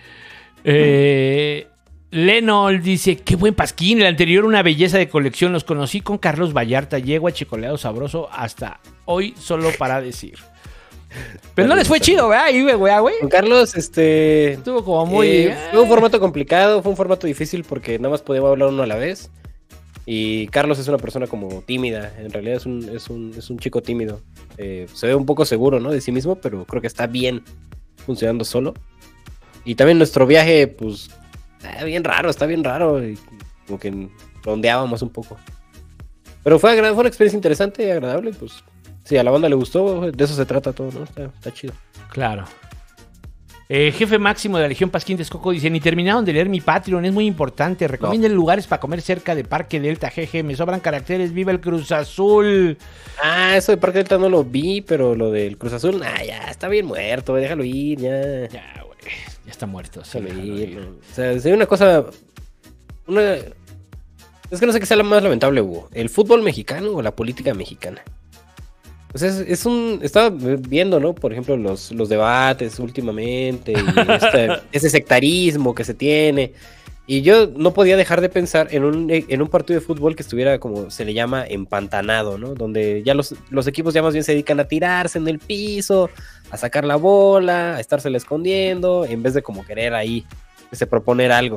Eh, Lenol dice, qué buen Pasquín, el anterior una belleza de colección, los conocí con Carlos Vallarta, llego a chicoleado sabroso hasta hoy solo para decir. Pero no les fue chido, ¿verdad? Ahí, güey, güey. Con Carlos, este... Estuvo como muy... eh, fue un formato complicado, fue un formato difícil porque nada más podíamos hablar uno a la vez. Y Carlos es una persona como tímida, en realidad es un, es un, es un chico tímido. Eh, se ve un poco seguro, ¿no? De sí mismo, pero creo que está bien funcionando solo. Y también nuestro viaje, pues, está bien raro, está bien raro. Y como que rondeábamos un poco. Pero fue, agra- fue una experiencia interesante y agradable, pues. Sí, a la banda le gustó, de eso se trata todo, ¿no? Está, está chido. Claro. Eh, jefe máximo de la Legión Pasquín Texcoco dice, ni terminaron de leer mi Patreon, es muy importante. Recomienden lugares para comer cerca de Parque Delta, jeje, me sobran caracteres, viva el Cruz Azul. Ah, eso de Parque Delta no lo vi, pero lo del Cruz Azul, ah, ya, está bien muerto, güey, déjalo ir, ya. Ya, güey, ya está muerto. Sí, Déjalo déjalo ir, ir. ¿no? O sea, es una cosa, una... Es que no sé qué sea lo más lamentable, Hugo, el fútbol mexicano o la política mexicana. O sea, es, es un... Estaba viendo, ¿no? Por ejemplo, los, los debates últimamente, y este, ese sectarismo que se tiene. Y yo no podía dejar de pensar en un, en un partido de fútbol que estuviera como se le llama empantanado, ¿no? Donde ya los, los equipos ya más bien se dedican a tirarse en el piso, a sacar la bola, a estársela escondiendo, en vez de como querer ahí, se proponer algo.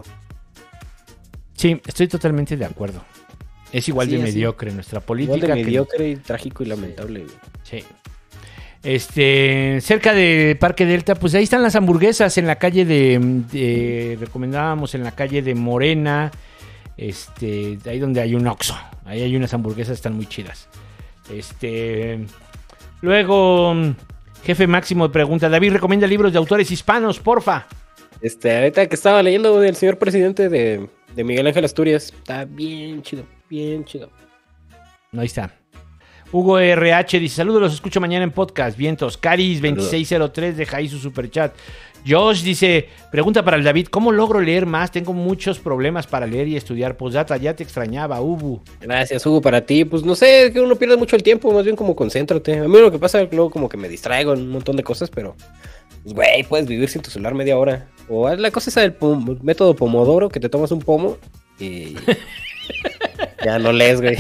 Sí, estoy totalmente de acuerdo. Es igual Sí, de así. mediocre nuestra política. Igual de que- mediocre y trágico y lamentable. güey. Sí. Este, cerca de Parque Delta, pues ahí están las hamburguesas en la calle de, de- recomendábamos en la calle de Morena, este, ahí donde hay un Oxxo, ahí hay unas hamburguesas, están muy chidas. Este, luego, jefe máximo pregunta, David recomienda libros de autores hispanos, porfa. Este, ahorita que estaba leyendo del señor presidente de, de Miguel Ángel Asturias, está bien chido, bien chido. Ahí está. Hugo R H dice, saludos, los escucho mañana en podcast. Vientos. Caris veintiséis cero tres deja ahí su superchat. Josh dice, pregunta para el David, ¿cómo logro leer más? Tengo muchos problemas para leer y estudiar. Postdata, ya te extrañaba, Ubu. Gracias, Hugo, para ti. Pues no sé, que uno pierde mucho el tiempo, más bien como concéntrate. A mí lo que pasa es que luego como que me distraigo en un montón de cosas, pero pues güey, puedes vivir sin tu celular media hora. O haz la cosa esa del pom- método Pomodoro, que te tomas un pomo y ya no lees, güey.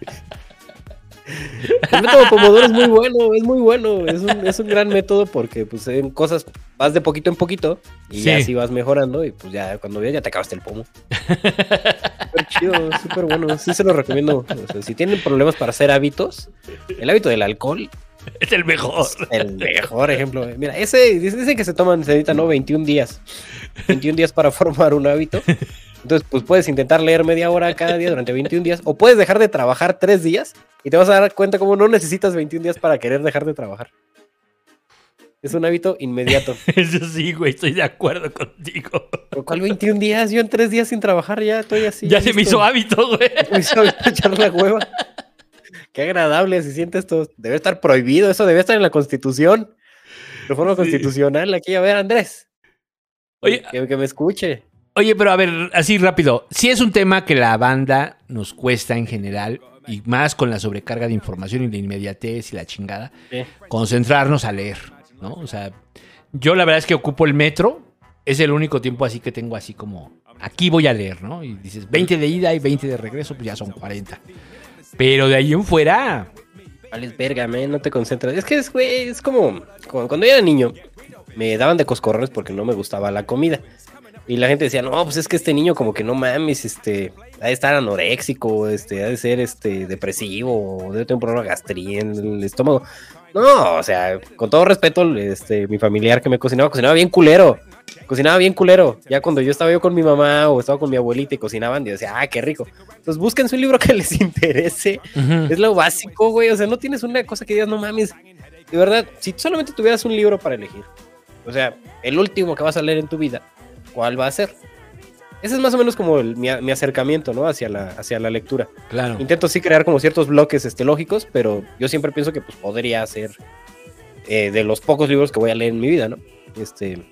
El método Pomodoro es muy bueno, es muy bueno, es un, es un gran método porque pues en cosas vas de poquito en poquito y Sí. ya así vas mejorando y pues ya cuando veas ya te acabaste el pomo. Súper chido, súper bueno, sí se lo recomiendo. O sea, si tienen problemas para hacer hábitos, el hábito del alcohol es el mejor. El mejor ejemplo. Mira, ese dice que se toman, se necesitan, ¿no? veintiún días. veintiún días para formar un hábito. Entonces, pues puedes intentar leer media hora cada día durante veintiún días. O puedes dejar de trabajar tres días y te vas a dar cuenta cómo no necesitas veintiún días para querer dejar de trabajar. Es un hábito inmediato. Eso sí, güey, estoy de acuerdo contigo. ¿Pero cuál veintiún días? Yo en tres días sin trabajar ya estoy así. Ya se me hizo hábito, güey. Ya se me hizo hábito echar la hueva. Qué agradable se siente esto. Debe estar prohibido. Eso debe estar en la Constitución. Reforma Sí. constitucional. Aquí, a ver, Andrés. Oye, que, que me escuche. Oye, pero a ver, así rápido. Sí es un tema que la banda nos cuesta en general, y más con la sobrecarga de información y la inmediatez y la chingada, Sí. concentrarnos a leer, ¿no? O sea, yo la verdad es que ocupo el metro, es el único tiempo así que tengo así como, aquí voy a leer, ¿no? Y dices, veinte de ida y veinte de regreso, pues ya son cuarenta. Pero de ahí en fuera... Vales verga, man, no te concentras. Es que es, güey, es como, como cuando yo era niño, me daban de coscorrones porque no me gustaba la comida. Y la gente decía, no, pues es que este niño como que no mames, este, ha de estar anoréxico, este, ha de ser este depresivo, o debe tener un problema gastrí en el estómago. No, o sea, con todo respeto, este, mi familiar que me cocinaba, cocinaba bien culero. Cocinaba bien culero. Ya cuando yo estaba yo con mi mamá o estaba con mi abuelita y cocinaban, yo decía, ah, qué rico. Entonces búsquense un libro que les interese. Uh-huh. Es lo básico, güey. O sea, no tienes una cosa que digas, no mames. De verdad, si solamente tuvieras un libro para elegir, o sea, el último que vas a leer en tu vida, ¿cuál va a ser? Ese es más o menos como el, mi, mi acercamiento, ¿no? Hacia la, hacia la lectura. Claro. Intento sí crear como ciertos bloques este, lógicos, pero yo siempre pienso que pues podría ser eh, de los pocos libros que voy a leer en mi vida, ¿no? Este...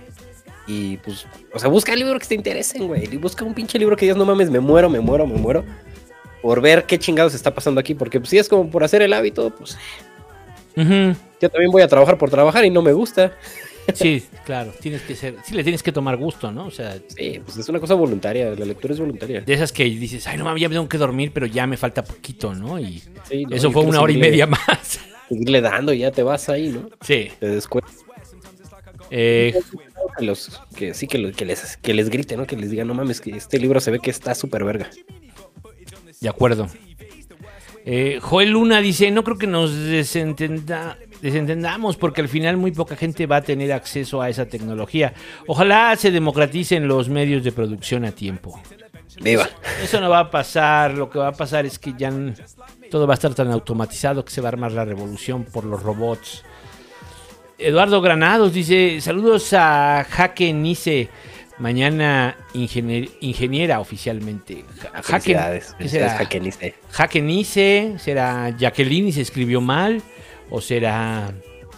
Y pues, o sea, busca el libro que te interesen, güey. Y busca un pinche libro que digas, no mames, me muero, me muero, me muero. Por ver qué chingados está pasando aquí. Porque pues, si es como por hacer el hábito, pues... Uh-huh. Yo también voy a trabajar por trabajar y no me gusta. Sí, claro. Tienes que ser... Sí le tienes que tomar gusto, ¿no? O sea... Sí, pues es una cosa voluntaria. La lectura es voluntaria. De esas que dices, ay, no mames, ya me tengo que dormir, pero ya me falta poquito, ¿no? Y sí, no, eso fue una hora y media más. Seguirle dando y ya te vas ahí, ¿no? Sí. Te descuentas. Eh... Que los, que sí, que, lo, que, les, que les grite, ¿no? Que les digan, no mames, que este libro se ve que está súper verga. De acuerdo. Eh, Joel Luna dice, no creo que nos desentenda, desentendamos porque al final muy poca gente va a tener acceso a esa tecnología. Ojalá se democraticen los medios de producción a tiempo. Viva. Eso, eso no va a pasar. Lo que va a pasar es que ya todo va a estar tan automatizado que se va a armar la revolución por los robots. Eduardo Granados dice, saludos a Jaque Nice, mañana ingenier, ingeniera oficialmente. Ja, Jaque, ¿qué será? Jaque Nice. Jaque Nice, ¿será Jacqueline y se escribió mal? ¿O será,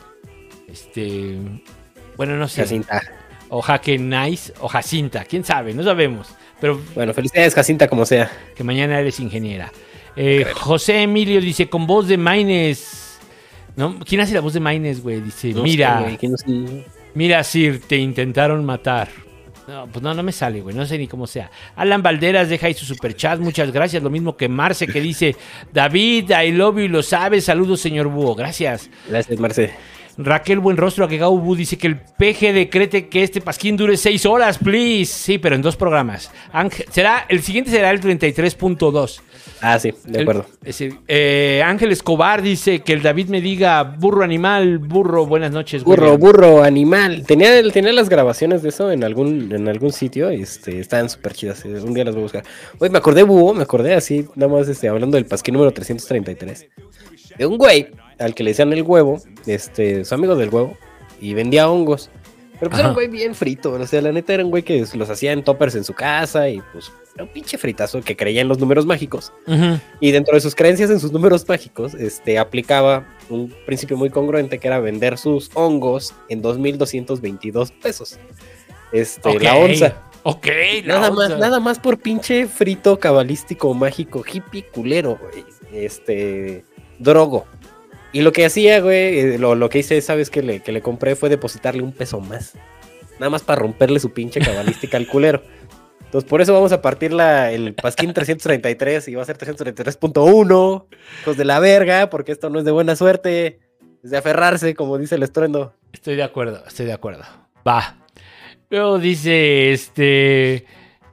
este, bueno, no sé. Jacinta. O Jaque Nice, o Jacinta, quién sabe, no sabemos. Pero bueno, felicidades Jacinta como sea. Que mañana eres ingeniera. Eh, José Emilio dice, con voz de Maines... ¿No? ¿Quién hace la voz de Maines, güey? Dice, no mira, sé, no sé. Mira, Sir, te intentaron matar. No, pues no, no me sale, güey, no sé ni cómo sea. Alan Valderas deja ahí su superchat, muchas gracias. Lo mismo que Marce, que dice, David, I love you, lo sabes. Saludos, señor Búho, gracias. Gracias, Marce. Raquel Buenrostro, que Gaubu dice que el P G decrete que este pasquín dure seis horas, please. Sí, pero en dos programas. Ángel, será, el siguiente será el treinta y tres punto dos. Ah, sí, de el, acuerdo. Ese, eh, Ángel Escobar dice que el David me diga burro animal, burro, buenas noches. Burro, William. burro animal. Tenía, tenía las grabaciones de eso en algún, en algún sitio. Este, estaban súper chidas. Un día las voy a buscar. Oye, me acordé, Búho, me acordé así, nada más este, hablando del pasquín número trescientos treinta y tres. De un güey al que le decían el huevo, este, su amigo del huevo, y vendía hongos. Pero pues Ajá. Era un güey bien frito, o sea, la neta era un güey que los hacía en toppers en su casa y pues era un pinche fritazo que creía en los números mágicos. Uh-huh. Y dentro de sus creencias en sus números mágicos, este, aplicaba un principio muy congruente que era vender sus hongos en dos mil doscientos veintidós pesos. Este, okay. La onza. Ok, la nada onza. más, nada más por pinche frito cabalístico, mágico, hippie, culero, güey. Este, drogo. Y lo que hacía, güey, lo, lo que hice, ¿sabes? Que le, que le compré fue depositarle un peso más. Nada más para romperle su pinche cabalística al culero. Entonces, por eso vamos a partir la, el pasquín trescientos treinta y tres y va a ser trescientos treinta y tres punto uno. Hijos de la verga, porque esto no es de buena suerte. Es de aferrarse, como dice el estruendo. Estoy de acuerdo, estoy de acuerdo. Va. Luego dice, este...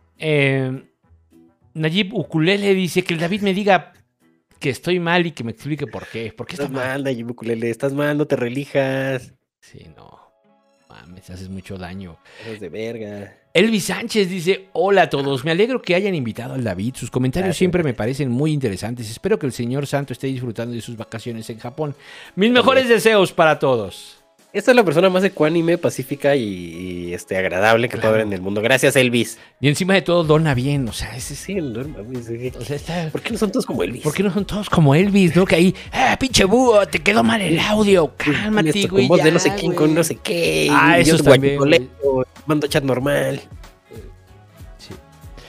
Eh, Nayib Ukulele dice que el David me diga... que estoy mal y que me explique por qué. ¿Por qué estás mal? mal Nayib Ukulele, estás mal, no te relijas. Sí, no. Mames, haces mucho daño. Eres de verga. Elvis Sánchez dice, hola a todos, me alegro que hayan invitado al David. Sus comentarios Gracias. siempre me parecen muy interesantes. Espero que el señor Santo esté disfrutando de sus vacaciones en Japón. Mis mejores sí. deseos para todos. Esta es la persona más ecuánime, pacífica y, y este, agradable que claro. puede haber en el mundo. Gracias, Elvis. Y encima de todo, dona bien. O sea, ese sí, no, o sea, está... ¿por qué no son todos como Elvis? ¿Por qué no son todos como Elvis? ¿No? Que ahí, ah, pinche búho, te quedó mal el audio. Cálmate, esto, güey. Con voz ya, de no sé quién, güey. con no sé qué. Ah, eso también. Mando chat normal.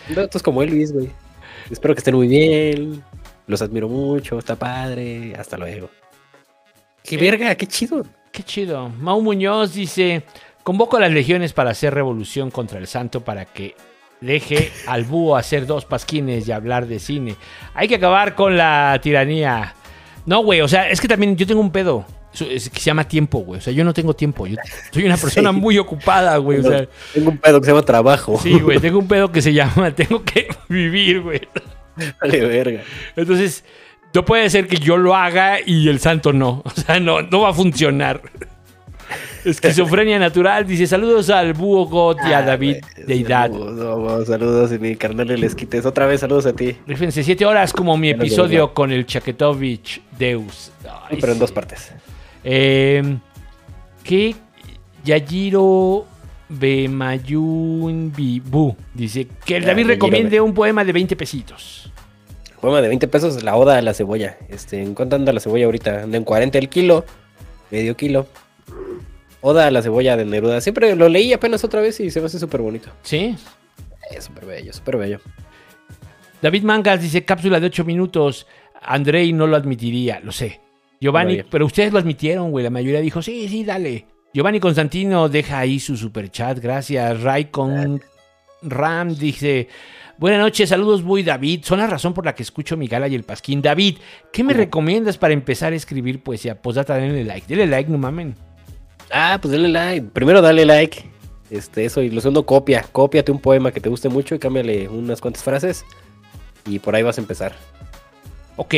Datos como Elvis, güey. Espero que estén muy bien. Los admiro mucho, está padre. Hasta luego. ¡Qué verga! ¡Qué chido! ¡Qué chido! Mau Muñoz dice: convoco a las legiones para hacer revolución contra el santo para que deje al búho hacer dos pasquines y hablar de cine. Hay que acabar con la tiranía. No, güey, o sea, es que también yo tengo un pedo. Es que se llama tiempo, güey. O sea, yo no tengo tiempo. Yo soy una persona sí. muy ocupada, güey. O sea, tengo un pedo que se llama trabajo. Sí, güey. Tengo un pedo que se llama tengo que vivir, güey. Vale, verga. Entonces, no puede ser que yo lo haga y el santo no. O sea, no, no va a funcionar. Esquizofrenia natural. Dice: saludos al búho God y a ah, David wey, Deidad. Saludos, saludos, y mi carnal les quites. Otra vez, saludos a ti. Rífense siete horas como mi episodio con el Chaketovich Deus. Ay, pero sí. en dos partes. Eh, que Yajiro Bemayun Bibu dice que el David ya, recomiende Yajiro, un poema de veinte pesitos. Poema de veinte pesos, la oda a la cebolla. Este, ¿en cuánto anda la cebolla ahorita? Anda en cuarenta el kilo, medio kilo. Oda a la cebolla de Neruda. Siempre lo leí apenas otra vez y se me hace súper bonito. ¿Sí? Es súper bello, súper bello. David Mangas dice: cápsula de ocho minutos. Andrei no lo admitiría, lo sé. Giovanni, no, pero ustedes lo admitieron, güey. La mayoría dijo: sí, sí, dale. Giovanni Constantino deja ahí su superchat. Gracias. Raikon Ram dice: buenas noches, saludos, voy David. Son la razón por la que escucho mi gala y el pasquín. David, ¿qué me recomiendas para empezar a escribir poesía? Posdata, denle like. Denle like, no mamen. Ah, pues denle like. Primero dale like. Este, eso, y lo segundo, copia. Cópiate un poema que te guste mucho y cámbiale unas cuantas frases. Y por ahí vas a empezar. Ok.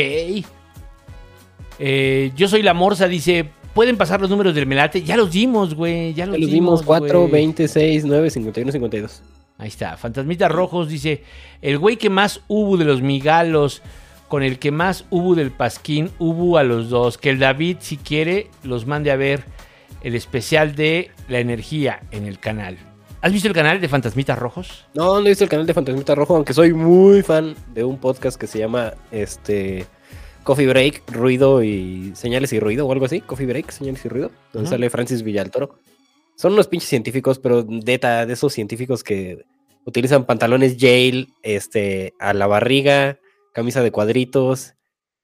Eh, yo soy la Morsa, dice: ¿pueden pasar los números del Melate? Ya los dimos, güey. Ya los, ya los dimos, dimos. cuatro, veinte, seis, nueve, cincuenta y uno, cincuenta y dos. Ahí está. Fantasmitas Rojos dice: el güey que más hubo de los migalos con el que más hubo del pasquín, hubo a los dos. Que el David, si quiere, los mande a ver el especial de la energía en el canal. ¿Has visto el canal de Fantasmitas Rojos? No, no he visto el canal de Fantasmitas Rojos, aunque soy muy fan de un podcast que se llama este Coffee Break, Ruido y Señales y Ruido o algo así. Coffee Break, Señales y Ruido, donde uh-huh. sale Francis Villaltoro. Son unos pinches científicos, pero neta, de esos científicos que utilizan pantalones Yale, este, a la barriga, camisa de cuadritos,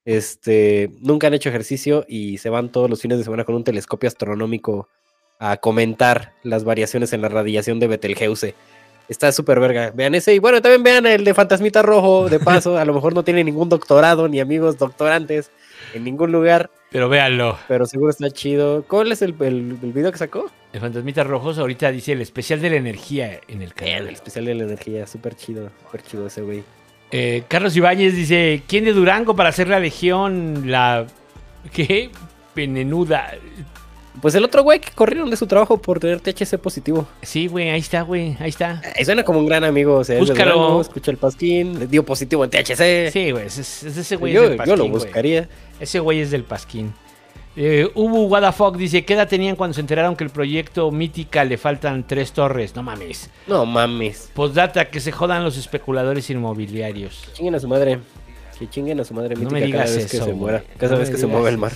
este, nunca han hecho ejercicio y se van todos los fines de semana con un telescopio astronómico a comentar las variaciones en la radiación de Betelgeuse. Está súper verga. Vean ese y bueno, también vean el de Fantasmita Rojo, de paso. A lo mejor no tiene ningún doctorado ni amigos doctorantes en ningún lugar. Pero véanlo. Pero seguro está chido. ¿Cuál es el, el, el video que sacó? El Fantasmitas Rojos ahorita dice el especial de la energía en el canal. El especial de la energía, súper chido, súper chido ese güey. Eh, Carlos Ibáñez dice: ¿quién de Durango para hacer la legión? La... ¿Qué? Venenuda. Pues el otro güey que corrieron de su trabajo por tener T H C positivo. Sí, güey, ahí está, güey, ahí está. Eh, suena como un gran amigo, o sea, búscalo. Durango, escucha el pasquín, le dio positivo en T H C. Sí, güey, es, es ese güey yo, es del pasquín. Yo lo buscaría. Güey. Ese güey es del pasquín. Eh, Ubu What the fuck dice: ¿qué edad tenían cuando se enteraron que el proyecto Mítica le faltan tres torres? No mames. No mames. Postdata, que se jodan los especuladores inmobiliarios. Que chinguen a su madre. Que chinguen a su madre Mítica no me digas cada vez eso, que se muera. Cada no vez que se mueve el mar.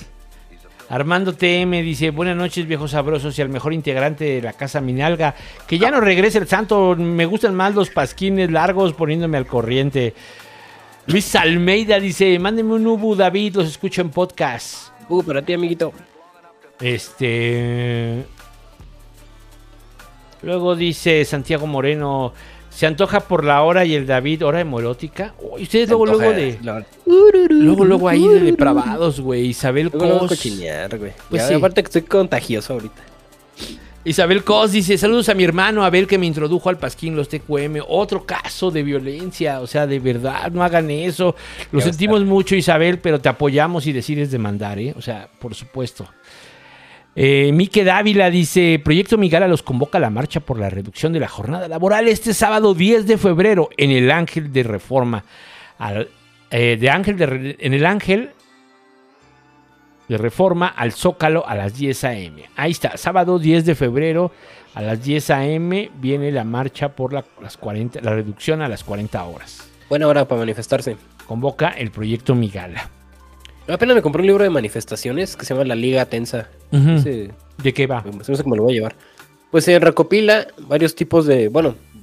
Armando T M dice: buenas noches, viejos sabrosos y al mejor integrante de la casa Minalga. Que ya no regrese el santo. Me gustan más los pasquines largos poniéndome al corriente. Luis Almeida dice: mándeme un Ubu, David, los escucho en podcast. Uh, para ti, amiguito. Este. Luego dice Santiago Moreno: se antoja por la hora y el David, hora hemorótica. Uy, ustedes luego, luego de. La... Luego, luego ahí de depravados, güey. Isabel Cos. Luego cochinear, güey. Pues ya, sí. Aparte que estoy contagioso ahorita. Isabel Cos dice: saludos a mi hermano Abel que me introdujo al pasquín, los T Q M. Otro caso de violencia, o sea, de verdad, no hagan eso. Lo sentimos mucho, Isabel, pero te apoyamos y decides demandar, ¿eh? O sea, por supuesto. Eh, Mike Dávila dice: Proyecto Migala los convoca a la marcha por la reducción de la jornada laboral este sábado diez de febrero en el Ángel de Reforma. Al, eh, de Ángel de, en el Ángel de Reforma al Zócalo a las diez a eme Ahí está, sábado diez de febrero a las diez a eme viene la marcha por la, las cuarenta, la reducción a las cuarenta horas. Buena hora para manifestarse. Convoca el Proyecto Migala. Apenas me compré un libro de manifestaciones que se llama La Liga Tensa. Uh-huh. Ese, ¿De qué va? No sé cómo lo voy a llevar. Pues se recopila varios tipos de, bueno,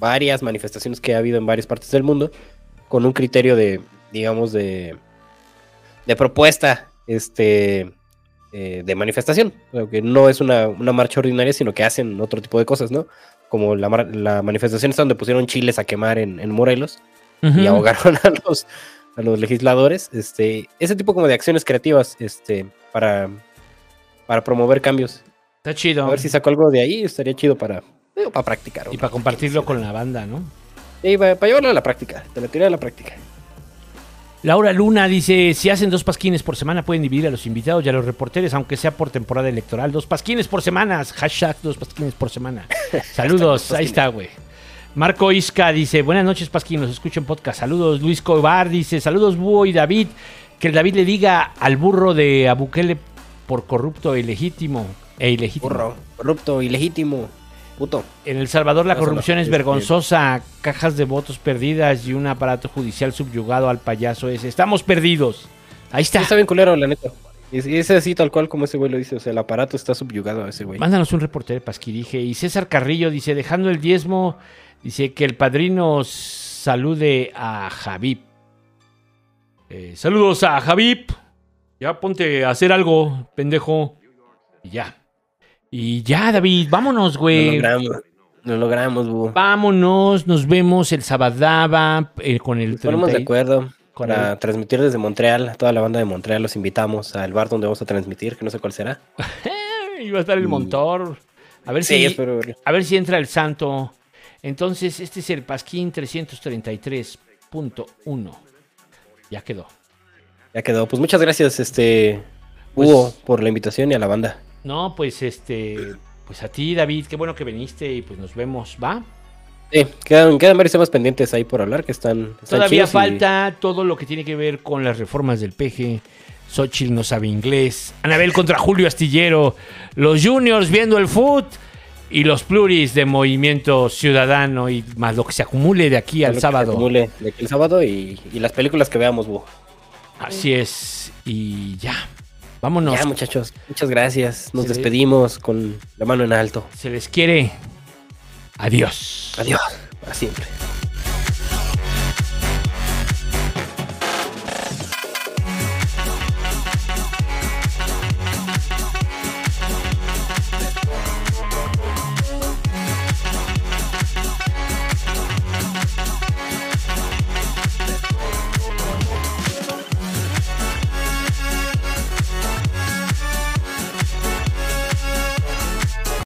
varias manifestaciones que ha habido en varias partes del mundo, con un criterio de, digamos, de, de propuesta, este, eh, de manifestación, que no es una, una marcha ordinaria, sino que hacen otro tipo de cosas, ¿no? Como la, la manifestación esta donde pusieron chiles a quemar en, en Morelos, uh-huh. y ahogaron a los, a los legisladores, este, ese tipo como de acciones creativas, este, para, para promover cambios. Está chido. A ver si saco algo de ahí, estaría chido para, digo, para practicar. Y para compartirlo con la banda, ¿no? Sí, para, para llevarlo a la práctica, te la tiré a la práctica. Laura Luna dice, si hacen dos pasquines por semana pueden dividir a los invitados y a los reporteros, aunque sea por temporada electoral. Dos pasquines por semana, hashtag dos pasquines por semana. Saludos, ahí está, güey. Marco Isca dice, buenas noches, pasquín, los escucho en podcast. Saludos. Luis Cobar dice, saludos, Búho y David. Que el David le diga al burro de a Bukele por corrupto e ilegítimo. E ilegítimo. Burro, corrupto, ilegítimo. Puto. En El Salvador la No, corrupción no, es es vergonzosa, cajas de votos perdidas y un aparato judicial subyugado al payaso ese. Estamos perdidos. Ahí está. Sí, está bien culero, la neta. Y es así tal cual como ese güey lo dice, o sea, el aparato está subyugado a ese güey. Mándanos un reportero de Pasquirije. Y César Carrillo dice, dejando el diezmo, dice que el padrino salude a Javib. Eh, saludos a Javib. Ya ponte a hacer algo, pendejo. Y ya. Y ya, David, vámonos, güey. Lo logramos, lo logramos, búho. Vámonos, nos vemos el Sabadaba eh, con el... Nos ponemos de acuerdo para el... transmitir desde Montreal. A toda la banda de Montreal los invitamos al bar donde vamos a transmitir, que no sé cuál será. Iba a estar el Montor. A ver, sí, si, espero... a ver si entra el santo. Entonces, este es el Pasquín trescientos treinta y tres punto uno. Ya quedó. Ya quedó. Pues muchas gracias, este... Pues... Hugo, por la invitación y a la banda. No, pues este, pues a ti, David, qué bueno que viniste y pues nos vemos, ¿va? Sí, quedan, quedan varios temas pendientes ahí por hablar que están, están Todavía chidos falta y... todo lo que tiene que ver con las reformas del P G. Xochitl no sabe inglés. Anabel contra Julio Astillero. Los juniors viendo el fut. Y los pluris de Movimiento Ciudadano. Y más lo que se acumule de aquí al sábado. Se acumule de aquí al sábado y, y las películas que veamos, Búho. Así es. Y ya. Vámonos. Ya, muchachos. Muchas gracias. Nos se despedimos le... con la mano en alto. Se les quiere. Adiós. Adiós. Para siempre.